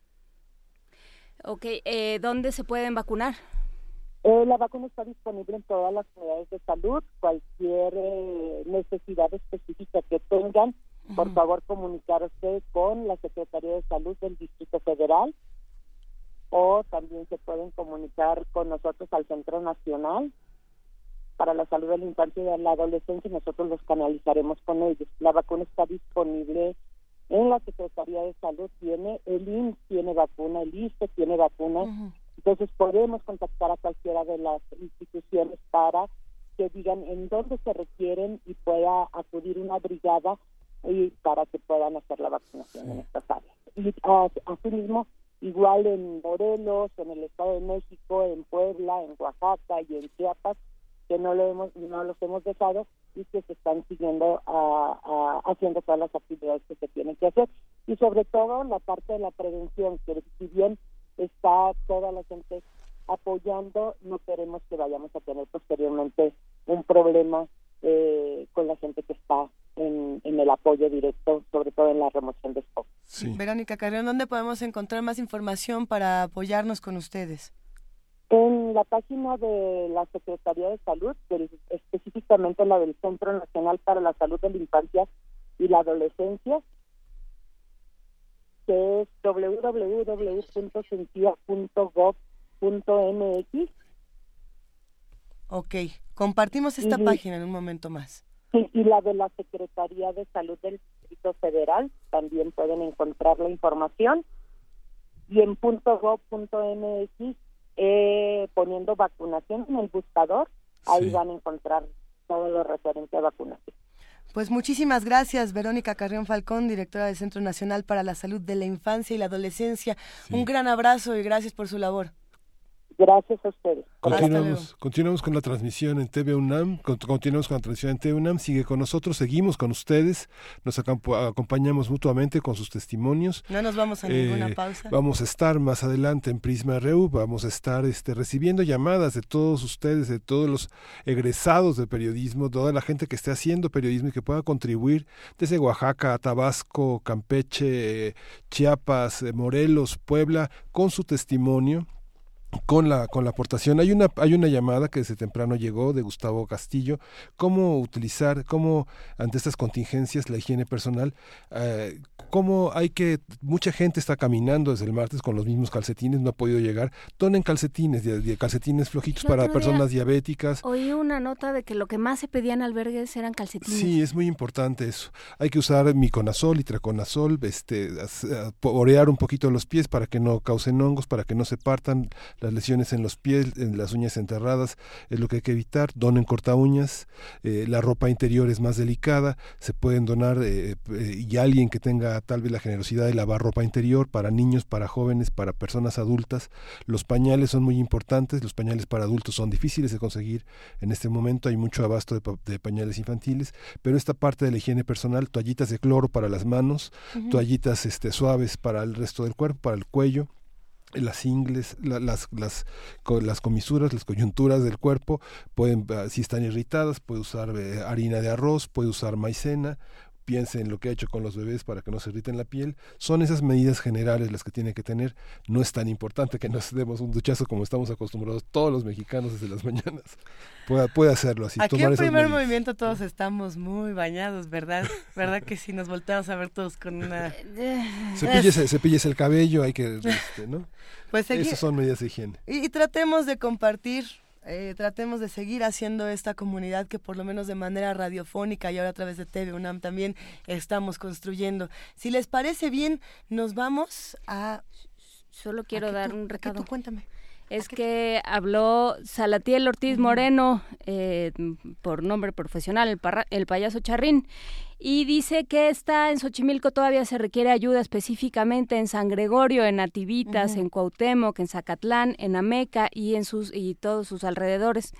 Ok, eh, ¿dónde se pueden vacunar? Eh, la vacuna está disponible en todas las unidades de salud. Cualquier eh, necesidad específica que tengan, por favor comunicarse con la Secretaría de Salud del Distrito Federal, o también se pueden comunicar con nosotros al Centro Nacional para la Salud de la Infancia y de la Adolescencia, y nosotros los canalizaremos con ellos. La vacuna está disponible en la Secretaría de Salud, tiene, el I M S S tiene vacuna, el I S S S T E tiene vacuna, uh-huh. Entonces podemos contactar a cualquiera de las instituciones para que digan en dónde se requieren y pueda acudir una brigada y para que puedan hacer la vacunación sí. en estas áreas. Y asimismo, igual en Morelos, en el Estado de México, en Puebla, en Oaxaca y en Chiapas, que no lo hemos, no los hemos dejado y que se están siguiendo a, a, haciendo todas las actividades que se tienen que hacer. Y sobre todo la parte de la prevención, que si bien está toda la gente apoyando, no queremos que vayamos a tener posteriormente un problema eh, con la gente que está en, en el apoyo directo, sobre todo en la remoción de smog. Sí. Verónica Carrión, ¿dónde podemos encontrar más información para apoyarnos con ustedes? En la página de la Secretaría de Salud, del, específicamente la del Centro Nacional para la Salud de la Infancia y la Adolescencia, que es doble u doble u doble u punto sentia punto gov punto m x. Ok, compartimos esta y, página en un momento más. Sí, y la de la Secretaría de Salud del Distrito Federal, también pueden encontrar la información. Y en .gov punto m x, eh, poniendo vacunación en el buscador, ahí sí. van a encontrar todo lo referente a vacunación. Pues muchísimas gracias, Verónica Carrión Falcón, directora del Centro Nacional para la Salud de la Infancia y la Adolescencia. Sí. Un gran abrazo y gracias por su labor. Gracias a ustedes. Continuamos, continuamos con la transmisión en T V UNAM, continuamos con la transmisión en T V UNAM, sigue con nosotros, seguimos con ustedes, nos acompañamos mutuamente con sus testimonios. No nos vamos a eh, ninguna pausa. Vamos a estar más adelante en Prisma R U, vamos a estar este, recibiendo llamadas de todos ustedes, de todos los egresados del periodismo, toda la gente que esté haciendo periodismo y que pueda contribuir desde Oaxaca, Tabasco, Campeche, Chiapas, Morelos, Puebla, con su testimonio. Con la con la aportación hay una hay una llamada que desde temprano llegó de Gustavo Castillo, cómo utilizar cómo ante estas contingencias la higiene personal, eh, cómo hay que mucha gente está caminando desde el martes con los mismos calcetines, no ha podido llegar, donen calcetines de, de calcetines flojitos para personas diabéticas. Oí una nota de que lo que más se pedía en albergues eran calcetines. Sí, es muy importante eso. Hay que usar miconazol y traconazol, este orear un poquito los pies para que no causen hongos, para que no se partan las lesiones en los pies, en las uñas enterradas, es lo que hay que evitar. Donen corta uñas, eh, la ropa interior es más delicada, se pueden donar eh, eh, y alguien que tenga tal vez la generosidad de lavar ropa interior para niños, para jóvenes, para personas adultas. Los pañales son muy importantes, los pañales para adultos son difíciles de conseguir en este momento, hay mucho abasto de, de pañales infantiles, pero esta parte de la higiene personal, toallitas de cloro para las manos, uh-huh. toallitas este, suaves para el resto del cuerpo, para el cuello, las ingles, la, las, las, las comisuras, las coyunturas del cuerpo, pueden, si están irritadas, puede usar eh, harina de arroz, puede usar maicena. Piense en lo que ha hecho con los bebés para que no se irriten la piel. Son esas medidas generales las que tiene que tener. No es tan importante que nos demos un duchazo como estamos acostumbrados todos los mexicanos desde las mañanas. Puede, puede hacerlo así. Aquí en Primer Movimiento todos estamos muy bañados, ¿verdad? ¿Verdad que si nos volteamos a ver todos con una... Cepíllese, cepíllese el cabello, hay que... Este, ¿no? Pues aquí... Esas son medidas de higiene. Y, y tratemos de compartir... Eh, tratemos de seguir haciendo esta comunidad que por lo menos de manera radiofónica y ahora a través de T V UNAM también estamos construyendo. Si les parece bien, nos vamos a... Solo quiero ¿A dar tú, un recado. Tú, cuéntame. Es que habló Salatiel Ortiz Moreno, eh, por nombre profesional, el, parra, el payaso Charrín, y dice que está en Xochimilco todavía se requiere ayuda específicamente en San Gregorio, en Nativitas, uh-huh. en Cuauhtémoc, en Zacatlán, en Ameca y en sus y todos sus alrededores.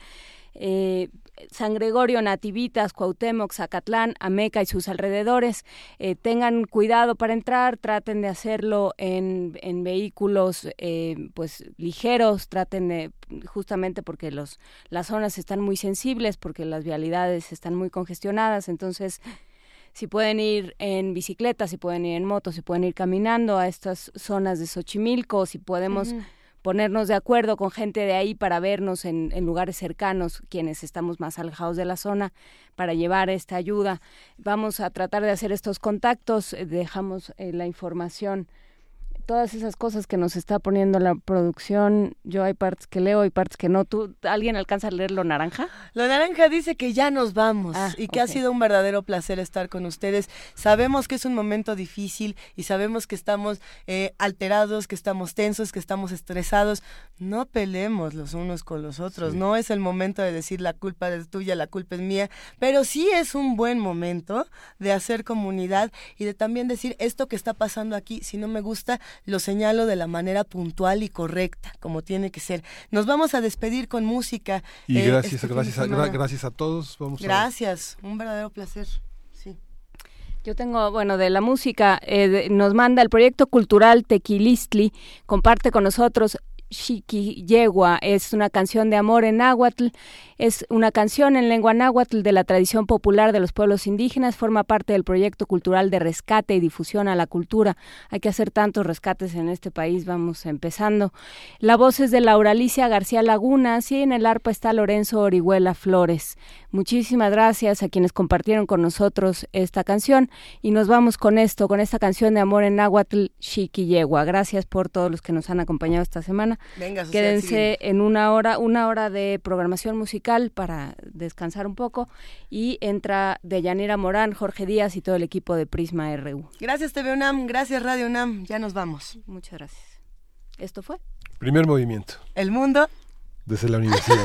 Eh, San Gregorio, Nativitas, Cuauhtémoc, Zacatlán, Ameca y sus alrededores, eh, tengan cuidado para entrar, traten de hacerlo en, en vehículos eh, pues ligeros, traten de, justamente porque los las zonas están muy sensibles, porque las vialidades están muy congestionadas, entonces si pueden ir en bicicleta, si pueden ir en moto, si pueden ir caminando a estas zonas de Xochimilco, si podemos... Uh-huh. ponernos de acuerdo con gente de ahí para vernos en, en lugares cercanos, quienes estamos más alejados de la zona, para llevar esta ayuda. Vamos a tratar de hacer estos contactos, dejamos eh, la información, todas esas cosas que nos está poniendo la producción. Yo hay partes que leo y partes que no. ¿Tú, ¿Alguien alcanza a leer lo naranja? Lo naranja dice que ya nos vamos ah, y que okay. ha sido un verdadero placer estar con ustedes. Sabemos que es un momento difícil y sabemos que estamos eh, alterados, que estamos tensos, que estamos estresados. No peleemos los unos con los otros. Sí. No es el momento de decir la culpa es tuya, la culpa es mía, pero sí es un buen momento de hacer comunidad y de también decir esto que está pasando aquí, si no me gusta, lo señalo de la manera puntual y correcta, como tiene que ser. Nos vamos a despedir con música. Y eh, gracias, este gracias, a, gracias a todos. Vamos gracias, a... un verdadero placer. Sí. Yo tengo, bueno, de la música, eh, de, nos manda el proyecto cultural Tequilistli, comparte con nosotros Xiquillegua, es una canción de amor en náhuatl, es una canción en lengua náhuatl de la tradición popular de los pueblos indígenas, forma parte del proyecto cultural de rescate y difusión a la cultura. Hay que hacer tantos rescates en este país, vamos empezando. La voz es de Laura Alicia García Lagunas y en el arpa está Lorenzo Orihuela Flores. Muchísimas gracias a quienes compartieron con nosotros esta canción y nos vamos con esto, con esta canción de amor en náhuatl, Xiquillegua. Gracias por todos los que nos han acompañado esta semana. Venga, quédense en una hora, una hora de programación musical para descansar un poco y entra Deyanira Morán, Jorge Díaz y todo el equipo de Prisma R U. Gracias T V UNAM, gracias Radio UNAM, ya nos vamos. Muchas gracias. ¿Esto fue? Primer movimiento. El mundo desde la universidad.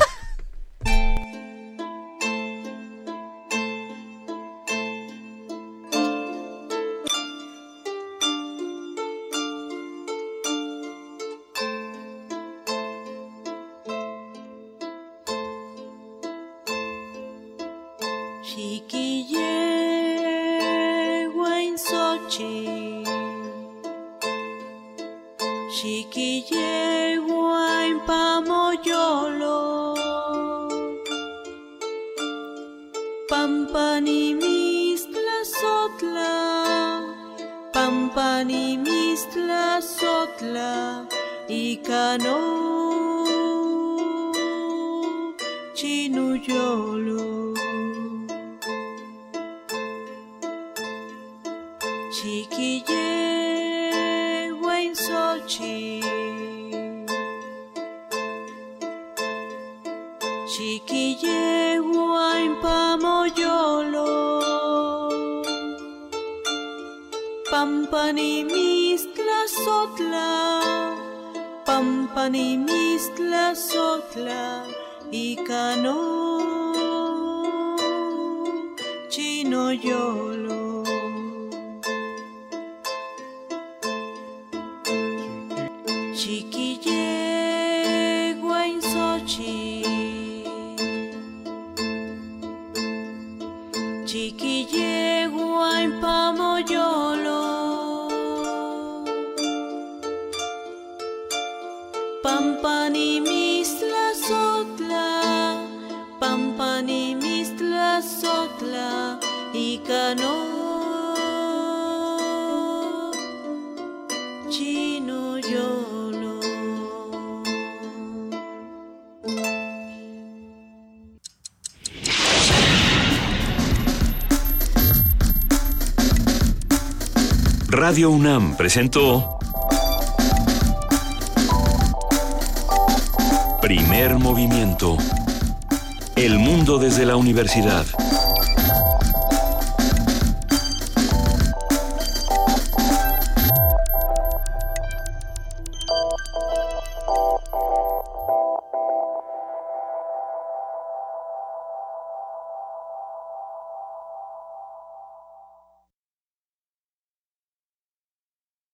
Radio UNAM presentó Primer Movimiento. El mundo desde la universidad.